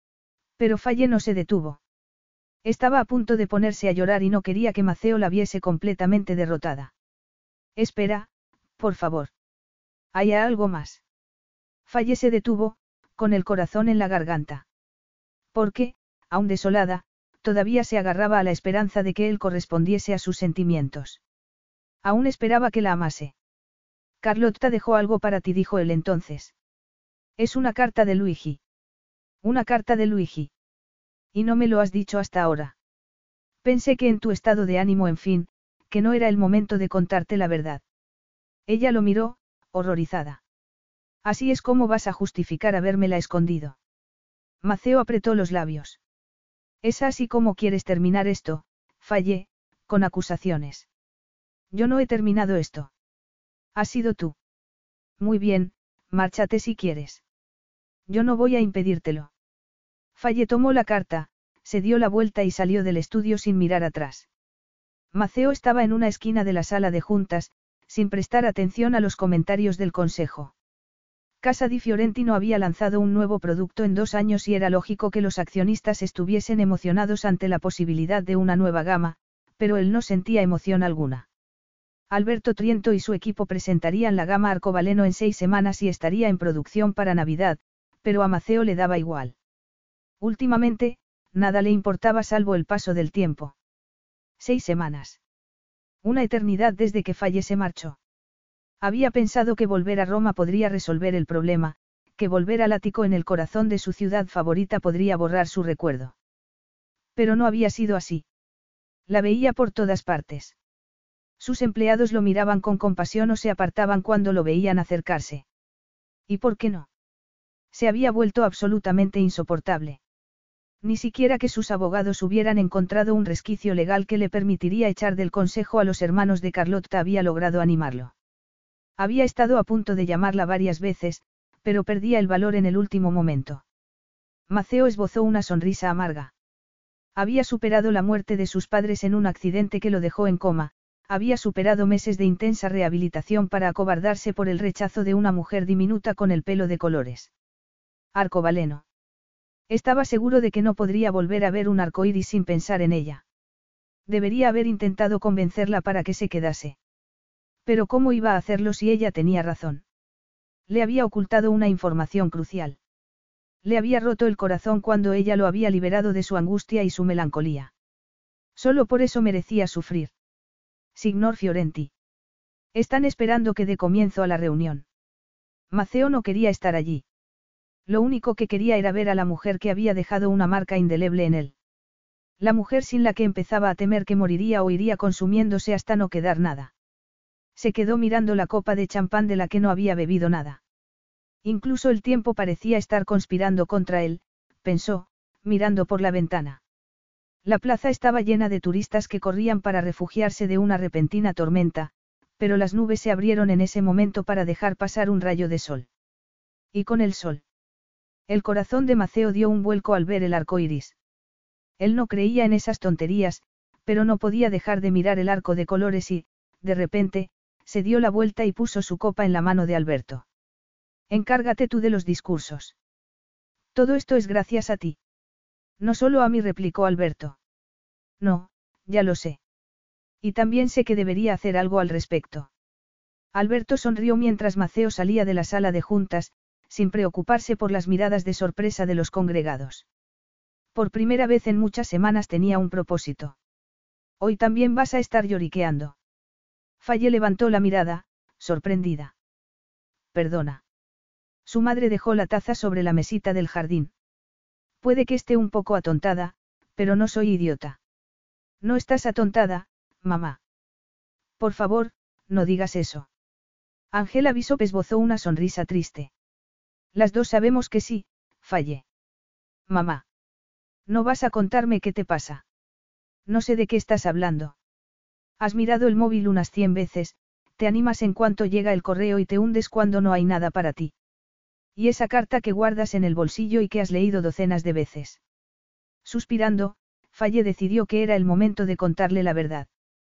Pero Faye no se detuvo. Estaba a punto de ponerse a llorar y no quería que Maceo la viese completamente derrotada. Espera, por favor. ¿Hay algo más? Faye se detuvo, con el corazón en la garganta. Porque, aún desolada, todavía se agarraba a la esperanza de que él correspondiese a sus sentimientos. Aún esperaba que la amase. Carlotta dejó algo para ti, dijo él entonces. Es una carta de Luigi. Una carta de Luigi. Y no me lo has dicho hasta ahora. Pensé que en tu estado de ánimo, en fin, que no era el momento de contarte la verdad. Ella lo miró, horrorizada. Así es como vas a justificar habérmela escondido. Maceo apretó los labios. Es así como quieres terminar esto, Faye, con acusaciones. Yo no he terminado esto. Has sido tú. Muy bien, márchate si quieres. Yo no voy a impedírtelo. Faye tomó la carta, se dio la vuelta y salió del estudio sin mirar atrás. Maceo estaba en una esquina de la sala de juntas, sin prestar atención a los comentarios del consejo. Casa di Fiorenti no había lanzado un nuevo producto en dos años y era lógico que los accionistas estuviesen emocionados ante la posibilidad de una nueva gama, pero él no sentía emoción alguna. Alberto Triento y su equipo presentarían la gama Arcobaleno en seis semanas y estaría en producción para Navidad, pero a Maceo le daba igual. Últimamente, nada le importaba salvo el paso del tiempo. Seis semanas. Una eternidad desde que Faye se marchó. Había pensado que volver a Roma podría resolver el problema, que volver al ático en el corazón de su ciudad favorita podría borrar su recuerdo. Pero no había sido así. La veía por todas partes. Sus empleados lo miraban con compasión o se apartaban cuando lo veían acercarse. ¿Y por qué no? Se había vuelto absolutamente insoportable. Ni siquiera que sus abogados hubieran encontrado un resquicio legal que le permitiría echar del consejo a los hermanos de Carlotta había logrado animarlo. Había estado a punto de llamarla varias veces, pero perdía el valor en el último momento. Maceo esbozó una sonrisa amarga. Había superado la muerte de sus padres en un accidente que lo dejó en coma, había superado meses de intensa rehabilitación para acobardarse por el rechazo de una mujer diminuta con el pelo de colores. Arcobaleno. Estaba seguro de que no podría volver a ver un arcoíris sin pensar en ella. Debería haber intentado convencerla para que se quedase. Pero ¿cómo iba a hacerlo si ella tenía razón? Le había ocultado una información crucial. Le había roto el corazón cuando ella lo había liberado de su angustia y su melancolía. Solo por eso merecía sufrir. Signor Fiorenti. Están esperando que dé comienzo a la reunión. Maceo no quería estar allí. Lo único que quería era ver a la mujer que había dejado una marca indeleble en él. La mujer sin la que empezaba a temer que moriría o iría consumiéndose hasta no quedar nada. Se quedó mirando la copa de champán de la que no había bebido nada. Incluso el tiempo parecía estar conspirando contra él, pensó, mirando por la ventana. La plaza estaba llena de turistas que corrían para refugiarse de una repentina tormenta, pero las nubes se abrieron en ese momento para dejar pasar un rayo de sol. Y con el sol. El corazón de Maceo dio un vuelco al ver el arco iris. Él no creía en esas tonterías, pero no podía dejar de mirar el arco de colores y, de repente, se dio la vuelta y puso su copa en la mano de Alberto. Encárgate tú de los discursos. Todo esto es gracias a ti. No solo a mí, replicó Alberto. No, ya lo sé. Y también sé que debería hacer algo al respecto. Alberto sonrió mientras Maceo salía de la sala de juntas, sin preocuparse por las miradas de sorpresa de los congregados. Por primera vez en muchas semanas tenía un propósito. Hoy también vas a estar lloriqueando. Faye levantó la mirada, sorprendida. Perdona. Su madre dejó la taza sobre la mesita del jardín. Puede que esté un poco atontada, pero no soy idiota. No estás atontada, mamá. Por favor, no digas eso. Ángela Bishop esbozó una sonrisa triste. Las dos sabemos que sí, Faye. Mamá. ¿No vas a contarme qué te pasa? No sé de qué estás hablando. Has mirado el móvil unas cien veces, te animas en cuanto llega el correo y te hundes cuando no hay nada para ti. Y esa carta que guardas en el bolsillo y que has leído docenas de veces. Suspirando, Faye decidió que era el momento de contarle la verdad.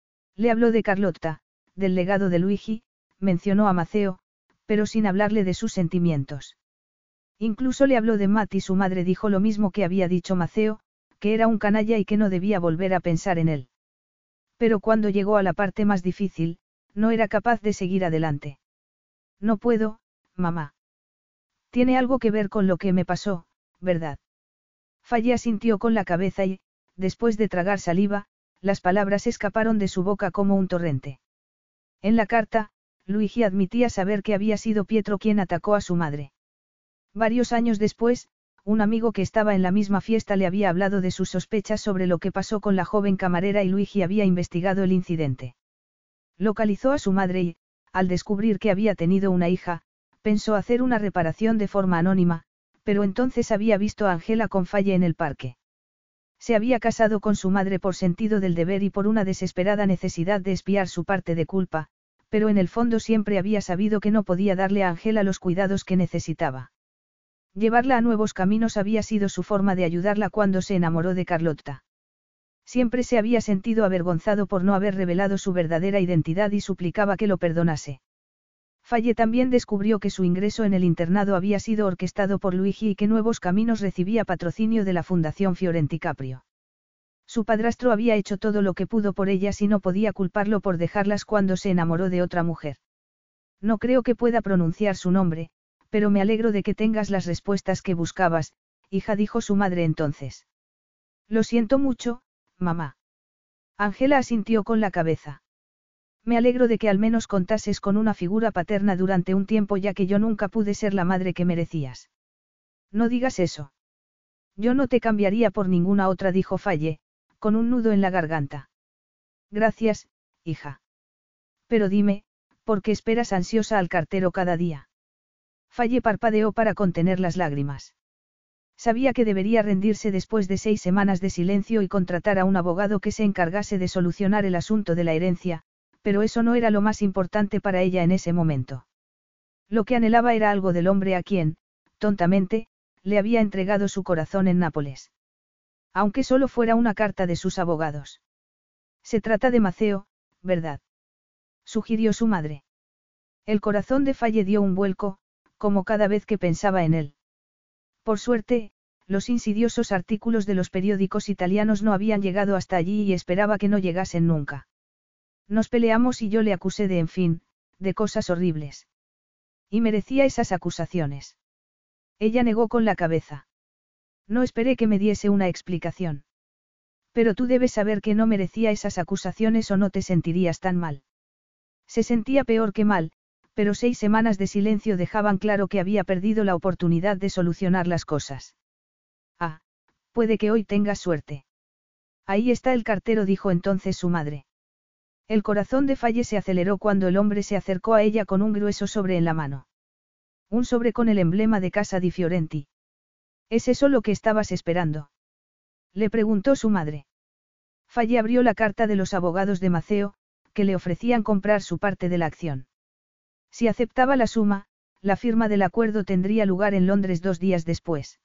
Le habló de Carlotta, del legado de Luigi, mencionó a Maceo, pero sin hablarle de sus sentimientos. Incluso le habló de Matt y su madre dijo lo mismo que había dicho Maceo, que era un canalla y que no debía volver a pensar en él. Pero cuando llegó a la parte más difícil, no era capaz de seguir adelante. No puedo, mamá. Tiene algo que ver con lo que me pasó, ¿verdad? Faye asintió con la cabeza y, después de tragar saliva, las palabras escaparon de su boca como un torrente. En la carta, Luigi admitía saber que había sido Pietro quien atacó a su madre. Varios años después, un amigo que estaba en la misma fiesta le había hablado de sus sospechas sobre lo que pasó con la joven camarera y Luigi había investigado el incidente. Localizó a su madre y, al descubrir que había tenido una hija, pensó hacer una reparación de forma anónima, pero entonces había visto a Ángela con Faye en el parque. Se había casado con su madre por sentido del deber y por una desesperada necesidad de expiar su parte de culpa, pero en el fondo siempre había sabido que no podía darle a Ángela los cuidados que necesitaba. Llevarla a nuevos caminos había sido su forma de ayudarla cuando se enamoró de Carlotta. Siempre se había sentido avergonzado por no haber revelado su verdadera identidad y suplicaba que lo perdonase. Faye también descubrió que su ingreso en el internado había sido orquestado por Luigi y que Nuevos Caminos recibía patrocinio de la Fundación Fiorenti Caprio. Su padrastro había hecho todo lo que pudo por ellas y no podía culparlo por dejarlas cuando se enamoró de otra mujer. No creo que pueda pronunciar su nombre, pero me alegro de que tengas las respuestas que buscabas, hija, dijo su madre entonces. Lo siento mucho, mamá. Ángela asintió con la cabeza. Me alegro de que al menos contases con una figura paterna durante un tiempo, ya que yo nunca pude ser la madre que merecías. No digas eso. Yo no te cambiaría por ninguna otra, dijo Faye, con un nudo en la garganta. Gracias, hija. Pero dime, ¿por qué esperas ansiosa al cartero cada día? Faye parpadeó para contener las lágrimas. Sabía que debería rendirse después de seis semanas de silencio y contratar a un abogado que se encargase de solucionar el asunto de la herencia, pero eso no era lo más importante para ella en ese momento. Lo que anhelaba era algo del hombre a quien, tontamente, le había entregado su corazón en Nápoles. Aunque solo fuera una carta de sus abogados. Se trata de Maceo, ¿verdad? Sugirió su madre. El corazón de Faye dio un vuelco, como cada vez que pensaba en él. Por suerte, los insidiosos artículos de los periódicos italianos no habían llegado hasta allí y esperaba que no llegasen nunca. Nos peleamos y yo le acusé de, en fin, de cosas horribles. Y merecía esas acusaciones. Ella negó con la cabeza. No esperé que me diese una explicación. Pero tú debes saber que no merecía esas acusaciones o no te sentirías tan mal. Se sentía peor que mal, pero seis semanas de silencio dejaban claro que había perdido la oportunidad de solucionar las cosas. Ah, puede que hoy tengas suerte. Ahí está el cartero, dijo entonces su madre. El corazón de Faye se aceleró cuando el hombre se acercó a ella con un grueso sobre en la mano. Un sobre con el emblema de Casa di Fiorenti. ¿Es eso lo que estabas esperando?, le preguntó su madre. Faye abrió la carta de los abogados de Maceo, que le ofrecían comprar su parte de la acción. Si aceptaba la suma, la firma del acuerdo tendría lugar en Londres dos días después.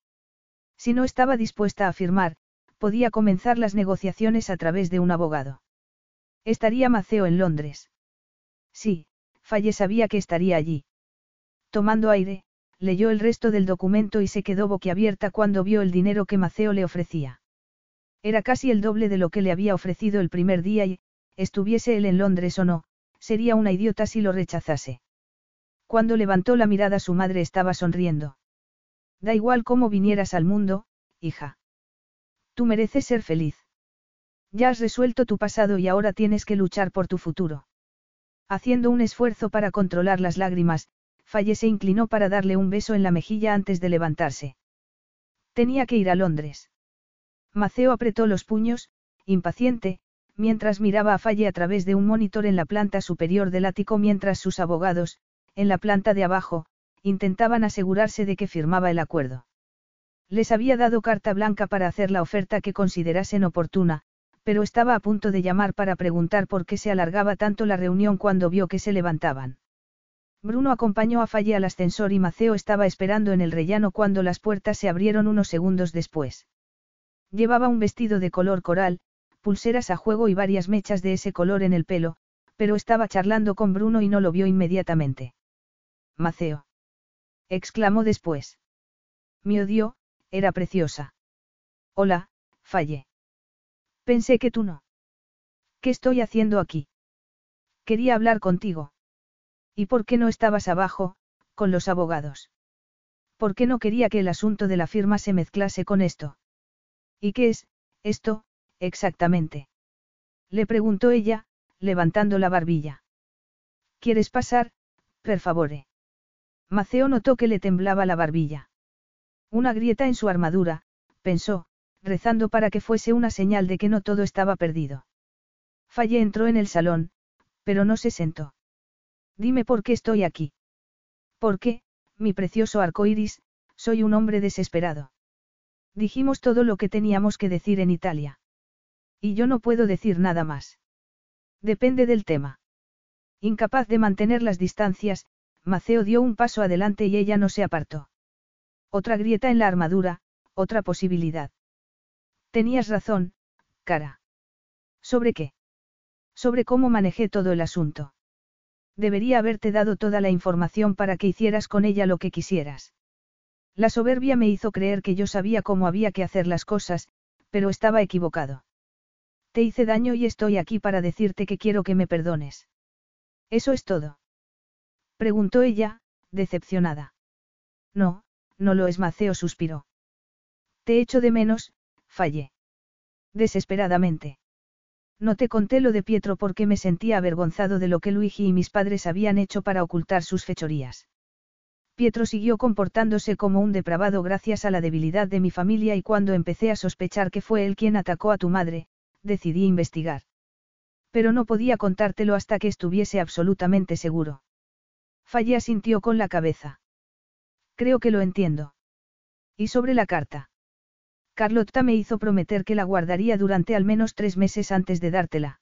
Si no estaba dispuesta a firmar, podía comenzar las negociaciones a través de un abogado. ¿Estaría Maceo en Londres? Sí, Faye sabía que estaría allí. Tomando aire, leyó el resto del documento y se quedó boquiabierta cuando vio el dinero que Maceo le ofrecía. Era casi el doble de lo que le había ofrecido el primer día y, estuviese él en Londres o no, sería una idiota si lo rechazase. Cuando levantó la mirada su madre estaba sonriendo. Da igual cómo vinieras al mundo, hija. Tú mereces ser feliz. Ya has resuelto tu pasado y ahora tienes que luchar por tu futuro. Haciendo un esfuerzo para controlar las lágrimas, Faye se inclinó para darle un beso en la mejilla antes de levantarse. Tenía que ir a Londres. Maceo apretó los puños, impaciente, mientras miraba a Faye a través de un monitor en la planta superior del ático mientras sus abogados, en la planta de abajo, intentaban asegurarse de que firmaba el acuerdo. Les había dado carta blanca para hacer la oferta que considerasen oportuna, pero estaba a punto de llamar para preguntar por qué se alargaba tanto la reunión cuando vio que se levantaban. Bruno acompañó a Faye al ascensor y Maceo estaba esperando en el rellano cuando las puertas se abrieron unos segundos después. Llevaba un vestido de color coral, pulseras a juego y varias mechas de ese color en el pelo, pero estaba charlando con Bruno y no lo vio inmediatamente. Maceo, exclamó después. Me odió, era preciosa. Hola, Faye. Pensé que tú no. ¿Qué estoy haciendo aquí? Quería hablar contigo. ¿Y por qué no estabas abajo, con los abogados? ¿Por qué no quería que el asunto de la firma se mezclase con esto? ¿Y qué es, esto, exactamente? Le preguntó ella, levantando la barbilla. ¿Quieres pasar, per favore? Maceo notó que le temblaba la barbilla. Una grieta en su armadura, pensó, rezando para que fuese una señal de que no todo estaba perdido. Faye entró en el salón, pero no se sentó. Dime por qué estoy aquí. Porque, mi precioso arcoíris, soy un hombre desesperado. Dijimos todo lo que teníamos que decir en Italia. Y yo no puedo decir nada más. Depende del tema. Incapaz de mantener las distancias, Maceo dio un paso adelante y ella no se apartó. Otra grieta en la armadura, otra posibilidad. Tenías razón, cara. ¿Sobre qué? Sobre cómo manejé todo el asunto. Debería haberte dado toda la información para que hicieras con ella lo que quisieras. La soberbia me hizo creer que yo sabía cómo había que hacer las cosas, pero estaba equivocado. Te hice daño y estoy aquí para decirte que quiero que me perdones. ¿Eso es todo?, preguntó ella, decepcionada. No, no lo es, Maceo suspiró. Te echo de menos, Faye. Desesperadamente. No te conté lo de Pietro porque me sentía avergonzado de lo que Luigi y mis padres habían hecho para ocultar sus fechorías. Pietro siguió comportándose como un depravado gracias a la debilidad de mi familia y cuando empecé a sospechar que fue él quien atacó a tu madre, decidí investigar. Pero no podía contártelo hasta que estuviese absolutamente seguro. Faye asintió con la cabeza. Creo que lo entiendo. ¿Y sobre la carta? Carlotta me hizo prometer que la guardaría durante al menos tres meses antes de dártela.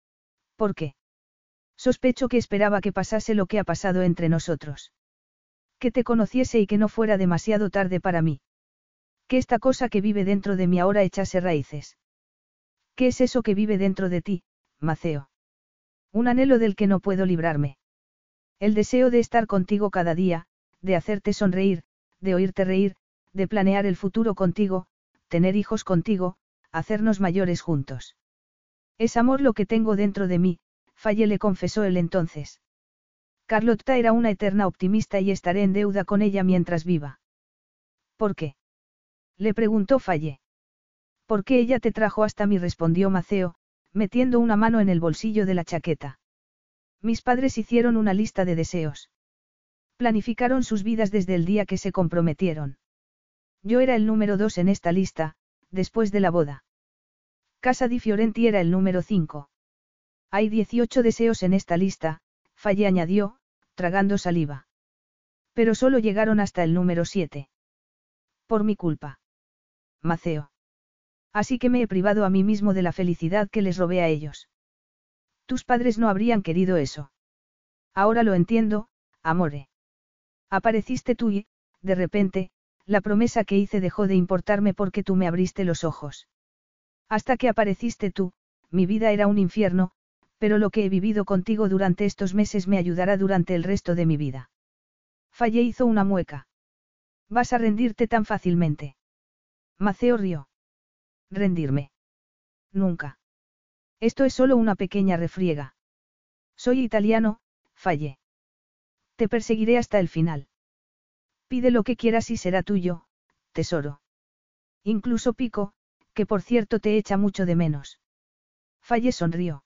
¿Por qué? Sospecho que esperaba que pasase lo que ha pasado entre nosotros. Que te conociese y que no fuera demasiado tarde para mí. Que esta cosa que vive dentro de mí ahora echase raíces. ¿Qué es eso que vive dentro de ti, Maceo? Un anhelo del que no puedo librarme. El deseo de estar contigo cada día, de hacerte sonreír, de oírte reír, de planear el futuro contigo, tener hijos contigo, hacernos mayores juntos. Es amor lo que tengo dentro de mí, Faye le confesó él entonces. Carlotta era una eterna optimista y estaré en deuda con ella mientras viva. ¿Por qué? Le preguntó Faye. ¿Por qué ella te trajo hasta mí?, respondió Maceo, metiendo una mano en el bolsillo de la chaqueta. Mis padres hicieron una lista de deseos. Planificaron sus vidas desde el día que se comprometieron. Yo era el número dos en esta lista, después de la boda. Casa di Fiorenti era el número cinco. Hay dieciocho deseos en esta lista, Faye añadió, tragando saliva. Pero solo llegaron hasta el número siete. Por mi culpa. Maceo. Así que me he privado a mí mismo de la felicidad que les robé a ellos. Tus padres no habrían querido eso. Ahora lo entiendo, amore. Apareciste tú y, de repente, la promesa que hice dejó de importarme porque tú me abriste los ojos. Hasta que apareciste tú, mi vida era un infierno, pero lo que he vivido contigo durante estos meses me ayudará durante el resto de mi vida. Faye hizo una mueca. ¿Vas a rendirte tan fácilmente? Maceo rió. ¿Rendirme? Nunca. Esto es solo una pequeña refriega. Soy italiano, Faye. Te perseguiré hasta el final. Pide lo que quieras y será tuyo, tesoro. Incluso Pico, que por cierto te echa mucho de menos. Faye sonrió.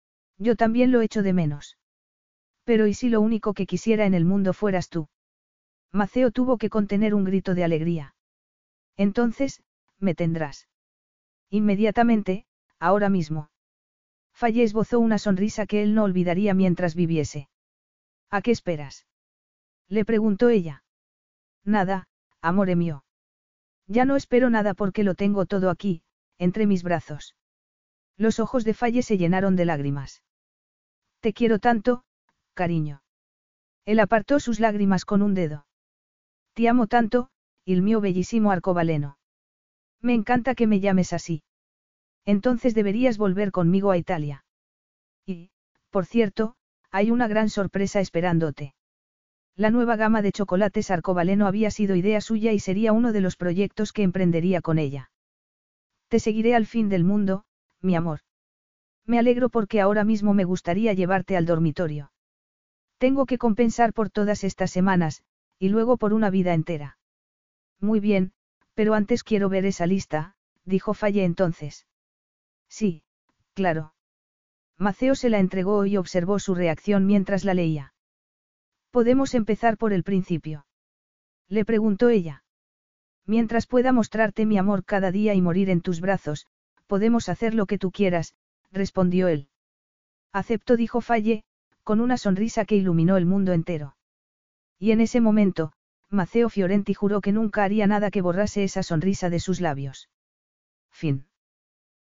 Yo también lo echo de menos. Pero ¿y si lo único que quisiera en el mundo fueras tú? Maceo tuvo que contener un grito de alegría. Entonces, me tendrás. Inmediatamente, ahora mismo. Faye esbozó una sonrisa que él no olvidaría mientras viviese. ¿A qué esperas? Le preguntó ella. Nada, amore mío. Ya no espero nada porque lo tengo todo aquí, entre mis brazos. Los ojos de Faye se llenaron de lágrimas. Te quiero tanto, cariño. Él apartó sus lágrimas con un dedo. Te amo tanto, il mio bellísimo arcobaleno. Me encanta que me llames así. Entonces deberías volver conmigo a Italia. Y, por cierto, hay una gran sorpresa esperándote. La nueva gama de chocolates arcobaleno había sido idea suya y sería uno de los proyectos que emprendería con ella. Te seguiré al fin del mundo, mi amor. Me alegro porque ahora mismo me gustaría llevarte al dormitorio. Tengo que compensar por todas estas semanas, y luego por una vida entera. Muy bien, pero antes quiero ver esa lista, dijo Faye entonces. Sí, claro. Maceo se la entregó y observó su reacción mientras la leía. ¿Podemos empezar por el principio? Le preguntó ella. Mientras pueda mostrarte mi amor cada día y morir en tus brazos, podemos hacer lo que tú quieras, respondió él. Acepto, dijo Faye, con una sonrisa que iluminó el mundo entero. Y en ese momento, Maceo Fiorenti juró que nunca haría nada que borrase esa sonrisa de sus labios. Fin.